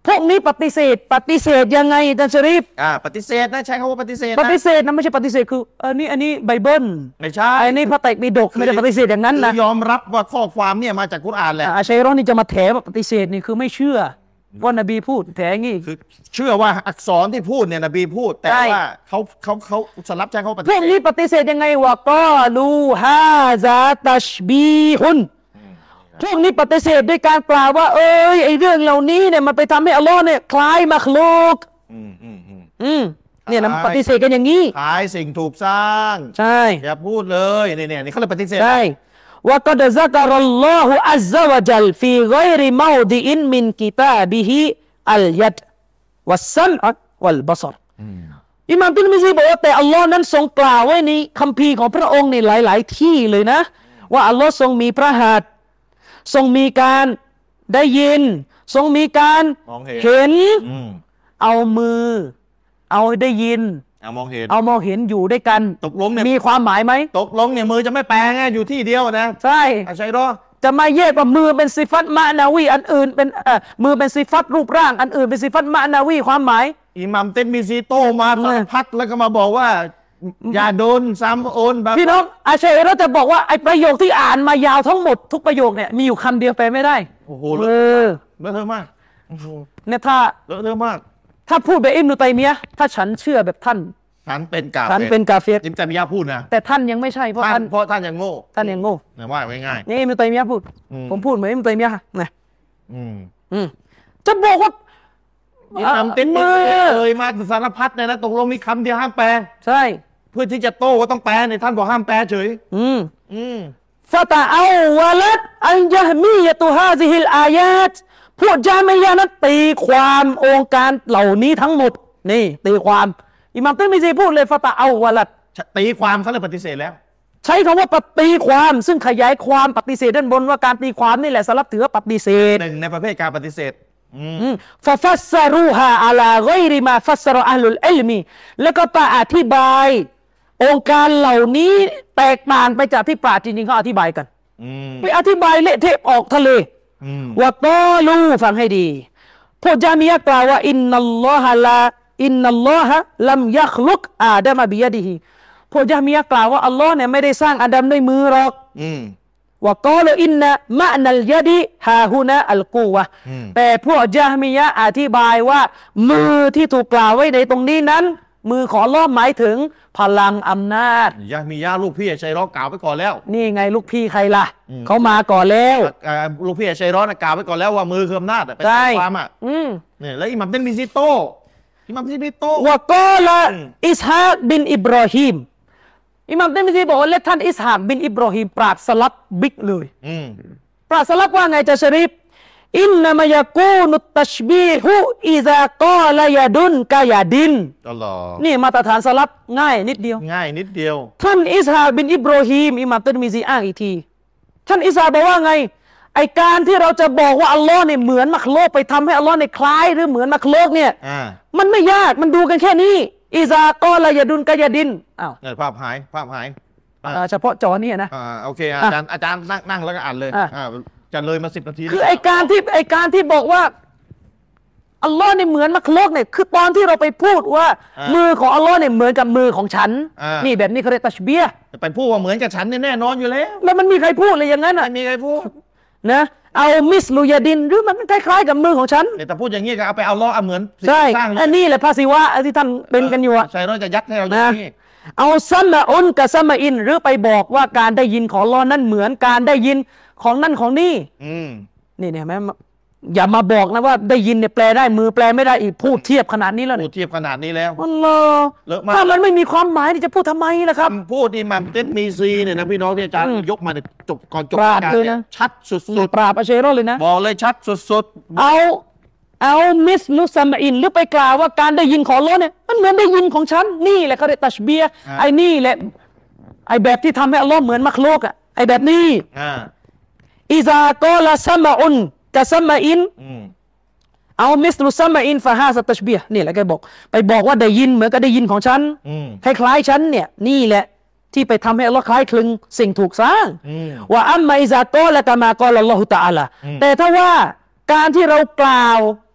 A: พวกนี้ปฏิเสธปฏิเสธยังไงอาจารย์ชะรีฟ
C: อ่าปฏิเสธนะใช้คำว่าปฏิเสธ
A: ป
C: นะ
A: ฏิเสธนะไม่ใช่ปฏิเสธคืออันนี้อันนี้ไบเบิล
C: ไม่ใช่
A: อันนี้พระไตรปิฎกไม่ได้ปฏิเสธอย่างนั้นนะ
C: คือยอมรับว่าข้อความเนี่ยมาจากกุรอานแหละ
A: อาชัยรอนี่จะมาแถว่าปฏิเสธนี่คือไม่เชื่อว่านบีพูดแถงี้
C: คือเชื่อว่าอักษรที่พูดเนี่ยนบีพูด แต่
A: ใช่
C: ว่าเขาเขาเขาสลับใจเขาปฏิ
A: พวก
C: เส
A: นี้
C: ธ
A: ปฏิเสธยังไงวะก็ลูฮาซาตัชบีฮุนพวกนี้ปฏิเสธด้วยการกล่าวว่า เอ้ยไอเรื่องเหล่านี้เนี่ยมันไปทำให้อัลลอฮ์เนี่ยคล้ายมักลุก
C: อืมอืมอืม
A: อืมเนี่ยนะ
C: คล้าย
A: ปฏิเสธกันอย่างนี้
C: ขายสิ่งถูกสร้าง
A: ใช่
C: อย่าพูดเลยเนี่ยเนี่ยนี่เขาเลยปฏิเสธ
A: ใช่ว่าก็ได้ซักรัลลอฮุอัซซะวะจัลฟีไกริมาวดิอินมินกิตาบิฮิอัลยัดวัสซัมอะวัลบะศรอิหม่ามติรมิซีบอกว่าแต่อัลลอฮ์นั้นทรงกล่าวไว้ในคัมภีร์ของพระองค์ในหลาย ๆ ที่เลยนะ ว่าอัลลอฮ์ทรงมีพระหัตถ์ทรงมีการได้ยิน ทรงมีการ
C: มองเห็น
A: เห็น
C: อืม
A: เอามือ เอาได้ยิน
C: เอามองเห็น
A: เอามองเห็นอยู่ด้วยกัน
C: ตกลงเนี่ย
A: มีความหมายไหม
C: ตกลงเนี่ยมือจะไม่แปลงไงอยู่ที่เดียวนะ
A: ใช่
C: อาชัยรอ
A: จะมาแยกว่ามือเป็นสิฟัตมะนาวีอันอื่นเป็นเอ่อมือเป็นสิฟัตรูปร่างอันอื่นเป็นสิฟัตมะนาวีความหมาย
C: อิหมัมเต็นมีซีโตมา
A: เออ
C: สารพัดแล้วก็มาบอกว่า อย่าโดนซ้ำโอนแบบ
A: พี่น้องอาชัยเราจะบอกว่าไอ้ประโยคที่อ่านมายาวทั้งหมดทุกประโยคเนี่ยมีอยู่คำเดียวแปลไม่ได้
C: โอ้โห
A: เอ
C: เลอะ
A: อ
C: เลอะเทอะมากโอ้โห
A: เนี่ยถ้า
C: เลอะเทอะมาก
A: ถ้าพูดแบบอิบนุตัยมียะห์ถ้าฉันเชื่อแบบท่าน
C: ฉันเป็นกา
A: ฉันเป็นกาเฟร
C: อิมแต่มียาพูดนะ
A: แต่ท่านยังไม่ใช่เพราะ
C: ท่า
A: ท่าน น
C: เพราะท่านยังโง่
A: ท่านยังโง่
C: นะว่าง่าย
A: นี่อิบนุตัยมียะห์พูด
C: อืม
A: ผมพูดเหมือนอิบนุตัยมียะห์นะ
C: ๆอืม
A: อืมจะบอกว่า
C: อิหมัมเต็นมี
A: มือ
C: เอ่ยมาสารพัดเลยนะตกลงมีคำเดียวห้ามแปล
A: ใช่
C: เพื่อที่จะโต้ก็ต้องแปลเนี่ยท่านบอกห้ามแปลเฉย
A: อืม
C: อืม
A: ฟาตาเอาวะลัดอันยะฮมียะตุฮาซิฮิลอายาตพวกจามียะนั้นตีความองค์การเหล่านี้ทั้งหมดนี่ตีความอิหม่ามติรมิซีพูดเลยฟาตาเอาวะลัด
C: ตีความเขาเลยปฏิเสธแล้ว
A: ใช้คำว่าปฏิความซึ่งขยายความปฏิเสธด้านบนว่าการตีความนี่แหละสลับถือว่าปฏิเสธ
C: หนึ่งในประเภทการปฏิเสธอืม
A: ฟาฟัสซารูฮาอาลาไกริมาฟัสซารอัลลุลอิลมีแล้วก็ตาอธิบาย องค์การเหล่านี้แตกต่างไปจากที่ปราชญ์จริงๆเขาอธิบายกัน
C: อืม
A: ไปอธิบายเละเทะออกทะเล
C: อืม
A: วะกอลูฟังให้ดีพวกจามียะห์กล่าวว่าอินนัลลอฮะลาอินนัลลอฮะลัมยัคลุกอาดัมบิยะดิฮิพวกจามียะห์กล่าวว่าอัลลอฮ์เนี่ยไม่ได้สร้างอาดัมด้วยมือหรอก
C: อืม
A: วะกอลอินนะมะนัลยะดิฮาฮุนะอัลกูวะห์
C: อืม
A: แต่พวกจามียะห์อธิบายว่า มือที่ถูกกล่าวไว้ในตรงนี้นั้น มือของอัลลอฮ์หมายถึงพลังอำนาจ
C: ยามียาลูกพี่ชัยร้อนกล่าวไปก่อนแล้ว
A: นี่ไงลูกพี่ใครล่ะ
C: อืม
A: เขามาก่อนแล้ว
C: อ่าลูกพี่ชัยร้อนกล่าวไปก่อนแล้วว่ามือคืออำนาจอะเป็น
A: ใช่
C: ความอ่ะ
A: อืม
C: เนี่ยแล้วอิหมัมเต็นมีซิโตอิหมัมเต็นมีซิโต
A: วะกอละ
C: อืม
A: อิสฮากบินอิบรอฮิมอิหม่ามเตมิซีบอกว่าและท่านอิสฮากบินอิบรอฮิมปราบสลับบิ๊กเลย
C: อืม
A: ปราบสลับว่าไงจะชะริฟอินนามายากูนุตตัชบีฮุอิซากอลายาดุนกายาดิน
C: ตลอด
A: นี่มาตรฐานสลับง่ายนิดเดียว
C: ง่ายนิดเดียว
A: ท่านอิสฮากบินอิบรอฮิมอิหม่ามเตมิซีอ้างอีกทีท่านอิสฮากบอกว่าไงไอการที่เราจะบอกว่าอัลลอฮ์เนี่ยเหมือนมักโลกไปทำให้อัลลอฮ์เนี่ยคล้ายหรือเหมือนมักโลกเนี่ย
C: อ่า
A: มันไม่ยากมันดูกันแค่นี้อิซากอลายาดุนกายาดินอ้าว
C: เนี่ยภาพหายภาพหาย อ่ะ
A: อ่าเฉพาะจอนี่นะ
C: อ่าโอเคอา
A: อ่ะ
C: จารย์อาจารย์นั่งนั่งแล้วก็อ่านเลย
A: อ่ะ
C: อ่าจะเลยมาสิบนาที
A: คือไอการที่ไอการที่บอกว่าอัลลอฮ์เนี่ยเหมือนมักโลกเนี่ยคือตอนที่เราไปพูดว่า มือของอัลลอฮ์เนี่ยเหมือนกับมือของฉัน นี่แบบนี้เขาเรียกตัชเบียห์
C: ไปพูดว่าเหมือนกับฉันเนี่ยแน่นอนอยู่แล้ว
A: แล้วมันมีใครพูดเลยอย่างนั้นอ่ะ
C: ไม่มีใครพูด
A: นะเอามิสลูยาดินหรือมันคล้ายๆกับมือของฉัน
C: เนี่ยแต่พูดอย่างนี้ก็เอาไปเอาล้อเอาเหมือน
A: ใช่
C: สร้างเลย
A: อันนี้แหละภาษีวะที่ท่านเป็นกันอยู่อะ
C: ใช่เราจะยัดให้เราอย่างนี้
A: เอาซัมมาอุนกับซัมมาอิน หรือไปบอกว่าการได้ยินของอัลลอฮ์นั่นเหมือนการได้ยินของนั่นของนี่
C: อืม
A: นี่เนี่ยเห็นไหมอย่ามาบอกนะว่าได้ยินเนี่ยแปลได้มือแปลไม่ได้อีกพูดเทียบขนาดนี้แล้ว
C: พู
A: เนี่
C: ด
A: ย
C: เทียบขนาดนี้แล้ว
A: อัลลอฮ์
C: เลอะมาก
A: ถ้ามันไม่มีความหมายที่จะพูดทำไมล่ะครับ
C: คำพูดที่มันเต็นมีซีเนี่ยนะพี่น้องที่อาจารย์
A: อืม
C: ยกมาเนี่ยจบก่อนจบ
A: ปราด
C: การ
A: เลย
C: เนี่
A: นะ
C: ยชัดสุด
A: ปราบอาเชโรเลยนะ
C: ๆบอกเลยชัดสุด
A: เอาเอามิสลุซัมอินหรือไปกล่าวว่าการได้ยินของอัลลอฮ์เนี่ยมันเหมือนได้ยินของฉันนี่แหละเขาเรียกตัชเบียห์ไอ้นี่แหละไอ้แบบที่ทำให้อัลลอฮ์เหมือนมักโลกอ่ะไอ้แบบนี้
C: ๆอ่า
A: อิซากอลาซัมอุนกะซัมอิน
C: อืม
A: เอามิสลุซัมอินฟาฮาสตัชเบียห์นี่แหละแกบอก ไปบอกว่าได้ยินเหมือนกับได้ยินของฉัน
C: อืม
A: คล้ายๆฉันเนี่ยนี่แหละที่ไปทำให้อัลลอฮ์คล้ายคลึงสิ่งถูกสร้าง
C: อืม
A: ว่าอัมมาอิซากอละกามากอลอัลลอฮุตะอาลา
C: อืม
A: แต่ถ้าว่าการที่เรากล่าว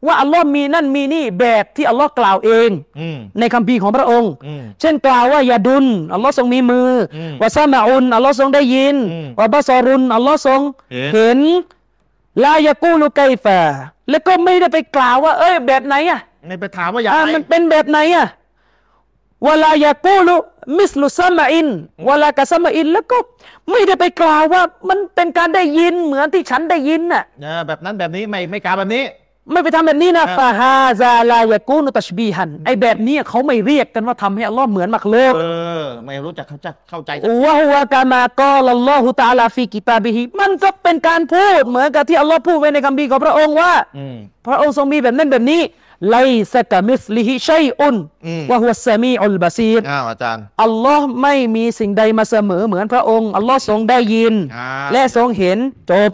A: ว่าอัลลอฮ์มีนั่นมีนี่แบบที่อัลลอฮ์กล่าวเอง
C: อืม
A: ในคัมภีร์ของพระองค์
C: อืม
A: เช่นกล่าวว่ายาดุลอัลลอฮ์ทรงมีมืออ
C: ม
A: วะซามาอุนอัลลอฮ์ทรงได้ยิน
C: อืม
A: วะบะซอรุนอัลลอฮ์ทรง
C: เห็น
A: เห็นลายากูลุไกฟะแล้วก็ไม่ได้ไปกล่าวว่า เอ้ยแบบไหนอ่ะ
C: ไม่ไปถามว่าอยาก
A: อ่า
C: ไหน
A: มันเป็นแบบไหนอ่ะวะลายากูลุมิสลุซามาอินวะลากะซามาอินแล้วก็ไม่ได้ไปกล่าวว่ามันเป็นการได้ยินเหมือนที่ฉันได้ยินน่ะ
C: เออแบบนั้นแบบนี้ไม่ไม่กล่าวแบบนี้
A: ไม่ไปทำแบบนี้นะฟาฮาซาลายากูนุตัชบีฮันไอแบบนี้เขาไม่เรียกกันว่าทำให้อัลลอฮ์เหมือนมักเลิก
C: เออ ไม่รู้จักเข้าใจเข้าใจ
A: วะฮุวะกามากอลัลลอฮุตะอาลาฟีกิตาบิฮิมันก็เป็นการพูดเหมือนกับที่อัลลอฮ์พูดไว้ในคัมภีร์ของพระองค์ว่า
C: อืม
A: พระองค์ทรงมีแบบนั้นแบบนี้ไลซะกะมิสลิฮิชัยอุน
C: อืม
A: วะฮุวัสซะมีอุลบาซีร
C: อ้าวอาจารย์
A: อัลลอฮ์ไม่มีสิ่งใดมาเสมอเหมือนพระองค์อัลลอฮ์ทรงได้ยิน
C: อ่า
A: และทรงเห็นจบ